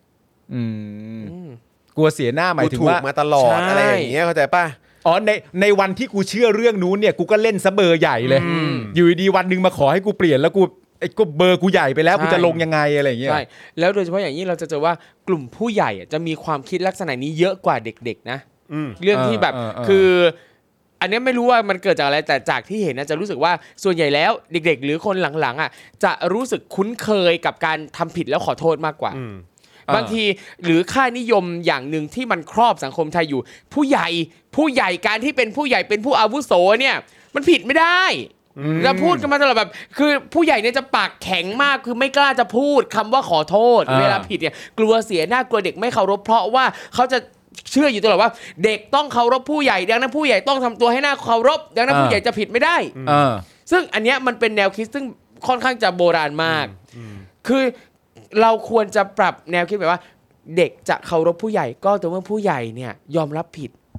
กลัวเสียหน้าหมายถึงว่าถูกมาตลอดอะไรอย่างเงี้ยเข้าใจป่ะอ๋อในวันที่กูเชื่อเรื่องนู้นเนี่ยกูก็เล่นซะเบอร์ใหญ่เลยอยู่ดีวันนึงมาขอให้กูเปลี่ยนแล้วก็เบอร์กูใหญ่ไปแล้วกูจะลงยังไงอะไรอย่างเงี้ยใช่แล้วโดยเฉพาะอย่างนี้เราจะเจอว่ากลุ่มผู้ใหญ่จะมีความคิดลักษณะนี้เยอะกว่าเด็กๆนะเรื่องที่แบบคืออันนี้ไม่รู้ว่ามันเกิดจากอะไรแต่จากที่เห็นนะจะรู้สึกว่าส่วนใหญ่แล้วเด็กๆหรือคนหลังๆจะรู้สึกคุ้นเคยกับการทำผิดแล้วขอโทษมากกว่าบางทีหรือค่านิยมอย่างหนึ่งที่มันครอบสังคมไทยอยู่ผู้ใหญ่การที่เป็นผู้ใหญ่เป็นผู้อาวุโสเนี่ยมันผิดไม่ได้เราพูดกันมาตลอดแบบคือผู้ใหญ่เนี่ยจะปากแข็งมากคือไม่กล้าจะพูดคำว่าขอโทษเวลาผิดเนี่ยกลัวเสียหน้ากลัวเด็กไม่เคารพเพราะว่าเขาจะเชื่ออยู่ตลอดว่าเด็กต้องเคารพผู้ใหญ่ดังนั้นผู้ใหญ่ต้องทำตัวให้น่าเคารพดังนั้นผู้ใหญ่จะผิดไม่ได้ซึ่งอันเนี้ยมันเป็นแนวคิดซึ่งค่อนข้างจะโบราณมากคือเราควรจะปรับแนวคิดแบบว่าเด็กจะเคารพผู้ใหญ่ก็ต่อเมื่อผู้ใหญ่เนี่ยยอมรับผิด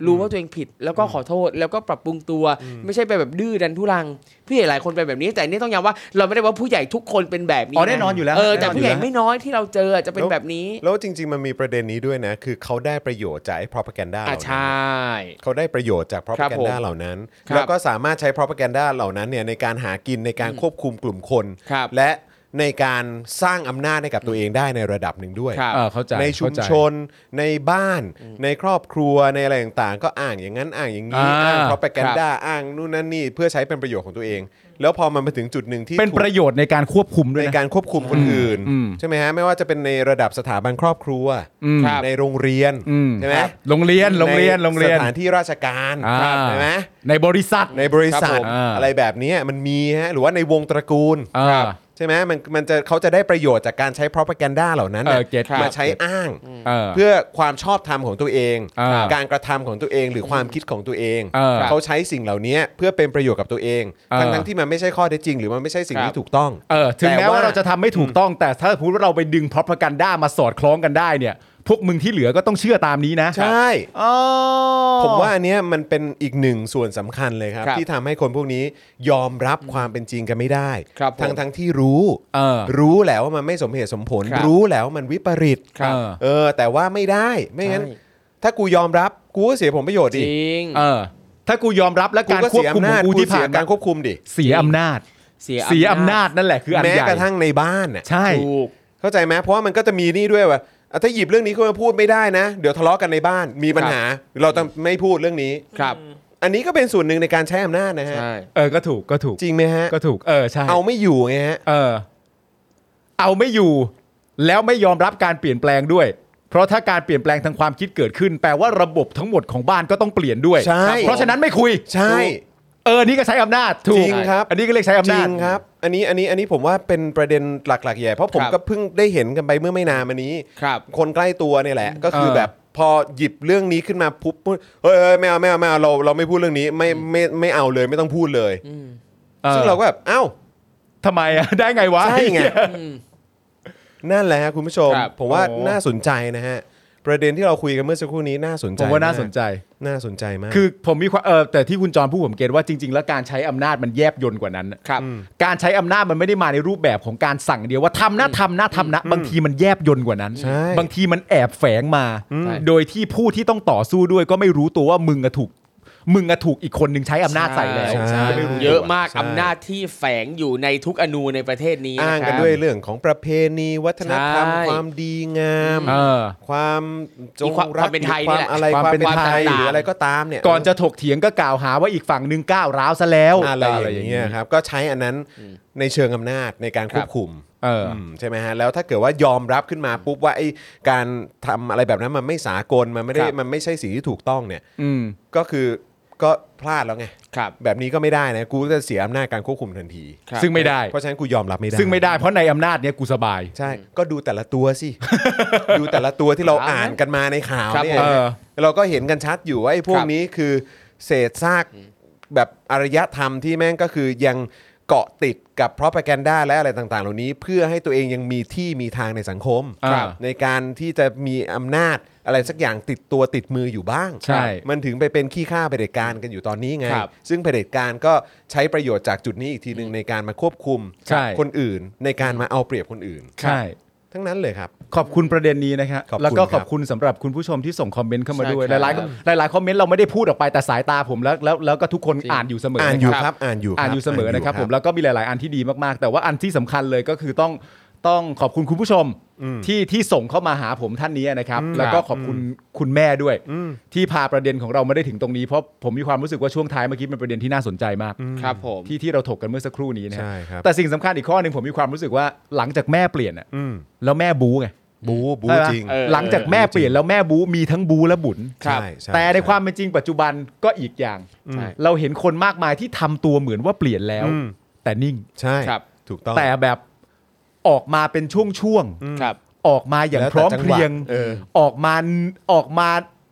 รู้ว่าตัวเองผิดแล้วก็ขอโทษแล้วก็ปรับปรุงตัวไม่ใช่ไปแบบดื้อดันทุรังผู้ใหญ่หลายคนเป็นแบบนี้แต่นี่ต้องย้ำว่าเราไม่ได้ว่าผู้ใหญ่ทุกคนเป็นแบบนี้แน่นอนอยู่แล้วแต่ผู้ใหญ่ไม่น้อยที่เราเจอจะเป็นแบบนี้แล้วจริงๆมันมีประเด็นนี้ด้วยนะคือเขาได้ประโยชน์จากไอ้ propaganda เหล่านั้นใช่เขาได้ประโยชน์จาก propaganda เหล่านั้นแล้วก็สามารถใช้ propaganda เหล่านั้นเนี่ยในการหากินในการควบคุมกลุ่มคนและในการสร้างอำนาจให้กับตัวเองได้ในระดับหนึ่งด้วยในชุมชนในบ้านในครอบครัวในอะไรต่างๆก็อ้างอย่างนั้นอ้างอย่างนี้อ้าง propaganda อ้างนู่นนั่นนี่เพื่อใช้เป็นประโยชน์ของตัวเองแล้วพอมันมาถึงจุดหนึ่งที่เป็นประโยชน์ในการควบคุมด้วยในการควบคุมคนอื่นใช่ไหมฮะไม่ว่าจะเป็นในระดับสถาบันครอบครัวในโรงเรียนใช่ไหมโรงเรียนสถานที่ราชการใช่ไหมในบริษัทอะไรแบบนี้มันมีฮะหรือว่าในวงตระกูลใช่ไหมมันจะเขาจะได้ประโยชน์จากการใช้ propaganda เหล่านั้นมาใช้อ้างเพื่อความชอบธรรมของตัวเองการกระทำของตัวเองหรือความคิดของตัวเองเขาใช้สิ่งเหล่านี้เพื่อเป็นประโยชน์กับตัวเองทั้งที่มันไม่ใช่ข้อเท็จจริงหรือมันไม่ใช่สิ่งที่ถูกต้องถึงแม้ว่าเราจะทำไม่ถูกต้องแต่ถ้าพูดว่าเราไปดึง propaganda มาสอดคล้องกันได้เนี่ยพวกมึงที่เหลือก็ต้องเชื่อตามนี้นะใช่ผมว่าอันเนี้ยมันเป็นอีกหนึ่งส่วนสำคัญเลยครับที่ทำให้คนพวกนี้ยอมรับความเป็นจริงกันไม่ได้ทั้งที่รู้แล้วว่ามันไม่สมเหตุสมผลรู้แล้วว่ามันวิปริตแต่ว่าไม่ได้ไม่งั้นถ้ากูยอมรับกูก็เสียผลประโยชน์ดิจริงถ้ากูยอมรับและการควบคุมของกูที่ผ่านการควบคุมดิเสียอำนาจนั่นแหละคืออันใหญ่แม้กระทั่งในบ้านใช่เข้าใจไหมเพราะว่ามันก็จะมีนี่ด้วยว่าถ้าหยิบเรื่องนี้ขึ้นมาพูดไม่ได้นะเดี๋ยวทะเลาะกันในบ้านมีปัญหาเราต้องไม่พูดเรื่องนี้ครับอันนี้ก็เป็นส่วนหนึ่งในการใช้อำนาจนะฮะก็ถูกจริงไหมฮะก็ถูกใช่เอาไม่อยู่ไงฮะเอาไม่อยู่แล้วไม่ยอมรับการเปลี่ยนแปลงด้วยเพราะถ้าการเปลี่ยนแปลงทางความคิดเกิดขึ้นแปลว่าระบบทั้งหมดของบ้านก็ต้องเปลี่ยนด้วยเพราะฉะนั้นไม่คุยใช่นี่ก็ใช้อำนาจถูกจริงครับอันนี้ก็เรียกใช้อำนาจจริงครับอันนี้ผมว่าเป็นประเด็นหลักๆใหญ่เพราะผมก็เพิ่งได้เห็นกันไปเมื่อไม่นานมานี้คนใกล้ตัวเนี่ยแหละก็คือแบบพอหยิบเรื่องนี้ขึ้นมาปุ๊บเฮ้ยไม่เอาเราไม่พูดเรื่องนี้ไม่เอาเลยไม่ต้องพูดเลยซึ่งเราก็แบบเอ้าทำไมได้ไงวะใช่ไงนั่นแหละคุณผู้ชมผมว่าน่าสนใจนะฮะประเด็นที่เราคุยกันเมื่อสักครู่นี้น่าสนใจผมว่าน่าสนใจมากคือผมมีความแต่ที่คุณจรพูดผมเก็ตว่าจริงๆแล้วการใช้อำนาจมันแยบยลกว่านั้นครับการใช้อำนาจมันไม่ได้มาในรูปแบบของการสั่งเดียวว่าทำนะบางทีมันแยบยลกว่านั้นบางทีมันแอบแฝงมาโดยที่ผู้ที่ต้องต่อสู้ด้วยก็ไม่รู้ตัวว่ามึงถูกอีกคนนึงใช้อำนาจใส่แล้วเยอะมากอำนาจที่แฝงอยู่ในทุกอนูในประเทศนี้อ้างกันด้วยเรื่องของประเพณีวัฒนธรรมความดีงามความจงรักเป็นไทยความอะไรความเป็นไทยหรืออะไรก็ตามเนี่ยก่อนจะถกเถียงก็กล่าวหาว่าอีกฝั่งนึงก้าวร้าวซะแล้วอะไรอย่างเงี้ยครับก็ใช้อันนั้นในเชิงอำนาจในการควบคุมใช่ไหมฮะแล้วถ้าเกิดว่ายอมรับขึ้นมาปุ๊บว่าไอ้การทำอะไรแบบนั้นมันไม่สากลมันไม่ใช่สิ่งที่ถูกต้องเนี่ยก็พลาดแล้วไงแบบนี้ก็ไม่ได้นะกูจะเสียอำนาจการควบคุมทันทีซึ่งไม่ได้เพราะฉะนั้นกูยอมรับไม่ได้ซึ่งไม่ได้เพราะในอำนาจเนี้ยกูสบายใช่ก็ดูแต่ละตัวสิ ดูแต่ละตัวที่เราอ่านกันมาในข่าวเนี่ยเราก็เห็นกันชัดอยู่ว่าไอ้พวกนี้คือเศษซากแบบอารยธรรมที่แม่งก็คือยังเกาะติดกับ propaganda และอะไรต่างๆเหล่านี้เพื่อให้ตัวเองยังมีที่มีทางในสังคมในการที่จะมีอำนาจอะไรสักอย่างติดตัวติดมืออยู่บ้างใช่มันถึงไปเป็นขี้ข้าเผด็จการกันอยู่ตอนนี้ไงซึ่งเผด็จการก็ใช้ประโยชน์จากจุดนี้อีกทีนึงในการมาควบคุมคนอื่นในการมาเอาเปรียบคนอื่นใช่ทั้งนั้นเลยครับขอบคุณประเด็นนี้นะครับแล้วก็ขอบคุณสำหรับคุณผู้ชมที่ส่งคอมเมนต์เข้ามาด้วยหลายคอมเมนต์เราไม่ได้พูดออกไปแต่สายตาผมแล้วก็ทุกคนอ่านอยู่เสมออ่านอยู่ครับอ่านอยู่เสมอนะครับผมแล้วก็มีหลายๆอันที่ดีมากๆแต่ว่าอันที่สำคัญเลยก็คือต้องขอบคุณคุณผู้ชมที่ส่งเข้ามาหาผมท่านนี้นะครับแล้วก็ขอบคุณคุณแม่ด้วยที่พาประเด็นของเรามาได้ถึงตรงนี้เพราะผมมีความรู้สึกว่าช่วงท้ายเมื่อกี้เป็นประเด็นที่น่าสนใจมากครับผมที่เราถกกันเมื่อสักครู่นี้นะครับแต่สิ่งสำคัญอีกข้อนึงผมมีความรู้สึกว่าหลังจากแม่เปลี่ยนแล้วแม่บู๊ไงบูจริงหลังจากแม่เปลี่ยนแล้วแม่บู๊มีทั้งบู๊และบุญแต่ในความเป็นจริงปัจจุบันก็อีกอย่างเราเห็นคนมากมายที่ทำตัวเหมือนว่าเปลี่ยนแล้วแต่นิ่งใช่ถูกต้องแต่แบบออกมาเป็นช่วงๆออกมาอย่างพร้อมเพรียงออกมา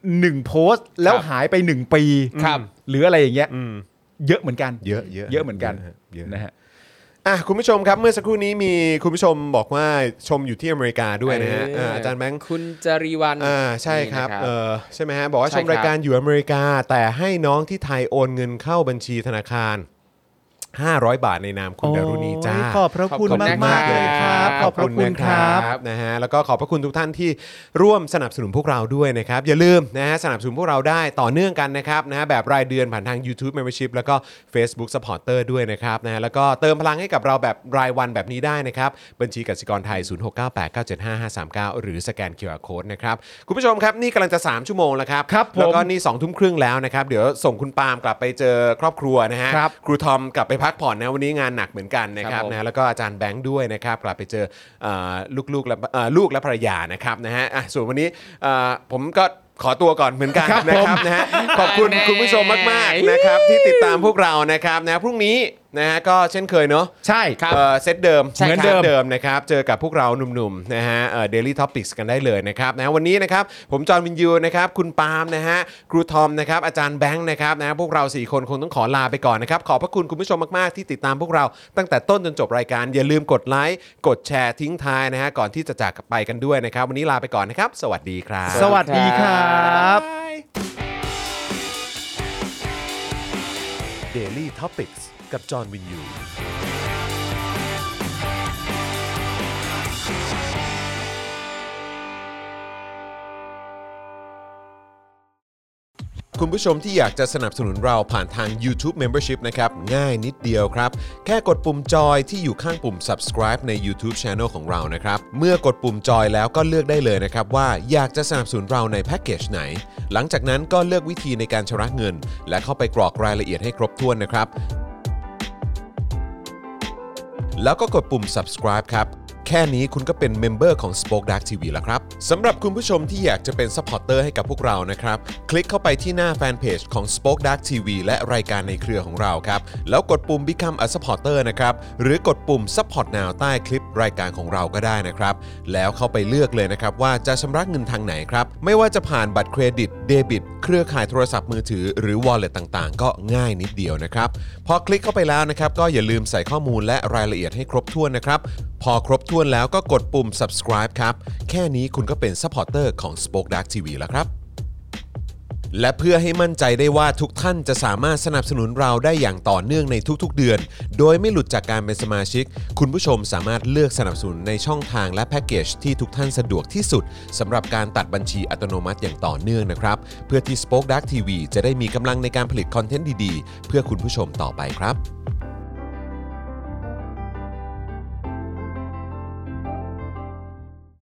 1โพสต์แล้วหายไป1ปีหรืออะไรอย่างเงี้ยเยอะเหมือนกันเยอะเหมือนกันนะฮะคุณผู้ชมครับเมื่อสักครู่นี้มีคุณผู้ชมบอกว่าชมอยู่ที่อเมริกาด้วยนะฮะอาจารย์แบงค์คุณจรีวรรณใช่ครับใช่ไหมฮะบอกว่าชมรายการอยู่อเมริกาแต่ให้น้องที่ไทยโอนเงินเข้าบัญชีธนาคาร500 บาทในนามคุณดารุณีจ้าขอบพระคุณมากๆเลยครับขอบพระคุณครับนะฮะแล้วก็ขอบพระคุณทุกท่านที่ร่วมสนับสนุนพวกเราด้วยนะครับอย่าลืมนะฮะสนับสนุนพวกเราได้ต่อเนื่องกันนะครับนะฮะแบบรายเดือนผ่านทาง YouTube Membership แล้วก็ Facebook Supporter ด้วยนะครับนะฮะแล้วก็เติมพลังให้กับเราแบบรายวันแบบนี้ได้นะครับบัญชีกสิกรไทย0698975539หรือสแกน QR Code นะครับคุณผู้ชมครับนี่กำลังจะ3ชั่วโมงแล้วครับแล้วก็นี่2 ทุ่มครึ่งแล้วนะครับเดี๋ยวส่งคุณปาล์มกลับไปเจอครอบครัวนะฮะครูทอมกลับไปพักผ่อนนะวันนี้งานหนักเหมือนกันนะครับนะแล้วก็อาจารย์แบงค์ด้วยนะครับกลับไปเจอลูกและภรรยานะครับนะฮะส่วนวันนี้ผมก็ขอตัวก่อนเหมือนกันนะครับนะฮะขอบคุณคุณผู้ชมมากๆนะครับที่ติดตามพวกเรานะครับนะพรุ่งนี้นะฮะก็เช่นเคยเนาะใช่ครับเซตเดิมเหมือนเดิมนะครับเจอกับพวกเราหนุ่มๆนะฮะDaily Topics กันได้เลยนะครับนะวันนี้นะครับผมจอห์นวินยูนะครับคุณปาล์มนะฮะครูทอมนะครับอาจารย์แบงค์นะครับนะพวกเรา4คนคงต้องขอลาไปก่อนนะครับขอบพระคุณคุณผู้ชมมากๆที่ติดตามพวกเราตั้งแต่ต้นจนจบรายการอย่าลืมกดไลค์กดแชร์ทิ้งท้ายนะฮะก่อนที่จะจากไปกันด้วยนะครับวันนี้ลาไปก่อนนะครับสวัสดีครับสวัสดีครับ Daily Topics กับจอห์นวินยูคุณผู้ชมที่อยากจะสนับสนุนเราผ่านทาง YouTube Membership นะครับง่ายนิดเดียวครับแค่กดปุ่มจอยที่อยู่ข้างปุ่ม subscribe ใน YouTube Channel ของเรานะครับเมื่อกดปุ่มจอยแล้วก็เลือกได้เลยนะครับว่าอยากจะสนับสนุนเราในแพ็กเกจไหนหลังจากนั้นก็เลือกวิธีในการชำระเงินและเข้าไปกรอกรายละเอียดให้ครบถ้วนนะครับแล้วก็กดปุ่ม subscribe ครับแค่นี้คุณก็เป็นเมมเบอร์ของ Spoke Dark TV แล้วครับสำหรับคุณผู้ชมที่อยากจะเป็นซัพพอร์ตเตอร์ให้กับพวกเรานะครับคลิกเข้าไปที่หน้าแฟนเพจของ Spoke Dark TV และรายการในเครือของเราครับแล้วกดปุ่ม Become a supporter นะครับหรือกดปุ่ม Support Now ใต้คลิปรายการของเราก็ได้นะครับแล้วเข้าไปเลือกเลยนะครับว่าจะชำระเงินทางไหนครับไม่ว่าจะผ่านบัตรเครดิตเดบิตเครือข่ายโทรศัพท์มือถือหรือ Wallet ต่างๆก็ง่ายนิดเดียวนะครับพอคลิกเข้าไปแล้วนะครับก็อย่าลืมใส่ข้อมูลและรายละเอียดให้ครบถ้วนนะครับพอครบถ้วนแล้วก็กดปุ่ม subscribe ครับแค่นี้คุณก็เป็นซัพพอร์ตเตอร์ของ Spoke Dark TV แล้วครับและเพื่อให้มั่นใจได้ว่าทุกท่านจะสามารถสนับสนุนเราได้อย่างต่อเนื่องในทุกๆเดือนโดยไม่หลุดจากการเป็นสมาชิกคุณผู้ชมสามารถเลือกสนับสนุนในช่องทางและแพ็กเกจที่ทุกท่านสะดวกที่สุดสำหรับการตัดบัญชีอัตโนมัติอย่างต่อเนื่องนะครับเพื่อที่ Spoke Dark TV จะได้มีกำลังในการผลิตคอนเทนต์ดีๆเพื่อคุณผู้ชมต่อไปครับ